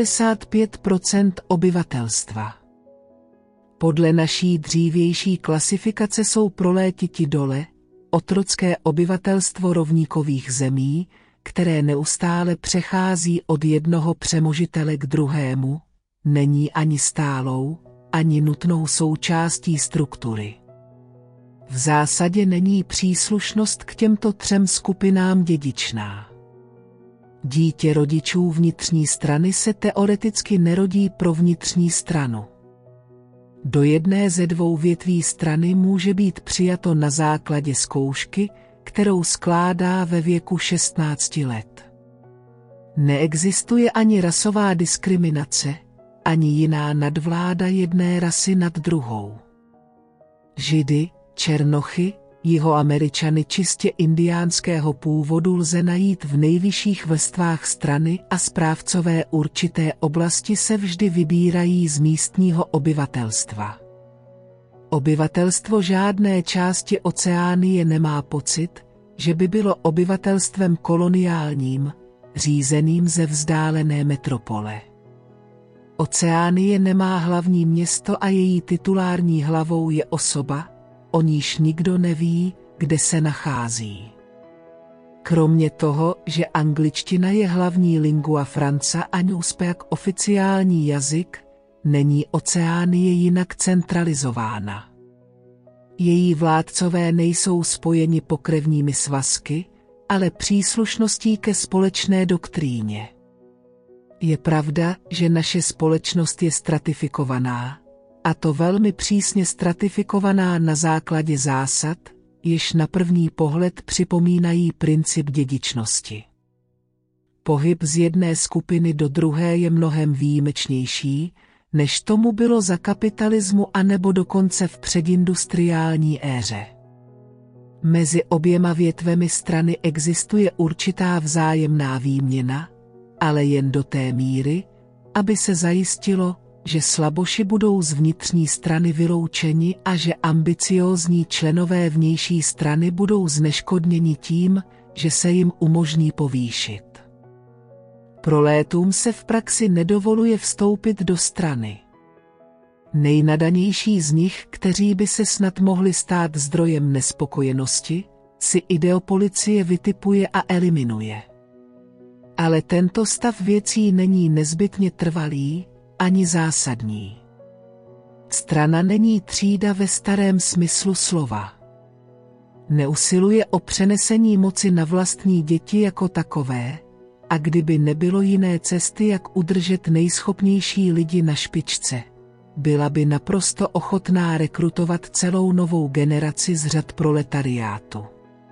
85% obyvatelstva. Podle naší dřívější klasifikace jsou proléti ti dole, otrocké obyvatelstvo rovníkových zemí, které neustále přechází od jednoho přemožitele k druhému, není ani stálou, ani nutnou součástí struktury. V zásadě není příslušnost k těmto třem skupinám dědičná. Dítě rodičů vnitřní strany se teoreticky nerodí pro vnitřní stranu. Do jedné ze dvou větví strany může být přijato na základě zkoušky, kterou skládá ve věku 16 let. Neexistuje ani rasová diskriminace, ani jiná nadvláda jedné rasy nad druhou. Židy, Černochy, Jihoameričany čistě indiánského původu lze najít v nejvyšších vrstvách strany a správcové určité oblasti se vždy vybírají z místního obyvatelstva. Obyvatelstvo žádné části Oceánie nemá pocit, že by bylo obyvatelstvem koloniálním, řízeným ze vzdálené metropole. Oceánie nemá hlavní město a její titulární hlavou je osoba, o níž nikdo neví, kde se nachází. Kromě toho, že angličtina je hlavní lingua franca a newspeak oficiální jazyk, není Oceánie jinak centralizována. Její vládcové nejsou spojeni pokrevními svazky, ale příslušností ke společné doktríně. Je pravda, že naše společnost je stratifikovaná, a to velmi přísně stratifikovaná na základě zásad, jež na první pohled připomínají princip dědičnosti. Pohyb z jedné skupiny do druhé je mnohem výjimečnější, než tomu bylo za kapitalismu anebo dokonce v předindustriální éře. Mezi oběma větvemi strany existuje určitá vzájemná výměna, ale jen do té míry, aby se zajistilo, že slaboši budou z vnitřní strany vyloučeni a že ambiciózní členové vnější strany budou zneškodněni tím, že se jim umožní povýšit. Prolétům se v praxi nedovoluje vstoupit do strany. Nejnadanější z nich, kteří by se snad mohli stát zdrojem nespokojenosti, si ideopolicie vytipuje a eliminuje. Ale tento stav věcí není nezbytně trvalý, ani zásadní. Strana není třída ve starém smyslu slova. Neusiluje o přenesení moci na vlastní děti jako takové, a kdyby nebylo jiné cesty, jak udržet nejschopnější lidi na špičce, byla by naprosto ochotná rekrutovat celou novou generaci z řad proletariátu.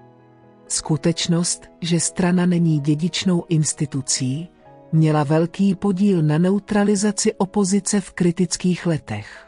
Skutečnost, že strana není dědičnou institucí, měla velký podíl na neutralizaci opozice v kritických letech.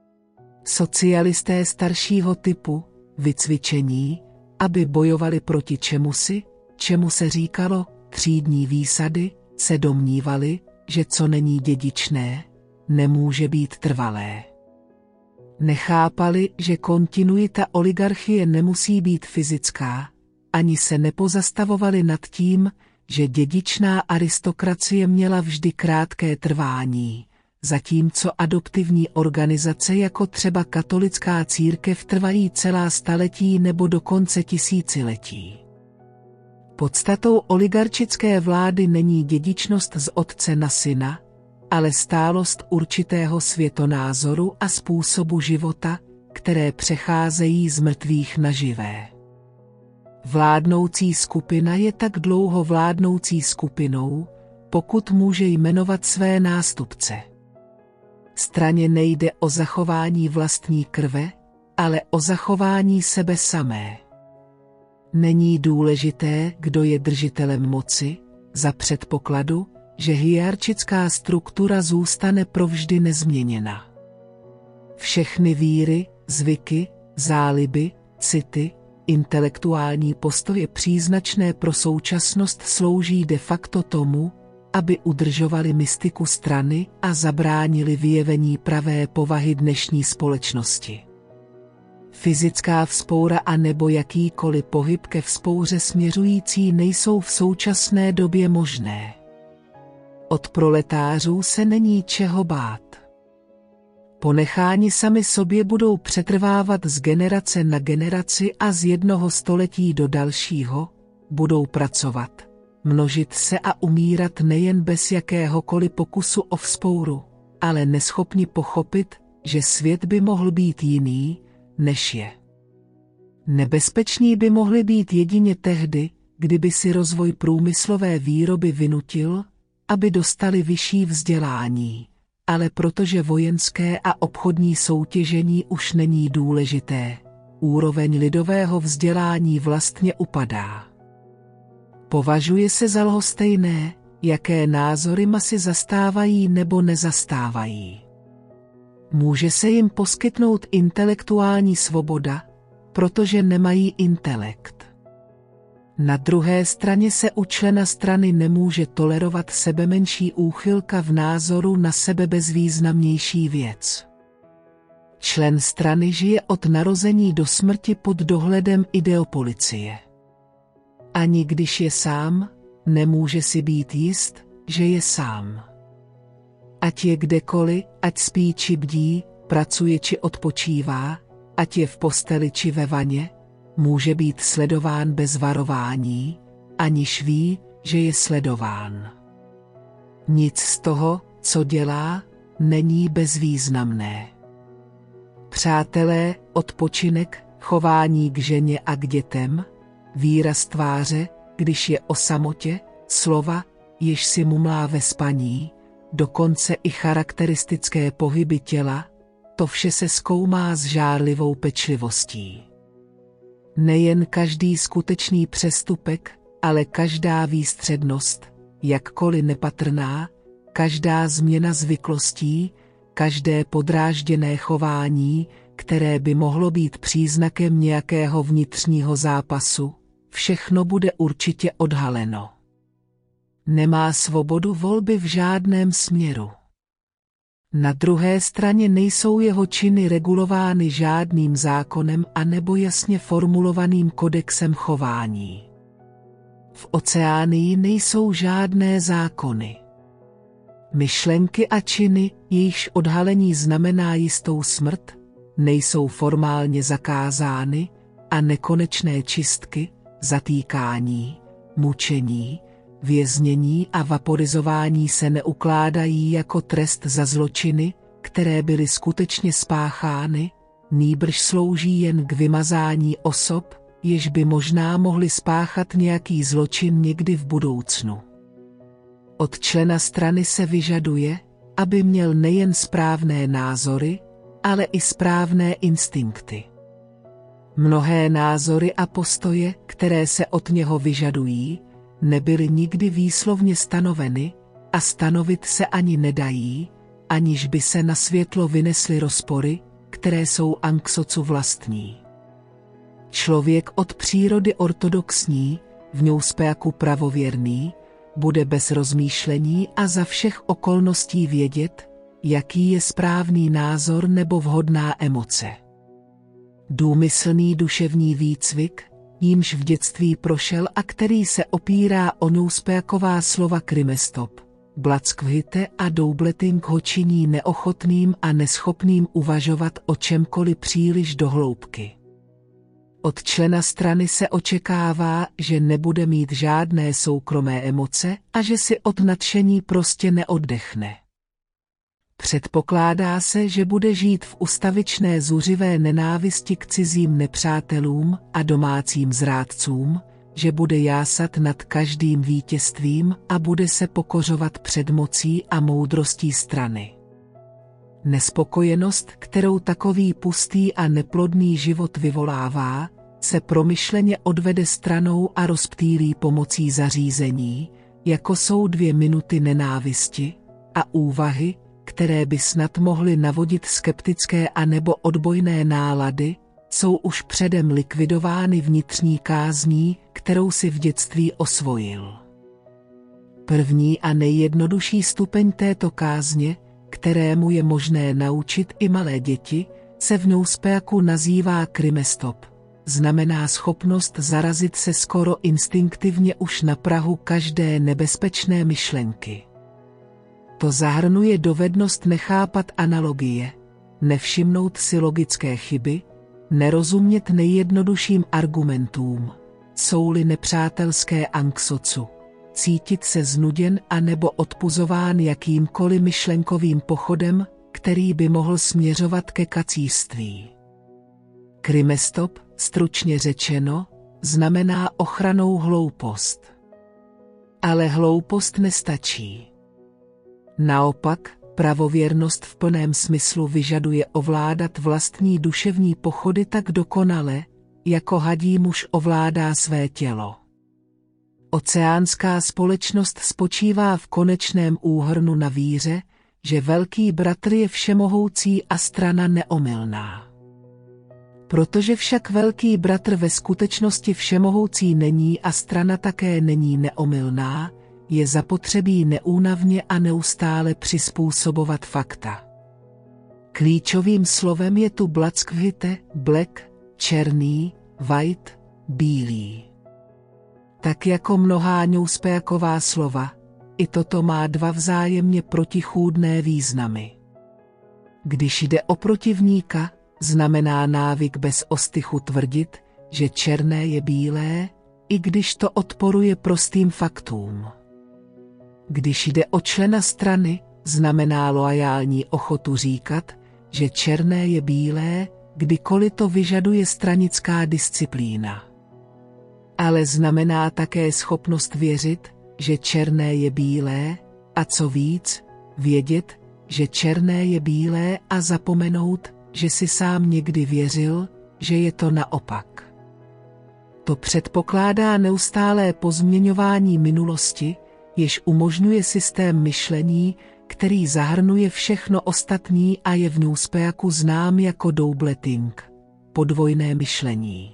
Socialisté staršího typu, vycvičení, aby bojovali proti čemusi, čemu se říkalo třídní výsady, se domnívali, že co není dědičné, nemůže být trvalé. Nechápali, že kontinuita oligarchie nemusí být fyzická, ani se nepozastavovali nad tím, že dědičná aristokracie měla vždy krátké trvání, zatímco adoptivní organizace jako třeba katolická církev trvají celá staletí nebo dokonce tisíciletí. Podstatou oligarchické vlády není dědičnost z otce na syna, ale stálost určitého světonázoru a způsobu života, které přecházejí z mrtvých na živé. Vládnoucí skupina je tak dlouho vládnoucí skupinou, pokud může jmenovat své nástupce. Straně nejde o zachování vlastní krve, ale o zachování sebe samé. Není důležité, kdo je držitelem moci, za předpokladu, že hierarchická struktura zůstane provždy nezměněna. Všechny víry, zvyky, záliby, city, intelektuální postoje příznačné pro současnost slouží de facto tomu, aby udržovali mystiku strany a zabránili vyjevení pravé povahy dnešní společnosti. Fyzická vzpoura a nebo jakýkoliv pohyb ke vzpouře směřující nejsou v současné době možné. Od proletářů se není čeho bát. Ponecháni sami sobě budou přetrvávat z generace na generaci a z jednoho století do dalšího, budou pracovat, množit se a umírat nejen bez jakéhokoliv pokusu o vzpouru, ale neschopni pochopit, že svět by mohl být jiný, než je. Nebezpeční by mohly být jedině tehdy, kdyby si rozvoj průmyslové výroby vynutil, aby dostali vyšší vzdělání, ale protože vojenské a obchodní soutěžení už není důležité, úroveň lidového vzdělání vlastně upadá. Považuje se za lhostejné, jaké názory masy zastávají nebo nezastávají. Může se jim poskytnout intelektuální svoboda, protože nemají intelekt. Na druhé straně se u člena strany nemůže tolerovat sebemenší úchylka v názoru na sebebezvýznamnější věc. Člen strany žije od narození do smrti pod dohledem ideopolicie. Ani když je sám, nemůže si být jist, že je sám. Ať je kdekoliv, ať spí či bdí, pracuje či odpočívá, ať je v posteli či ve vaně, může být sledován bez varování, aniž ví, že je sledován. Nic z toho, co dělá, není bezvýznamné. Přátelé, odpočinek, chování k ženě a k dětem, výraz tváře, když je o samotě, slova, jež si mumlá ve spaní, dokonce i charakteristické pohyby těla, to vše se zkoumá s žárlivou pečlivostí. Nejen každý skutečný přestupek, ale každá výstřednost, jakkoliv nepatrná, každá změna zvyklostí, každé podrážděné chování, které by mohlo být příznakem nějakého vnitřního zápasu, všechno bude určitě odhaleno. Nemá svobodu volby v žádném směru. Na druhé straně nejsou jeho činy regulovány žádným zákonem anebo jasně formulovaným kodexem chování. V Oceánii nejsou žádné zákony. Myšlenky a činy, jejichž odhalení znamená jistou smrt, nejsou formálně zakázány a nekonečné čistky, zatýkání, mučení, věznění a vaporizování se neukládají jako trest za zločiny, které byly skutečně spáchány, nýbrž slouží jen k vymazání osob, jež by možná mohly spáchat nějaký zločin někdy v budoucnu. Od člena strany se vyžaduje, aby měl nejen správné názory, ale i správné instinkty. Mnohé názory a postoje, které se od něho vyžadují, nebyly nikdy výslovně stanoveny a stanovit se ani nedají, aniž by se na světlo vynesly rozpory, které jsou Anxocu vlastní. Člověk od přírody ortodoxní, v Njouspeaku pravověrný, bude bez rozmýšlení a za všech okolností vědět, jaký je správný názor nebo vhodná emoce. Důmyslný duševní výcvik, jímž v dětství prošel a který se opírá o Njouspeaková slova Krimestop, Blackvhite a Doubleting ho činí neochotným a neschopným uvažovat o čemkoliv příliš do hloubky. Od člena strany se očekává, že nebude mít žádné soukromé emoce a že si od nadšení prostě neoddechne. Předpokládá se, že bude žít v ustavičné zuřivé nenávisti k cizím nepřátelům a domácím zrádcům, že bude jásat nad každým vítězstvím a bude se pokořovat před mocí a moudrostí strany. Nespokojenost, kterou takový pustý a neplodný život vyvolává, se promyšleně odvede stranou a rozptýlí pomocí zařízení, jako jsou 2 minuty nenávisti a úvahy, které by snad mohly navodit skeptické anebo odbojné nálady, jsou už předem likvidovány vnitřní kázní, kterou si v dětství osvojil. První a nejjednodušší stupeň této kázně, kterému je možné naučit i malé děti, se v Njouspeaku nazývá Krimestop. Znamená schopnost zarazit se skoro instinktivně už na prahu každé nebezpečné myšlenky. To zahrnuje dovednost nechápat analogie, nevšimnout si logické chyby, nerozumět nejjednodušším argumentům, jsou-li nepřátelské Anxocu, cítit se znuděn a nebo odpuzován jakýmkoliv myšlenkovým pochodem, který by mohl směřovat ke kacířství. Krimestop, stručně řečeno, znamená ochranou hloupost. Ale hloupost nestačí. Naopak, pravověrnost v plném smyslu vyžaduje ovládat vlastní duševní pochody tak dokonale, jako hadí muž ovládá své tělo. Oceánská společnost spočívá v konečném úhrnu na víře, že velký bratr je všemohoucí a strana neomylná. Protože však velký bratr ve skutečnosti všemohoucí není a strana také není neomylná, je zapotřebí neúnavně a neustále přizpůsobovat fakta. Klíčovým slovem je tu Blackvhite, black, černý, white, bílý. Tak jako mnohá newspeaková slova, i toto má dva vzájemně protichůdné významy. Když jde o protivníka, znamená návyk bez ostychu tvrdit, že černé je bílé, i když to odporuje prostým faktům. Když jde o člena strany, znamená loajální ochotu říkat, že černé je bílé, kdykoliv to vyžaduje stranická disciplína. Ale znamená také schopnost věřit, že černé je bílé, a co víc, vědět, že černé je bílé a zapomenout, že si sám někdy věřil, že je to naopak. To předpokládá neustálé pozměňování minulosti, jež umožňuje systém myšlení, který zahrnuje všechno ostatní a je v newspeaku znám jako doubleting, podvojné myšlení.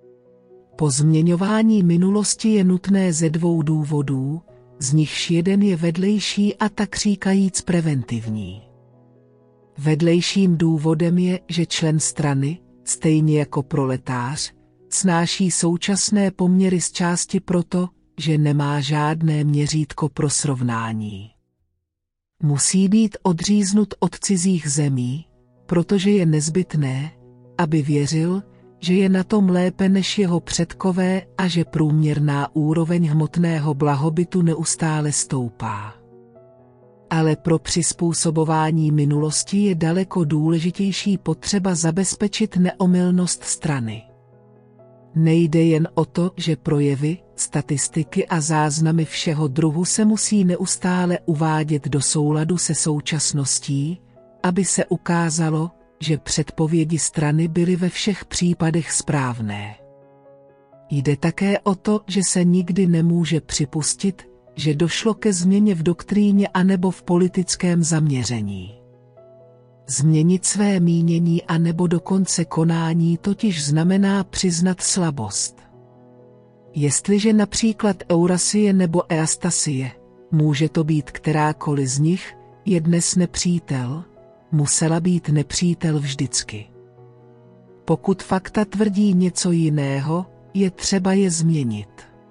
Pozměňování minulosti je nutné ze dvou důvodů, z nichž jeden je vedlejší a tak říkajíc preventivní. Vedlejším důvodem je, že člen strany, stejně jako proletář, snáší současné poměry z části proto, že nemá žádné měřítko pro srovnání. Musí být odříznut od cizích zemí, protože je nezbytné, aby věřil, že je na tom lépe než jeho předkové a že průměrná úroveň hmotného blahobytu neustále stoupá. Ale pro přizpůsobování minulosti je daleko důležitější potřeba zabezpečit neomylnost strany. Nejde jen o to, že projevy, statistiky a záznamy všeho druhu se musí neustále uvádět do souladu se současností, aby se ukázalo, že předpovědi strany byly ve všech případech správné. Jde také o to, že se nikdy nemůže připustit, že došlo ke změně v doktríně anebo v politickém zaměření. Změnit své mínění anebo dokonce konání totiž znamená přiznat slabost. Jestliže například Eurasie nebo Eastasie, může to být kterákoliv z nich, je dnes nepřítel, musela být nepřítel vždycky. Pokud fakta tvrdí něco jiného, je třeba je změnit.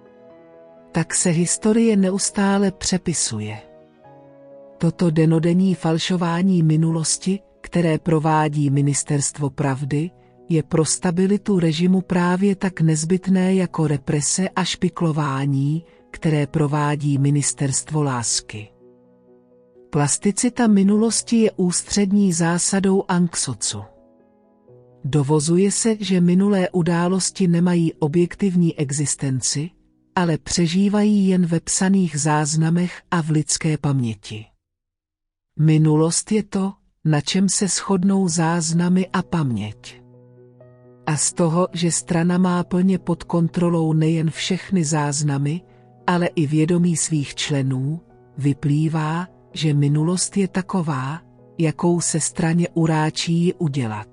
Tak se historie neustále přepisuje. Toto denodenní falšování minulosti, které provádí Ministerstvo pravdy, je pro stabilitu režimu právě tak nezbytné jako represe a špiklování, které provádí Ministerstvo lásky. Plasticita minulosti je ústřední zásadou Anksocu. Dovozuje se, že minulé události nemají objektivní existenci, ale přežívají jen ve psaných záznamech a v lidské paměti. Minulost je to, na čem se shodnou záznamy a paměť. A z toho, že strana má plně pod kontrolou nejen všechny záznamy, ale i vědomí svých členů, vyplývá, že minulost je taková, jakou se straně uráčí ji udělat.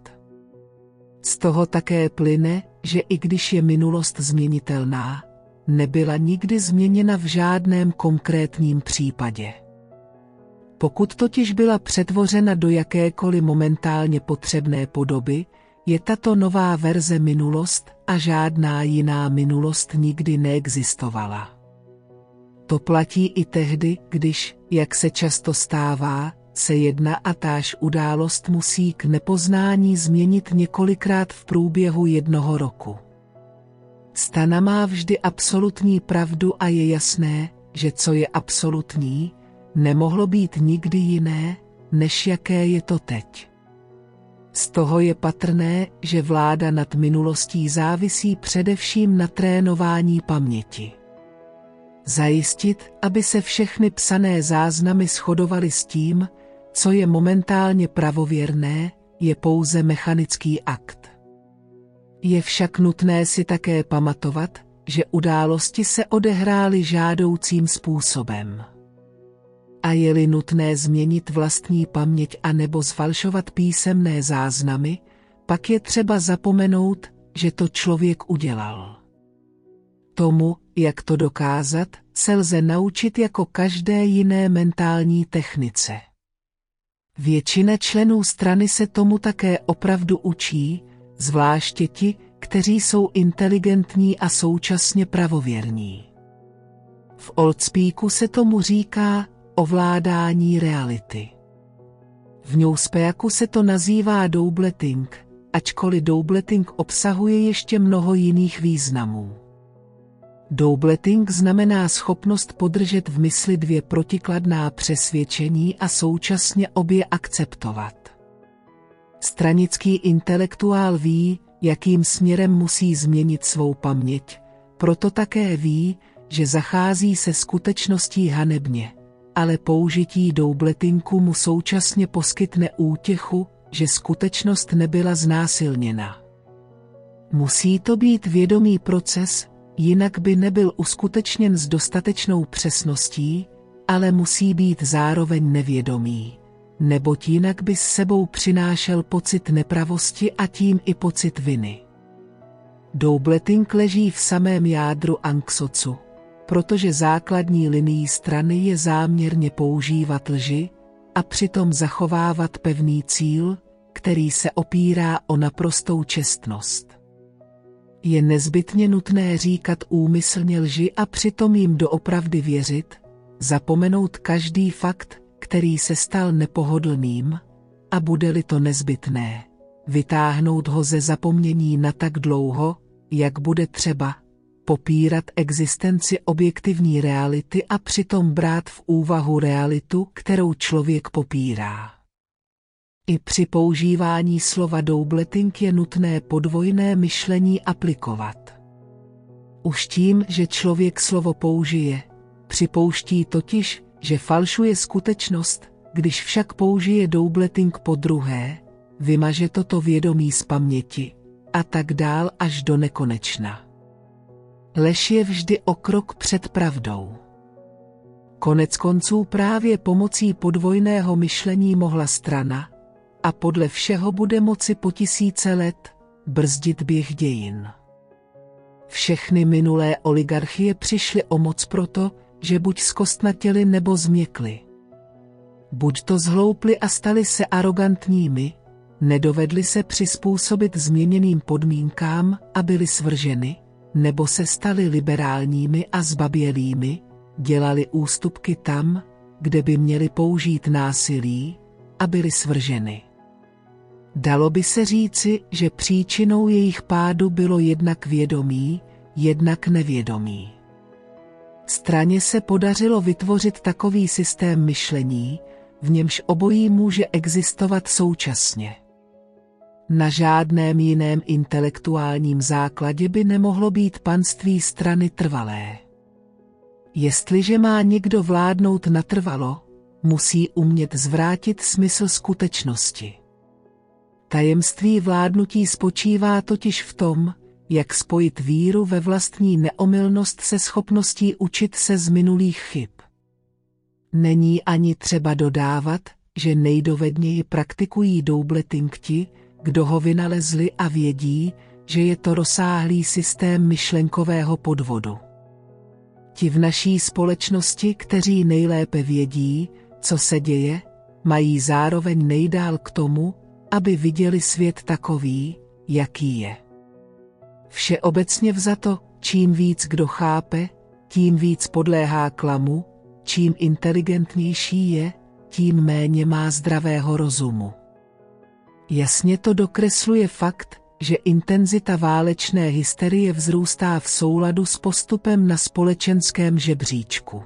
Z toho také plyne, že i když je minulost změnitelná, nebyla nikdy změněna v žádném konkrétním případě. Pokud totiž byla přetvořena do jakékoliv momentálně potřebné podoby, je tato nová verze minulost a žádná jiná minulost nikdy neexistovala. To platí i tehdy, když, jak se často stává, se jedna a táž událost musí k nepoznání změnit několikrát v průběhu jednoho roku. Strana má vždy absolutní pravdu a je jasné, že co je absolutní, nemohlo být nikdy jiné, než jaké je to teď. Z toho je patrné, že vláda nad minulostí závisí především na trénování paměti. Zajistit, aby se všechny psané záznamy shodovaly s tím, co je momentálně pravověrné, je pouze mechanický akt. Je však nutné si také pamatovat, že události se odehrály žádoucím způsobem. A je-li nutné změnit vlastní paměť a nebo zfalšovat písemné záznamy, pak je třeba zapomenout, že to člověk udělal. Tomu, jak to dokázat, se lze naučit jako každé jiné mentální technice. Většina členů strany se tomu také opravdu učí, zvláště ti, kteří jsou inteligentní a současně pravověrní. V Oldspeaku se tomu říká ovládání reality. V Newspeaku se to nazývá doubleting, ačkoliv doubleting obsahuje ještě mnoho jiných významů. Doubleting znamená schopnost podržet v mysli dvě protikladná přesvědčení a současně obě akceptovat. Stranický intelektuál ví, jakým směrem musí změnit svou paměť, proto také ví, že zachází se skutečností hanebně, ale použití doubletinku mu současně poskytne útěchu, že skutečnost nebyla znásilněna. Musí to být vědomý proces, jinak by nebyl uskutečněn s dostatečnou přesností, ale musí být zároveň nevědomý, neboť jinak by s sebou přinášel pocit nepravosti a tím i pocit viny. Doubleting leží v samém jádru Anksocu, protože základní linií strany je záměrně používat lži a přitom zachovávat pevný cíl, který se opírá o naprostou čestnost. Je nezbytně nutné říkat úmyslně lži a přitom jim doopravdy věřit, zapomenout každý fakt, který se stal nepohodlným, a bude-li to nezbytné, vytáhnout ho ze zapomnění na tak dlouho, jak bude třeba, popírat existenci objektivní reality a přitom brát v úvahu realitu, kterou člověk popírá. I při používání slova doubleting je nutné podvojné myšlení aplikovat. Už tím, že člověk slovo použije, připouští totiž, že falšuje skutečnost, když však použije doubleting podruhé, vymaže toto vědomí z paměti, a tak dál až do nekonečna. Lež je vždy o krok před pravdou. Koneckonců právě pomocí podvojného myšlení mohla strana, a podle všeho bude moci po tisíce let, brzdit běh dějin. Všechny minulé oligarchie přišly o moc proto, že buď zkostnatěli nebo změkli. Buď to zhloupli a stali se arogantními, nedovedli se přizpůsobit změněným podmínkám a byli svrženy, nebo se stali liberálními a zbabělými, dělali ústupky tam, kde by měli použít násilí, a byli svrženy. Dalo by se říci, že příčinou jejich pádu bylo jednak vědomí, jednak nevědomí. Straně se podařilo vytvořit takový systém myšlení, v němž obojí může existovat současně. Na žádném jiném intelektuálním základě by nemohlo být panství strany trvalé. Jestliže má někdo vládnout natrvalo, musí umět zvrátit smysl skutečnosti. Tajemství vládnutí spočívá totiž v tom, jak spojit víru ve vlastní neomylnost se schopností učit se z minulých chyb. Není ani třeba dodávat, že nejdovedněji praktikují doubleting ti, kdo ho vynalezli a vědí, že je to rozsáhlý systém myšlenkového podvodu. Ti v naší společnosti, kteří nejlépe vědí, co se děje, mají zároveň nejdál k tomu, aby viděli svět takový, jaký je. Všeobecně vzato, čím víc kdo chápe, tím víc podléhá klamu, čím inteligentnější je, tím méně má zdravého rozumu. Jasně to dokresluje fakt, že intenzita válečné hysterie vzrůstá v souladu s postupem na společenském žebříčku.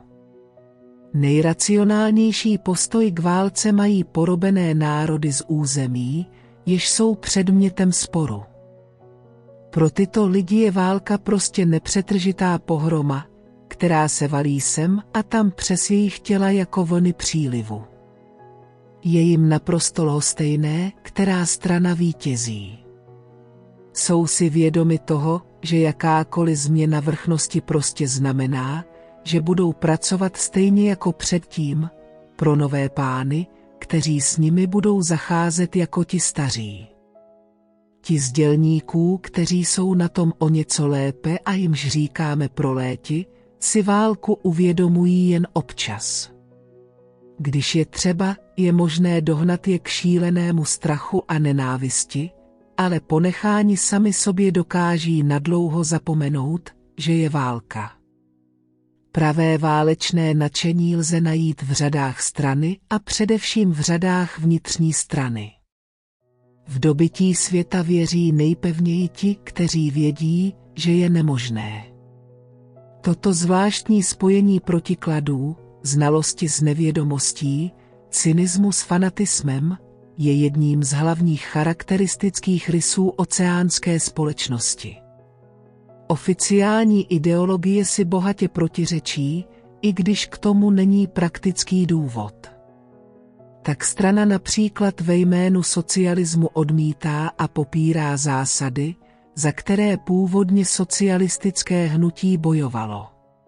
Nejracionálnější postoj k válce mají porobené národy z území, jež jsou předmětem sporu. Pro tyto lidi je válka prostě nepřetržitá pohroma, která se valí sem a tam přes jejich těla jako vlny přílivu. Je jim naprosto lhostejné, která strana vítězí. Jsou si vědomi toho, že jakákoliv změna vrchnosti prostě znamená, že budou pracovat stejně jako předtím, pro nové pány, kteří s nimi budou zacházet jako ti staří. Ti z dělníků, kteří jsou na tom o něco lépe a jimž říkáme proléti, si válku uvědomují jen občas. Když je třeba, je možné dohnat je k šílenému strachu a nenávisti, ale ponecháni sami sobě dokáží nadlouho zapomenout, že je válka. Pravé válečné nadšení lze najít v řadách strany a především v řadách vnitřní strany. V dobytí světa věří nejpevněji ti, kteří vědí, že je nemožné. Toto zvláštní spojení protikladů, znalosti s nevědomostí, cynismu s fanatismem, je jedním z hlavních charakteristických rysů oceánské společnosti. Oficiální ideologie si bohatě protiřečí, i když k tomu není praktický důvod. Tak strana například ve jménu socialismu odmítá a popírá zásady, za které původně socialistické hnutí bojovalo.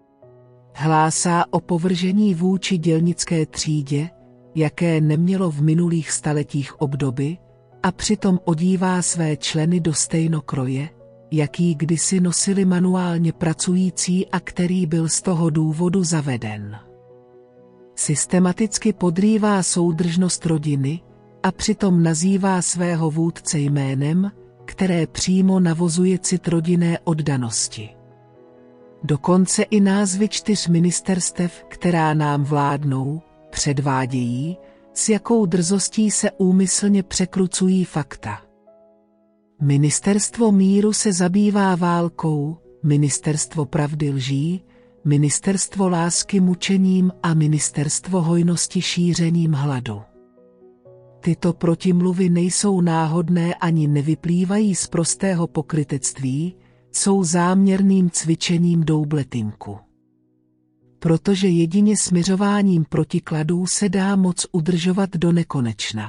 Hlásá opovržení vůči dělnické třídě, jaké nemělo v minulých staletích obdoby, a přitom odívá své členy do stejnokroje, jaký kdysi nosili manuálně pracující a který byl z toho důvodu zaveden. Systematicky podrývá soudržnost rodiny a přitom nazývá svého vůdce jménem, které přímo navozuje cit rodinné oddanosti. Dokonce i názvy 4 ministerstev, která nám vládnou, předvádějí, s jakou drzostí se úmyslně překrucují fakta. Ministerstvo míru se zabývá válkou, ministerstvo pravdy lží, ministerstvo lásky mučením a ministerstvo hojnosti šířením hladu. Tyto protimluvy nejsou náhodné ani nevyplývají z prostého pokrytectví, jsou záměrným cvičením doubletinku. Protože jedině směřováním protikladů se dá moc udržovat do nekonečna.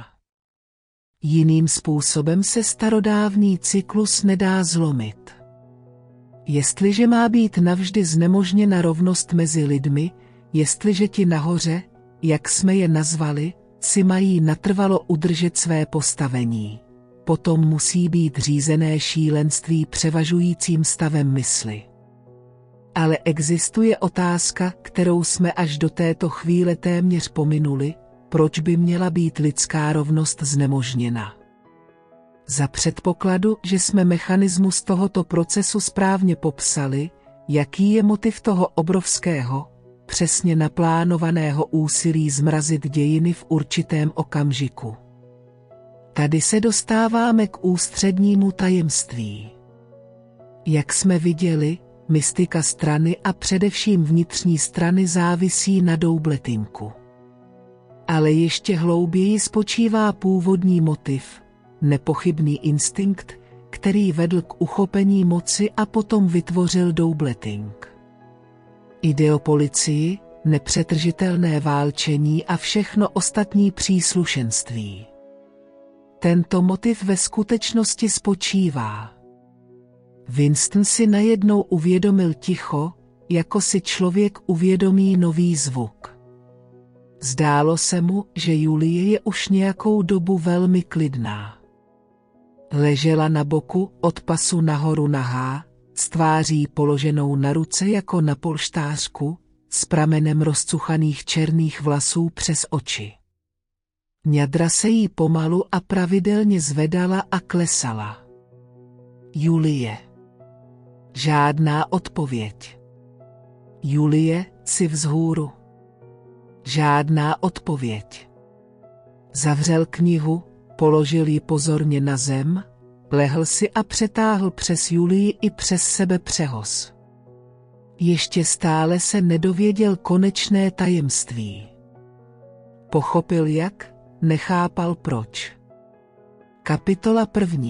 Jiným způsobem se starodávný cyklus nedá zlomit. Jestliže má být navždy znemožněna rovnost mezi lidmi, jestliže ti nahoře, jak jsme je nazvali, si mají natrvalo udržet své postavení, potom musí být řízené šílenství převažujícím stavem mysli. Ale existuje otázka, kterou jsme až do této chvíle téměř pominuli, proč by měla být lidská rovnost znemožněna. Za předpokladu, že jsme mechanismus tohoto procesu správně popsali, jaký je motiv toho obrovského, přesně naplánovaného úsilí zmrazit dějiny v určitém okamžiku. Tady se dostáváme k ústřednímu tajemství. Jak jsme viděli, mystika strany a především vnitřní strany závisí na doubletinku. Ale ještě hlouběji spočívá původní motiv, nepochybný instinkt, který vedl k uchopení moci a potom vytvořil doubletink. Ideopolicii, nepřetržitelné válčení a všechno ostatní příslušenství. Tento motiv ve skutečnosti spočívá. Winston si najednou uvědomil ticho, jako si člověk uvědomí nový zvuk. Zdálo se mu, že Julie je už nějakou dobu velmi klidná. Ležela na boku, od pasu nahoru nahá, s tváří položenou na ruce jako na polštářku, s pramenem rozcuchaných černých vlasů přes oči. Ňadra se jí pomalu a pravidelně zvedala a klesala. Julie. Žádná odpověď. Julie, si vzhůru. Žádná odpověď. Zavřel knihu, položil ji pozorně na zem, lehl si a přetáhl přes Julii i přes sebe přehoz. Ještě stále se nedověděl konečné tajemství. Pochopil jak, nechápal proč. Kapitola 1.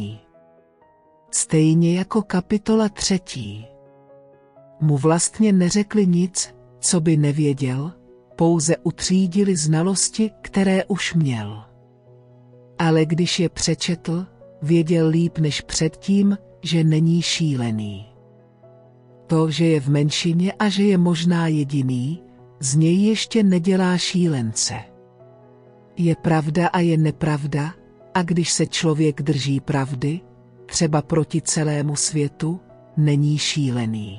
Stejně jako kapitola 3. Mu vlastně neřekli nic, co by nevěděl, pouze utřídili znalosti, které už měl. Ale když je přečetl, věděl líp než předtím, že není šílený. To, že je v menšině a že je možná jediný, z něj ještě nedělá šílence. Je pravda a je nepravda, a když se člověk drží pravdy, třeba proti celému světu, není šílený.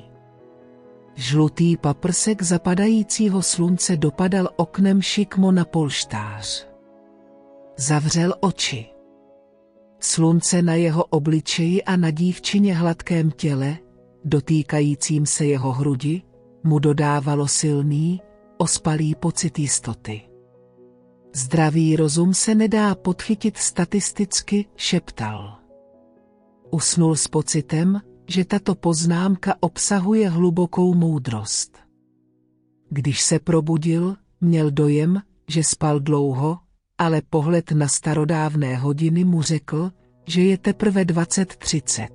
Žlutý paprsek zapadajícího slunce dopadal oknem šikmo na polštář. Zavřel oči. Slunce na jeho obličeji a na dívčině hladkém těle, dotýkajícím se jeho hrudi, mu dodávalo silný, ospalý pocit jistoty. Zdravý rozum se nedá podchytit statisticky, šeptal. Usnul s pocitem, že tato poznámka obsahuje hlubokou moudrost. Když se probudil, měl dojem, že spal dlouho, ale pohled na starodávné hodiny mu řekl, že je teprve 20:30.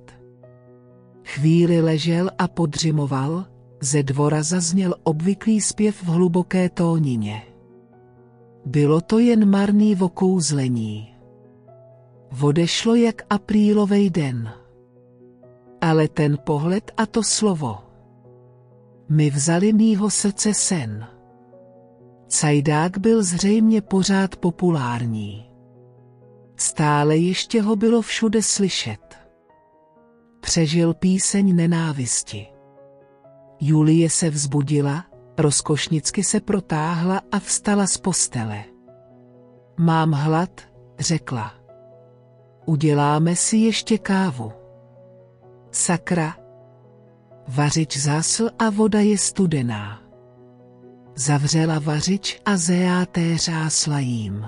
Chvíli ležel a podřimoval, ze dvora zazněl obvyklý zpěv v hluboké tónině. Bylo to jen marný okouzlení. Odešlo jak aprílovej den. Ale ten pohled a to slovo mi vzali mýho srdce sen. Cajdák byl zřejmě pořád populární. Stále ještě ho bylo všude slyšet. Přežil píseň nenávisti. Julie se vzbudila, rozkošnicky se protáhla a vstala z postele. Mám hlad, řekla. Uděláme si ještě kávu. Sakra. Vařič zhasl a voda je studená. Zavřela vařič a zejáté řásla jím.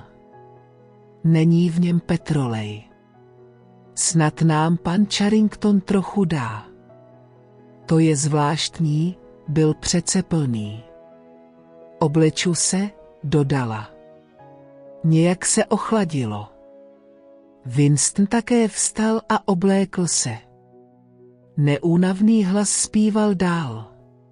Není v něm petrolej. Snad nám pan Charrington trochu dá. To je zvláštní, byl přece plný. Obleču se, dodala. Nějak se ochladilo. Winston také vstal a oblékl se. Neúnavný hlas zpíval dál.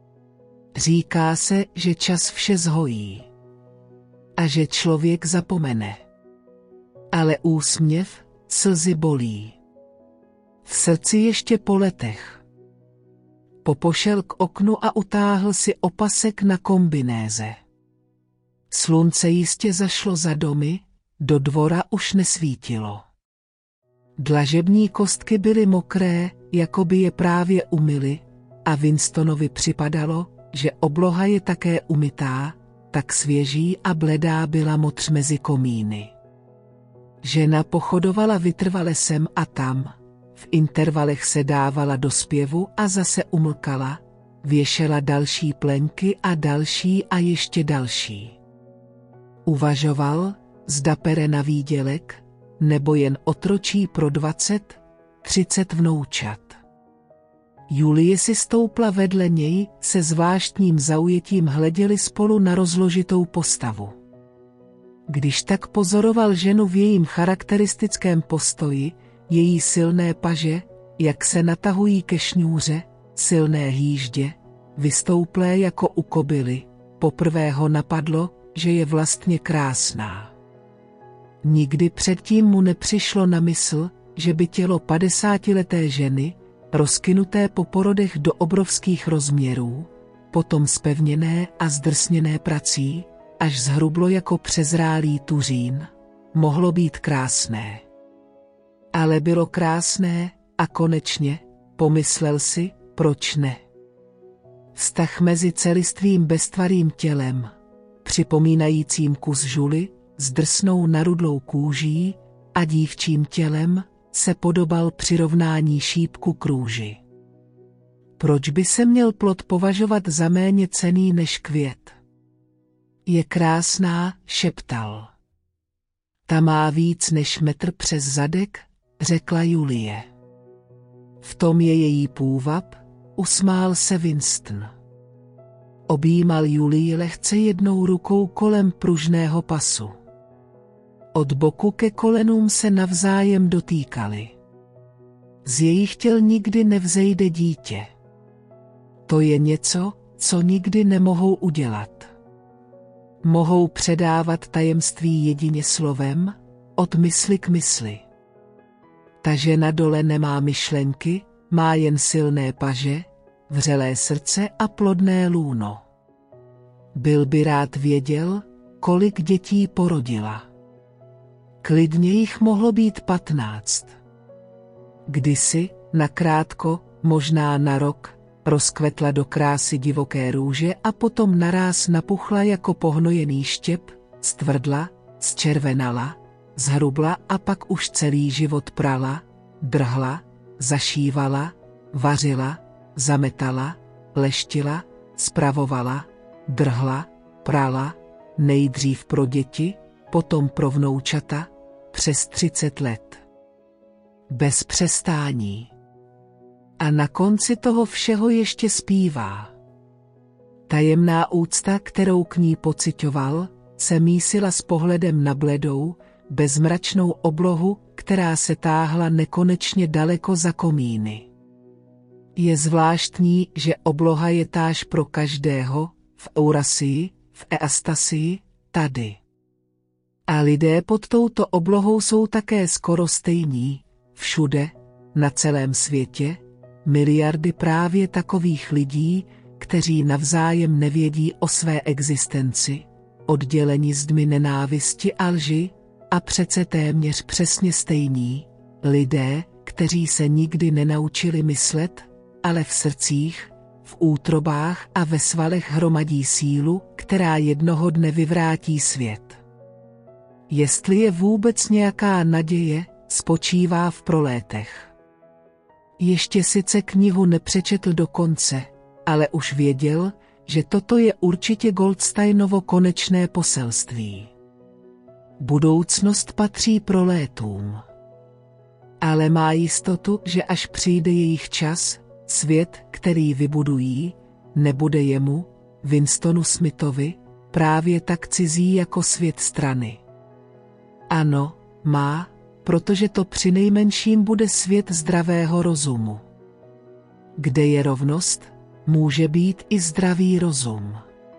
Říká se, že čas vše zhojí. A že člověk zapomene. Ale úsměv, slzy bolí. V srdci ještě po letech. Popošel k oknu a utáhl si opasek na kombinéze. Slunce jistě zašlo za domy, do dvora už nesvítilo. Dlažební kostky byly mokré, jako by je právě umyli, a Winstonovi připadalo, že obloha je také umytá, tak svěží a bledá byla motř mezi komíny. Žena pochodovala vytrvale sem a tam, v intervalech se dávala do zpěvu a zase umlkala, věšela další plenky a další a ještě další. Uvažoval, zda pere na výdělek, nebo jen otročí pro 20-30 vnoučat. Julie si stoupla vedle něj, se zvláštním zaujetím hleděli spolu na rozložitou postavu. Když tak pozoroval ženu v jejím charakteristickém postoji, její silné paže, jak se natahují ke šňůře, silné hýždě, vystouplé jako u kobily, poprvé ho napadlo, že je vlastně krásná. Nikdy předtím mu nepřišlo na mysl, že by tělo 50leté ženy, rozkynuté po porodech do obrovských rozměrů, potom zpevněné a zdrsněné prací, až zhrublo jako přezrálý tuřín, mohlo být krásné. Ale bylo krásné a konečně, pomyslel si, proč ne. Vztah mezi celistvým beztvarým tělem, připomínajícím kus žuly, s drsnou narudlou kůží a dívčím tělem, se podobal přirovnání šípku k růži. Proč by se měl plod považovat za méně cenný než květ? Je krásná, šeptal. Ta má víc než metr přes zadek, řekla Julie. V tom je její půvab, usmál se Winston. Objímal Julii lehce jednou rukou kolem pružného pasu. Od boku ke kolenům se navzájem dotýkali. Z jejich těl nikdy nevzejde dítě. To je něco, co nikdy nemohou udělat. Mohou předávat tajemství jedině slovem, od mysli k mysli. Ta žena dole nemá myšlenky, má jen silné paže, vřelé srdce a plodné lůno. Byl by rád věděl, kolik dětí porodila. Klidně jich mohlo být 15. Kdysi, nakrátko, možná na rok, rozkvetla do krásy divoké růže a potom naráz napuchla jako pohnojený štěp, stvrdla, zčervenala, zhrubla a pak už celý život prala, drhla, zašívala, vařila, zametala, leštila, spravovala, drhla, prala, nejdřív pro děti, potom pro vnoučata, přes 30 let. Bez přestání. A na konci toho všeho ještě zpívá. Tajemná úcta, kterou k ní pociťoval, se mísila s pohledem na bledou, bezmračnou oblohu, která se táhla nekonečně daleko za komíny. Je zvláštní, že obloha je táž pro každého, v Eurasii, v Eastasii, tady. A lidé pod touto oblohou jsou také skoro stejní, všude, na celém světě, miliardy právě takových lidí, kteří navzájem nevědí o své existenci, odděleni zdmi nenávisti a lži, a přece téměř přesně stejní, lidé, kteří se nikdy nenaučili myslet, ale v srdcích, v útrobách a ve svalech hromadí sílu, která jednoho dne vyvrátí svět. Jestli je vůbec nějaká naděje, spočívá v prolétech. Ještě sice knihu nepřečetl do konce, ale už věděl, že toto je určitě Goldsteinovo konečné poselství. Budoucnost patří prolétům. Ale má jistotu, že až přijde jejich čas, svět, který vybudují, nebude jemu, Winstonu Smithovi, právě tak cizí jako svět strany. Ano, má, protože to přinejmenším bude svět zdravého rozumu. Kde je rovnost, může být i zdravý rozum.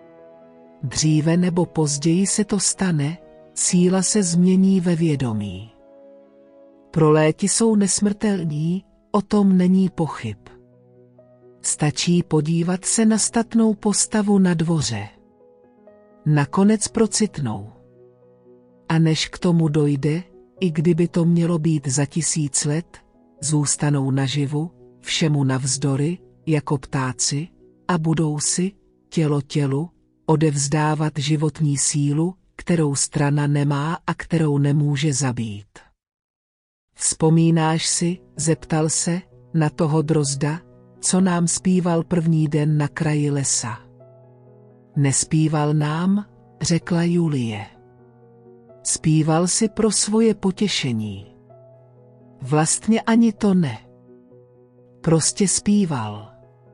Dříve nebo později se to stane, síla se změní ve vědomí. Proléti jsou nesmrtelní, o tom není pochyb. Stačí podívat se na statnou postavu na dvoře. Nakonec procitnou. A než k tomu dojde, i kdyby to mělo být za 1000 let, zůstanou naživu, všemu navzdory, jako ptáci, a budou si, tělo tělu, odevzdávat životní sílu, kterou strana nemá a kterou nemůže zabít. Vzpomínáš si, zeptal se, na toho drozda, co nám zpíval první den na kraji lesa? Nespíval nám, řekla Julie. Zpíval si pro svoje potěšení. Vlastně ani to ne. Prostě zpíval.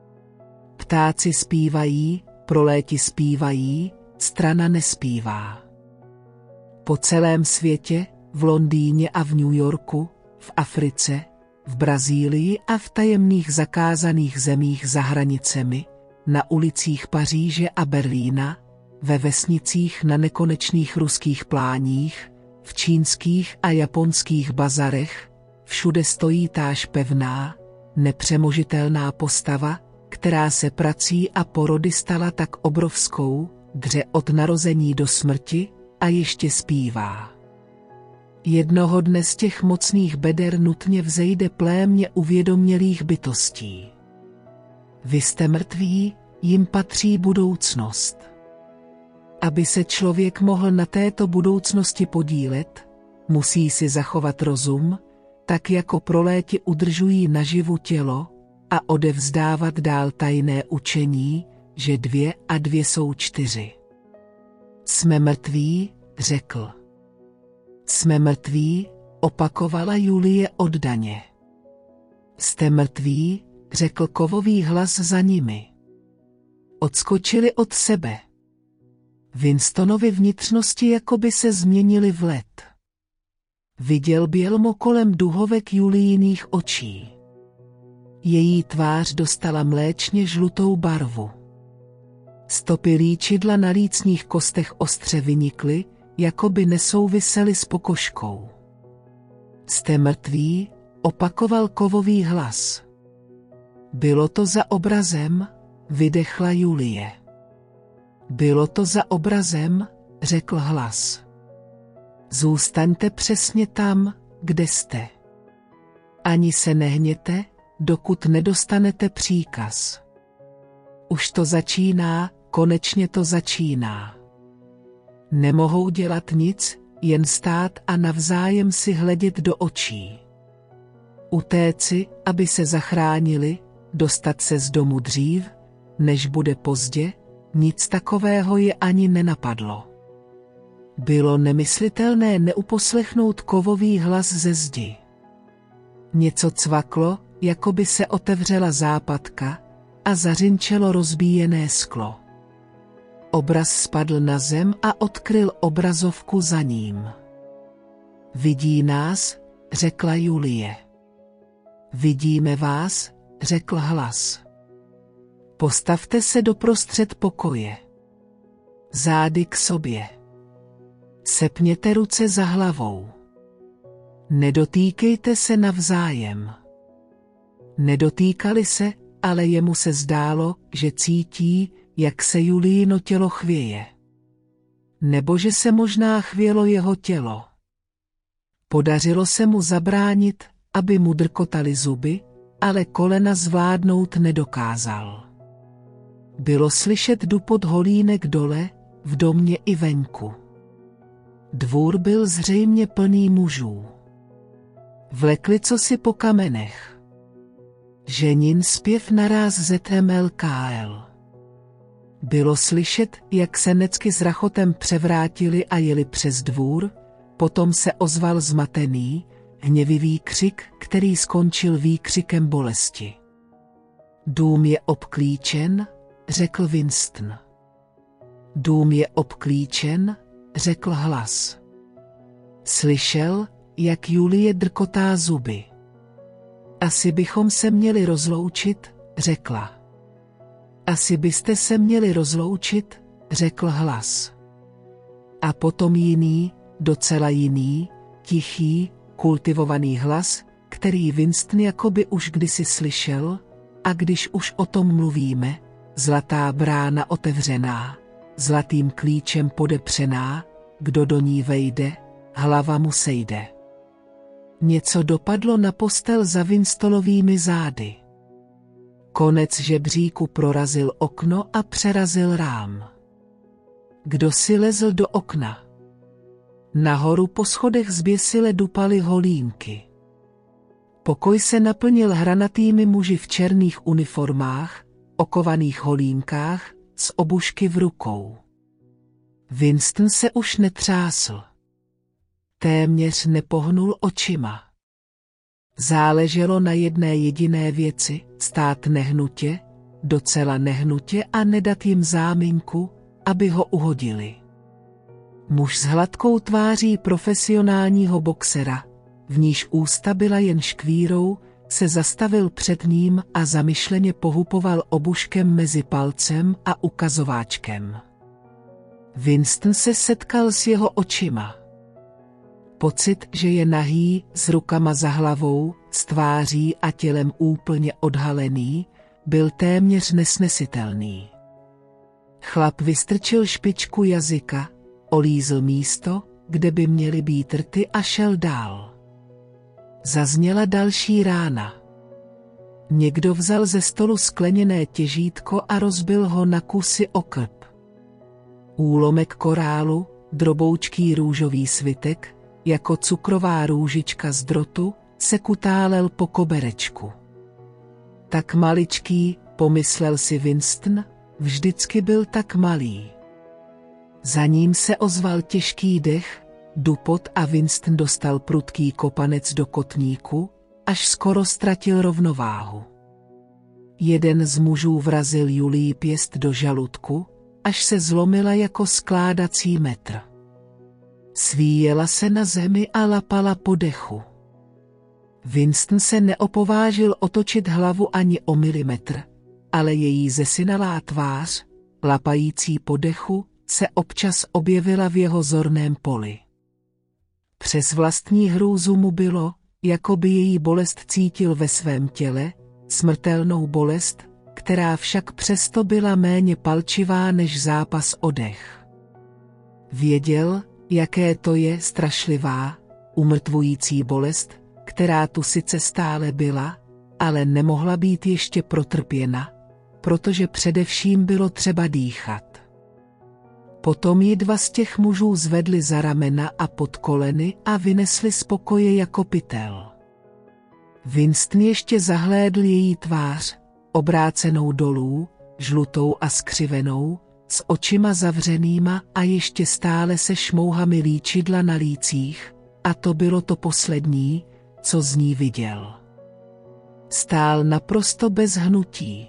Ptáci zpívají, proléti zpívají, strana nespívá. Po celém světě, v Londýně a v New Yorku, v Africe, v Brazílii a v tajemných zakázaných zemích za hranicemi, na ulicích Paříže a Berlína, ve vesnicích na nekonečných ruských pláních, v čínských a japonských bazarech, všude stojí táž pevná, nepřemožitelná postava, která se prací a porody stala tak obrovskou, dře od narození do smrti, a ještě zpívá. Jednoho dne z těch mocných beder nutně vzejde plémě uvědomělých bytostí. Vy jste mrtví, jim patří budoucnost. Aby se člověk mohl na této budoucnosti podílet, musí si zachovat rozum, tak jako proléti udržují naživu tělo, a odevzdávat dál tajné učení, že 2 a 2 jsou 4. Jsme mrtví, řekl. Jsme mrtví, opakovala Julie oddaně. Jste mrtví, řekl kovový hlas za nimi. Odskočili od sebe. Winstonovy vnitřnosti jakoby se změnily v led. Viděl bělmo kolem duhovek Julijiných očí. Její tvář dostala mléčně žlutou barvu. Stopy líčidla na lícních kostech ostře vynikly, jakoby nesouvisely s pokožkou. Jste mrtví, opakoval kovový hlas. Bylo to za obrazem, vydechla Julie. Bylo to za obrazem, řekl hlas. Zůstaňte přesně tam, kde jste. Ani se nehněte, dokud nedostanete příkaz. Už to začíná, konečně to začíná. Nemohou dělat nic, jen stát a navzájem si hledět do očí. Utéci, aby se zachránili, dostat se z domu dřív, než bude pozdě, nic takového je ani nenapadlo. Bylo nemyslitelné neuposlechnout kovový hlas ze zdi. Něco cvaklo, jako by se otevřela západka a zařinčelo rozbíjené sklo. Obraz spadl na zem a odkryl obrazovku za ním. Vidí nás, řekla Julie. Vidíme vás, řekl hlas. Postavte se doprostřed pokoje. Zády k sobě. Sepněte ruce za hlavou. Nedotýkejte se navzájem. Nedotýkali se, ale jemu se zdálo, že cítí, jak se Julijino tělo chvěje. Nebo že se možná chvělo jeho tělo. Podařilo se mu zabránit, aby mu drkotaly zuby, ale kolena zvládnout nedokázal. Bylo slyšet dupot holínek dole, v domě i venku. Dvůr byl zřejmě plný mužů. Vlekli cosi po kamenech. Ženin zpěv naráz ZMLKL. Bylo slyšet, jak se necky s rachotem převrátili a jeli přes dvůr, potom se ozval zmatený, hněvivý křik, který skončil výkřikem bolesti. Dům je obklíčen, řekl Winston. Dům je obklíčen, řekl hlas. Slyšel, jak Julie drkotá zuby. Asi bychom se měli rozloučit, řekla. Asi byste se měli rozloučit, řekl hlas. A potom jiný, docela jiný, tichý, kultivovaný hlas, který Winston jakoby už kdysi slyšel, a když už o tom mluvíme, zlatá brána otevřená, zlatým klíčem podepřená, kdo do ní vejde, hlava mu sejde. Něco dopadlo na postel za Winstonovými zády. Konec žebříku prorazil okno a přerazil rám. Kdo si lezl do okna? Nahoru po schodech zběsile dupaly holínky. Pokoj se naplnil hranatými muži v černých uniformách, okovaných holínkách, s obušky v rukou. Winston se už netřásl. Téměř nepohnul očima. Záleželo na jedné jediné věci, stát nehnutě, docela nehnutě a nedat jim záminku, aby ho uhodili. Muž s hladkou tváří profesionálního boxera, v níž ústa byla jen škvírou, se zastavil před ním a zamyšleně pohupoval obuškem mezi palcem a ukazováčkem. Winston se setkal s jeho očima. Pocit, že je nahý, s rukama za hlavou, s tváří a tělem úplně odhalený, byl téměř nesnesitelný. Chlap vystrčil špičku jazyka, olízl místo, kde by měly být rty a šel dál. Zazněla další rána. Někdo vzal ze stolu skleněné těžítko a rozbil ho na kusy o krb. Úlomek korálu, droboučký růžový svitek, jako cukrová růžička z drotu, se kutálel po koberečku. Tak maličký, pomyslel si Winston, vždycky byl tak malý. Za ním se ozval těžký dech, dupot a Winston dostal prudký kopanec do kotníku, až skoro ztratil rovnováhu. Jeden z mužů vrazil Julii pěst do žaludku, až se zlomila jako skládací metr. Svíjela se na zemi a lapala po dechu. Winston se neopovážil otočit hlavu ani o milimetr, ale její zesinalá tvář, lapající po dechu, se občas objevila v jeho zorném poli. Přes vlastní hrůzu mu bylo, jako by její bolest cítil ve svém těle, smrtelnou bolest, která však přesto byla méně palčivá než zápas o dech. Věděl, jaké to je strašlivá, umrtvující bolest, která tu sice stále byla, ale nemohla být ještě protrpěna, protože především bylo třeba dýchat. Potom ji dva z těch mužů zvedli za ramena a pod koleny a vynesli z pokoje jako pytel. Winston ještě zahlédl její tvář, obrácenou dolů, žlutou a skřivenou, s očima zavřenýma a ještě stále se šmouhami líčidla na lících, a to bylo to poslední, co z ní viděl. Stál naprosto bez hnutí.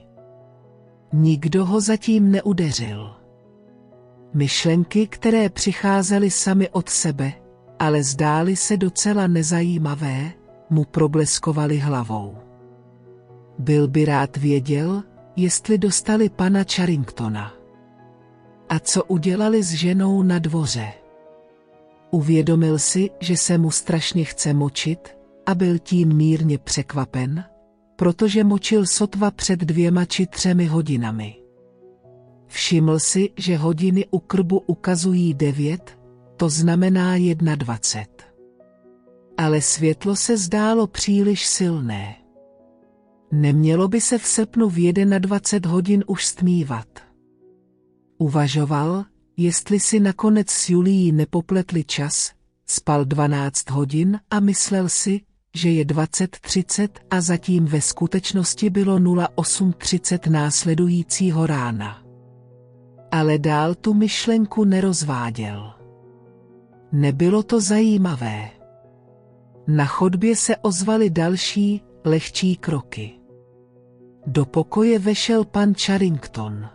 Nikdo ho zatím neudeřil. Myšlenky, které přicházely samy od sebe, ale zdály se docela nezajímavé, mu probleskovaly hlavou. Byl by rád věděl, jestli dostali pana Charringtona. A co udělali s ženou na dvoře. Uvědomil si, že se mu strašně chce močit, a byl tím mírně překvapen, protože močil sotva před 2 či 3 hodinami. Všiml si, že hodiny u krbu ukazují 9, to znamená 21. Ale světlo se zdálo příliš silné. Nemělo by se v srpnu v 21 hodin už stmívat. Uvažoval, jestli si nakonec s Julií nepopletli čas, spal 12 hodin a myslel si, že je 20:30 a zatím ve skutečnosti bylo 08:30 následujícího rána. Ale dál tu myšlenku nerozváděl. Nebylo to zajímavé. Na chodbě se ozvaly další, lehčí kroky. Do pokoje vešel pan Charrington.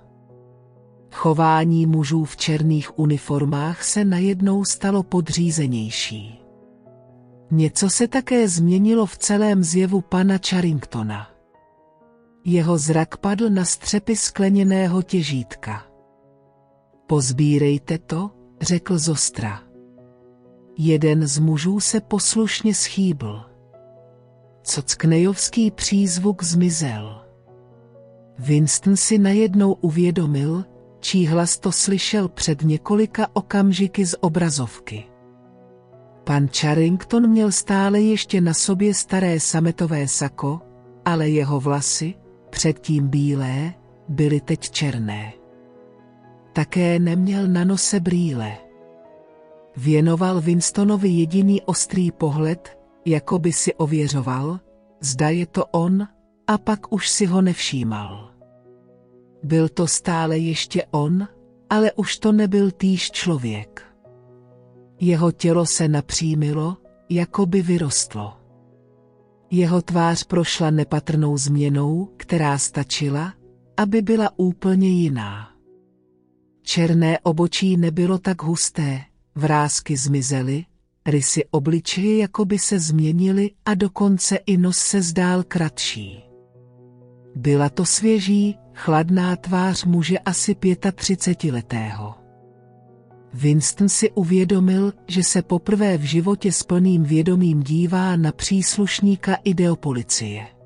Chování mužů v černých uniformách se najednou stalo podřízenější. Něco se také změnilo v celém zjevu pana Charringtona. Jeho zrak padl na střepy skleněného těžítka. Pozbírejte to, řekl zostra. Jeden z mužů se poslušně schýbl. Cockneyovský přízvuk zmizel. Winston si najednou uvědomil, čí hlas to slyšel před několika okamžiky z obrazovky. Pan Charrington měl stále ještě na sobě staré sametové sako, ale jeho vlasy, předtím bílé, byly teď černé. Také neměl na nose brýle. Věnoval Winstonovi jediný ostrý pohled, jako by si ověřoval, zda je to on, a pak už si ho nevšímal. Byl to stále ještě on, ale už to nebyl týž člověk. Jeho tělo se napřímilo, jako by vyrostlo. Jeho tvář prošla nepatrnou změnou, která stačila, aby byla úplně jiná. Černé obočí nebylo tak husté, vrásky zmizely, rysy obličeje jako by se změnily a dokonce i nos se zdál kratší. Byla to svěží, chladná tvář muže asi 35letého. Winston si uvědomil, že se poprvé v životě s plným vědomím dívá na příslušníka ideopolicie.